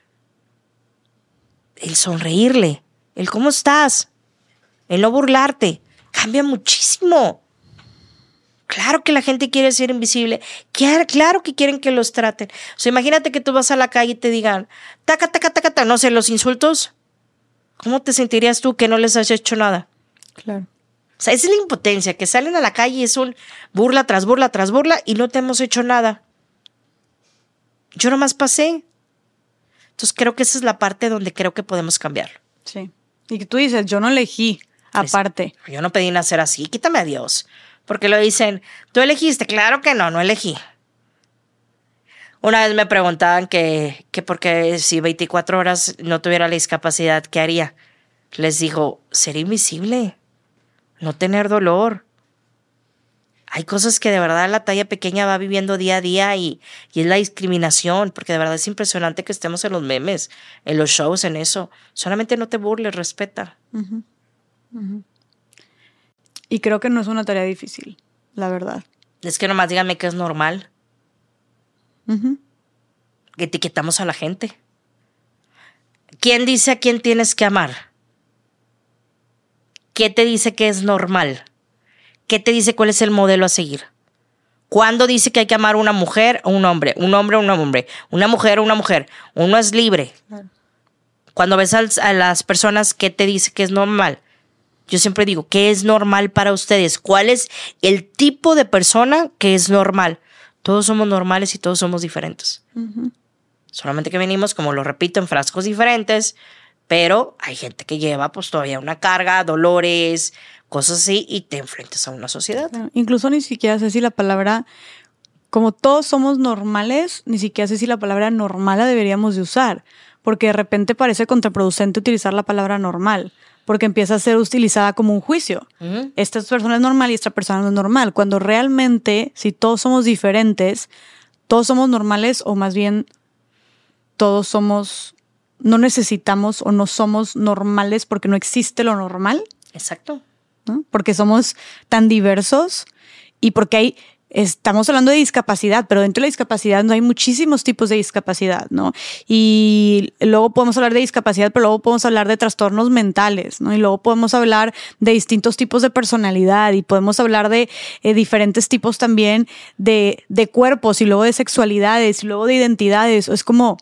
El sonreírle, el cómo estás, el no burlarte, cambia muchísimo. Claro que la gente quiere ser invisible. Claro, claro que quieren que los traten. O sea, imagínate que tú vas a la calle y te digan, taca, taca, taca, taca, no sé, los insultos. ¿Cómo te sentirías tú que no les has hecho nada? Claro. O sea, esa es la impotencia, que salen a la calle y es un burla tras burla tras burla y no te hemos hecho nada. Yo nomás pasé. Entonces creo que esa es la parte donde creo que podemos cambiarlo. Sí. Y que tú dices, yo no elegí, aparte. Es, yo no pedí nacer así, quítame a Dios. Porque lo dicen, ¿tú elegiste? Claro que no, no elegí. Una vez me preguntaban que, que porque si veinticuatro horas no tuviera la discapacidad, ¿qué haría? Les digo, ser invisible, no tener dolor. Hay cosas que de verdad la talla pequeña va viviendo día a día y, y es la discriminación, porque de verdad es impresionante que estemos en los memes, en los shows, en eso. Solamente no te burles, respeta. Uh-huh. Uh-huh. Y creo que no es una tarea difícil, la verdad. Es que nomás díganme que es normal. Uh-huh. Que etiquetamos a la gente. ¿Quién dice a quién tienes que amar? ¿Qué te dice que es normal? ¿Qué te dice cuál es el modelo a seguir? ¿Cuándo dice que hay que amar a una mujer o un hombre? Un hombre o un hombre. Una mujer o una mujer. Uno es libre. Claro. Cuando ves a las personas, ¿qué te dice que es normal? Yo siempre digo, ¿qué es normal para ustedes? ¿Cuál es el tipo de persona que es normal? Todos somos normales y todos somos diferentes. Uh-huh. Solamente que venimos, como lo repito, en frascos diferentes, pero hay gente que lleva pues todavía una carga, dolores, cosas así, y te enfrentas a una sociedad. Claro. Incluso ni siquiera sé si la palabra, como todos somos normales, ni siquiera sé si la palabra normal la deberíamos de usar, porque de repente parece contraproducente utilizar la palabra normal, porque empieza a ser utilizada como un juicio. Uh-huh. Esta persona es normal y esta persona no es normal, cuando realmente, si todos somos diferentes, todos somos normales, o más bien todos somos, no necesitamos o no somos normales porque no existe lo normal. Exacto. ¿No? Porque somos tan diversos y porque hay, estamos hablando de discapacidad, pero dentro de la discapacidad no hay muchísimos tipos de discapacidad, ¿no? Y luego podemos hablar de discapacidad, pero luego podemos hablar de trastornos mentales, ¿no? Y luego podemos hablar de distintos tipos de personalidad y podemos hablar de eh, diferentes tipos también de, de cuerpos y luego de sexualidades y luego de identidades. Es como,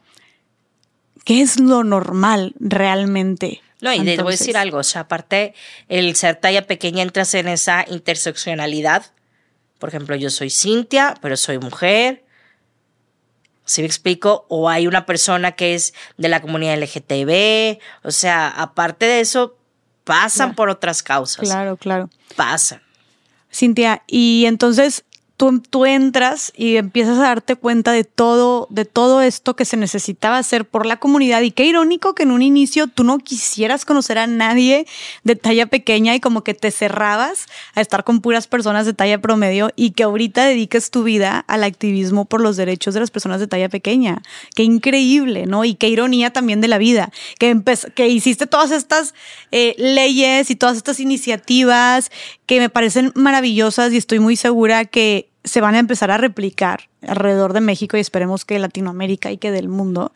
¿qué es lo normal realmente? No, y te voy a decir algo, o sea, aparte el ser talla pequeña entras en esa interseccionalidad. Por ejemplo, yo soy Cintia, pero soy mujer. ¿Sí me explico? O hay una persona que es de la comunidad L G T B. O sea, aparte de eso, pasan claro. por otras causas. Claro, claro. Pasan. Cintia, y entonces tú, tú entras y empiezas a darte cuenta de todo, de todo esto que se necesitaba hacer por la comunidad. Y qué irónico que en un inicio tú no quisieras conocer a nadie de talla pequeña y como que te cerrabas a estar con puras personas de talla promedio y que ahorita dediques tu vida al activismo por los derechos de las personas de talla pequeña. Qué increíble, ¿no? Y qué ironía también de la vida, que, empe- que hiciste todas estas eh, leyes y todas estas iniciativas que me parecen maravillosas y estoy muy segura que se van a empezar a replicar alrededor de México y esperemos que de Latinoamérica y que del mundo.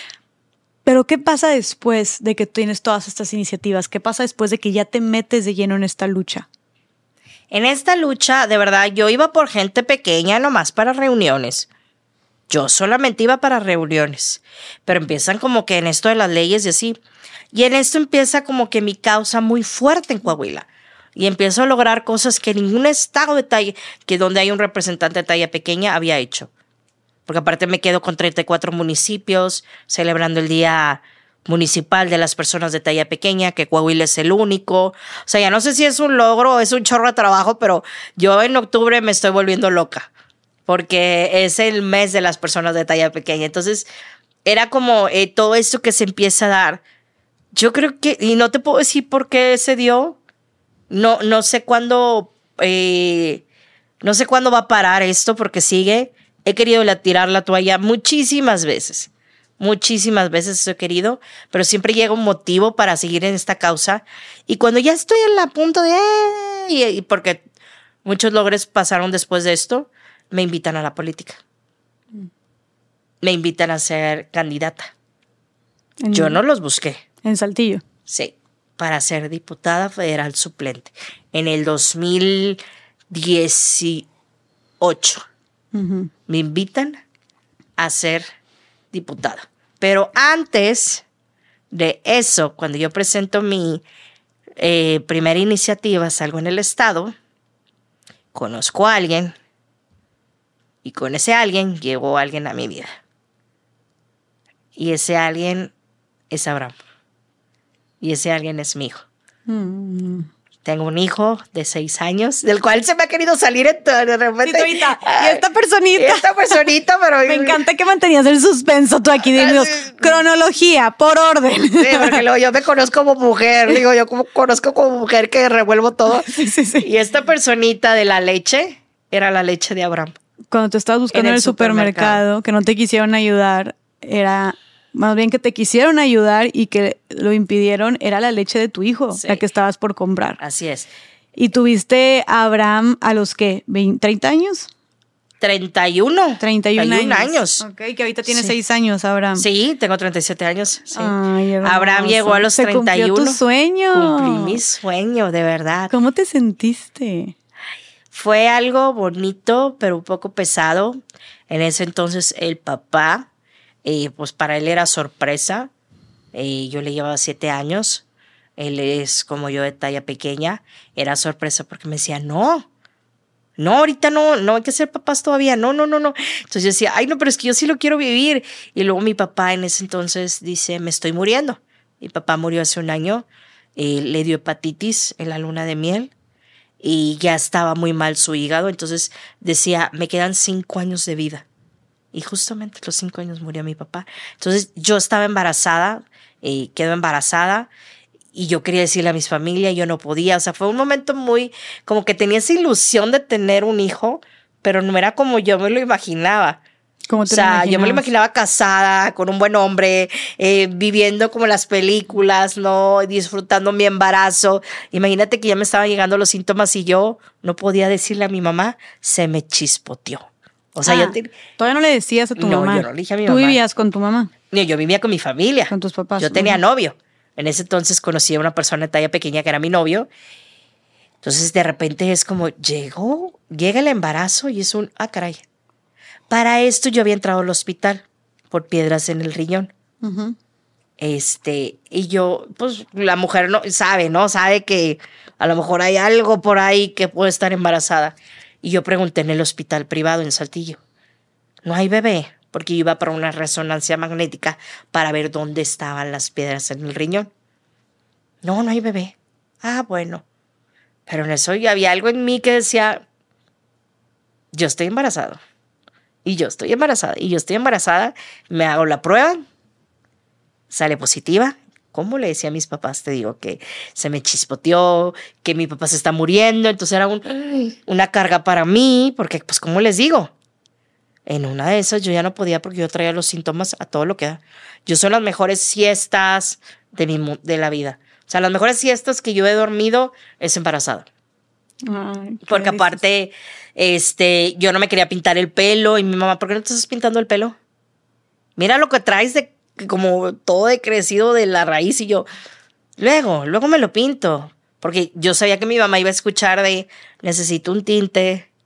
Pero ¿qué pasa después de que tienes todas estas iniciativas? ¿Qué pasa después de que ya te metes de lleno en esta lucha? En esta lucha, de verdad, yo iba por gente pequeña nomás para reuniones. Yo solamente iba para reuniones, pero empiezan como que en esto de las leyes y así. Y en esto empieza como que mi causa muy fuerte en Coahuila. Y empiezo a lograr cosas que ningún estado de talla, que donde hay un representante de talla pequeña había hecho. Porque aparte me quedo con treinta y cuatro municipios, celebrando el Día Municipal de las Personas de Talla Pequeña, que Coahuila es el único. O sea, ya no sé si es un logro o es un chorro de trabajo, pero yo en octubre me estoy volviendo loca. Porque es el mes de las personas de talla pequeña. Entonces, era como eh, todo esto que se empieza a dar. Yo creo que, y no te puedo decir por qué se dio. No, no sé cuándo, eh, no sé cuándo va a parar esto, porque sigue. He querido la, tirar la toalla muchísimas veces. Muchísimas veces he querido, pero siempre llega un motivo para seguir en esta causa. Y cuando ya estoy en la punto de, eh, y, y porque muchos logros pasaron después de esto, me invitan a la política. Me invitan a ser candidata. En, Yo no los busqué. En Saltillo. Sí, para ser diputada federal suplente. En el dos mil dieciocho. Uh-huh. Me invitan a ser diputada. Pero antes de eso, cuando yo presento mi eh, primera iniciativa, salgo en el estado, conozco a alguien, y con ese alguien llegó alguien a mi vida. Y ese alguien es Abraham. Y ese alguien es mi hijo. Mm. Tengo un hijo de seis años, del cual se me ha querido salir de repente. Sí, y esta personita. Y esta personita, pero... Me encanta que mantenías el suspenso tú aquí. Digo, cronología, por orden. Sí, porque luego yo me conozco como mujer. Digo, yo como conozco como mujer que revuelvo todo. Sí, sí, sí. Y esta personita de la leche era la leche de Abraham. Cuando tú estabas buscando en el, en el supermercado, supermercado, que no te quisieron ayudar, era más bien que te quisieron ayudar y que lo impidieron, era la leche de tu hijo, sí, la que estabas por comprar. Así es. ¿Y tuviste a Abraham a los qué? veinte, ¿treinta años? treinta y uno. treinta y uno años. años. Ok, que ahorita tiene sí. seis años, Abraham. Sí, tengo treinta y siete años. Sí. Ay, Abraham llegó a los Se treinta y uno. Cumplió tu sueño. Cumplí mi sueño, de verdad. ¿Cómo te sentiste? Fue algo bonito, pero un poco pesado. En ese entonces el papá, eh, pues para él era sorpresa. Eh, yo le llevaba siete años. Él es como yo de talla pequeña. Era sorpresa porque me decía, no, no, ahorita no, no hay que ser papás todavía. No, no, no, no. Entonces yo decía, ay, no, pero es que yo sí lo quiero vivir. Y luego mi papá en ese entonces dice, me estoy muriendo. Mi papá murió hace un año. Eh, le dio hepatitis en la luna de miel. Y ya estaba muy mal su hígado, entonces decía, me quedan cinco años de vida. Y justamente los cinco años murió mi papá. Entonces yo estaba embarazada, eh, quedó embarazada, y yo quería decirle a mi familia, yo no podía. O sea, fue un momento muy, como que tenía esa ilusión de tener un hijo, pero no era como yo me lo imaginaba. ¿Cómo te o sea, lo yo me lo imaginaba casada, con un buen hombre, eh, viviendo como en las películas, ¿no? Disfrutando mi embarazo. Imagínate que ya me estaban llegando los síntomas y yo no podía decirle a mi mamá, se me chispoteó. O sea, ah, yo te... todavía no le decías a tu no, mamá. No, yo no le dije a mi ¿Tú mamá. ¿Tú vivías con tu mamá? No, yo vivía con mi familia. Con tus papás. Yo tenía uh-huh. novio. En ese entonces conocí a una persona de talla pequeña que era mi novio. Entonces, de repente es como, llegó, llega el embarazo y es un, ah, caray. Para esto yo había entrado al hospital por piedras en el riñón. Uh-huh. Este, y yo, pues la mujer no sabe, ¿no? Sabe que a lo mejor hay algo por ahí que puede estar embarazada. Y yo pregunté en el hospital privado en Saltillo. No hay bebé, porque yo iba para una resonancia magnética para ver dónde estaban las piedras en el riñón. No, no hay bebé. Ah, bueno. Pero en eso ya había algo en mí que decía, yo estoy embarazado. Y yo estoy embarazada, y yo estoy embarazada, me hago la prueba, sale positiva. ¿Cómo le decía a mis papás? Te digo que se me chispoteó, que mi papá se está muriendo, entonces era un, una carga para mí, porque pues ¿cómo les digo? En una de esas yo ya no podía porque yo traía los síntomas a todo lo que da. Yo son las mejores siestas de, mi, de la vida. O sea, las mejores siestas que yo he dormido es embarazada. Ay, porque aparte, este, yo no me quería pintar el pelo y mi mamá, ¿por qué no te estás pintando el pelo? Mira lo que traes de como todo decrecido de la raíz. Y yo, luego, luego me lo pinto, porque yo sabía que mi mamá iba a escuchar de necesito un tinte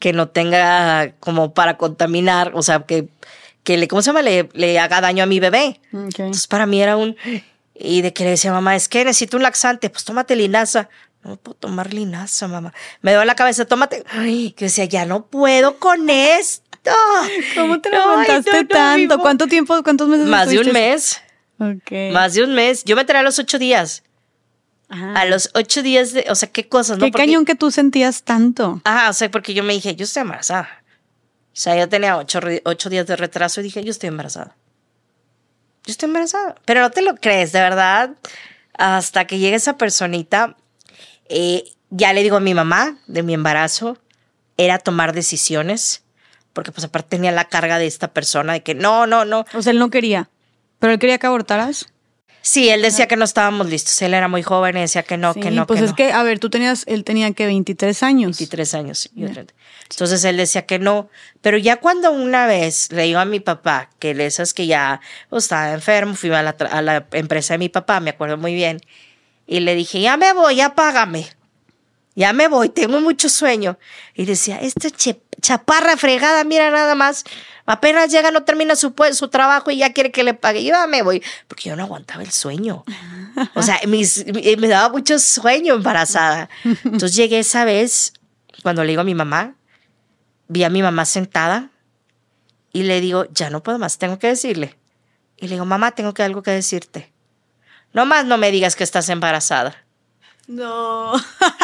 que no tenga como para contaminar, o sea, que, que le, ¿cómo se llama? Le, le haga daño a mi bebé. Okay. Entonces para mí era un... Y de que le decía, mamá, es que necesito un laxante, pues tómate linaza. No puedo tomar linaza, mamá. Me duele la cabeza, tómate. Ay, que decía, ya no puedo con esto. ¿Cómo te lo aguantaste no, no, tanto? No, ¿Cuánto tiempo, cuántos meses? Más de un mes. Okay. Más de un mes. Yo me enteré a los ocho días. Ajá. A los ocho días de, o sea, qué cosas, ¿no? Qué porque, cañón que tú sentías tanto. Ajá, o sea, porque yo me dije, yo estoy embarazada. O sea, yo tenía ocho, ocho días de retraso y dije, yo estoy embarazada. Yo estoy embarazada. Pero no te lo crees, de verdad. Hasta que llegue esa personita, eh, ya le digo a mi mamá de mi embarazo, era tomar decisiones, porque pues aparte tenía la carga de esta persona de que no, no, no. O sea, él no quería, pero él quería que abortaras. Sí, él decía que no estábamos listos. Él era muy joven y decía que no, sí, que no, pues que es no. que, a ver, tú tenías, él tenía que veintitrés años. veintitrés años. Yeah. Entonces él decía que no. Pero ya cuando una vez le digo a mi papá que esas que ya oh, estaba enfermo, fui a la, a la empresa de mi papá, me acuerdo muy bien, y le dije, ya me voy, ya págame. Ya me voy, tengo mucho sueño. Y decía, esta chaparra fregada, mira nada más, apenas llega, no termina su, su trabajo y ya quiere que le pague. Yo ya me voy, porque yo no aguantaba el sueño. O sea, mis, me daba mucho sueño embarazada. Entonces llegué esa vez, cuando le digo a mi mamá, vi a mi mamá sentada y le digo, ya no puedo más, tengo que decirle. Y le digo, mamá, tengo que algo que decirte. No más no me digas que estás embarazada. No.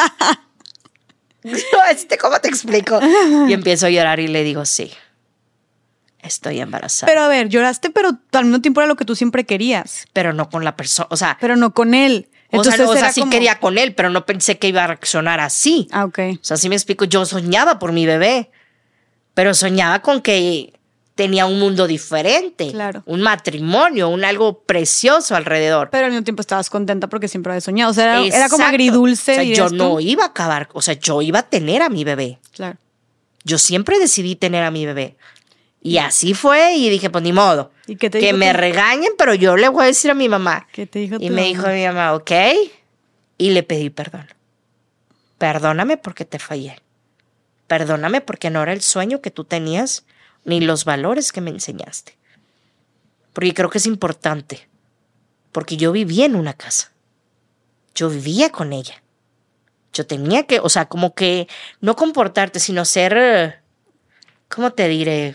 No, este, ¿cómo te explico? Y empiezo a llorar y le digo, sí, estoy embarazada. Pero a ver, lloraste, pero al mismo tiempo era lo que tú siempre querías. Pero no con la persona, o sea. Pero no con él. Entonces, o sea, o sea sí como... quería con él, pero no pensé que iba a reaccionar así. Ah, ok. O sea, sí me explico, yo soñaba por mi bebé, pero soñaba con que tenía un mundo diferente. Claro. Un matrimonio, un algo precioso alrededor. Pero al mismo tiempo estabas contenta porque siempre habías soñado. O sea, era, era como agridulce. O sea, yo tú. no iba a acabar, o sea, yo iba a tener a mi bebé. Claro. Yo siempre decidí tener a mi bebé. Y así fue y dije, pues ni modo. ¿Y qué te que dijo me tú? regañen, pero yo le voy a decir a mi mamá. ¿Qué te dijo Y tu me mamá? dijo mi mamá, ok. Y le pedí perdón. Perdóname porque te fallé. Perdóname porque no era el sueño que tú tenías ni los valores que me enseñaste. Porque creo que es importante. Porque yo vivía en una casa. Yo vivía con ella. Yo tenía que, o sea, como que no comportarte, sino ser, ¿cómo te diré?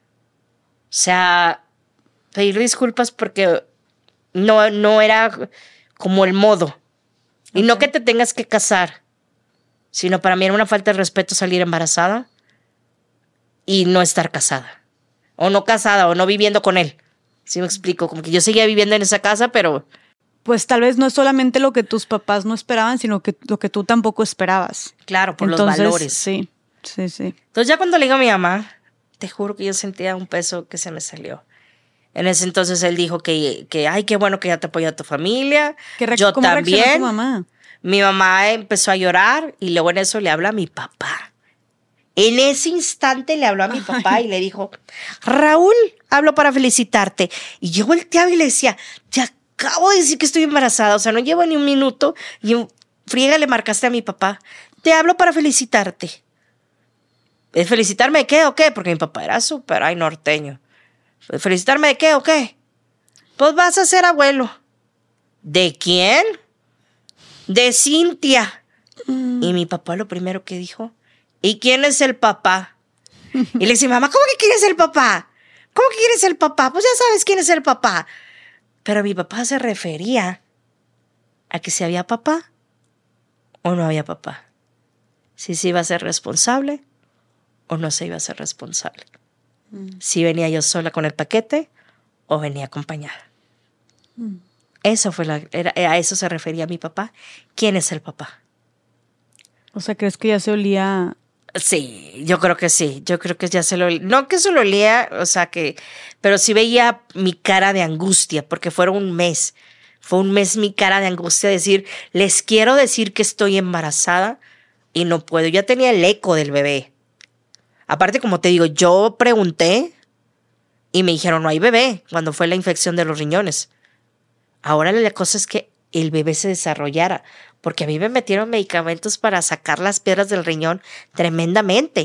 O sea, pedir disculpas porque no, no era como el modo. Okay. Y no que te tengas que casar, sino para mí era una falta de respeto salir embarazada y no estar casada. O no casada, o no viviendo con él. ¿Sí me explico? Como que yo seguía viviendo en esa casa, pero... Pues tal vez no es solamente lo que tus papás no esperaban, sino que lo que tú tampoco esperabas. Claro, por Entonces, los valores. Sí, sí, sí. Entonces ya cuando le digo a mi mamá, te juro que yo sentía un peso que se me salió. En ese entonces él dijo que, que ay, qué bueno que ya te apoyó tu familia. ¿Qué yo ¿Cómo también. reaccionó tu mamá? Mi mamá empezó a llorar y luego en eso le habla a mi papá. En ese instante le habló a mi papá y le dijo, Raúl, hablo para felicitarte. Y yo volteaba y le decía, te acabo de decir que estoy embarazada, o sea, no llevo ni un minuto y en friega le marcaste a mi papá. Te hablo para felicitarte. ¿Felicitarme de qué o qué? Porque mi papá era súper, ay, norteño. ¿Felicitarme de qué o qué? Pues vas a ser abuelo. ¿De quién? De Cintia. Mm. Y mi papá lo primero que dijo, ¿y quién es el papá? Y le dice, mamá, ¿cómo que quién es el papá? ¿Cómo que quién es el papá? Pues ya sabes quién es el papá. Pero mi papá se refería a que si había papá o no había papá. Si se iba a ser responsable o no se iba a ser responsable. Mm. Si venía yo sola con el paquete o venía acompañada. Mm. Eso fue la, era, a eso se refería mi papá. ¿Quién es el papá? O sea, ¿crees que ya se olía? Sí, yo creo que sí. Yo creo que ya se lo olía. No que se lo olía, o sea que... Pero sí veía mi cara de angustia, porque fue un mes. Fue un mes mi cara de angustia, decir, les quiero decir que estoy embarazada y no puedo. Ya tenía el eco del bebé. Aparte, como te digo, yo pregunté y me dijeron, no hay bebé, cuando fue la infección de los riñones. Ahora la cosa es que el bebé se desarrollara, porque a mí me metieron medicamentos para sacar las piedras del riñón tremendamente.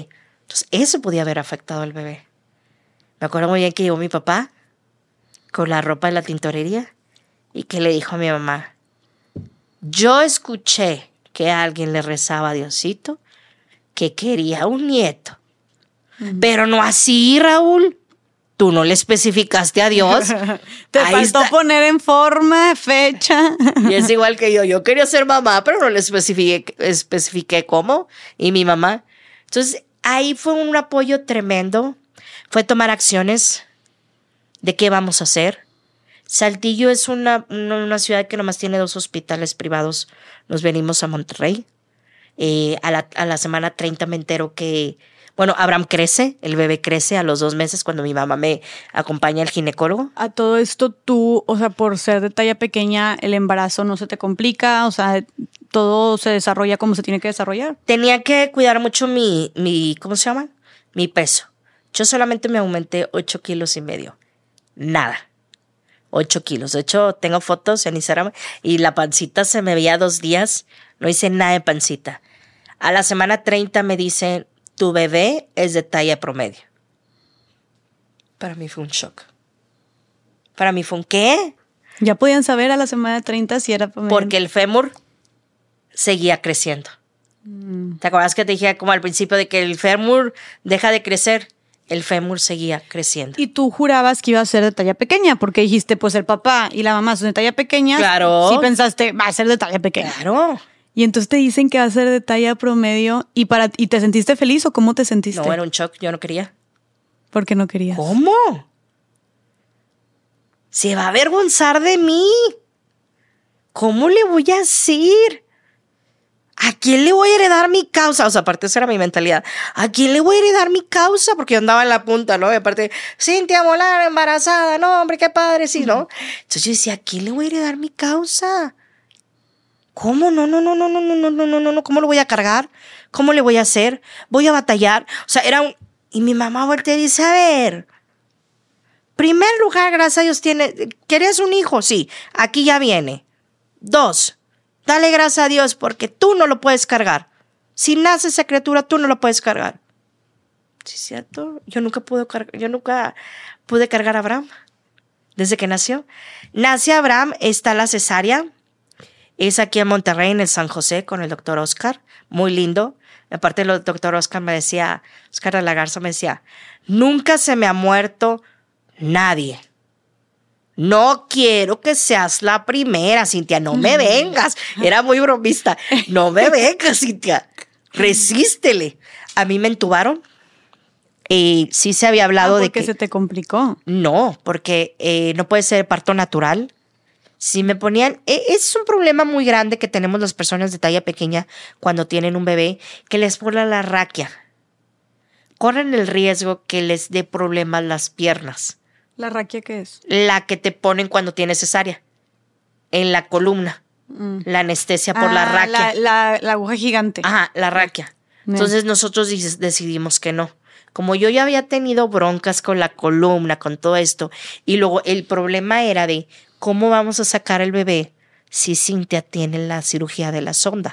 Entonces, eso podía haber afectado al bebé. Me acuerdo muy bien que llegó mi papá con la ropa de la tintorería y que le dijo a mi mamá, yo escuché que alguien le rezaba a Diosito que quería un nieto. Mm. Pero no así, Raúl. Tú no le especificaste a Dios. Te Ahí faltó está. Poner en forma, fecha. Y es igual que yo. Yo quería ser mamá, pero no le especifiqué, especifiqué cómo. Y mi mamá. Entonces, ahí fue un apoyo tremendo. Fue tomar acciones de qué vamos a hacer. Saltillo es una, una, una ciudad que nomás tiene dos hospitales privados. Nos venimos a Monterrey. Eh, a, la, a la semana treinta me entero que, bueno, Abraham crece, el bebé crece a los dos meses cuando mi mamá me acompaña al ginecólogo. A todo esto tú, o sea, por ser de talla pequeña, el embarazo no se te complica, o sea, todo se desarrolla como se tiene que desarrollar. Tenía que cuidar mucho mi, mi ¿cómo se llama? Mi peso. Yo solamente me aumenté ocho kilos y medio. Nada. Ocho kilos. De hecho, tengo fotos en Instagram y la pancita se me veía dos días. No hice nada de pancita. A la semana treinta me dicen, tu bebé es de talla promedio. Para mí fue un shock. Para mí fue un ¿qué? Ya podían saber a la semana treinta si era promedio. Porque el fémur seguía creciendo. Mm. ¿Te acuerdas que te dije como al principio de que el fémur deja de crecer? El fémur seguía creciendo. Y tú jurabas que iba a ser de talla pequeña, porque dijiste, pues el papá y la mamá son de talla pequeña. Claro. Sí pensaste, va a ser de talla pequeña. Claro. Y entonces te dicen que va a ser de talla promedio. ¿Y para y te sentiste feliz o cómo te sentiste? No, era un shock. Yo no quería. ¿Por qué no querías? ¿Cómo? Se va a avergonzar de mí. ¿Cómo le voy a decir? ¿A quién le voy a heredar mi causa? O sea, aparte esa era mi mentalidad. ¿A quién le voy a heredar mi causa? Porque yo andaba en la punta, ¿no? Y aparte, Cintia Molar embarazada. No, hombre, qué padre, sí, ¿no? Entonces yo decía, ¿a quién le voy a heredar mi causa? ¿Cómo? No, no, no, no, no, no, no, no, no, no, no. ¿Cómo lo voy a cargar? ¿Cómo le voy a hacer? ¿Voy a batallar? O sea, era un... Y mi mamá voltea y dice, a ver, primer lugar, gracias a Dios, tiene... ¿Querías un hijo? Sí, aquí ya viene. Dos, dale gracias a Dios porque tú no lo puedes cargar. Si nace esa criatura, tú no lo puedes cargar. ¿Sí es cierto? Yo nunca pude cargar, yo nunca pude cargar a Abraham. Desde que nació. Nace Abraham, está la cesárea. Es aquí en Monterrey, en el San José, con el doctor Oscar. Muy lindo. Aparte, el doctor Oscar me decía, Oscar de la Garza me decía, nunca se me ha muerto nadie. No quiero que seas la primera, Cintia. No me vengas. Era muy bromista. No me vengas, Cintia. Resístele. A mí me entubaron. Eh, sí se había hablado ah, de que... ¿Por qué se te complicó? No, porque eh, no puede ser parto natural. Si me ponían... Eh, es un problema muy grande que tenemos las personas de talla pequeña cuando tienen un bebé, que les pone la raquia. Corren el riesgo que les dé problemas las piernas. ¿La raquia qué es? La que te ponen cuando tienes cesárea. En la columna. Mm. La anestesia por ah, la raquia. La, la, la aguja gigante. Ajá, la raquia. Mm. Entonces nosotros decidimos que no. Como yo ya había tenido broncas con la columna, con todo esto, y luego el problema era de cómo vamos a sacar el bebé si Cintia tiene la cirugía de la sonda.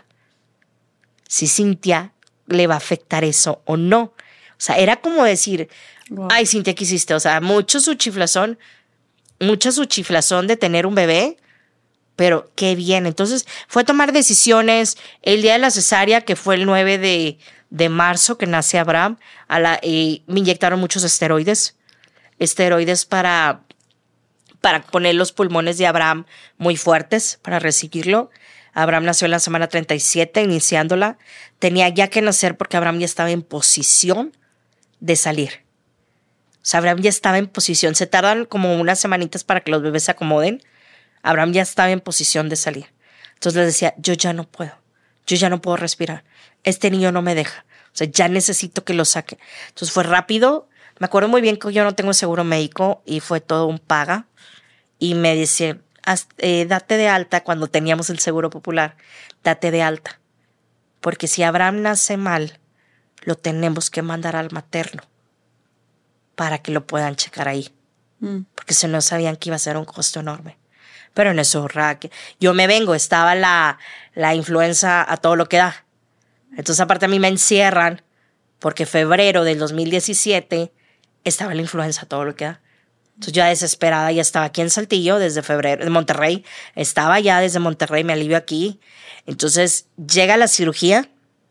Si Cintia le va a afectar eso o no. O sea, era como decir... Wow. Ay, Cintia, ¿qué hiciste? O sea, mucho su chiflazón, mucho su chiflazón de tener un bebé, pero qué bien. Entonces, fue tomar decisiones. El día de la cesárea, que fue el nueve de marzo, que nace Abraham, a la, eh, me inyectaron muchos esteroides, esteroides para, para poner los pulmones de Abraham muy fuertes, para recibirlo. Abraham nació en la semana treinta y siete, iniciándola. Tenía ya que nacer porque Abraham ya estaba en posición de salir. O sea, Abraham ya estaba en posición. Se tardan como unas semanitas para que los bebés se acomoden. Abraham ya estaba en posición de salir. Entonces les decía, yo ya no puedo. Yo ya no puedo respirar. Este niño no me deja. O sea, ya necesito que lo saque. Entonces fue rápido. Me acuerdo muy bien que yo no tengo seguro médico y fue todo un paga. Y me dice, eh, date de alta cuando teníamos el seguro popular. Date de alta. Porque si Abraham nace mal, lo tenemos que mandar al materno para que lo puedan checar ahí. Mm. Porque si no sabían que iba a ser un costo enorme. Pero en eso, yo me vengo, estaba la, la influenza a todo lo que da. Entonces, aparte a mí me encierran porque febrero del dos mil diecisiete estaba la influenza, todo lo que da. Entonces ya desesperada, ya estaba aquí en Saltillo desde febrero, de Monterrey, estaba ya desde Monterrey, me alivio aquí. Entonces llega la cirugía,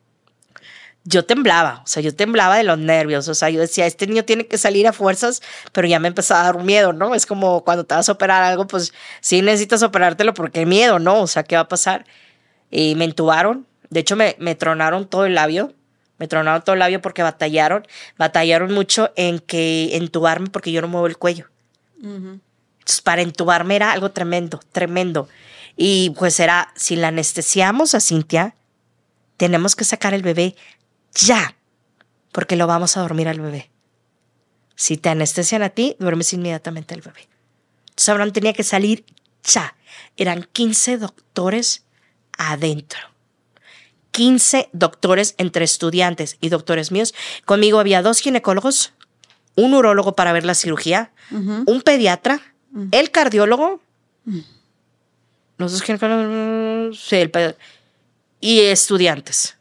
yo temblaba, o sea, yo temblaba de los nervios, o sea, yo decía, este niño tiene que salir a fuerzas, pero ya me empezaba a dar miedo, ¿no? Es como cuando te vas a operar algo, pues sí necesitas operártelo porque hay miedo, ¿no? O sea, ¿qué va a pasar? Y me entubaron, de hecho me, me tronaron todo el labio, me tronaron todo el labio porque batallaron, batallaron mucho en que entubarme porque yo no muevo el cuello. Uh-huh. Entonces, para entubarme era algo tremendo, tremendo. Y pues era, si la anestesiamos a Cintia, tenemos que sacar el bebé ya, porque lo vamos a dormir al bebé. Si te anestesian a ti, duermes inmediatamente al bebé. Entonces, Abraham tenía que salir ya. Eran quince doctores adentro. quince doctores entre estudiantes y doctores míos. Conmigo había dos ginecólogos, un urólogo para ver la cirugía, uh-huh. un pediatra, uh-huh. el cardiólogo, uh-huh. los dos ginecólogos, sí, el pediatra, y estudiantes.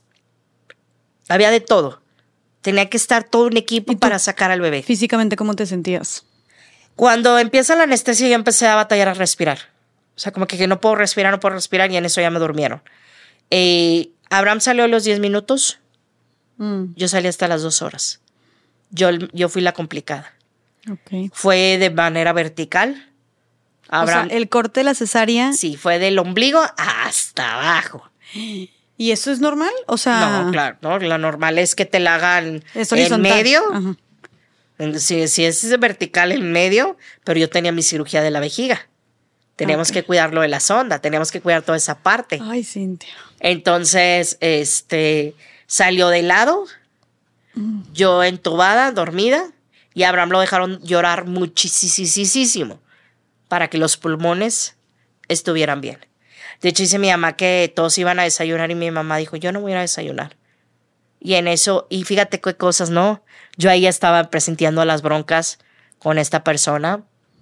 Había de todo. Tenía que estar todo un equipo para sacar al bebé. Físicamente, ¿cómo te sentías? Cuando empieza la anestesia, yo empecé a batallar a respirar. O sea, como que, que no puedo respirar, no puedo respirar, y en eso ya me durmieron. Eh, Abraham salió a los diez minutos. Mm. Yo salí hasta las dos horas. Yo, yo fui la complicada. Okay. Fue de manera vertical. Abraham, o sea, el corte de la cesárea. Sí, fue del ombligo hasta abajo. ¿Y eso es normal? O sea, no, claro, no, lo normal es que te la hagan en medio. Ajá. Si, si es vertical en medio, pero yo tenía mi cirugía de la vejiga. Teníamos okay. que cuidarlo de la sonda, teníamos que cuidar toda esa parte. Ay, Cintia. Entonces, este, salió de lado, mm. yo entubada, dormida, y a Abraham lo dejaron llorar muchísimo para que los pulmones estuvieran bien. De hecho, dice mi mamá que todos iban a desayunar y mi mamá dijo, yo no voy a ir a desayunar. Y en eso, y fíjate qué cosas, ¿no? Yo ahí ya estaba presintiendo las broncas con esta persona.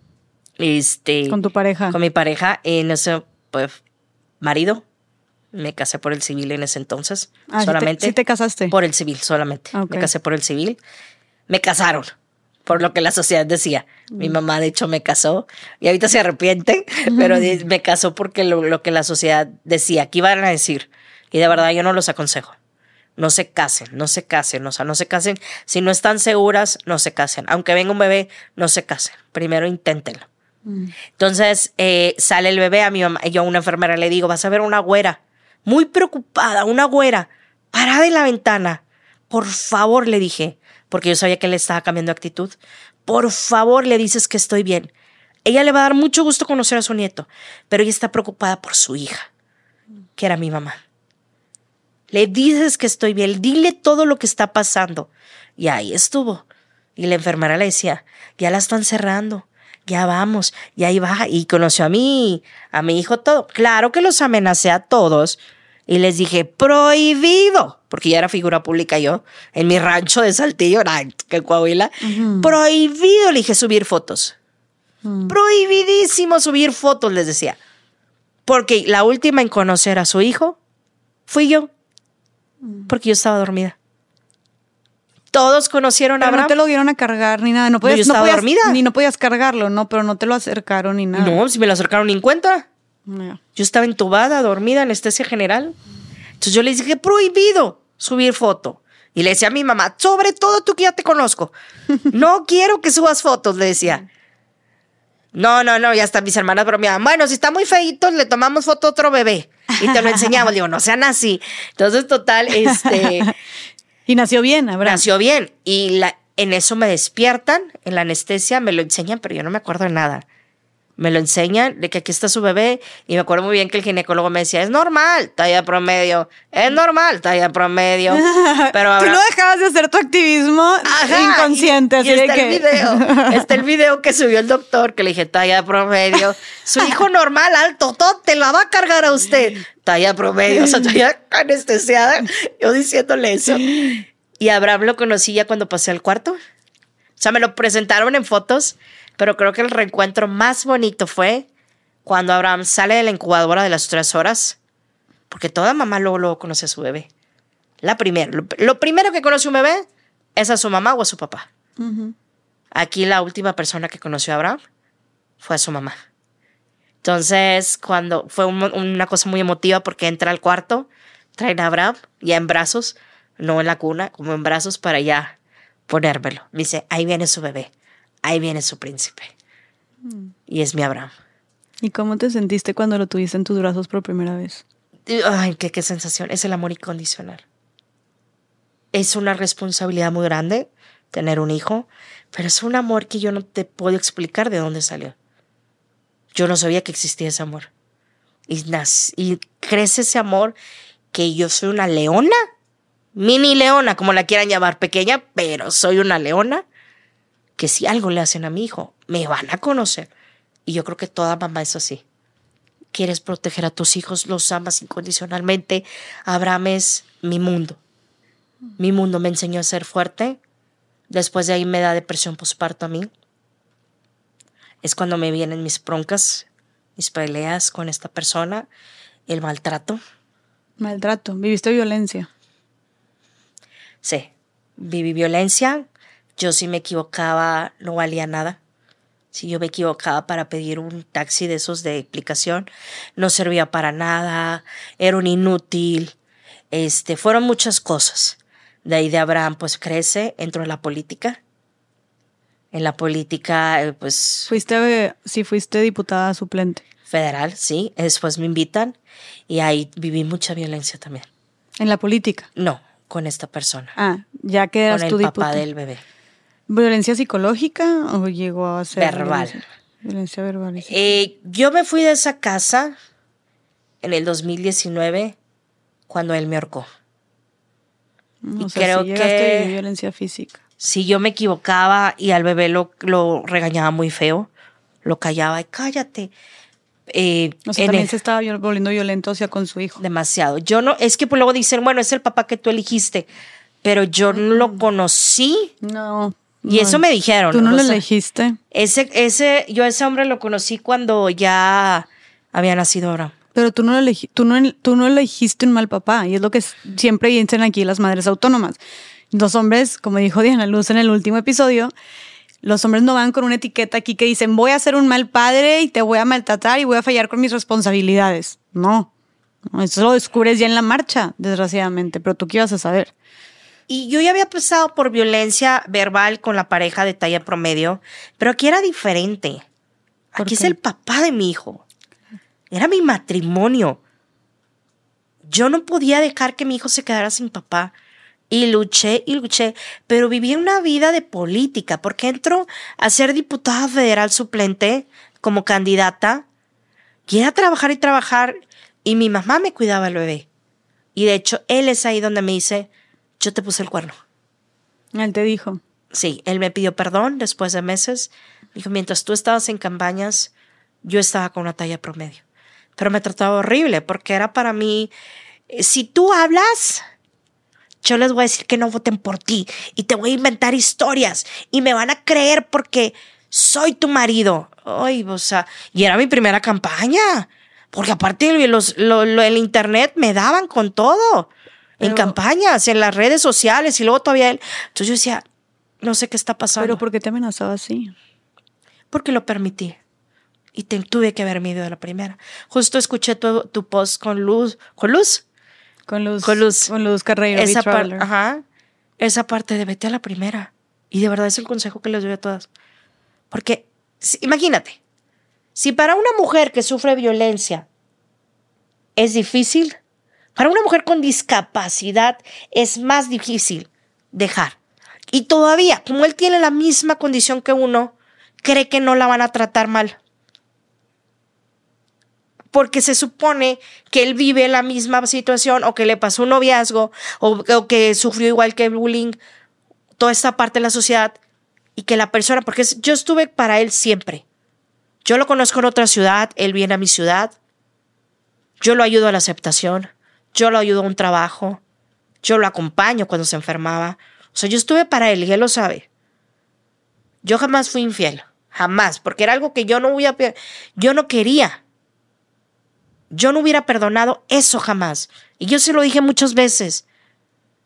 Este, ¿Con tu pareja? Con mi pareja. En ese, pues, marido. Me casé por el civil en ese entonces. Ah, solamente. ¿Sí te, sí te casaste? Por el civil, solamente. Okay. Me casé por el civil. Me casaron. Por lo que la sociedad decía. Mm. Mi mamá, de hecho, me casó. Y ahorita se arrepiente. Mm. Pero me casó porque lo, lo que la sociedad decía. ¿Qué iban a decir? Y de verdad yo no los aconsejo. No se casen, no se casen. O sea, no se casen. Si no están seguras, no se casen. Aunque venga un bebé, no se casen. Primero inténtenlo. Mm. Entonces eh, sale el bebé. A mi mamá, yo a una enfermera le digo, vas a ver una güera. Muy preocupada, una güera. Parada en la ventana. Por favor, le dije. Porque yo sabía que él estaba cambiando actitud. Por favor, le dices que estoy bien. Ella le va a dar mucho gusto conocer a su nieto, pero ella está preocupada por su hija, que era mi mamá. Le dices que estoy bien, dile todo lo que está pasando. Y ahí estuvo. Y la enfermera le decía, ya la están cerrando, ya vamos, y ahí va. Y conoció a mí, a mi hijo todo. Claro que los amenacé a todos. Y les dije, prohibido, porque ya era figura pública yo, en mi rancho de Saltillo, que Coahuila, uh-huh. prohibido, le dije, subir fotos. Uh-huh. Prohibidísimo subir fotos, les decía. Porque la última en conocer a su hijo fui yo, uh-huh. porque yo estaba dormida. Todos conocieron pero a Abraham. No te lo dieron a cargar ni nada. No podías, yo estaba no podías, dormida. Ni no podías cargarlo, no, pero no te lo acercaron ni nada. No, si me lo acercaron ni en cuenta. No. Yo estaba entubada, dormida, anestesia general. Entonces yo les dije, prohibido subir foto. Y le decía a mi mamá, sobre todo tú que ya te conozco, no quiero que subas fotos, le decía. No, no, no, ya están mis hermanas bromeaban. Bueno, si está muy feíto, le tomamos foto a otro bebé y te lo enseñamos. Digo, no sean así. Entonces, total, este... Y nació bien, Abraham. Nació bien. Y la, en eso me despiertan, en la anestesia, me lo enseñan, pero yo no me acuerdo de nada. Me lo enseñan de que aquí está su bebé y me acuerdo muy bien que el ginecólogo me decía, es normal, talla promedio, es normal, talla promedio. Pero ahora... Tú no dejabas de hacer tu activismo Ajá, inconsciente. Y, así y está de que... el video, está el video que subió el doctor que le dije, talla promedio. Su hijo normal, alto, todo te la va a cargar a usted. Talla promedio, o sea, talla anestesiada, yo diciéndole eso. Y a Abraham lo conocí ya cuando pasé al cuarto. O sea, me lo presentaron en fotos. Pero creo que el reencuentro más bonito fue cuando Abraham sale de la incubadora de las tres horas, porque toda mamá luego, luego conoce a su bebé. La primera. Lo, lo primero que conoce un bebé es a su mamá o a su papá. Uh-huh. Aquí la última persona que conoció a Abraham fue a su mamá. Entonces, cuando fue un, una cosa muy emotiva porque entra al cuarto, traen a Abraham ya en brazos, no en la cuna, como en brazos para ya ponérmelo. Me dice, ahí viene su bebé, ahí viene su príncipe. Mm. Y es mi Abraham. ¿Y cómo te sentiste cuando lo tuviste en tus brazos por primera vez? Ay, qué, qué sensación. Es el amor incondicional. Es una responsabilidad muy grande tener un hijo, pero es un amor que yo no te puedo explicar de dónde salió. Yo no sabía que existía ese amor. Y, nace, y crece ese amor que yo soy una leona, mini leona, como la quieran llamar, pequeña, pero soy una leona, que si algo le hacen a mi hijo, me van a conocer. Y yo creo que toda mamá es así. Quieres proteger a tus hijos, los amas incondicionalmente. Abraham es mi mundo. Mi mundo me enseñó a ser fuerte. Después de ahí me da depresión postparto a mí. Es cuando me vienen mis broncas, mis peleas con esta persona, el maltrato. Maltrato. ¿Viviste violencia? Sí, viví violencia. Yo si me equivocaba no valía nada. Si yo me equivocaba para pedir un taxi de esos de aplicación, no servía para nada, era un inútil. Este, fueron muchas cosas. De ahí de Abraham pues crece, entró en la política. En la política, pues... Fuiste, sí, fuiste diputada suplente. Federal, sí. Después me invitan y ahí viví mucha violencia también. ¿En la política? No, con esta persona. Ah, ya que eras tu diputada. Con el papá del bebé. ¿Violencia psicológica o llegó a ser verbal? Violencia, violencia verbal. Y eh, yo me fui de esa casa en el dos mil diecinueve cuando él me ahorcó. Mm, y o sea, creo sí llegaste que a vivir violencia física. Si yo me equivocaba y al bebé lo, lo regañaba muy feo, lo callaba y cállate. Eh, o sea, también el, se estaba volviendo violento hacia con su hijo. Demasiado. Yo no, es que pues luego dicen, bueno, es el papá que tú elegiste, pero yo no lo conocí. No. Y no, eso me dijeron. ¿Tú no o lo sea, elegiste? Ese, ese, yo a ese hombre lo conocí cuando ya había nacido Abraham. Pero tú no lo elegí, tú no, tú no elegiste un mal papá, y es lo que siempre dicen aquí las madres autónomas. Los hombres, como dijo Diana Luz en el último episodio, los hombres no van con una etiqueta aquí que dicen voy a ser un mal padre y te voy a maltratar y voy a fallar con mis responsabilidades. No, no, eso lo descubres ya en la marcha, desgraciadamente, pero tú qué ibas a saber. Y yo ya había pasado por violencia verbal con la pareja de talla promedio, pero aquí era diferente. Aquí es el papá de mi hijo. Era mi matrimonio. Yo no podía dejar que mi hijo se quedara sin papá. Y luché y luché, pero viví una vida de política, porque entró a ser diputada federal suplente como candidata, y era trabajar y trabajar, y mi mamá me cuidaba el bebé. Y de hecho, él es ahí donde me dice, yo te puse el cuerno. Él te dijo. Sí, él me pidió perdón después de meses. Dijo, mientras tú estabas en campañas, yo estaba con una talla promedio. Pero me trataba horrible, porque era para mí, si tú hablas... yo les voy a decir que no voten por ti y te voy a inventar historias y me van a creer porque soy tu marido. Ay, o sea, y era mi primera campaña, porque aparte los, lo, lo, el internet me daban con todo, pero, en campañas, en las redes sociales y luego todavía él. Entonces yo decía, no sé qué está pasando. ¿Pero por qué te amenazaba así? Porque lo permití y te, tuve que haberme ido de la primera. Justo escuché tu, tu post con Luz, con Luz. Con Luz, con Luz, con Luz Carreiro. Esa, par, ajá, esa parte de vete a la primera. Y de verdad es el consejo que les doy a todas. Porque, si, imagínate, si para una mujer que sufre violencia es difícil, para una mujer con discapacidad es más difícil dejar. Y todavía, como él tiene la misma condición que uno, cree que no la van a tratar mal. Porque se supone que él vive la misma situación o que le pasó un noviazgo o, o que sufrió igual que el bullying, toda esta parte de la sociedad y que la persona, porque yo estuve para él siempre. Yo lo conozco en otra ciudad, él viene a mi ciudad, yo lo ayudo a la aceptación, yo lo ayudo a un trabajo, yo lo acompaño cuando se enfermaba. O sea, yo estuve para él y él lo sabe. Yo jamás fui infiel, jamás, porque era algo que yo no voy a, yo no quería. Yo no hubiera perdonado eso jamás. Y yo se lo dije muchas veces.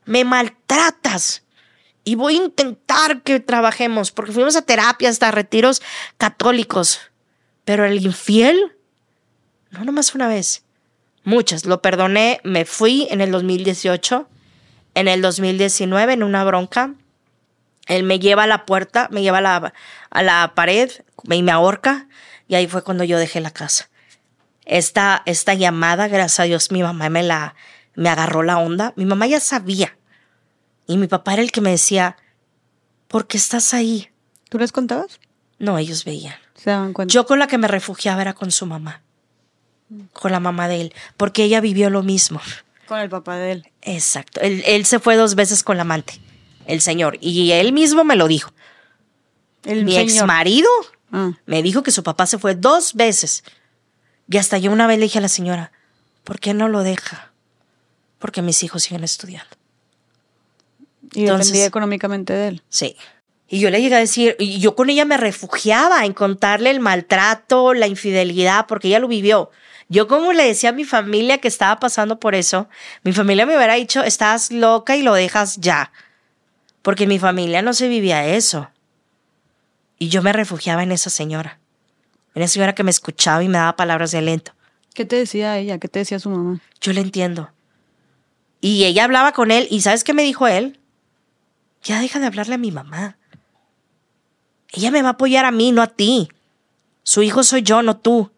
me maltratas. Y voy a intentar que trabajemos, porque fuimos a terapia, hasta retiros católicos. Pero el infiel, no nomás una vez, muchas. Lo perdoné, me fui en el dos mil dieciocho, en el dos mil diecinueve, en una bronca. Él me lleva a la puerta, me lleva a la, a la pared y me ahorca. Y ahí fue cuando yo dejé la casa. Esta, esta llamada, gracias a Dios, mi mamá me, la, me agarró la onda. Mi mamá ya sabía. Y mi papá era el que me decía, ¿por qué estás ahí? ¿Tú les contabas? No, ellos veían. Se daban cuenta. Yo con la que me refugiaba era con su mamá. Con la mamá de él. Porque ella vivió lo mismo. Con el papá de él. Exacto. Él, él se fue dos veces con la amante. El señor. Y él mismo me lo dijo. El mi señor. ex marido Ah. me dijo que su papá se fue dos veces. Y hasta yo una vez le dije a la señora, ¿por qué no lo deja? Porque mis hijos siguen estudiando. Y Entonces, dependía económicamente de él. Sí. Y yo le llegué a decir, y yo con ella me refugiaba en contarle el maltrato, la infidelidad, porque ella lo vivió. Yo como le decía a mi familia que estaba pasando por eso, mi familia me hubiera dicho, estás loca y lo dejas ya. Porque en mi familia no se vivía eso. Y yo me refugiaba en esa señora. En esa señora que me escuchaba y me daba palabras de aliento. ¿Qué te decía ella? ¿Qué te decía su mamá? Yo le entiendo. Y ella hablaba con él, y ¿sabes qué me dijo él? Ya deja de hablarle a mi mamá. Ella me va a apoyar a mí, no a ti. Su hijo soy yo, no tú.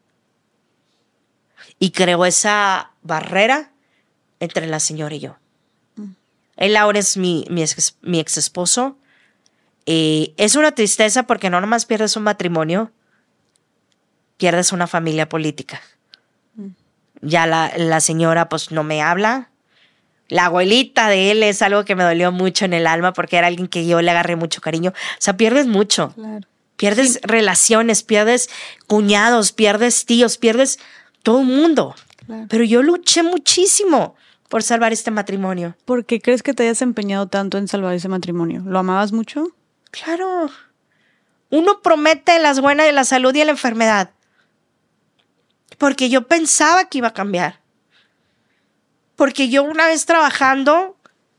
Y creó esa barrera entre la señora y yo. Mm. Él ahora es mi, mi, ex, mi ex esposo. Eh, es una tristeza porque no nomás pierdes un matrimonio, pierdes una familia política. Mm. Ya la, la señora pues no me habla. La abuelita de él es algo que me dolió mucho en el alma porque era alguien que yo le agarré mucho cariño. O sea, pierdes mucho. Claro. Pierdes Sí. relaciones, pierdes cuñados, pierdes tíos, pierdes todo el mundo. Claro. Pero yo luché muchísimo por salvar este matrimonio. ¿Por qué crees que te hayas empeñado tanto en salvar ese matrimonio? ¿Lo amabas mucho? Claro. Uno promete las buenas de la salud y la enfermedad. Porque yo pensaba que iba a cambiar. Porque yo una vez trabajando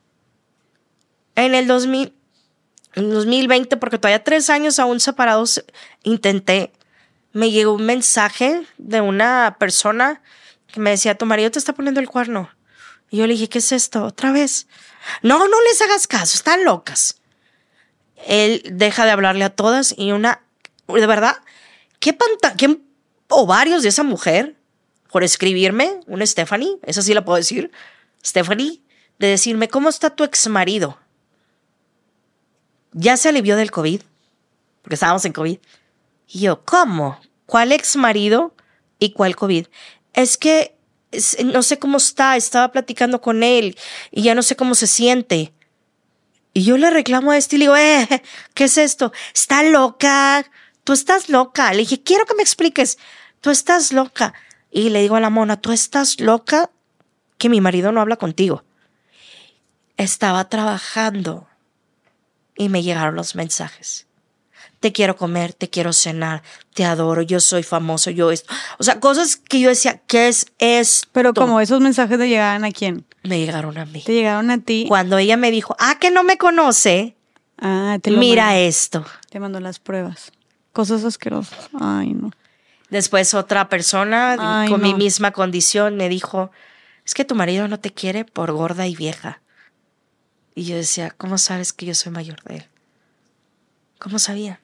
en el dos mil, en dos mil veinte, porque todavía tres años aún separados intenté, me llegó un mensaje de una persona que me decía, tu marido te está poniendo el cuerno. Y yo le dije, ¿qué es esto? ¿Otra vez? No, no les hagas caso, están locas. Él deja de hablarle a todas y una, de verdad, ¿qué, panta- qué ovarios de esa mujer? Por escribirme, una Stephanie, esa sí la puedo decir, Stephanie, de decirme, ¿cómo está tu ex marido? ¿Ya se alivió del COVID? Porque estábamos en COVID. Y yo, ¿cómo? ¿Cuál ex marido y cuál COVID? Es que es, no sé cómo está, estaba platicando con él y ya no sé cómo se siente. Y yo le reclamo a este y le digo, eh, ¿qué es esto? Está loca, tú estás loca. Le dije, quiero que me expliques, tú estás loca. Y le digo a la mona, ¿tú estás loca que mi marido no habla contigo? Estaba trabajando y me llegaron los mensajes. Te quiero comer, te quiero cenar, te adoro, yo soy famoso, yo esto. O sea, cosas que yo decía, ¿qué es esto? Pero como esos mensajes te llegaban ¿a quién? Me llegaron a mí. Te llegaron a ti. Cuando ella me dijo, ah, que no me conoce, ah, te lo mira mandó. esto. Te mandó las pruebas. Cosas asquerosas. Ay, no. Después otra persona Ay, con no. mi misma condición me dijo, es que tu marido no te quiere por gorda y vieja. Y yo decía, ¿cómo sabes que yo soy mayor de él? ¿Cómo sabía?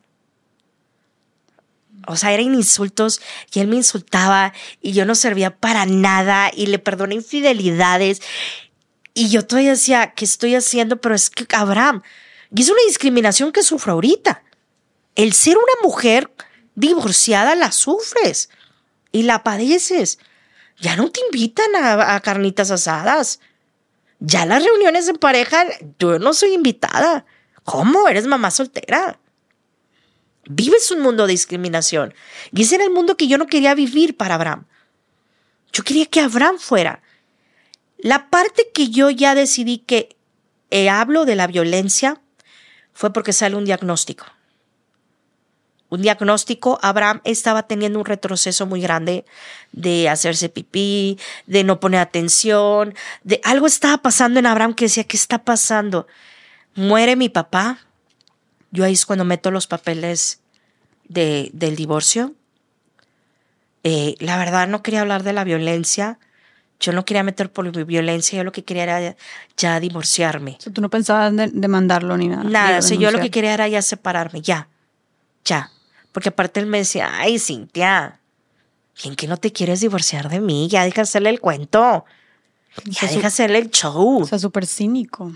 O sea, eran insultos y él me insultaba y yo no servía para nada y le perdoné infidelidades. Y yo todavía decía, ¿qué estoy haciendo? Pero es que, Abraham, y es una discriminación que sufro ahorita. El ser una mujer divorciada la sufres y la padeces. Ya no te invitan a, a carnitas asadas. Ya las reuniones de pareja, yo no soy invitada. ¿Cómo? Eres mamá soltera. Vives un mundo de discriminación. Y ese era el mundo que yo no quería vivir para Abraham. Yo quería que Abraham fuera. La parte que yo ya decidí que eh, hablo de la violencia fue porque sale un diagnóstico. un diagnóstico, Abraham estaba teniendo un retroceso muy grande de hacerse pipí, de no poner atención, de algo estaba pasando en Abraham que decía, ¿qué está pasando? Muere mi papá. Yo ahí es cuando meto los papeles de, del divorcio. Eh, la verdad no quería hablar de la violencia. Yo no quería meter por violencia. Yo lo que quería era ya divorciarme. O sea, tú no pensabas de demandarlo ni nada. Nada, o sea, yo lo que quería era ya separarme, ya, ya. Porque aparte él me decía, ay, Cintia, ¿quién que no te quieres divorciar de mí? Ya deja hacerle el cuento. Ya O sea, deja hacerle el show. O sea, súper cínico.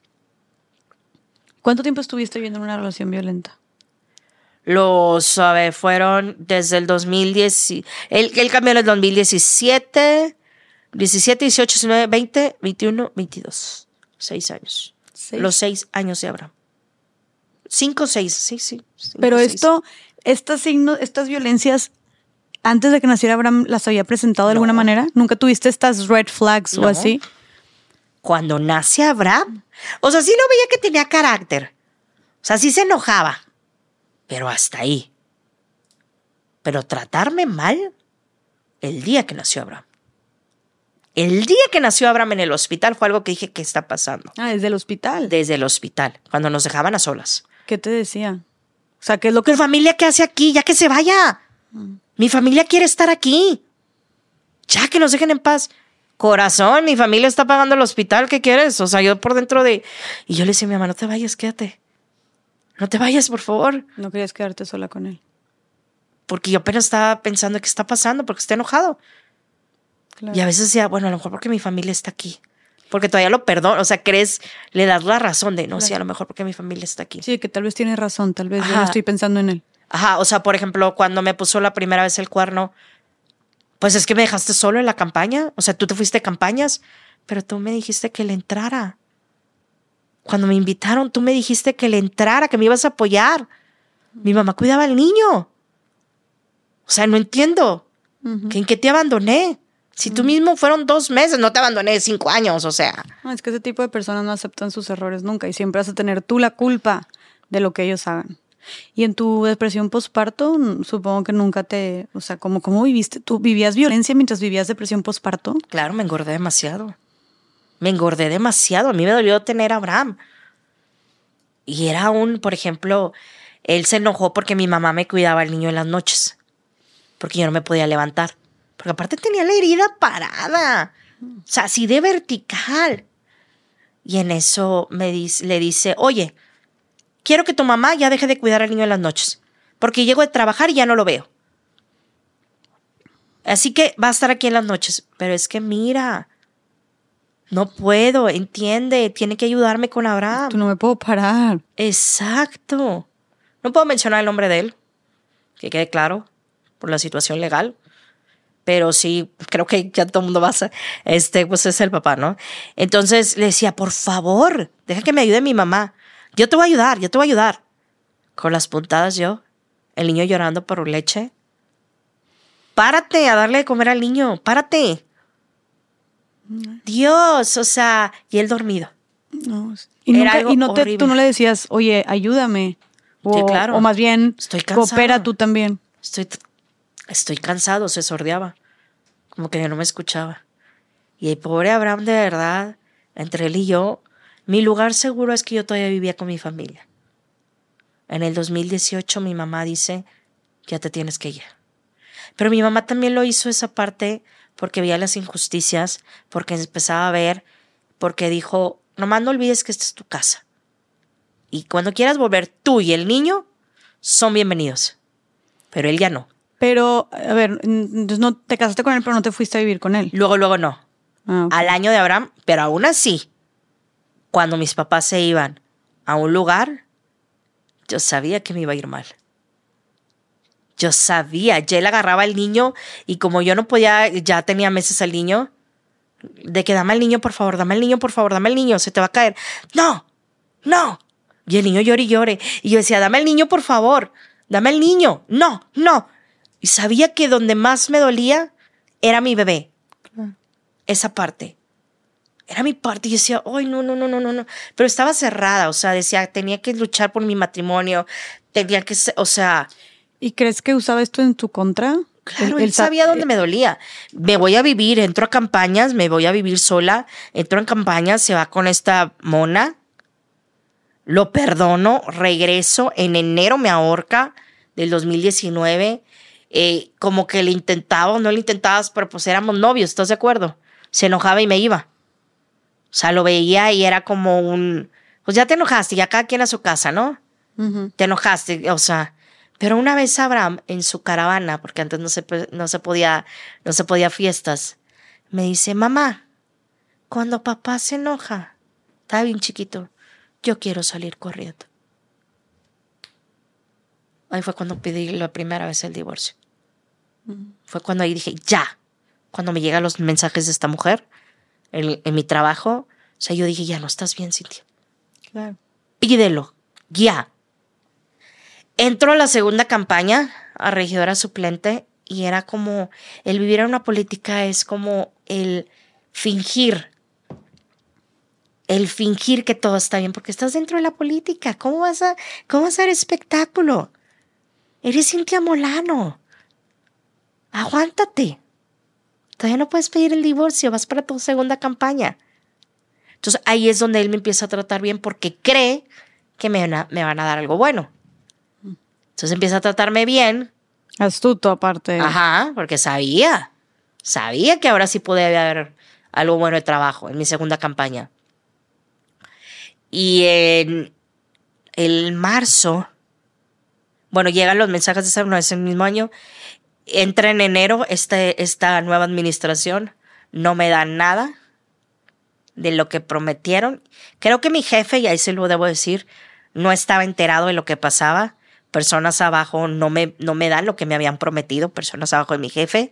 ¿Cuánto tiempo estuviste viviendo en una relación violenta? Los, a ver, fueron desde el dos mil diez. Él, él cambió en el dos mil diecisiete, diecisiete, dieciocho, diecinueve, veinte, veintiuno, veintidós. Seis años. ¿Seis? Los seis años de Abraham. Cinco, seis, sí, sí. Cinco, Pero seis. esto, estos signos, estas violencias, antes de que naciera Abraham, ¿las había presentado de No. alguna manera? ¿Nunca tuviste estas red flags No. o así? Cuando nace Abraham, o sea, sí lo veía que tenía carácter. O sea, sí se enojaba. Pero hasta ahí. Pero tratarme mal el día que nació Abraham. El día que nació Abraham en el hospital fue algo que dije, ¿qué está pasando? Ah, desde el hospital. Desde el hospital, cuando nos dejaban a solas. ¿Qué te decía? O sea, ¿qué es lo que... ¿Tu familia qué hace aquí? Ya que se vaya. Mi familia quiere estar aquí. Ya que nos dejen en paz. Corazón, mi familia está pagando el hospital, ¿qué quieres? O sea, yo por dentro de... Y yo le decía a mi mamá, no te vayas, quédate. No te vayas, por favor. No querías quedarte sola con él. Porque yo apenas estaba pensando qué está pasando, porque está enojado. Claro. Y a veces decía, bueno, a lo mejor porque mi familia está aquí. Porque todavía lo perdono. O sea, crees, le das la razón de, no, Claro. sí, a lo mejor porque mi familia está aquí. Sí, que tal vez tiene razón, tal vez yo Ajá. no estoy pensando en él. Ajá, o sea, por ejemplo, cuando me puso la primera vez el cuerno, pues es que me dejaste solo en la campaña. O sea, tú te fuiste de campañas, pero tú me dijiste que le entrara. Cuando me invitaron, tú me dijiste que le entrara, que me ibas a apoyar. Mi mamá cuidaba al niño. O sea, no entiendo. Uh-huh. ¿En qué te abandoné? Si tú mismo fueron dos meses, no te abandoné de cinco años, o sea. No, es que ese tipo de personas no aceptan sus errores nunca y siempre vas a tener tú la culpa de lo que ellos hagan. Y en tu depresión postparto, supongo que nunca te... O sea, ¿cómo, cómo viviste? ¿Tú vivías violencia mientras vivías depresión postparto? Claro, me engordé demasiado. Me engordé demasiado. A mí me dolió tener a Abraham. Y era un, por ejemplo, él se enojó porque mi mamá me cuidaba al niño en las noches. Porque yo no me podía levantar. Porque aparte tenía la herida parada. O sea, así de vertical. Y en eso me dice, le dice, oye, quiero que tu mamá ya deje de cuidar al niño en las noches. Porque llego de trabajar y ya no lo veo. Así que va a estar aquí en las noches. Pero es que mira, no puedo, entiende, tiene que ayudarme con Abraham. Tú no me puedo parar. Exacto. No puedo mencionar el nombre de él, que quede claro, por la situación legal. Pero sí, creo que ya todo el mundo va a... Este, pues es el papá, ¿no? Entonces le decía, por favor, deja que me ayude mi mamá. Yo te voy a ayudar, yo te voy a ayudar. Con las puntadas yo, el niño llorando por leche. Párate a darle de comer al niño, párate. Dios, o sea, y él dormido. No, y nunca, Era algo y no te, horrible. tú no le decías, oye, ayúdame. O, Sí, claro. o más bien, Estoy cansado. coopera tú también. Estoy, estoy cansado, se sordeaba. Como que no me escuchaba. Y el pobre Abraham, de verdad, entre él y yo, mi lugar seguro es que yo todavía vivía con mi familia. En el dos mil dieciocho mi mamá dice, ya te tienes que ir. Pero mi mamá también lo hizo esa parte porque veía las injusticias, porque empezaba a ver, porque dijo, nomás no olvides que esta es tu casa. Y cuando quieras volver, tú y el niño son bienvenidos. Pero él ya no. Pero, a ver, entonces no te casaste con él, pero no te fuiste a vivir con él. Luego, luego no. Ah, ok. Al año de Abraham, pero aún así, cuando mis papás se iban a un lugar, yo sabía que me iba a ir mal. Yo sabía, ya él agarraba al niño y como yo no podía, ya tenía meses al niño, de que dame al niño, por favor, dame al niño, por favor, dame al niño, se te va a caer. No, no. Y el niño llore y llore. Y yo decía, dame al niño, por favor, dame al niño. No, no. Y sabía que donde más me dolía era mi bebé. Claro. Esa parte. Era mi parte. Y yo decía, ay, no, no, no, no, no, no. Pero estaba cerrada. O sea, decía, tenía que luchar por mi matrimonio. Tenía que, o sea. ¿Y crees que usaba esto en tu contra? Claro, él, él sabía dónde me dolía. Me voy a vivir, entro a campañas, me voy a vivir sola, entro en campañas, se va con esta mona, lo perdono, regreso, en enero me ahorca del dos mil diecinueve, eh, como que le intentaba o no le intentabas, pero pues éramos novios, ¿estás de acuerdo? Se enojaba y me iba. O sea, lo veía y era como un, pues ya te enojaste, ya cada quien a su casa, ¿no? Uh-huh. Te enojaste, o sea... Pero una vez Abraham, en su caravana, porque antes no se, no se podía, no se podía fiestas, me dice, mamá, cuando papá se enoja, está bien chiquito, yo quiero salir corriendo. Ahí fue cuando pedí la primera vez el divorcio. Mm. Fue cuando ahí dije, ya. Cuando me llegan los mensajes de esta mujer en, en mi trabajo, o sea, yo dije, ya no estás bien, Cintia. Claro. Pídelo, ya. Entro a la segunda campaña, a regidora suplente, y era como, el vivir en una política es como el fingir, el fingir que todo está bien, porque estás dentro de la política. ¿Cómo vas a, cómo vas a dar espectáculo? Eres Cintia Molano. Aguántate. Todavía no puedes pedir el divorcio, vas para tu segunda campaña. Entonces ahí es donde él me empieza a tratar bien porque cree que me van a, me van a dar algo bueno. Entonces empieza a tratarme bien. Astuto aparte. Ajá, porque sabía. Sabía que ahora sí podía haber algo bueno de trabajo en mi segunda campaña. Y en el marzo, bueno, llegan los mensajes de ese, no, ese mismo año. Entra en enero este, esta nueva administración. No me dan nada de lo que prometieron. Creo que mi jefe, y ahí se lo debo decir, no estaba enterado de lo que pasaba. Personas abajo no me, no me dan lo que me habían prometido, personas abajo de mi jefe.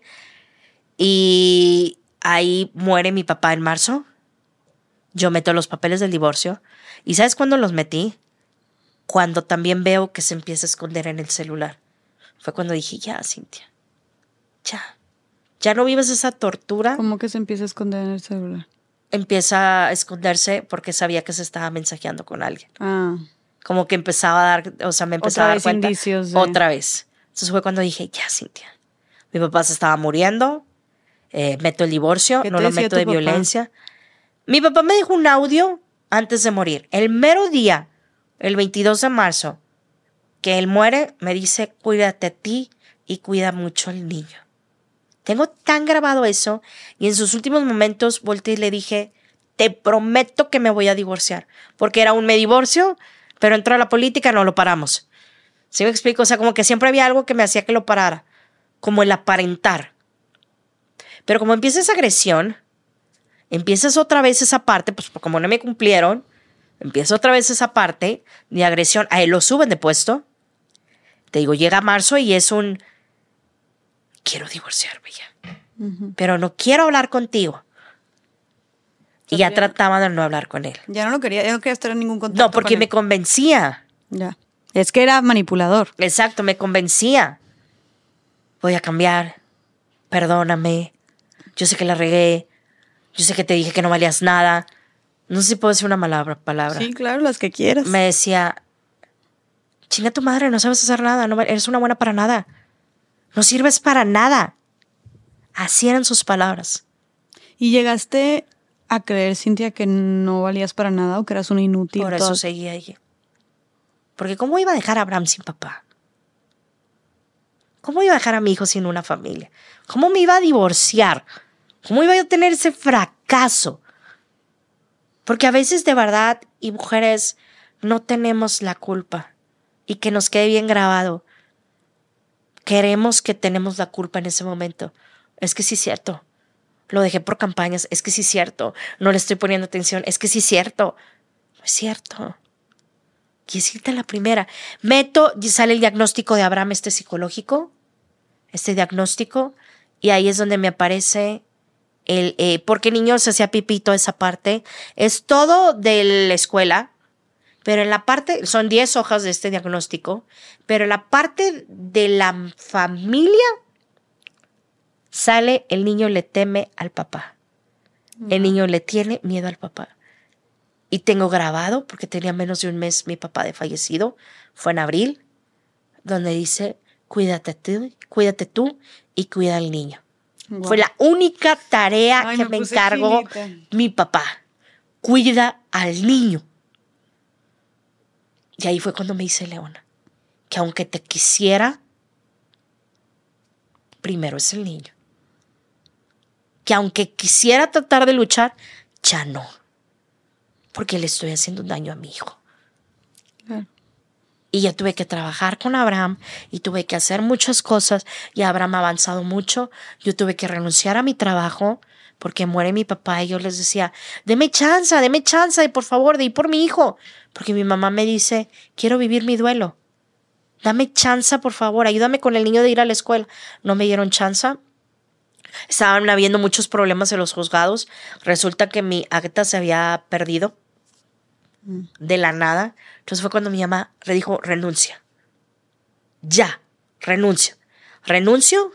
Y ahí muere mi papá en marzo. Yo meto los papeles del divorcio. ¿Y sabes cuándo los metí? Cuando también veo que se empieza a esconder en el celular. Fue cuando dije, ya, Cintia, ya. Ya no vives esa tortura. ¿Cómo que se empieza a esconder en el celular? Empieza a esconderse porque sabía que se estaba mensajeando con alguien. Ah. Como que empezaba a dar, o sea, me empezaba a dar cuenta. Indicios de... Otra vez. Entonces fue cuando dije, ya, Cintia. Mi papá se estaba muriendo, eh, meto el divorcio, no lo meto de papá? violencia. Mi papá me dejó un audio antes de morir. El mero día, el veintidós de marzo, que él muere, me dice, cuídate a ti y cuida mucho al niño. Tengo tan grabado eso, y en sus últimos momentos volteé y le dije, te prometo que me voy a divorciar. Porque era un me divorcio, pero entró a la política, no lo paramos. ¿Sí me explico? O sea, como que siempre había algo que me hacía que lo parara. Como el aparentar. Pero como empieza esa agresión, empiezas otra vez esa parte, pues como no me cumplieron, empieza otra vez esa parte de agresión. A él lo suben de puesto. Te digo, llega marzo y es un... Quiero divorciarme ya. Uh-huh. Pero no quiero hablar contigo. Y ya trataba de no hablar con él. Ya no lo quería, ya no quería estar en ningún contacto. No, porque con me él. convencía. Ya. Es que era manipulador. Exacto, me convencía. Voy a cambiar. Perdóname. Yo sé que la regué. Yo sé que te dije que no valías nada. No sé si puedo decir una mala palabra. Sí, claro, las que quieras. Me decía, chinga tu madre, no sabes hacer nada. No, eres una buena para nada. No sirves para nada. Así eran sus palabras. ¿Y llegaste a creer, Cintia, que no valías para nada o que eras una inútil? Por eso seguía ahí. Porque ¿cómo iba a dejar a Abraham sin papá? ¿Cómo iba a dejar a mi hijo sin una familia? ¿Cómo me iba a divorciar? ¿Cómo iba yo a tener ese fracaso? Porque a veces de verdad, y mujeres, no tenemos la culpa. Y que nos quede bien grabado. Queremos que tenemos la culpa en ese momento. Es que sí es cierto. Lo dejé por campañas. Es que sí es cierto. No le estoy poniendo atención. Es que sí es cierto. No es cierto. Y es la primera. Meto y sale el diagnóstico de Abraham, este psicológico. Este diagnóstico. Y ahí es donde me aparece el... Eh, porque niño se hacía pipí toda esa parte. Es todo de la escuela. Pero en la parte... Son diez hojas de este diagnóstico. Pero en la parte de la familia... Sale, el niño le teme al papá. No. El niño le tiene miedo al papá. Y tengo grabado, porque tenía menos de un mes mi papá de fallecido, fue en abril, donde dice, cuídate tú, cuídate tú y cuida al niño. Wow. Fue la única tarea Ay, que me me puse encargó chinita. mi papá. Cuida al niño. Y ahí fue cuando me hice leona. Que aunque te quisiera, primero es el niño. Que aunque quisiera tratar de luchar, ya no. Porque le estoy haciendo un daño a mi hijo. Claro. Y ya tuve que trabajar con Abraham y tuve que hacer muchas cosas y Abraham ha avanzado mucho. Yo tuve que renunciar a mi trabajo porque muere mi papá y yo les decía, deme chance, deme chance, y por favor, de ir por mi hijo. Porque mi mamá me dice, quiero vivir mi duelo. Dame chance, por favor, ayúdame con el niño de ir a la escuela. No me dieron chance. Estaban habiendo muchos problemas en los juzgados. Resulta que mi acta se había perdido de la nada. Entonces fue cuando mi mamá le dijo, renuncia. Ya, renuncio. Renuncio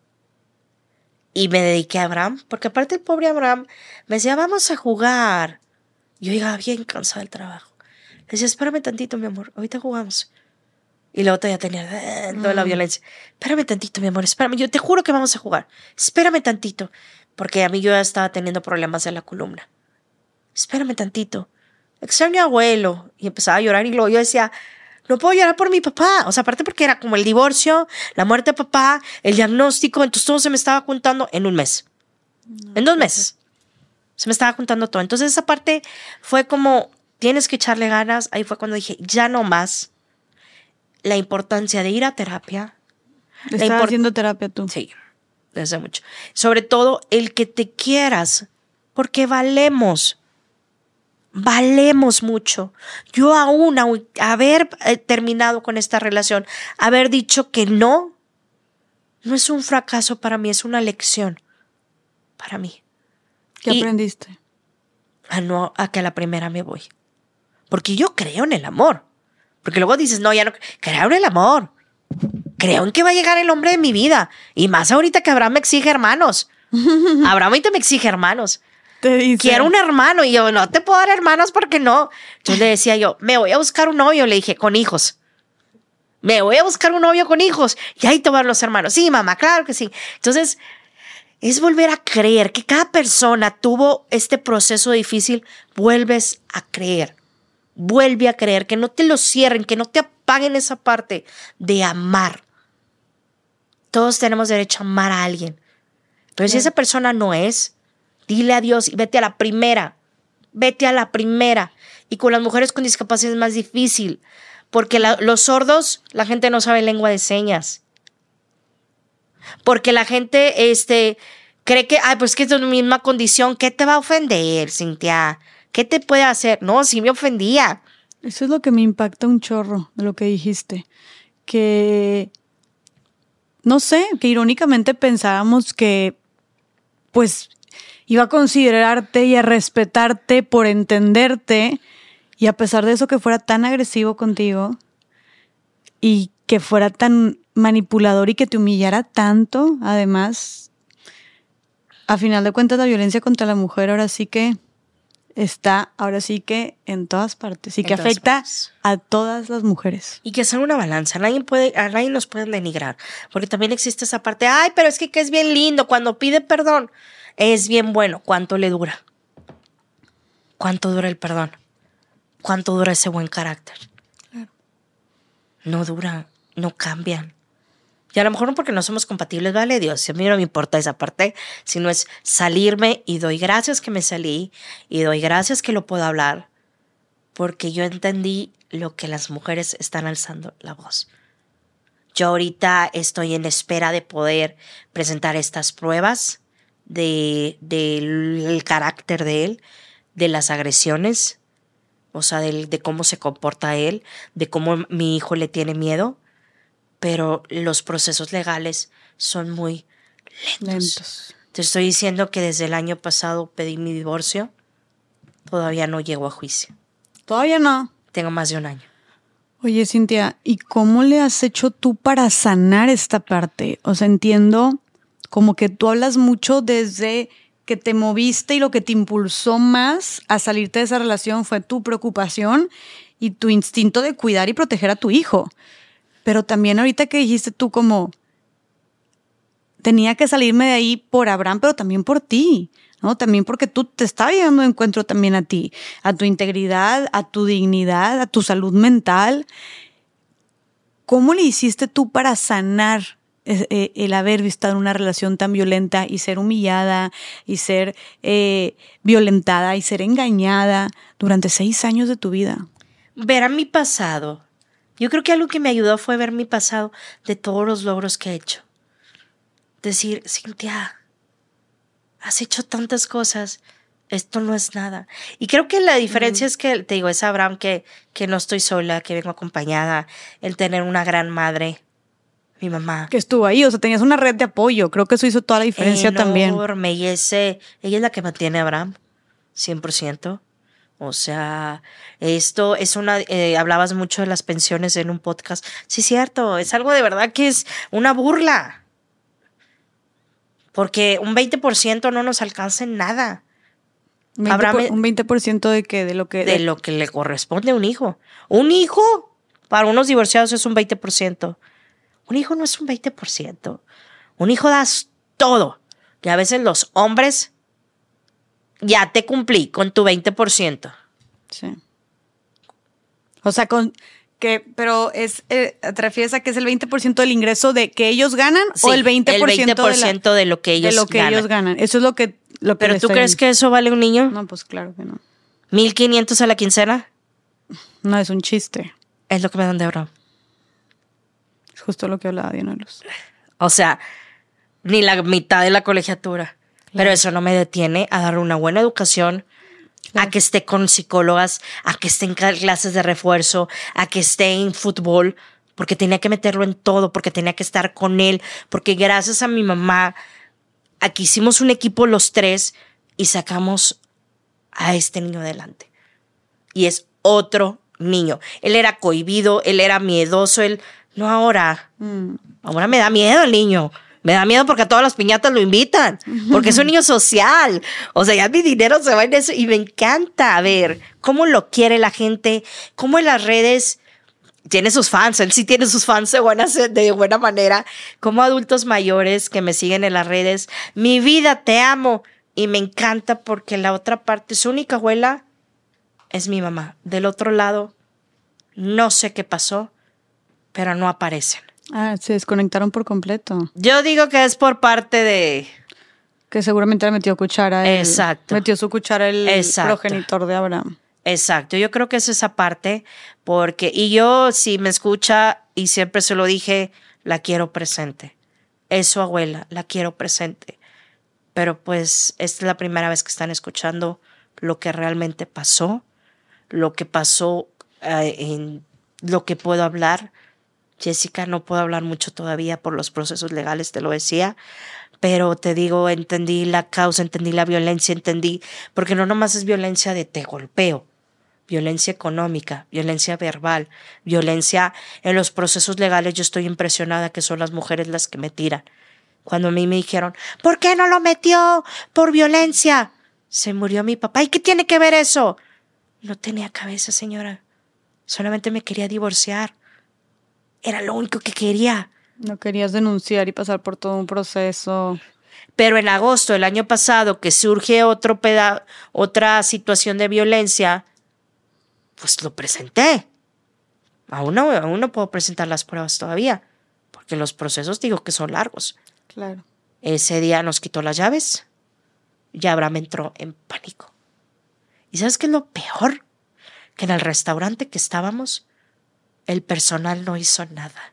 y me dediqué a Abraham. Porque aparte el pobre Abraham me decía, vamos a jugar. Yo llegaba bien cansada del trabajo. Le decía, espérame tantito, mi amor, ahorita jugamos. Y luego todavía tenía eh, toda la Mm. violencia. Espérame tantito, mi amor, espérame. Yo te juro que vamos a jugar. Espérame tantito. Porque a mí yo ya estaba teniendo problemas en la columna. Espérame tantito. Extraño a abuelo. Y empezaba a llorar y luego yo decía, no puedo llorar por mi papá. O sea, aparte porque era como el divorcio, la muerte de papá, el diagnóstico. Entonces todo se me estaba juntando en un mes. No, en dos meses. Se me estaba juntando todo. Entonces esa parte fue como, tienes que echarle ganas. Ahí fue cuando dije, ya no más. La importancia de ir a terapia. ¿Estás import- haciendo terapia tú? Sí, desde mucho. Sobre todo el que te quieras, porque valemos, valemos mucho. Yo aún, aún haber eh, terminado con esta relación, haber dicho que no, no es un fracaso para mí, es una lección para mí. ¿Qué y aprendiste? A, no, a que a la primera me voy. Porque yo creo en el amor. Porque luego dices, no, ya no, creo en el amor. Creo en que va a llegar el hombre de mi vida. Y más ahorita que Abraham me exige hermanos. Abraham ahorita me exige hermanos. Te dice. Quiero un hermano. Y yo, no te puedo dar hermanos porque no. Entonces le decía yo, me voy a buscar un novio. Le dije, con hijos. Me voy a buscar un novio con hijos. Y ahí te van los hermanos. Sí, mamá, claro que sí. Entonces, es volver a creer que cada persona tuvo este proceso difícil. Vuelves a creer. Vuelve a creer, que no te lo cierren, que no te apaguen esa parte de amar. Todos tenemos derecho a amar a alguien. Pero sí. Si esa persona no es, dile adiós y vete a la primera. Vete a la primera. Y con las mujeres con discapacidad es más difícil. Porque la, los sordos, la gente no sabe lengua de señas. Porque la gente este, cree que, ay, pues que es de la misma condición. ¿Qué te va a ofender, Cintia? ¿Qué te puede hacer? No, sí me ofendía. Eso es lo que me impacta un chorro de lo que dijiste. Que, no sé, que irónicamente pensábamos que, pues, iba a considerarte y a respetarte por entenderte. Y a pesar de eso que fuera tan agresivo contigo y que fuera tan manipulador y que te humillara tanto, además, a final de cuentas la violencia contra la mujer ahora sí que está ahora sí que en todas partes y en que afecta partes. A todas las mujeres. Y que es una balanza. Nadie puede, a nadie nos pueden denigrar. Porque también existe esa parte, ay, pero es que, que es bien lindo. Cuando pide perdón, es bien bueno. ¿Cuánto le dura? ¿Cuánto dura el perdón? ¿Cuánto dura ese buen carácter? Claro. No dura, no cambian. Y a lo mejor no porque no somos compatibles, vale Dios, a mí no me importa esa parte, sino es salirme y doy gracias que me salí y doy gracias que lo puedo hablar, porque yo entendí lo que las mujeres están alzando la voz. Yo ahorita estoy en espera de poder presentar estas pruebas de, del carácter de él, de las agresiones, o sea, de, de cómo se comporta él, de cómo mi hijo le tiene miedo. Pero los procesos legales son muy lentos. lentos. Te estoy diciendo que desde el año pasado pedí mi divorcio. Todavía no llego a juicio. ¿Todavía no? Tengo más de un año. Oye, Cintia, ¿y cómo le has hecho tú para sanar esta parte? O sea, entiendo como que tú hablas mucho desde que te moviste y lo que te impulsó más a salirte de esa relación fue tu preocupación y tu instinto de cuidar y proteger a tu hijo. Pero también ahorita que dijiste tú como, tenía que salirme de ahí por Abraham, pero también por ti, ¿no? También porque tú te estaba llevando de encuentro también a ti, a tu integridad, a tu dignidad, a tu salud mental. ¿Cómo le hiciste tú para sanar eh, el haber estado en una relación tan violenta y ser humillada y ser eh, violentada y ser engañada durante seis años de tu vida? Ver a mi pasado. Yo creo que algo que me ayudó fue ver mi pasado de todos los logros que he hecho. Decir, Cintia, has hecho tantas cosas, esto no es nada. Y creo que la diferencia mm. es que, te digo, es Abraham que, que no estoy sola, que vengo acompañada, el tener una gran madre, mi mamá. Que estuvo ahí, o sea, tenías una red de apoyo, creo que eso hizo toda la diferencia enorme, también. Enorme, y ese, ella es la que mantiene a Abraham, cien por ciento. O sea, esto es una, eh, hablabas mucho de las pensiones en un podcast. Sí, cierto, es algo de verdad que es una burla. Porque un veinte por ciento no nos alcanza en nada. veinte por, ¿Un veinte por ciento de qué? De lo que... De, de lo que le corresponde a un hijo. Un hijo, para unos divorciados es un veinte por ciento. Un hijo no es un veinte por ciento. Un hijo das todo. Y a veces los hombres... Ya te cumplí con tu veinte por ciento. Sí. O sea, con que, pero es, eh, ¿te refieres a que es el veinte por ciento del ingreso de que ellos ganan sí, o el veinte por ciento, el veinte por ciento de, la, de lo que ellos de lo que ganan? ellos ganan. Eso es lo que, lo que ¿Pero tú crees que eso vale un niño? No, pues claro que no. ¿mil quinientos a la quincena? No, es un chiste. Es lo que me dan de oro. Es justo lo que hablaba Diana Luz. O sea, ni la mitad de la colegiatura. Pero eso no me detiene a darle una buena educación, claro. A que esté con psicólogas, a que esté en clases de refuerzo, a que esté en fútbol, porque tenía que meterlo en todo, porque tenía que estar con él, porque gracias a mi mamá, aquí hicimos un equipo los tres y sacamos a este niño adelante. Y es otro niño. Él era cohibido, él era miedoso, él... No ahora. Mm. Ahora me da miedo el niño. Me da miedo porque a todas las piñatas lo invitan, porque es un niño social. O sea, ya mi dinero se va en eso y me encanta ver cómo lo quiere la gente, cómo en las redes tiene sus fans, él sí tiene sus fans de buena, de buena manera, como adultos mayores que me siguen en las redes. Mi vida, te amo. Y me encanta porque la otra parte, su única abuela es mi mamá. Del otro lado, no sé qué pasó, pero no aparecen. Ah, se desconectaron por completo. Yo digo que es por parte de... Que seguramente le metió cuchara. El, Exacto. Metió su cuchara el Exacto. progenitor de Abraham. Exacto. Yo creo que es esa parte porque... Y yo, si me escucha, y siempre se lo dije, la quiero presente. Es su abuela, la quiero presente. Pero pues esta es la primera vez que están escuchando lo que realmente pasó, lo que pasó, eh, en lo que puedo hablar. Jessica, no puedo hablar mucho todavía por los procesos legales, te lo decía, pero te digo, entendí la causa, entendí la violencia, entendí, porque no nomás es violencia de te golpeo, violencia económica, violencia verbal, violencia en los procesos legales. Yo estoy impresionada que son las mujeres las que me tiran. Cuando a mí me dijeron, ¿por qué no lo metió? Por violencia. Se murió mi papá. ¿Y qué tiene que ver eso? No tenía cabeza, señora. Solamente me quería divorciar. Era lo único que quería. No querías denunciar y pasar por todo un proceso. Pero en agosto del año pasado, que surge otro peda- otra situación de violencia, pues lo presenté. Aún no, aún no puedo presentar las pruebas todavía, porque los procesos digo que son largos. Claro. Ese día nos quitó las llaves y Abraham entró en pánico. ¿Y sabes qué es lo peor? Que en el restaurante que estábamos, el personal no hizo nada.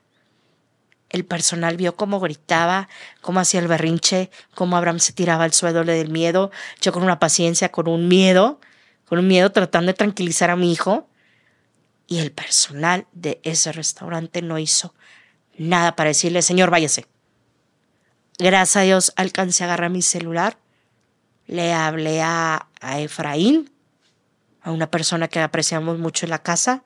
El personal vio cómo gritaba, cómo hacía el berrinche, cómo Abraham se tiraba al suelo del miedo. Yo con una paciencia, con un miedo, con un miedo tratando de tranquilizar a mi hijo. Y el personal de ese restaurante no hizo nada para decirle, señor, váyase. Gracias a Dios alcancé a agarrar mi celular. Le hablé a, a Efraín, a una persona que apreciamos mucho en la casa.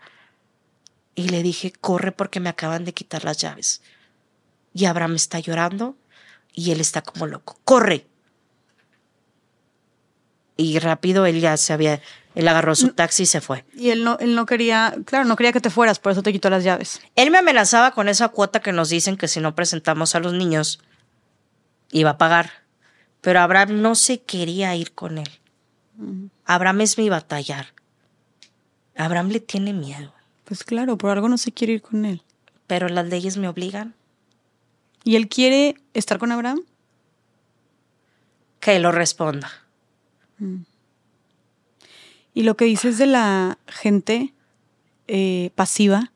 Y le dije, corre porque me acaban de quitar las llaves. Y Abraham está llorando y él está como loco. ¡Corre! Y rápido él ya se había, Él agarró su taxi y se fue. Y él no, él no quería, claro, no quería que te fueras, por eso te quitó las llaves. Él me amenazaba con esa cuota que nos dicen que si no presentamos a los niños, iba a pagar. Pero Abraham no se quería ir con él. Uh-huh. Abraham es mi batallar. Abraham le tiene miedo. Pues claro, por algo no se quiere ir con él. Pero las leyes me obligan. ¿Y él quiere estar con Abraham? Que él lo responda. Mm. Y lo que dices de la gente eh, pasiva,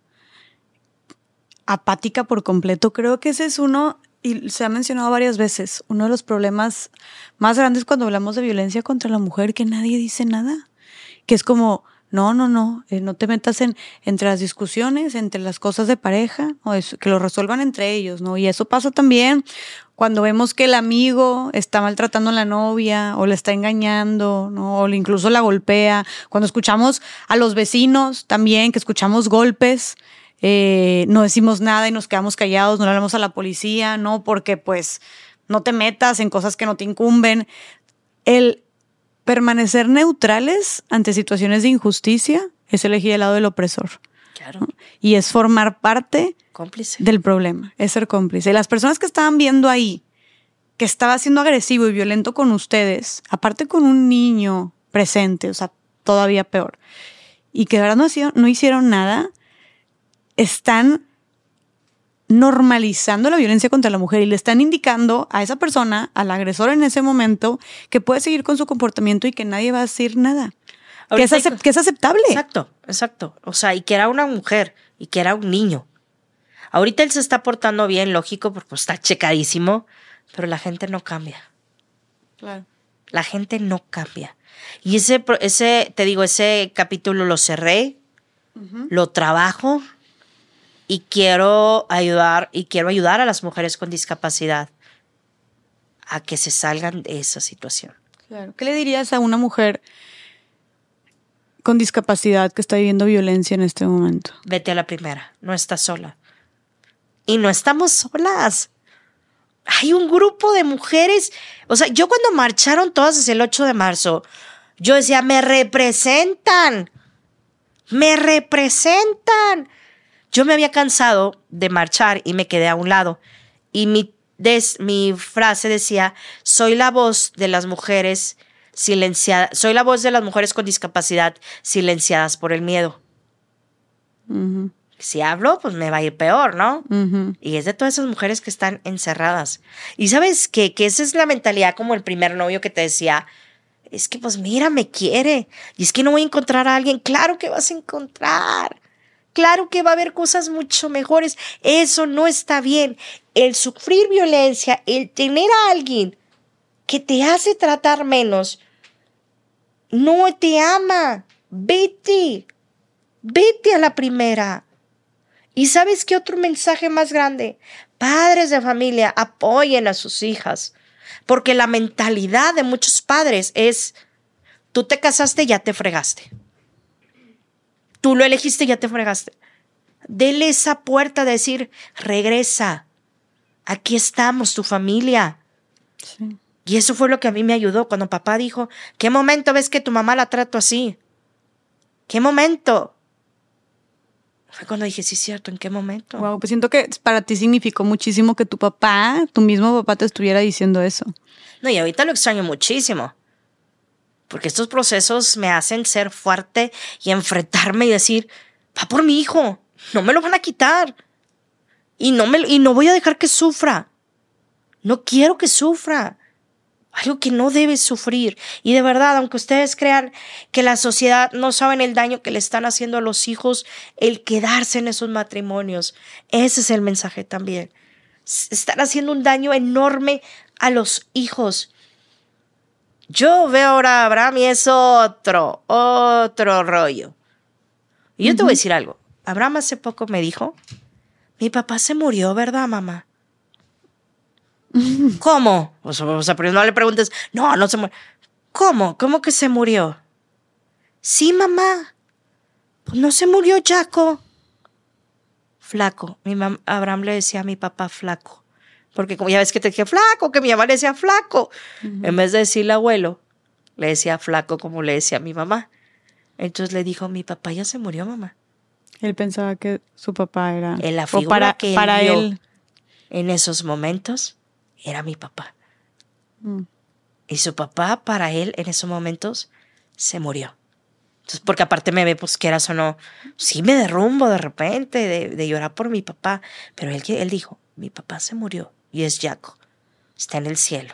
apática por completo, creo que ese es uno, y se ha mencionado varias veces, uno de los problemas más grandes cuando hablamos de violencia contra la mujer, que nadie dice nada. Que es como, no, no, no, eh, no te metas en entre las discusiones, entre las cosas de pareja, o eso, que lo resuelvan entre ellos, ¿no? Y eso pasa también cuando vemos que el amigo está maltratando a la novia o le está engañando, ¿no? O incluso la golpea. Cuando escuchamos a los vecinos también, que escuchamos golpes, eh, no decimos nada y nos quedamos callados, no le hablamos a la policía, ¿no? Porque pues no te metas en cosas que no te incumben. El permanecer neutrales ante situaciones de injusticia es elegir el lado del opresor. Claro. ¿No? Y es formar parte cómplice del problema, es ser cómplice. Y las personas que estaban viendo ahí que estaba siendo agresivo y violento con ustedes, aparte con un niño presente, o sea, todavía peor, y que de verdad no hicieron, no hicieron nada, están normalizando la violencia contra la mujer y le están indicando a esa persona, al agresor en ese momento, que puede seguir con su comportamiento y que nadie va a decir nada. Que es, acep- que es aceptable. Exacto, exacto. O sea, y que era una mujer y que era un niño. Ahorita él se está portando bien, lógico, porque está checadísimo, pero la gente no cambia. Claro. La gente no cambia. Y ese, ese te digo, ese capítulo lo cerré, uh-huh. lo trabajo y quiero ayudar, y quiero ayudar a las mujeres con discapacidad a que se salgan de esa situación. Claro. ¿Qué le dirías a una mujer con discapacidad que está viviendo violencia en este momento? Vete a la primera, no estás sola. Y no estamos solas. Hay un grupo de mujeres. O sea, yo cuando marcharon todas desde el ocho de marzo, yo decía, me representan. Me representan. Yo me había cansado de marchar y me quedé a un lado. Y mi, des, mi frase decía, soy la voz de las mujeres silenciadas, soy la voz de las mujeres con discapacidad silenciadas por el miedo. Uh-huh. Si hablo, pues me va a ir peor, ¿no? Uh-huh. Y es de todas esas mujeres que están encerradas. Y ¿sabes qué? Que esa es la mentalidad como el primer novio que te decía, es que pues mira, me quiere. Y es que no voy a encontrar a alguien. Claro que vas a encontrar. Claro que va a haber cosas mucho mejores. Eso no está bien. El sufrir violencia, el tener a alguien que te hace tratar menos, no te ama. Vete. Vete a la primera. ¿Y sabes qué otro mensaje más grande? Padres de familia, apoyen a sus hijas. Porque la mentalidad de muchos padres es, tú te casaste, ya te fregaste. Tú lo elegiste, ya te fregaste. Dele esa puerta de decir, regresa. Aquí estamos, tu familia. Sí. Y eso fue lo que a mí me ayudó cuando papá dijo, ¿qué momento ves que tu mamá la trato así? ¿Qué momento? Fue cuando dije, sí, es cierto, ¿en qué momento? Wow, pues siento que para ti significó muchísimo que tu papá, tu mismo papá te estuviera diciendo eso. No, y ahorita lo extraño muchísimo. Porque estos procesos me hacen ser fuerte y enfrentarme y decir, va por mi hijo, no me lo van a quitar. Y no, me, y no voy a dejar que sufra. No quiero que sufra. Algo que no debe sufrir. Y de verdad, aunque ustedes crean que la sociedad no saben el daño que le están haciendo a los hijos, el quedarse en esos matrimonios, ese es el mensaje también. Están haciendo un daño enorme a los hijos. Yo veo ahora a Abraham y es otro, otro rollo. Y yo uh-huh. te voy a decir algo. Abraham hace poco me dijo, mi papá se murió, ¿verdad, mamá? ¿Cómo? O sea, o sea, pero no le preguntes, no, no se murió. ¿Cómo? ¿Cómo que se murió? Sí, mamá. Pues no se murió, Jaco. Flaco. Mi mam- Abraham le decía a mi papá flaco. Porque como ya ves que te dije flaco, que mi mamá le decía flaco. Uh-huh. En vez de decirle abuelo, le decía flaco como le decía a mi mamá. Entonces le dijo, mi papá ya se murió, mamá. Él pensaba que su papá era... En la o figura para, que él para vio él. en esos momentos era mi papá. Mm. Y su papá, para él, en esos momentos, se murió. Entonces, porque aparte me ve, pues, quieras o no, sí me derrumbo de repente de, de llorar por mi papá. Pero él, él dijo, mi papá se murió y es Jaco. Está en el cielo.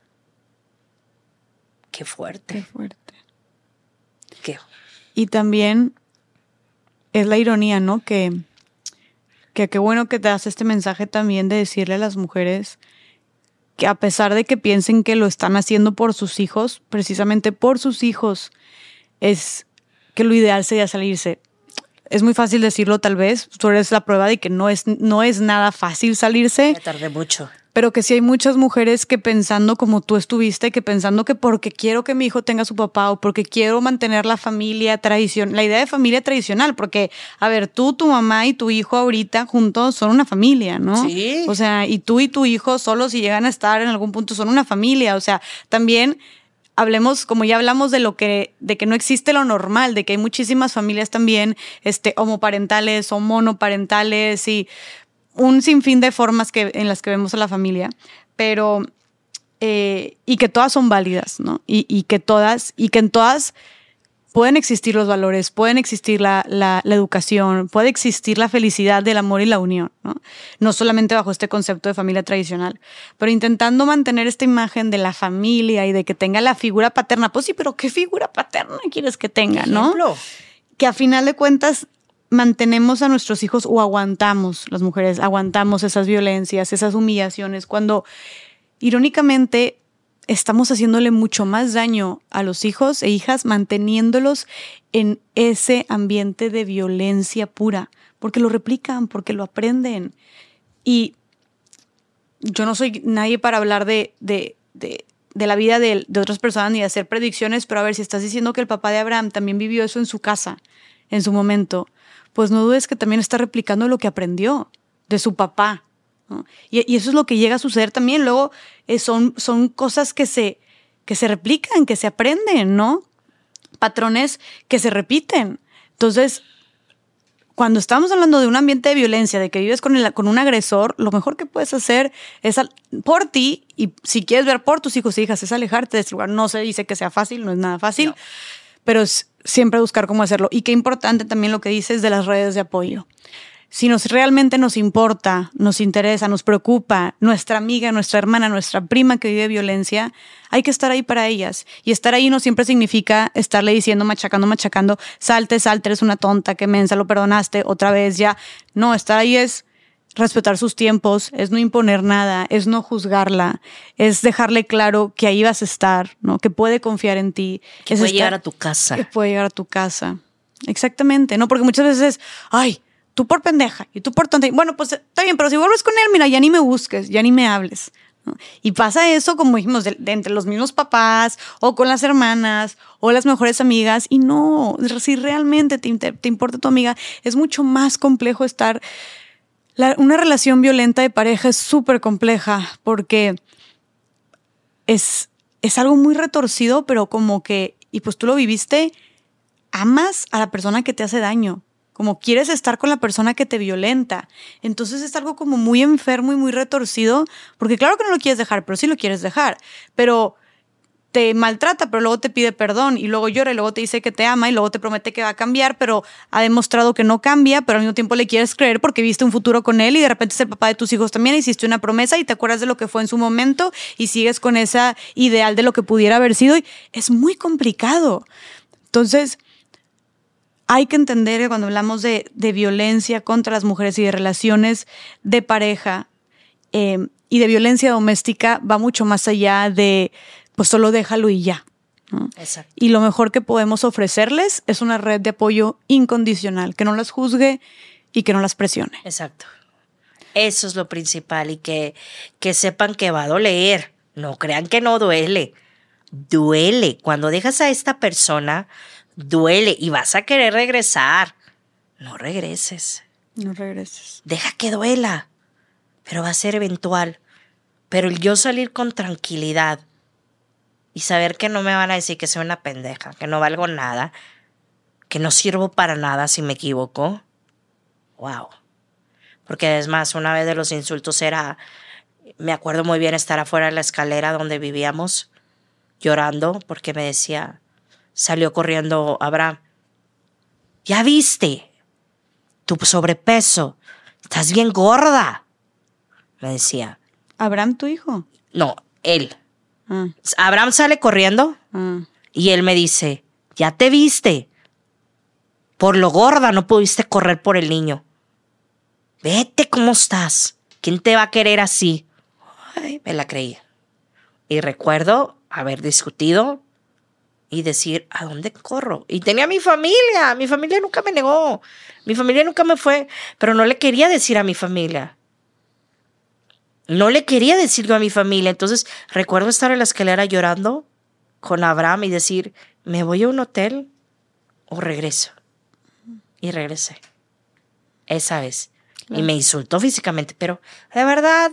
Qué fuerte. Qué fuerte. Qué... Y también es la ironía, ¿no? Que que qué bueno que te das este mensaje también de decirle a las mujeres que a pesar de que piensen que lo están haciendo por sus hijos, precisamente por sus hijos, es que lo ideal sería salirse. Es muy fácil decirlo tal vez, tú eres la prueba de que no es, no es nada fácil salirse. Me tardé mucho. Pero que sí hay muchas mujeres que pensando como tú estuviste, que pensando que porque quiero que mi hijo tenga su papá o porque quiero mantener la familia tradicional, la idea de familia tradicional, porque, a ver, tú, tu mamá y tu hijo ahorita juntos son una familia, ¿no? Sí. O sea, y tú y tu hijo solo si llegan a estar en algún punto son una familia, o sea, también... Hablemos, como ya hablamos de lo que, de que no existe lo normal, de que hay muchísimas familias también, este, homoparentales o monoparentales y un sinfín de formas que, en las que vemos a la familia, pero eh, y que todas son válidas, ¿no? Y, y que todas, y que en todas pueden existir los valores, pueden existir la, la, la educación, puede existir la felicidad del amor y la unión, ¿no? No solamente bajo este concepto de familia tradicional, pero intentando mantener esta imagen de la familia y de que tenga la figura paterna. Pues sí, pero ¿qué figura paterna quieres que tenga, no? Ejemplo. Que a final de cuentas mantenemos a nuestros hijos o aguantamos, las mujeres, aguantamos esas violencias, esas humillaciones, cuando irónicamente estamos haciéndole mucho más daño a los hijos e hijas manteniéndolos en ese ambiente de violencia pura, porque lo replican, porque lo aprenden. Y yo no soy nadie para hablar de, de, de, de la vida de, de otras personas ni de hacer predicciones, pero a ver, si estás diciendo que el papá de Abraham también vivió eso en su casa, en su momento, pues no dudes que también está replicando lo que aprendió de su papá, ¿no? Y, y eso es lo que llega a suceder también. Luego eh, son, son cosas que se, que se replican, que se aprenden, ¿no? Patrones que se repiten. Entonces, cuando estamos hablando de un ambiente de violencia, de que vives con, el, con un agresor, lo mejor que puedes hacer es al, por ti, y si quieres ver por tus hijos e hijas, es alejarte de este lugar. No se dice que sea fácil, no es nada fácil, no. Pero es siempre buscar cómo hacerlo. Y qué importante también lo que dices de las redes de apoyo. Si nos realmente nos importa, nos interesa, nos preocupa nuestra amiga, nuestra hermana, nuestra prima que vive violencia, hay que estar ahí para ellas. Y estar ahí no siempre significa estarle diciendo, machacando, machacando, salte, salte, eres una tonta, qué mensa, lo perdonaste, otra vez ya. No, estar ahí es respetar sus tiempos, es no imponer nada, es no juzgarla, es dejarle claro que ahí vas a estar, ¿no? Que puede confiar en ti. Que es puede estar, llegar a tu casa. Que puede llegar a tu casa. Exactamente, ¿no? Porque muchas veces es, ay, tú por pendeja y tú por tonta. Bueno, pues está bien, pero si vuelves con él, mira, ya ni me busques, ya ni me hables, ¿no? Y pasa eso, como dijimos, de, de entre los mismos papás o con las hermanas o las mejores amigas. Y no, si realmente te, te importa tu amiga, es mucho más complejo estar... La, una relación violenta de pareja es súper compleja porque es, es algo muy retorcido, pero como que, y pues tú lo viviste, amas a la persona que te hace daño. Como quieres estar con la persona que te violenta. Entonces es algo como muy enfermo y muy retorcido, porque claro que no lo quieres dejar, pero sí lo quieres dejar. Pero te maltrata, pero luego te pide perdón y luego llora y luego te dice que te ama y luego te promete que va a cambiar, pero ha demostrado que no cambia, pero al mismo tiempo le quieres creer porque viste un futuro con él y de repente es el papá de tus hijos también, hiciste una promesa y te acuerdas de lo que fue en su momento y sigues con esa ideal de lo que pudiera haber sido y es muy complicado. Entonces... hay que entender que cuando hablamos de, de violencia contra las mujeres y de relaciones de pareja eh, y de violencia doméstica va mucho más allá de, pues solo déjalo y ya, ¿no? Exacto. Y lo mejor que podemos ofrecerles es una red de apoyo incondicional, que no las juzgue y que no las presione. Exacto. Eso es lo principal y que, que sepan que va a doler. No crean que no duele. Duele. Cuando dejas a esta persona... duele y vas a querer regresar. No regreses. No regreses. Deja que duela, pero va a ser eventual. Pero el yo salir con tranquilidad y saber que no me van a decir que soy una pendeja, que no valgo nada, que no sirvo para nada si me equivoco. Wow. Porque es más, una vez de los insultos era, me acuerdo muy bien estar afuera de la escalera donde vivíamos, llorando, porque me decía, salió corriendo Abraham, ¿ya viste? Tu sobrepeso, estás bien gorda, me decía. ¿Abraham, tu hijo? No, él. Ah. Abraham sale corriendo Ah. y él me dice, ya te viste, por lo gorda no pudiste correr por el niño. Vete cómo estás, ¿quién te va a querer así? Ay, me la creí. Y recuerdo haber discutido y decir, ¿a dónde corro? Y tenía mi familia, mi familia nunca me negó, mi familia nunca me fue, pero no le quería decir a mi familia. No le quería decirlo a mi familia. Entonces recuerdo estar en la escalera llorando con Abraham y decir, ¿me voy a un hotel o regreso? Y regresé. Esa vez. Claro. Y me insultó físicamente, pero de verdad,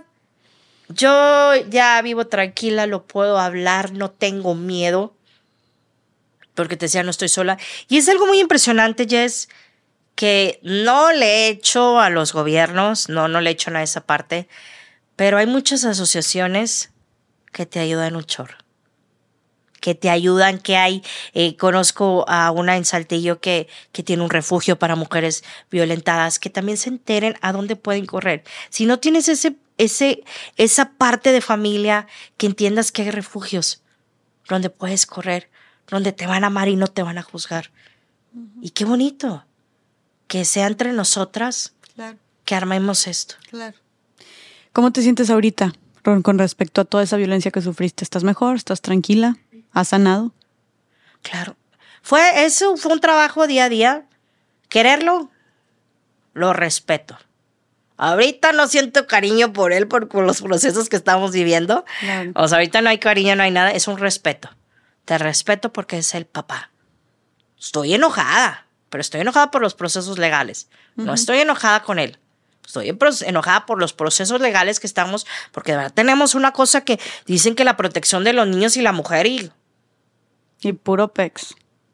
yo ya vivo tranquila, lo puedo hablar, no tengo miedo. Porque te decía, no estoy sola. Y es algo muy impresionante, Jess, que no le he hecho a los gobiernos, no, no le he hecho nada a esa parte, pero hay muchas asociaciones que te ayudan un chorro. Que te ayudan, que hay, eh, conozco a una en Saltillo que, que tiene un refugio para mujeres violentadas, que también se enteren a dónde pueden correr. Si no tienes ese, ese, esa parte de familia, que entiendas que hay refugios donde puedes correr, donde te van a amar y no te van a juzgar. Uh-huh. Y qué bonito que sea entre nosotras, claro, que armemos esto. Claro. ¿Cómo te sientes ahorita, Ron, con respecto a toda esa violencia que sufriste? ¿Estás mejor? ¿Estás tranquila? ¿Has sanado? Claro. Fue, eso fue un trabajo día a día. Quererlo, lo respeto. Ahorita no siento cariño por él por, por los procesos que estamos viviendo. Claro. O sea, ahorita no hay cariño, no hay nada. Es un respeto. Te respeto porque es el papá. Estoy enojada, pero estoy enojada por los procesos legales. Uh-huh. No estoy enojada con él. Estoy enojada por los procesos legales que estamos, porque de verdad tenemos una cosa que dicen que la protección de los niños y la mujer y... Y puro pex.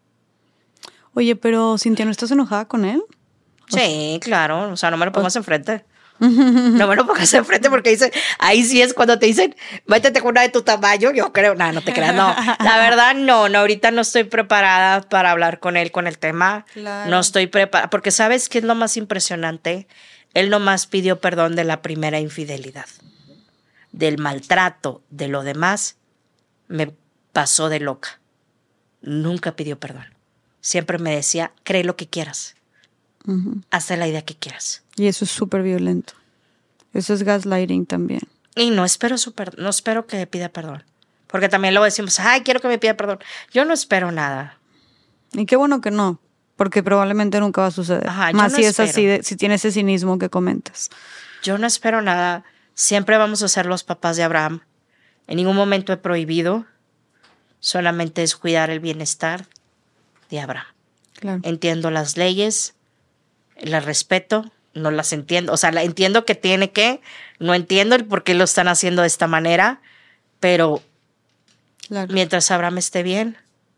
Oye, pero Cintia, ¿no estás enojada con él? Sí, sea, claro. O sea, no me lo pongas enfrente. No me lo pongas enfrente porque dicen, ahí sí es cuando te dicen, métete con una de tu tamaño. Yo creo, no, no te creas, no. La verdad, no, no, ahorita no estoy preparada para hablar con él con el tema. Claro. No estoy preparada, porque ¿sabes qué es lo más impresionante? Él nomás pidió perdón de la primera infidelidad. Del maltrato, de lo demás, me pasó de loca. Nunca pidió perdón. Siempre me decía, cree lo que quieras. Uh-huh. Haz la idea que quieras. Y eso es súper violento. Eso es gaslighting también. Y no espero, super, no espero que pida perdón. Porque también luego decimos, ay, quiero que me pida perdón. Yo no espero nada. Y qué bueno que no. Porque probablemente nunca va a suceder. Ajá, más no si espero. Es así, de, si tiene ese cinismo que comentas. Yo no espero nada. Siempre vamos a ser los papás de Abraham. En ningún momento he prohibido. Solamente es cuidar el bienestar de Abraham. Claro. Entiendo las leyes, las respeto, no las entiendo. O sea, la entiendo que tiene que, no entiendo el por qué lo están haciendo de esta manera, pero claro, mientras Abraham esté bien,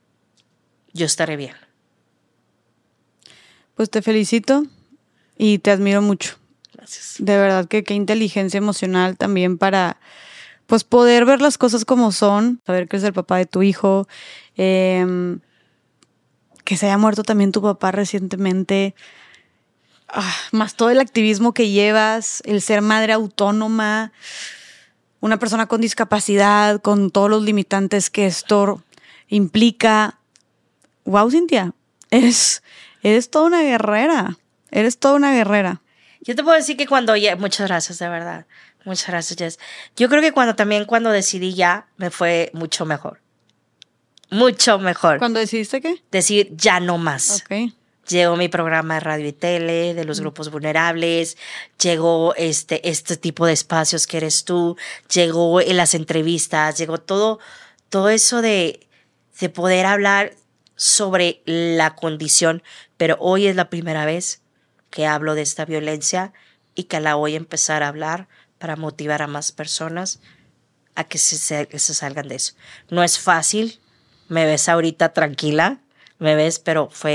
yo estaré bien. Pues te felicito y te admiro mucho. Gracias. De verdad que qué inteligencia emocional también para pues poder ver las cosas como son, saber que es el papá de tu hijo, eh, que se haya muerto también tu papá recientemente, ah, más todo el activismo que llevas, el ser madre autónoma, una persona con discapacidad, con todos los limitantes que esto implica. Wow, Cintia, eres... Eres toda una guerrera. Eres toda una guerrera. Yo te puedo decir que cuando ya... Muchas gracias, de verdad. Muchas gracias, Jess. Yo creo que cuando también cuando decidí ya, me fue mucho mejor. Mucho mejor. ¿Cuándo decidiste qué? Decir ya no más. Ok. Llegó mi programa de radio y tele, de los mm. grupos vulnerables. Llegó este, este tipo de espacios que eres tú. Llegó en las entrevistas. Llegó todo, todo eso de, de poder hablar sobre la condición, pero hoy es la primera vez que hablo de esta violencia y que la voy a empezar a hablar para motivar a más personas a que se, que se salgan de eso. No es fácil, me ves ahorita tranquila, me ves, pero fue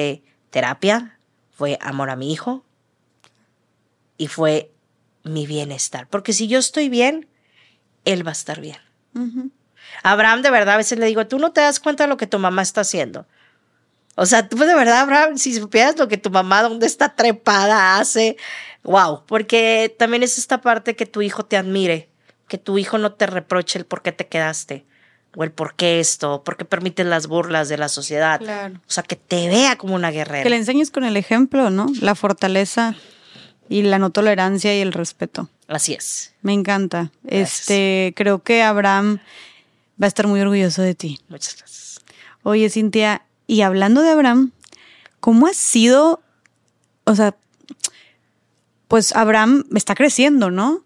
terapia, fue amor a mi hijo y fue mi bienestar. Porque si yo estoy bien, él va a estar bien. Uh-huh. Abraham, de verdad, a veces le digo, tú no te das cuenta de lo que tu mamá está haciendo. O sea, tú de verdad, Abraham, si supieras lo que tu mamá, dónde está trepada, hace, wow. Porque también es esta parte que tu hijo te admire, que tu hijo no te reproche el por qué te quedaste, o el por qué esto, por qué permites las burlas de la sociedad. Claro. O sea, que te vea como una guerrera. Que le enseñes con el ejemplo, ¿no? La fortaleza y la no tolerancia y el respeto. Así es. Me encanta. Gracias. Este, creo que Abraham va a estar muy orgulloso de ti. Muchas gracias. Oye, Cintia, y hablando de Abraham, ¿cómo ha sido? O sea, pues Abraham está creciendo, ¿no?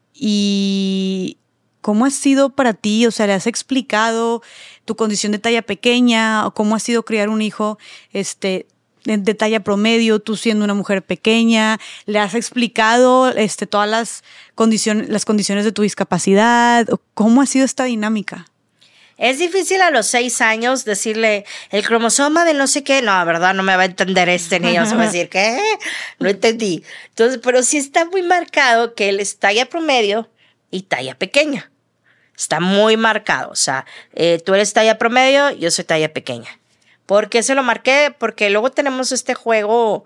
Y ¿cómo ha sido para ti? O sea, ¿le has explicado tu condición de talla pequeña? ¿O cómo ha sido criar un hijo este, de, de talla promedio, tú siendo una mujer pequeña? ¿Le has explicado este, todas las condiciones, las condiciones de tu discapacidad? ¿Cómo ha sido esta dinámica? Es difícil a los seis años decirle el cromosoma de no sé qué. No, verdad, no me va a entender este niño. Se va a decir, ¿qué? No entendí. Entonces, pero sí está muy marcado que él es talla promedio y talla pequeña. Está muy marcado. O sea, eh, tú eres talla promedio, yo soy talla pequeña. ¿Por qué se lo marqué? Porque luego tenemos este juego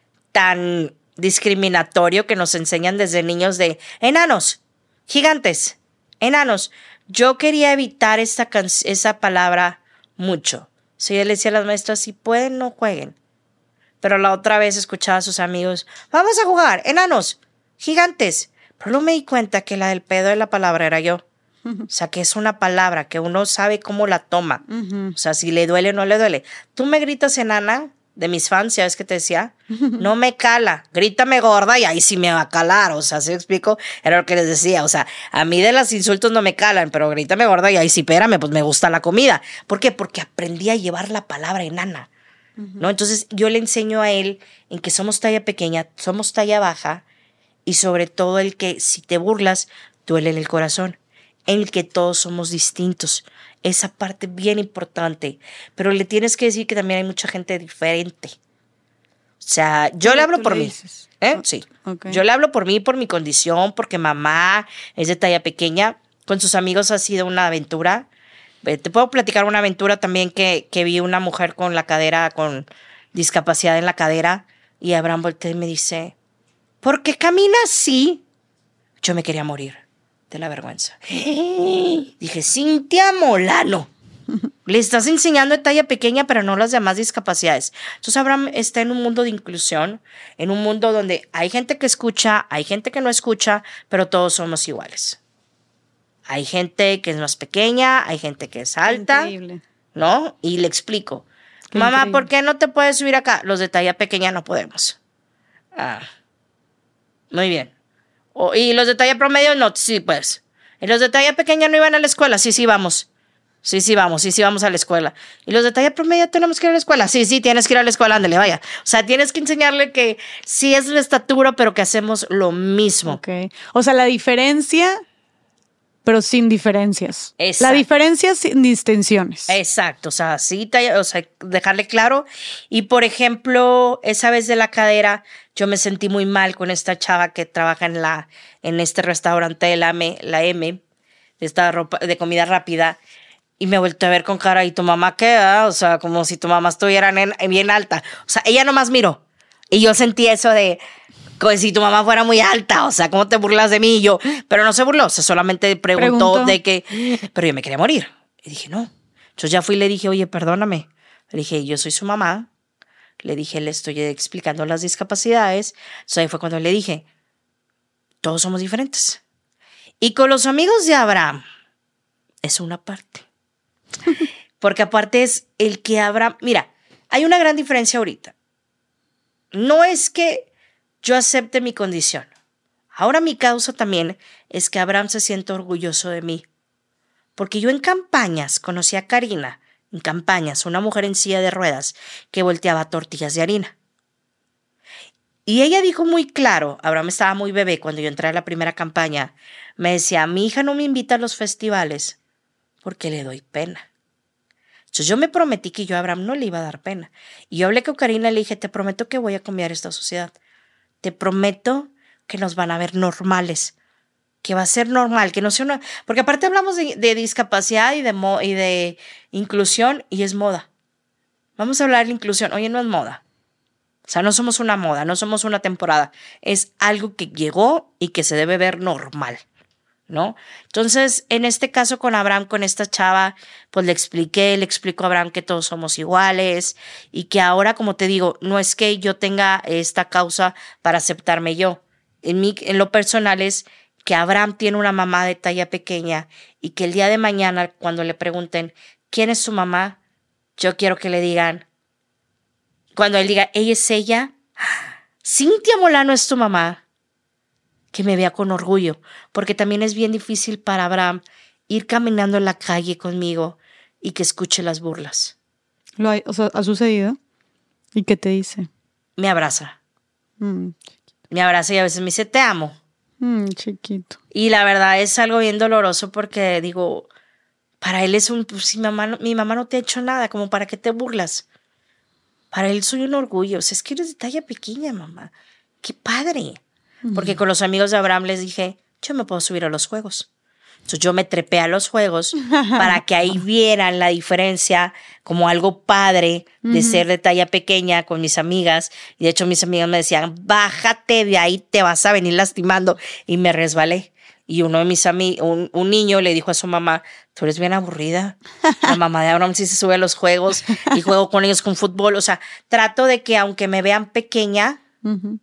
tan discriminatorio que nos enseñan desde niños de enanos, gigantes, enanos. Yo quería evitar esta can- esa palabra mucho. Si yo le decía a las maestras, si pueden, no jueguen. Pero la otra vez escuchaba a sus amigos, vamos a jugar, enanos, gigantes. Pero luego me di cuenta que la del pedo de la palabra era yo. Uh-huh. O sea, que es una palabra que uno sabe cómo la toma. Uh-huh. O sea, si le duele o no le duele. Tú me gritas enana, de mis fans, ¿sabes qué te decía? No me cala, grítame gorda y ahí sí me va a calar, o sea, ¿sí me explico? Era lo que les decía, o sea, a mí de los insultos no me calan, pero grítame gorda y ahí sí, espérame, pues me gusta la comida. ¿Por qué? Porque aprendí a llevar la palabra enana, uh-huh. ¿no? Entonces yo le enseño a él en que somos talla pequeña, somos talla baja y sobre todo el que si te burlas, duele en el corazón, en el que todos somos distintos. Esa parte bien importante, pero le tienes que decir que también hay mucha gente diferente. O sea, yo le hablo por mí. ¿Eh? Sí. Okay. Yo le hablo por mí, por mi condición, porque mamá es de talla pequeña. Con sus amigos ha sido una aventura. Te puedo platicar una aventura también que, que vi una mujer con la cadera, con discapacidad en la cadera, y Abraham voltea y me dice, ¿por qué camina así? Yo me quería morir de la vergüenza. Dije, Cintia Molano, le estás enseñando de talla pequeña, pero no las demás discapacidades. Entonces Abraham está en un mundo de inclusión, en un mundo donde hay gente que escucha, hay gente que no escucha, pero todos somos iguales. Hay gente que es más pequeña, hay gente que es alta, increíble, ¿no? Y le explico, qué mamá, increíble. ¿Por qué no te puedes subir acá? Los de talla pequeña no podemos. Ah, muy bien. O, y los de talla promedio, no, sí, pues. Y los de talla pequeña no iban a la escuela, sí, sí, vamos. Sí, sí, vamos, sí, sí, vamos a la escuela. Y los de talla promedio tenemos que ir a la escuela. Sí, sí, tienes que ir a la escuela, ándale, vaya. O sea, tienes que enseñarle que sí es la estatura, pero que hacemos lo mismo. Ok. O sea, la diferencia, pero sin diferencias. Exacto. La diferencia sin distinciones. Exacto, o sea, sí, talla, o sea, dejarle claro. Y, por ejemplo, esa vez de la cadera, yo me sentí muy mal con esta chava que trabaja en la en este restaurante de la M, la M, de esta ropa, de comida rápida, y me volteé a ver con cara, ¿y tu mamá qué? Ah? O sea, como si tu mamá estuviera en, bien alta. O sea, ella nomás miró. Y yo sentí eso de, como si tu mamá fuera muy alta. O sea, ¿cómo te burlas de mí? Y yo, pero no se burló, o sea, solamente preguntó, preguntó de que, pero yo me quería morir. Y dije, no. Entonces ya fui y le dije, oye, perdóname. Le dije, yo soy su mamá. Le dije, le estoy explicando las discapacidades. Entonces ahí fue cuando le dije, todos somos diferentes. Y con los amigos de Abraham, es una parte. Porque aparte es el que Abraham... Mira, hay una gran diferencia ahorita. No es que yo acepte mi condición. Ahora mi causa también es que Abraham se sienta orgulloso de mí. Porque yo en campañas conocí a Karina, en campañas, una mujer en silla de ruedas que volteaba tortillas de harina. Y ella dijo muy claro, Abraham estaba muy bebé cuando yo entré a la primera campaña, me decía, mi hija no me invita a los festivales porque le doy pena. Entonces yo me prometí que yo a Abraham no le iba a dar pena. Y yo hablé con Karina y le dije, te prometo que voy a cambiar esta sociedad. Te prometo que nos van a ver normales. Que va a ser normal, que no sea una... Porque aparte hablamos de, de discapacidad y de, mo, y de inclusión y es moda. Vamos a hablar de inclusión. Oye, no es moda. O sea, no somos una moda, no somos una temporada. Es algo que llegó y que se debe ver normal, ¿no? Entonces, en este caso con Abraham, con esta chava, pues le expliqué, le explico a Abraham que todos somos iguales y que ahora, como te digo, no es que yo tenga esta causa para aceptarme yo. En mí, en lo personal es que Abraham tiene una mamá de talla pequeña y que el día de mañana, cuando le pregunten quién es su mamá, yo quiero que le digan, cuando él diga, ella es ella, Cintia Molano es tu mamá, que me vea con orgullo, porque también es bien difícil para Abraham ir caminando en la calle conmigo y que escuche las burlas. ¿Lo hay, o sea, ha sucedido? ¿Y qué te dice? Me abraza. Mm, Me abraza y a veces me dice, te amo. mm, chiquito. Y la verdad es algo bien doloroso porque digo, para él es un, pues, si mamá no, mi mamá no te ha hecho nada, como para qué te burlas. Para él soy un orgullo. O sea, es que eres de talla pequeña, mamá. ¡Qué padre! Mm. Porque con los amigos de Abraham les dije, yo me puedo subir a los juegos. Entonces yo me trepé a los juegos para que ahí vieran la diferencia como algo padre de uh-huh. ser de talla pequeña con mis amigas. Y de hecho mis amigas me decían, bájate de ahí, te vas a venir lastimando. Y me resbalé. Y uno de mis amigos, un, un niño le dijo a su mamá, tú eres bien aburrida. La mamá de Abraham sí se sube a los juegos y juego con ellos con fútbol. O sea, trato de que aunque me vean pequeña, uh-huh.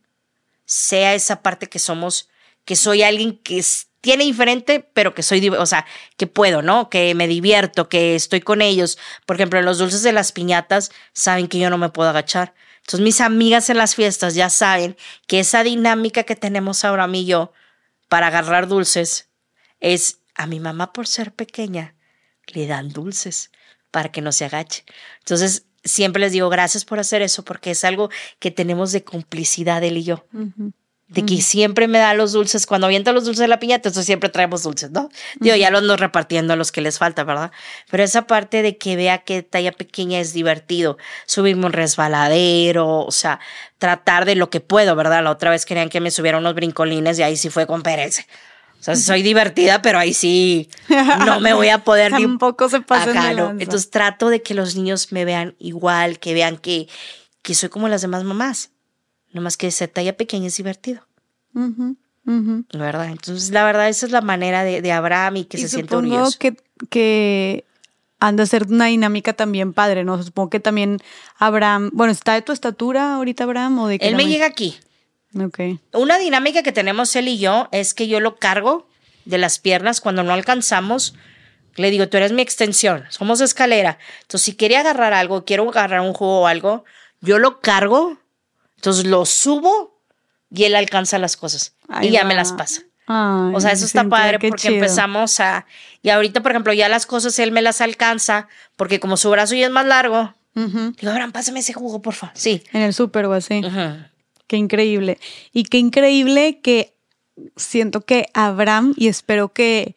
sea esa parte que somos, que soy alguien que es, tiene diferente, pero que soy, o sea, que puedo, ¿no? Que me divierto, que estoy con ellos. Por ejemplo, en los dulces de las piñatas, saben que yo no me puedo agachar. Entonces, mis amigas en las fiestas ya saben que esa dinámica que tenemos Abraham y yo para agarrar dulces es a mi mamá, por ser pequeña, le dan dulces para que no se agache. Entonces, siempre les digo gracias por hacer eso, porque es algo que tenemos de complicidad él y yo. Uh-huh. De que uh-huh. siempre me da los dulces, cuando avienta los dulces de la piñata, entonces siempre traemos dulces, ¿no? Uh-huh. Digo, ya los ando repartiendo a los que les falta, ¿verdad? Pero esa parte de que vea que talla pequeña es divertido, subirme un resbaladero, o sea, tratar de lo que puedo, ¿verdad? La otra vez querían que me subiera unos brincolines y ahí sí fue con pereza. O sea, soy divertida, pero ahí sí no me voy a poder ni tampoco se pasen acá, de ¿no? lanza. Entonces trato de que los niños me vean igual, que vean que, que soy como las demás mamás. Nomás que ser talla pequeña es divertido. Uh-huh, uh-huh. ¿Verdad? Entonces, la verdad, esa es la manera de, de Abraham y que y se siente orgulloso. que, que han de ser una dinámica también padre, ¿no? Supongo que también Abraham, bueno, ¿está de tu estatura ahorita Abraham? ¿O de qué Él me tamaño? llega aquí. Okay. Una dinámica que tenemos él y yo es que yo lo cargo de las piernas cuando no alcanzamos. Le digo, tú eres mi extensión, somos escalera. Entonces, si quiere agarrar algo, quiero agarrar un jugo o algo, yo lo cargo, entonces lo subo y él alcanza las cosas. Ay, y ya va. Me las pasa. Ay, o sea, eso está padre porque chido. Empezamos a... Y ahorita, por ejemplo, ya las cosas él me las alcanza porque como su brazo ya es más largo, uh-huh. digo, Abraham, pásame ese jugo, por favor. Sí. En el súper o así. Uh-huh. Qué increíble. Y qué increíble que siento que Abraham, y espero que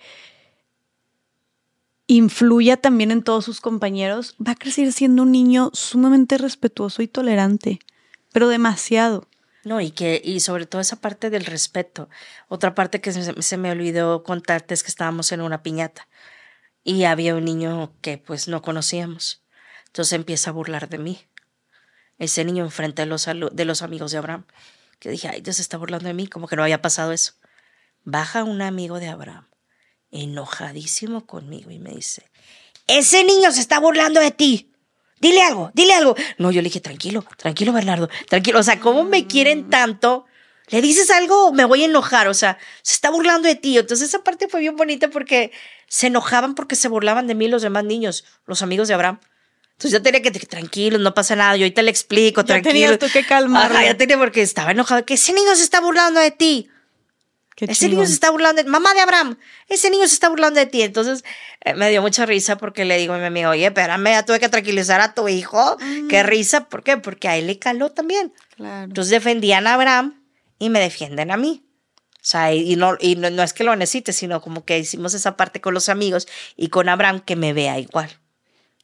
influya también en todos sus compañeros, va a crecer siendo un niño sumamente respetuoso y tolerante, pero demasiado. No, y que y sobre todo esa parte del respeto. Otra parte que se, se me olvidó contarte es que estábamos en una piñata y había un niño que pues no conocíamos. Entonces empieza a burlar de mí. Ese niño enfrente de los, de los amigos de Abraham. Que dije, ay, Dios se está burlando de mí, como que no había pasado eso. Baja un amigo de Abraham, enojadísimo conmigo, y me dice, ese niño se está burlando de ti. Dile algo, dile algo. No, yo le dije, tranquilo, tranquilo, Bernardo, tranquilo. O sea, ¿cómo me quieren tanto? Le dices algo, me voy a enojar. O sea, se está burlando de ti. Entonces esa parte fue bien bonita porque se enojaban porque se burlaban de mí los demás niños, los amigos de Abraham. Entonces yo tenía que, tranquilo, no pasa nada, yo ahorita le explico, ya tranquilo. Ya tenías tú que calmarlo. Ajá, ya tenía porque estaba enojado, que ese niño se está burlando de ti. Qué ese chingón. Niño se está burlando de mamá de Abraham, ese niño se está burlando de ti. Entonces eh, me dio mucha risa porque le digo a mi amigo, oye, espérame, ya tuve que tranquilizar a tu hijo. Mm. Qué risa, ¿por qué? Porque a él le caló también. Claro. Entonces defendían a Abraham y me defienden a mí. O sea, y, no, y no, no es que lo necesite, sino como que hicimos esa parte con los amigos y con Abraham que me vea igual.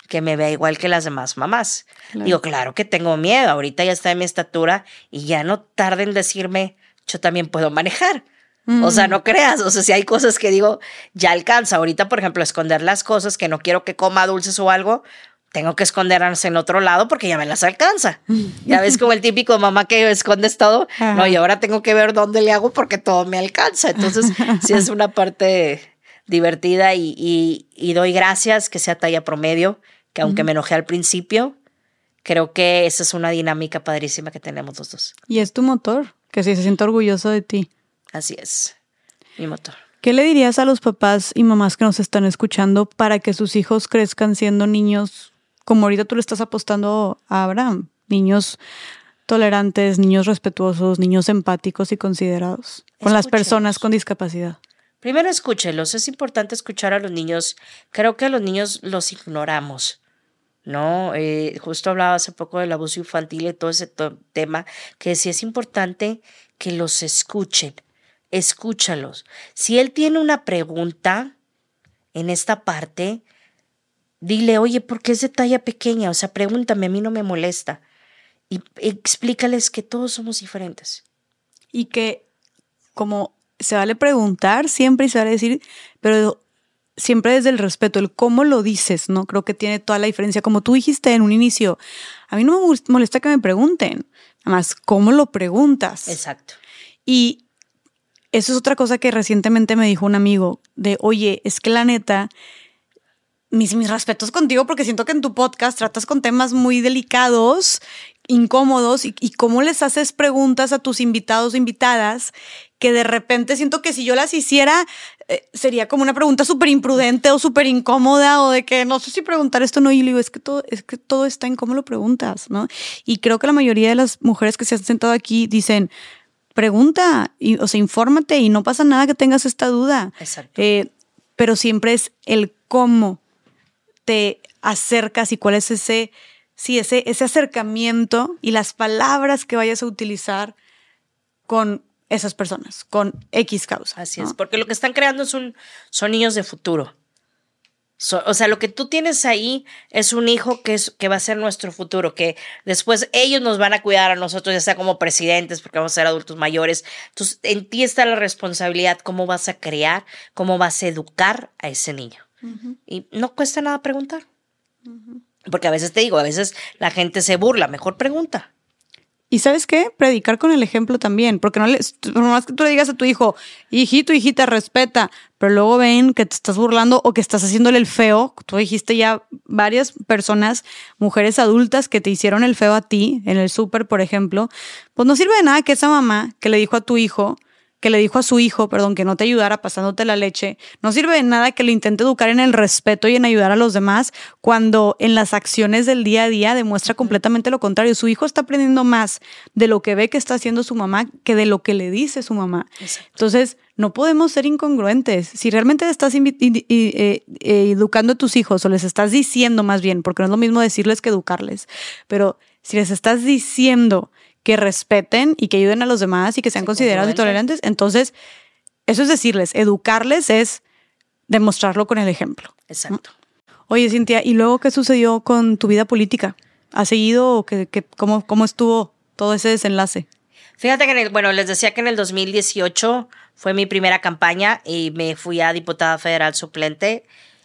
que me vea igual que las demás mamás. Claro. Digo, claro que tengo miedo, ahorita ya está en mi estatura y ya no tarda en decirme, yo también puedo manejar. Mm. O sea, no creas, o sea, si hay cosas que digo, ya alcanza. Ahorita, por ejemplo, esconder las cosas que no quiero que coma dulces o algo, tengo que esconderlas en otro lado porque ya me las alcanza. Ya ves como el típico mamá que escondes todo. Ajá. No, y ahora tengo que ver dónde le hago porque todo me alcanza. Entonces, sí es una parte divertida y, y, y doy gracias que sea talla promedio, que aunque uh-huh. me enojé al principio, creo que esa es una dinámica padrísima que tenemos los dos. Y es tu motor, que sí se siente orgulloso de ti. Así es, mi motor. ¿Qué le dirías a los papás y mamás que nos están escuchando para que sus hijos crezcan siendo niños como ahorita tú le estás apostando a Abraham? Niños tolerantes, niños respetuosos, niños empáticos y considerados con las personas con discapacidad. Primero escúchelos, es importante escuchar a los niños. Creo que a los niños los ignoramos, ¿no? Eh, justo hablaba hace poco del abuso infantil y todo ese to- tema, que sí es importante que los escuchen, escúchalos. Si él tiene una pregunta en esta parte, dile, oye, ¿por qué es de talla pequeña? O sea, pregúntame, a mí no me molesta. Y explícales que todos somos diferentes. Y que como se vale preguntar siempre y se vale decir, pero siempre desde el respeto, el cómo lo dices, ¿no? Creo que tiene toda la diferencia. Como tú dijiste en un inicio, a mí no me molesta que me pregunten, además, ¿cómo lo preguntas? Exacto. Y eso es otra cosa que recientemente me dijo un amigo, de, oye, es que la neta, mis, mis respetos contigo porque siento que en tu podcast tratas con temas muy delicados, incómodos, y, y cómo les haces preguntas a tus invitados o invitadas que de repente siento que si yo las hiciera eh, sería como una pregunta súper imprudente o súper incómoda o de que no sé si preguntar esto o no. Y le digo, es que, todo, es que todo está en cómo lo preguntas, ¿no? Y creo que la mayoría de las mujeres que se han sentado aquí dicen, pregunta, y, o sea, infórmate y no pasa nada que tengas esta duda. Exacto. Eh, pero siempre es el cómo te acercas y cuál es ese, sí, ese, ese acercamiento y las palabras que vayas a utilizar con esas personas, con X causa. Así ¿no? es, porque lo que están creando es un, son niños de futuro. So, o sea, lo que tú tienes ahí es un hijo que, es, que va a ser nuestro futuro, que después ellos nos van a cuidar a nosotros, ya sea como presidentes, porque vamos a ser adultos mayores. Entonces, en ti está la responsabilidad, cómo vas a crear, cómo vas a educar a ese niño. Uh-huh. Y no cuesta nada preguntar. Uh-huh. Porque a veces te digo, a veces la gente se burla, mejor pregunta. Y ¿sabes qué? Predicar con el ejemplo también, porque no le, por más que tú le digas a tu hijo, hijito, hijita, respeta, pero luego ven que te estás burlando o que estás haciéndole el feo. Tú dijiste ya varias personas, mujeres adultas que te hicieron el feo a ti, en el súper, por ejemplo, pues no sirve de nada que esa mamá que le dijo a tu hijo, que le dijo a su hijo, perdón, que no te ayudara pasándote la leche, no sirve de nada que le intente educar en el respeto y en ayudar a los demás cuando en las acciones del día a día demuestra completamente lo contrario. Su hijo está aprendiendo más de lo que ve que está haciendo su mamá que de lo que le dice su mamá. Exacto. Entonces, no podemos ser incongruentes. Si realmente estás invi- y, y, eh, eh, educando a tus hijos o les estás diciendo más bien, porque no es lo mismo decirles que educarles, pero si les estás diciendo que respeten y que ayuden a los demás y que sean sí, considerados y tolerantes. Entonces, eso es decirles, educarles es demostrarlo con el ejemplo. Exacto. ¿No? Oye, Cintia, ¿y luego qué sucedió con tu vida política? ¿Has seguido o que, que, cómo, cómo estuvo todo ese desenlace? Fíjate que, en el, bueno, les decía que en el dos mil dieciocho fue mi primera campaña y me fui a diputada federal suplente.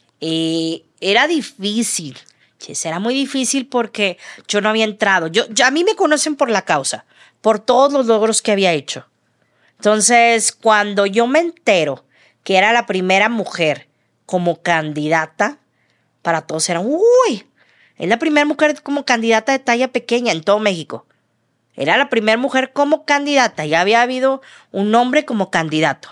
Y era difícil. Era muy difícil porque yo no había entrado. Yo, yo, a mí me conocen por la causa, por todos los logros que había hecho. Entonces, cuando yo me entero que era la primera mujer como candidata, para todos era, uy, es la primera mujer como candidata de talla pequeña en todo México. Era la primera mujer como candidata. Ya había habido un hombre como candidato.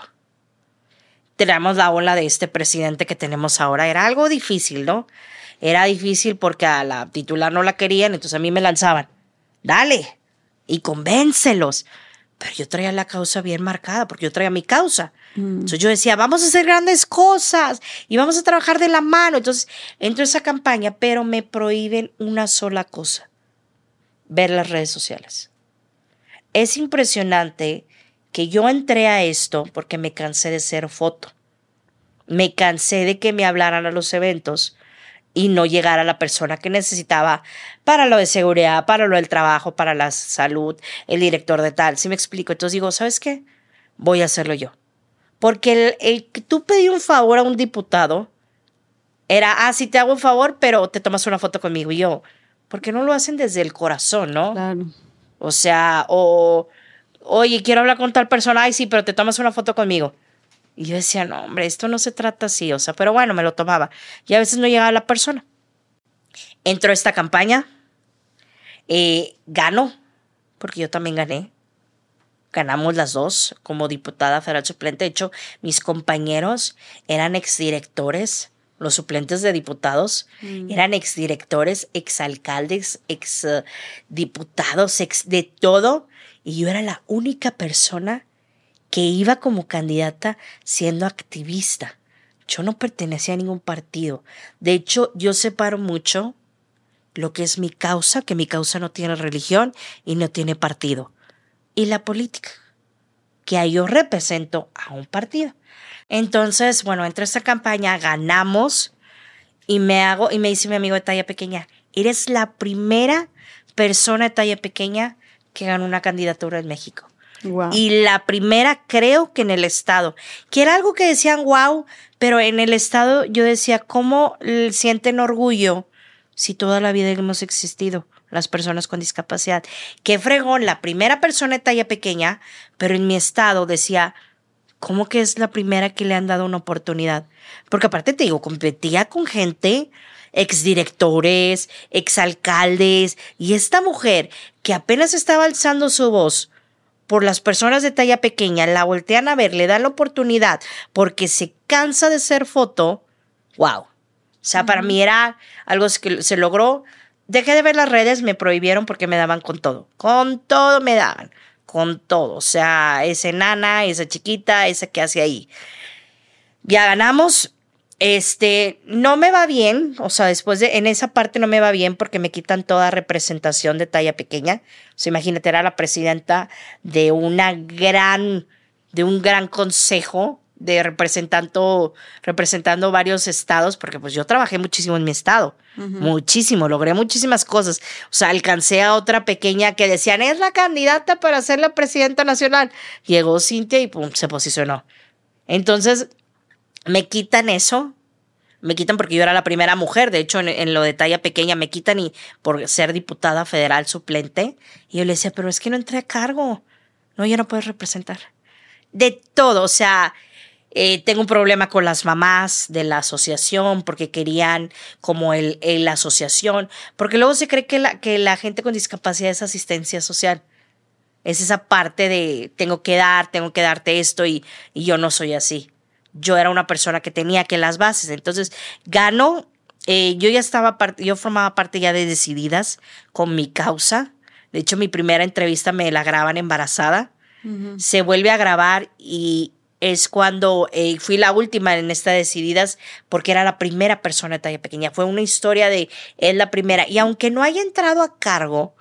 Tenemos la ola de este presidente que tenemos ahora. Era algo difícil, ¿no? Era difícil porque a la titular no la querían, entonces a mí me lanzaban, dale, y convéncelos. Pero yo traía la causa bien marcada, porque yo traía mi causa. Mm. Entonces yo decía, vamos a hacer grandes cosas y vamos a trabajar de la mano. Entonces entro a esa campaña, pero me prohíben una sola cosa, ver las redes sociales. Es impresionante que yo entré a esto porque me cansé de ser foto. Me cansé de que me hablaran a los eventos y no llegar a la persona que necesitaba para lo de seguridad, para lo del trabajo, para la salud, el director de tal. ¿Sí me explico? Entonces digo, ¿sabes qué? Voy a hacerlo yo. Porque el, el que tú pedí un favor a un diputado era, ah, sí te hago un favor, pero te tomas una foto conmigo. Y yo, ¿por qué no lo hacen desde el corazón, no? Claro. O sea, o, oye, quiero hablar con tal persona, ay, sí, pero te tomas una foto conmigo. Y yo decía, no, hombre, esto no se trata así, o sea, pero bueno, me lo tomaba. Y a veces no llegaba la persona. Entró esta campaña, eh, ganó, porque yo también gané. Ganamos las dos como diputada federal suplente. De hecho, mis compañeros eran exdirectores, los suplentes de diputados, mm. eran exdirectores, exalcaldes, exdiputados, ex de todo. Y yo era la única persona que iba como candidata siendo activista. Yo no pertenecía a ningún partido. De hecho, yo separo mucho lo que es mi causa, que mi causa no tiene religión y no tiene partido, y la política, que ahí yo represento a un partido. Entonces, bueno, entre esta campaña ganamos y me hago, y me dice mi amigo de talla pequeña, eres la primera persona de talla pequeña que ganó una candidatura en México. Wow. Y la primera creo que en el estado, que era algo que decían wow, pero en el estado yo decía, ¿cómo sienten orgullo si toda la vida hemos existido las personas con discapacidad? Qué fregón, la primera persona de talla pequeña, pero en mi estado decía, ¿cómo que es la primera que le han dado una oportunidad? Porque aparte te digo, competía con gente, exdirectores, exalcaldes, y esta mujer que apenas estaba alzando su voz por las personas de talla pequeña, la voltean a ver, le dan la oportunidad porque se cansa de ser foto. Wow. O sea, uh-huh. Para mí era algo que se logró. Dejé de ver las redes, me prohibieron porque me daban con todo. Con todo me daban. Con todo. O sea, esa enana, esa chiquita, esa que hace ahí. Ya ganamos. Este, no me va bien, o sea, después de, en esa parte no me va bien porque me quitan toda representación de talla pequeña. O sea, imagínate, era la presidenta de una gran, de un gran consejo de representando, representando varios estados, porque pues yo trabajé muchísimo en mi estado, uh-huh. muchísimo, logré muchísimas cosas. O sea, alcancé a otra pequeña que decían, es la candidata para ser la presidenta nacional. Llegó Cintia y pum, se posicionó. Entonces, me quitan eso, me quitan porque yo era la primera mujer, de hecho en, en lo de talla pequeña me quitan y por ser diputada federal suplente, y yo le decía, pero es que no entré a cargo, no, ya no puedes representar. De todo, o sea, eh, tengo un problema con las mamás de la asociación porque querían como el, el la asociación, porque luego se cree que la, que la gente con discapacidad es asistencia social. Es esa parte de tengo que dar, tengo que darte esto y, y yo no soy así. Yo era una persona que tenía que las bases. Entonces, ganó. Eh, yo ya estaba, part- yo formaba parte ya de Decididas con mi causa. De hecho, mi primera entrevista me la graban embarazada. Uh-huh. Se vuelve a grabar y es cuando eh, fui la última en esta Decididas porque era la primera persona de talla pequeña. Fue una historia de es la primera. Y aunque no haya entrado a cargo,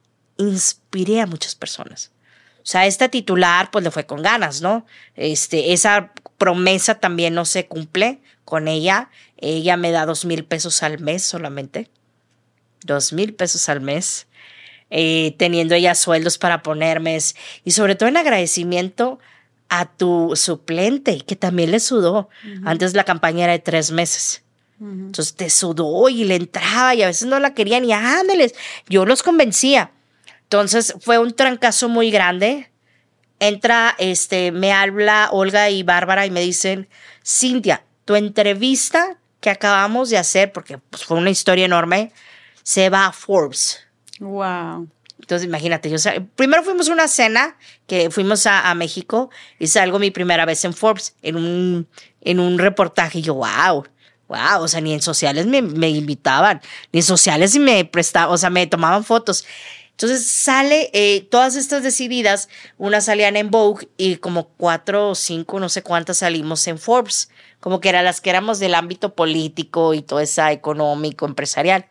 inspiré a muchas personas. O sea, esta titular pues le fue con ganas, ¿no? Este, esa promesa también no se cumple con ella. Ella me da dos mil pesos al mes solamente. Dos mil pesos al mes. Eh, teniendo ella sueldos para ponerme. Y sobre todo en agradecimiento a tu suplente, que también le sudó. Uh-huh. Antes la campaña era de tres meses. Uh-huh. Entonces te sudó y le entraba y a veces no la querían y ándeles. Yo los convencía. Entonces fue un trancazo muy grande. Entra, este, me habla Olga y Bárbara y me dicen, Cintia, tu entrevista que acabamos de hacer, porque pues, fue una historia enorme, se va a Forbes. Wow. Entonces imagínate, yo, primero fuimos a una cena que fuimos a, a México y salgo mi primera vez en Forbes, en un, en un reportaje y yo, wow. Wow, o sea, ni en sociales me, me invitaban, ni en sociales me prestaban, o sea, me tomaban fotos. Entonces sale, eh, todas estas Decididas, unas salían en Vogue y como cuatro o cinco, no sé cuántas salimos en Forbes, como que eran las que éramos del ámbito político y todo eso económico, empresarial.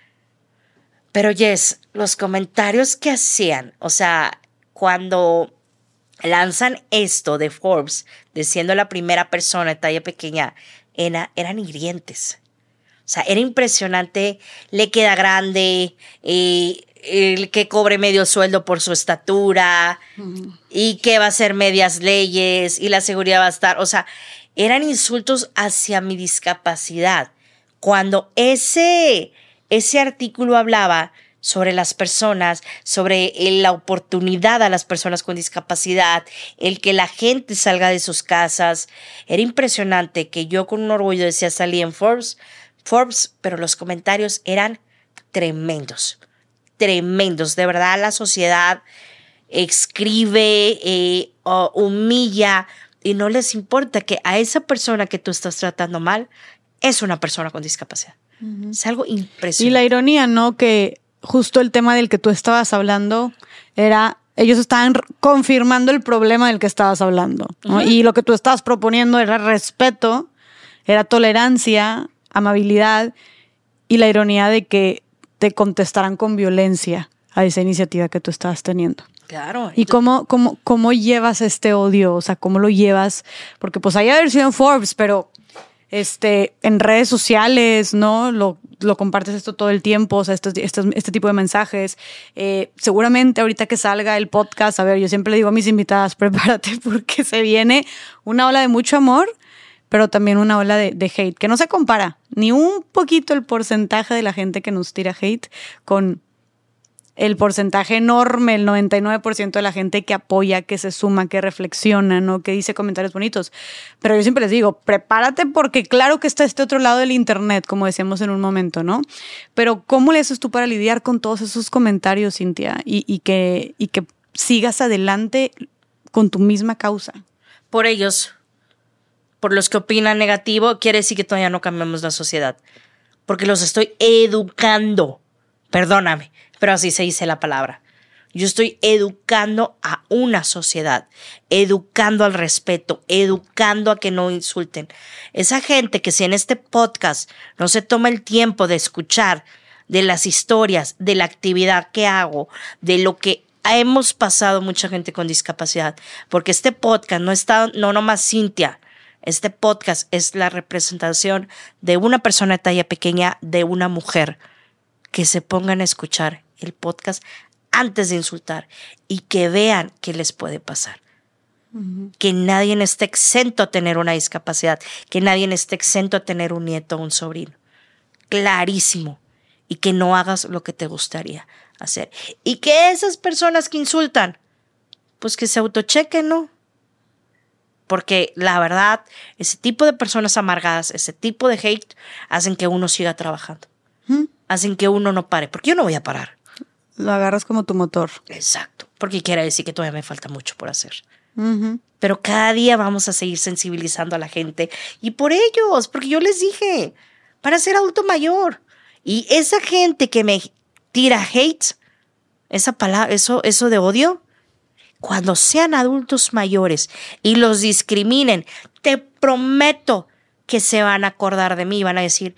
Pero yes, los comentarios que hacían, o sea, cuando lanzan esto de Forbes, de siendo la primera persona de talla pequeña, era, eran hirientes. sea, era impresionante, le queda grande, eh, el que cobre medio sueldo por su estatura, uh-huh. y que va a hacer medias leyes, y la seguridad va a estar, o sea, eran insultos hacia mi discapacidad. Cuando ese, ese artículo hablaba sobre las personas, sobre la oportunidad a las personas con discapacidad, el que la gente salga de sus casas, era impresionante que yo con un orgullo decía salí en Forbes, Forbes, pero los comentarios eran tremendos, tremendos. De verdad, la sociedad escribe, eh, uh, humilla, y no les importa que a esa persona que tú estás tratando mal es una persona con discapacidad. Uh-huh. Es algo impresionante. Y la ironía, ¿no? Que justo el tema del que tú estabas hablando era, ellos estaban confirmando el problema del que estabas hablando, ¿no? Uh-huh. Y lo que tú estabas proponiendo era respeto, era tolerancia, amabilidad, y la ironía de que te contestaran con violencia a esa iniciativa que tú estabas teniendo. Claro. ¿Y cómo, cómo, cómo llevas este odio? O sea, ¿cómo lo llevas? Porque pues hay haber sido en Forbes, pero este, en redes sociales, ¿no? Lo, lo compartes esto todo el tiempo, o sea, estos, estos, este tipo de mensajes. Eh, seguramente ahorita que salga el podcast, a ver, yo siempre le digo a mis invitadas, prepárate porque se viene una ola de mucho amor, pero también una ola de, de hate, que no se compara ni un poquito el porcentaje de la gente que nos tira hate con el porcentaje enorme, el noventa y nueve por ciento de la gente que apoya, que se suma, que reflexiona, ¿no? Que dice comentarios bonitos. Pero yo siempre les digo, prepárate porque claro que está este otro lado del internet, como decíamos en un momento, ¿no? Pero ¿cómo le haces tú para lidiar con todos esos comentarios, Cintia? Y, y, que, y que sigas adelante con tu misma causa. Por ellos, por los que opinan negativo, quiere decir que todavía no cambiamos la sociedad. Porque los estoy educando. Perdóname, pero así se dice la palabra. Yo estoy educando a una sociedad, educando al respeto, educando a que no insulten. Esa gente que si en este podcast no se toma el tiempo de escuchar de las historias, de la actividad que hago, de lo que hemos pasado mucha gente con discapacidad, porque este podcast no está, no nomás Cintia, este podcast es la representación de una persona de talla pequeña, de una mujer, que se pongan a escuchar el podcast antes de insultar y que vean qué les puede pasar. Uh-huh. Que nadie esté exento a tener una discapacidad, que nadie esté exento a tener un nieto o un sobrino. Clarísimo. Y que no hagas lo que te gustaría hacer. Y que esas personas que insultan, pues que se autochequen, ¿no? Porque la verdad, ese tipo de personas amargadas, ese tipo de hate, hacen que uno siga trabajando. Uh-huh. Hacen que uno no pare, porque yo no voy a parar. Lo agarras como tu motor. Exacto, porque quiere decir que todavía me falta mucho por hacer. Uh-huh. Pero cada día vamos a seguir sensibilizando a la gente. Y por ellos, porque yo les dije, para ser adulto mayor. Y esa gente que me tira hate, esa palabra, eso, eso de odio, cuando sean adultos mayores y los discriminen, te prometo que se van a acordar de mí y van a decir,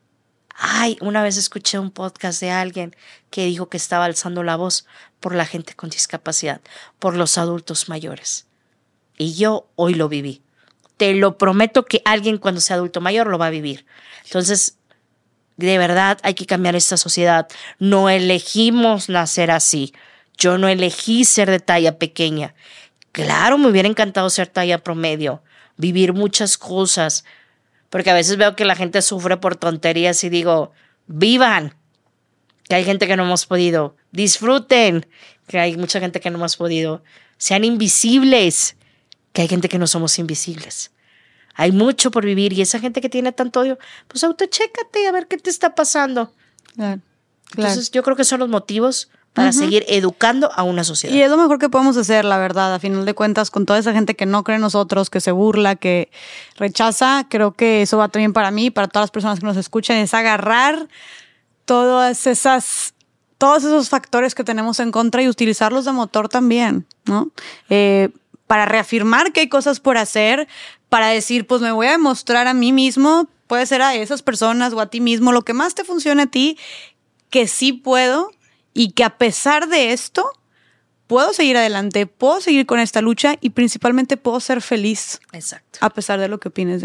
ay, una vez escuché un podcast de alguien que dijo que estaba alzando la voz por la gente con discapacidad, por los adultos mayores. Y yo hoy lo viví. Te lo prometo que alguien cuando sea adulto mayor lo va a vivir. Entonces, de verdad hay que cambiar esta sociedad. No elegimos nacer así. Yo no elegí ser de talla pequeña. Claro, me hubiera encantado ser talla promedio, vivir muchas cosas, porque a veces veo que la gente sufre por tonterías y digo, vivan, que hay gente que no hemos podido, disfruten, que hay mucha gente que no hemos podido, sean invisibles, que hay gente que no somos invisibles. Hay mucho por vivir y esa gente que tiene tanto odio, pues autochécate a ver qué te está pasando. Claro, claro. Entonces yo creo que son los motivos para uh-huh. seguir educando a una sociedad. Y es lo mejor que podemos hacer, la verdad, a final de cuentas, con toda esa gente que no cree en nosotros, que se burla, que rechaza. Creo que eso va también para mí, para todas las personas que nos escuchan, es agarrar todas esas, todos esos factores que tenemos en contra y utilizarlos de motor también, ¿no? Eh, para reafirmar que hay cosas por hacer, para decir, pues me voy a demostrar a mí mismo, puede ser a esas personas o a ti mismo, lo que más te funcione a ti, que sí puedo. Y que a pesar de esto, puedo seguir adelante, puedo seguir con esta lucha y principalmente puedo ser feliz. Exacto. A pesar de lo que opines de mí.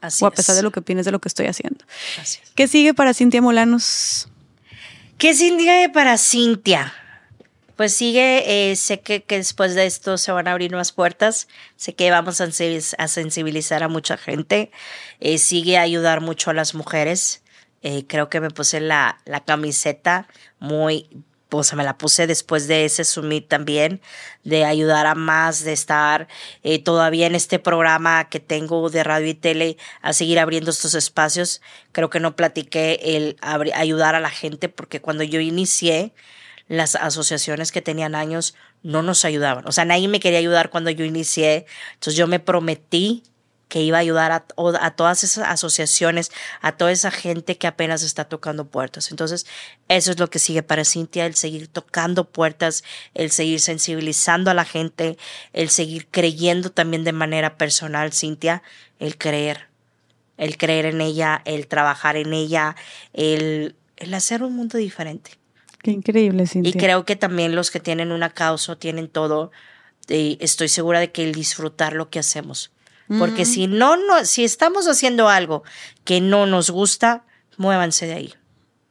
Así o a pesar es. de lo que opines de lo que estoy haciendo. Así es. ¿Qué sigue para Cintia Molanos? ¿Qué sigue para Cintia? Pues sigue, eh, sé que, que después de esto se van a abrir más puertas, sé que vamos a sensibiliz- a sensibilizar a mucha gente, eh, sigue a ayudar mucho a las mujeres, eh, creo que me puse la, la camiseta muy, o sea, me la puse después de ese summit también, de ayudar a más, de estar eh, todavía en este programa que tengo de radio y tele, a seguir abriendo estos espacios. Creo que no platiqué el abri- ayudar a la gente, porque cuando yo inicié, las asociaciones que tenían años no nos ayudaban. O sea, nadie me quería ayudar cuando yo inicié. Entonces yo me prometí que iba a ayudar a, a todas esas asociaciones, a toda esa gente que apenas está tocando puertas. Entonces, eso es lo que sigue para Cintia, el seguir tocando puertas, el seguir sensibilizando a la gente, el seguir creyendo también de manera personal, Cintia, el creer, el creer en ella, el trabajar en ella, el, el hacer un mundo diferente. Qué increíble, Cintia. Y creo que también los que tienen una causa, tienen todo, eh, estoy segura de que el disfrutar lo que hacemos. Porque mm. si no, no, si estamos haciendo algo que no nos gusta, muévanse de ahí.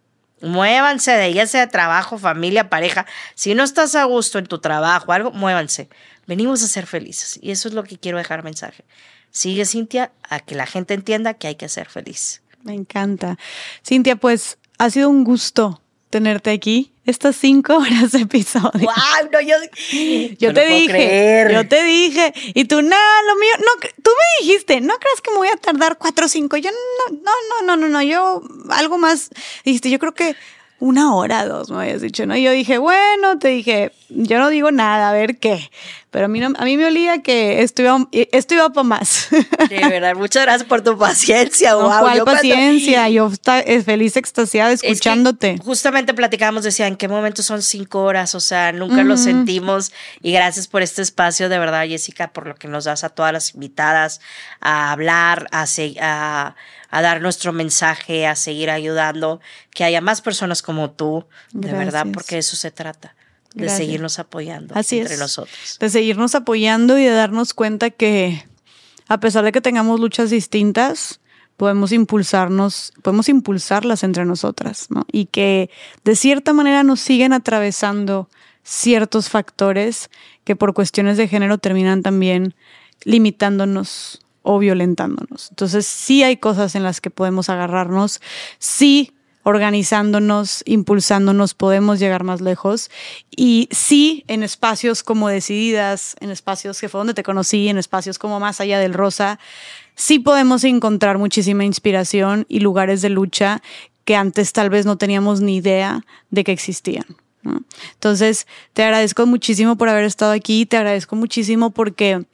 Muévanse de ahí, ya sea trabajo, familia, pareja. Si no estás a gusto en tu trabajo, algo, muévanse. Venimos a ser felices. Y eso es lo que quiero dejar mensaje. Sigue, Cintia, a que la gente entienda que hay que ser feliz. Me encanta. Cintia, pues ha sido un gusto tenerte aquí estas cinco horas de episodio. ¡Wow! No, yo yo no te dije, creer. yo te dije, y tú, no, lo mío, no, tú me dijiste, no creas que me voy a tardar cuatro o cinco. Yo, no, no, no, no, no, no, yo algo más, dijiste, yo creo que una hora, dos, me habías dicho, ¿no? Y yo dije, bueno, te dije, yo no digo nada, a ver qué. Pero a mí, no, a mí me olía que esto iba, esto iba para más. De verdad, muchas gracias por tu paciencia. No, wow, ¿cuál yo paciencia? Cuando... Yo está feliz, extasiada, escuchándote. Es que justamente platicábamos, decía, ¿en qué momento son cinco horas? O sea, nunca uh-huh. lo sentimos. Y gracias por este espacio, de verdad, Jessica, por lo que nos das a todas las invitadas a hablar, a, a, a dar nuestro mensaje, a seguir ayudando, que haya más personas como tú, de gracias. Verdad, porque eso se trata. De Gracias. Seguirnos apoyando Así entre es. nosotros. De seguirnos apoyando y de darnos cuenta que a pesar de que tengamos luchas distintas, podemos impulsarnos, podemos impulsarlas entre nosotras, ¿no? Y que de cierta manera nos siguen atravesando ciertos factores que por cuestiones de género terminan también limitándonos o violentándonos. Entonces sí hay cosas en las que podemos agarrarnos, sí organizándonos, impulsándonos, podemos llegar más lejos. Y sí, en espacios como Decididas, en espacios que fue donde te conocí, en espacios como Más Allá del Rosa, sí podemos encontrar muchísima inspiración y lugares de lucha que antes tal vez no teníamos ni idea de que existían, ¿no? Entonces, te agradezco muchísimo por haber estado aquí, te agradezco muchísimo porque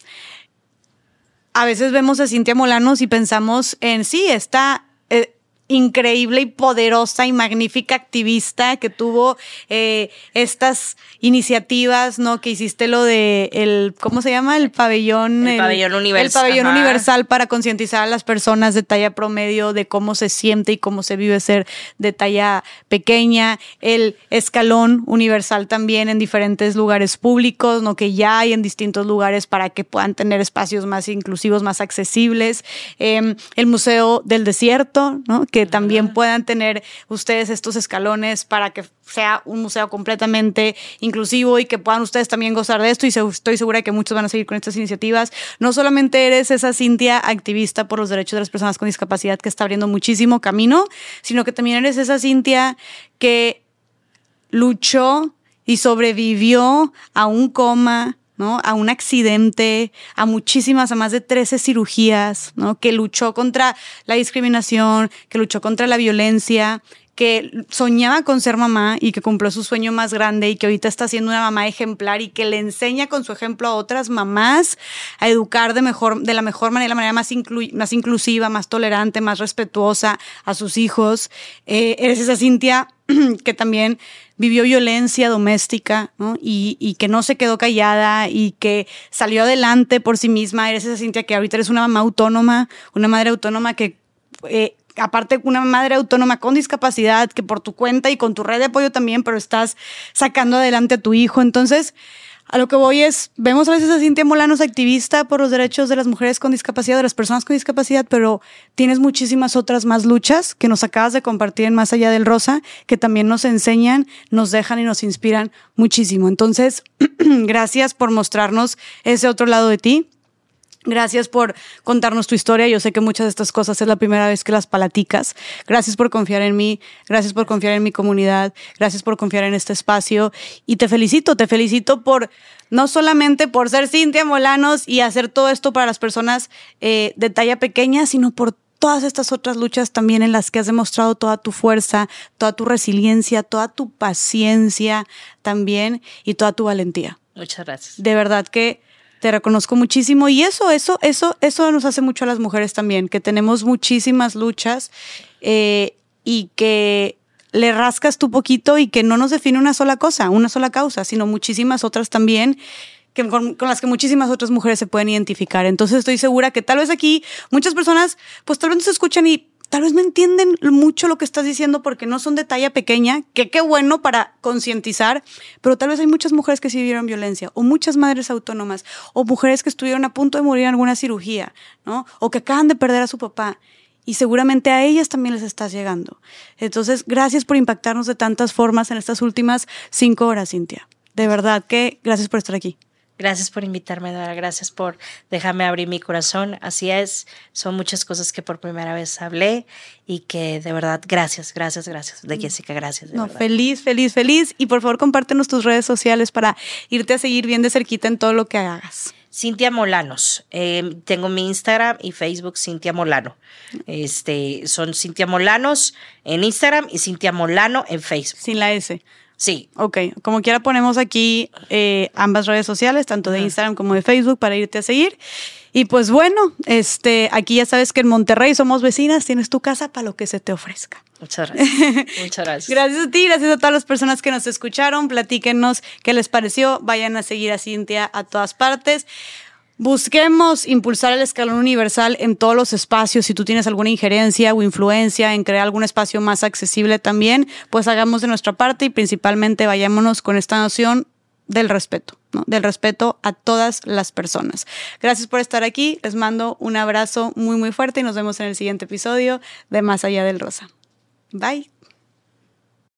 a veces vemos a Cintia Molanos y pensamos en, sí, está... Eh, increíble y poderosa y magnífica activista que tuvo eh, estas iniciativas, ¿no? Que hiciste lo de el, ¿cómo se llama? El pabellón. El, el pabellón universal. El pabellón Ajá. universal para concientizar a las personas de talla promedio de cómo se siente y cómo se vive ser de talla pequeña. El escalón universal también en diferentes lugares públicos, ¿no? Que ya hay en distintos lugares para que puedan tener espacios más inclusivos, más accesibles. Eh, el Museo del Desierto, ¿no? Que también puedan tener ustedes estos escalones para que sea un museo completamente inclusivo y que puedan ustedes también gozar de esto, y estoy segura de que muchos van a seguir con estas iniciativas. No solamente eres esa Cintia activista por los derechos de las personas con discapacidad que está abriendo muchísimo camino, sino que también eres esa Cintia que luchó y sobrevivió a un coma, ¿no? A un accidente, a muchísimas, a más de trece cirugías, ¿no? Que luchó contra la discriminación, que luchó contra la violencia, que soñaba con ser mamá y que cumplió su sueño más grande y que ahorita está siendo una mamá ejemplar y que le enseña con su ejemplo a otras mamás a educar de, mejor, de la mejor manera, la manera más, inclu- más inclusiva, más tolerante, más respetuosa a sus hijos. Eh, eres esa Cintia que también vivió violencia doméstica, ¿no? Y, y que no se quedó callada y que salió adelante por sí misma. Eres esa Cintia que ahorita eres una mamá autónoma, una madre autónoma que eh, aparte una madre autónoma con discapacidad, que por tu cuenta y con tu red de apoyo también, pero estás sacando adelante a tu hijo. Entonces, a lo que voy es, vemos a veces a Cintia Molanos activista por los derechos de las mujeres con discapacidad, de las personas con discapacidad, pero tienes muchísimas otras más luchas que nos acabas de compartir en Más Allá del Rosa, que también nos enseñan, nos dejan y nos inspiran muchísimo. Entonces, gracias por mostrarnos ese otro lado de ti. Gracias por contarnos tu historia. Yo sé que muchas de estas cosas es la primera vez que las platicas. Gracias por confiar en mí. Gracias por confiar en mi comunidad. Gracias por confiar en este espacio. Y te felicito, te felicito por no solamente por ser Cintia Molanos y hacer todo esto para las personas eh, de talla pequeña, sino por todas estas otras luchas también en las que has demostrado toda tu fuerza, toda tu resiliencia, toda tu paciencia también y toda tu valentía. Muchas gracias. De verdad que te reconozco muchísimo y eso, eso, eso, eso nos hace mucho a las mujeres también, que tenemos muchísimas luchas eh, y que le rascas tu poquito y que no nos define una sola cosa, una sola causa, sino muchísimas otras también que con, con las que muchísimas otras mujeres se pueden identificar. Entonces estoy segura que tal vez aquí muchas personas pues tal vez nos escuchan y tal vez no entienden mucho lo que estás diciendo porque no son de talla pequeña, que qué bueno para concientizar, pero tal vez hay muchas mujeres que sí vivieron violencia, o muchas madres autónomas, o mujeres que estuvieron a punto de morir en alguna cirugía, ¿no? O que acaban de perder a su papá. Y seguramente a ellas también les estás llegando. Entonces, gracias por impactarnos de tantas formas en estas últimas cinco horas, Cintia. De verdad que gracias por estar aquí. Gracias por invitarme, Dora. Gracias por dejarme abrir mi corazón. Así es, son muchas cosas que por primera vez hablé y que de verdad, gracias, gracias, gracias. De Jessica, gracias. De no, verdad. Feliz, feliz, feliz. Y por favor, compártenos tus redes sociales para irte a seguir bien de cerquita en todo lo que hagas. Cintia Molanos. Eh, tengo mi Instagram y Facebook, Cintia Molano. Este, son Cintia Molanos en Instagram y Cintia Molano en Facebook. Sin la S. Sí. Ok, como quiera ponemos aquí eh, ambas redes sociales, tanto de Instagram como de Facebook, para irte a seguir. Y pues bueno, este, aquí ya sabes que en Monterrey somos vecinas, tienes tu casa para lo que se te ofrezca. Muchas gracias. Muchas gracias. Gracias a ti, gracias a todas las personas que nos escucharon. Platíquenos qué les pareció. Vayan a seguir a Cintia a todas partes. Busquemos impulsar el escalón universal en todos los espacios. Si tú tienes alguna injerencia o influencia en crear algún espacio más accesible también, pues hagamos de nuestra parte y principalmente vayámonos con esta noción del respeto, ¿no? Del respeto a todas las personas. Gracias por estar aquí. Les mando un abrazo muy, muy fuerte y nos vemos en el siguiente episodio de Más Allá del Rosa. Bye.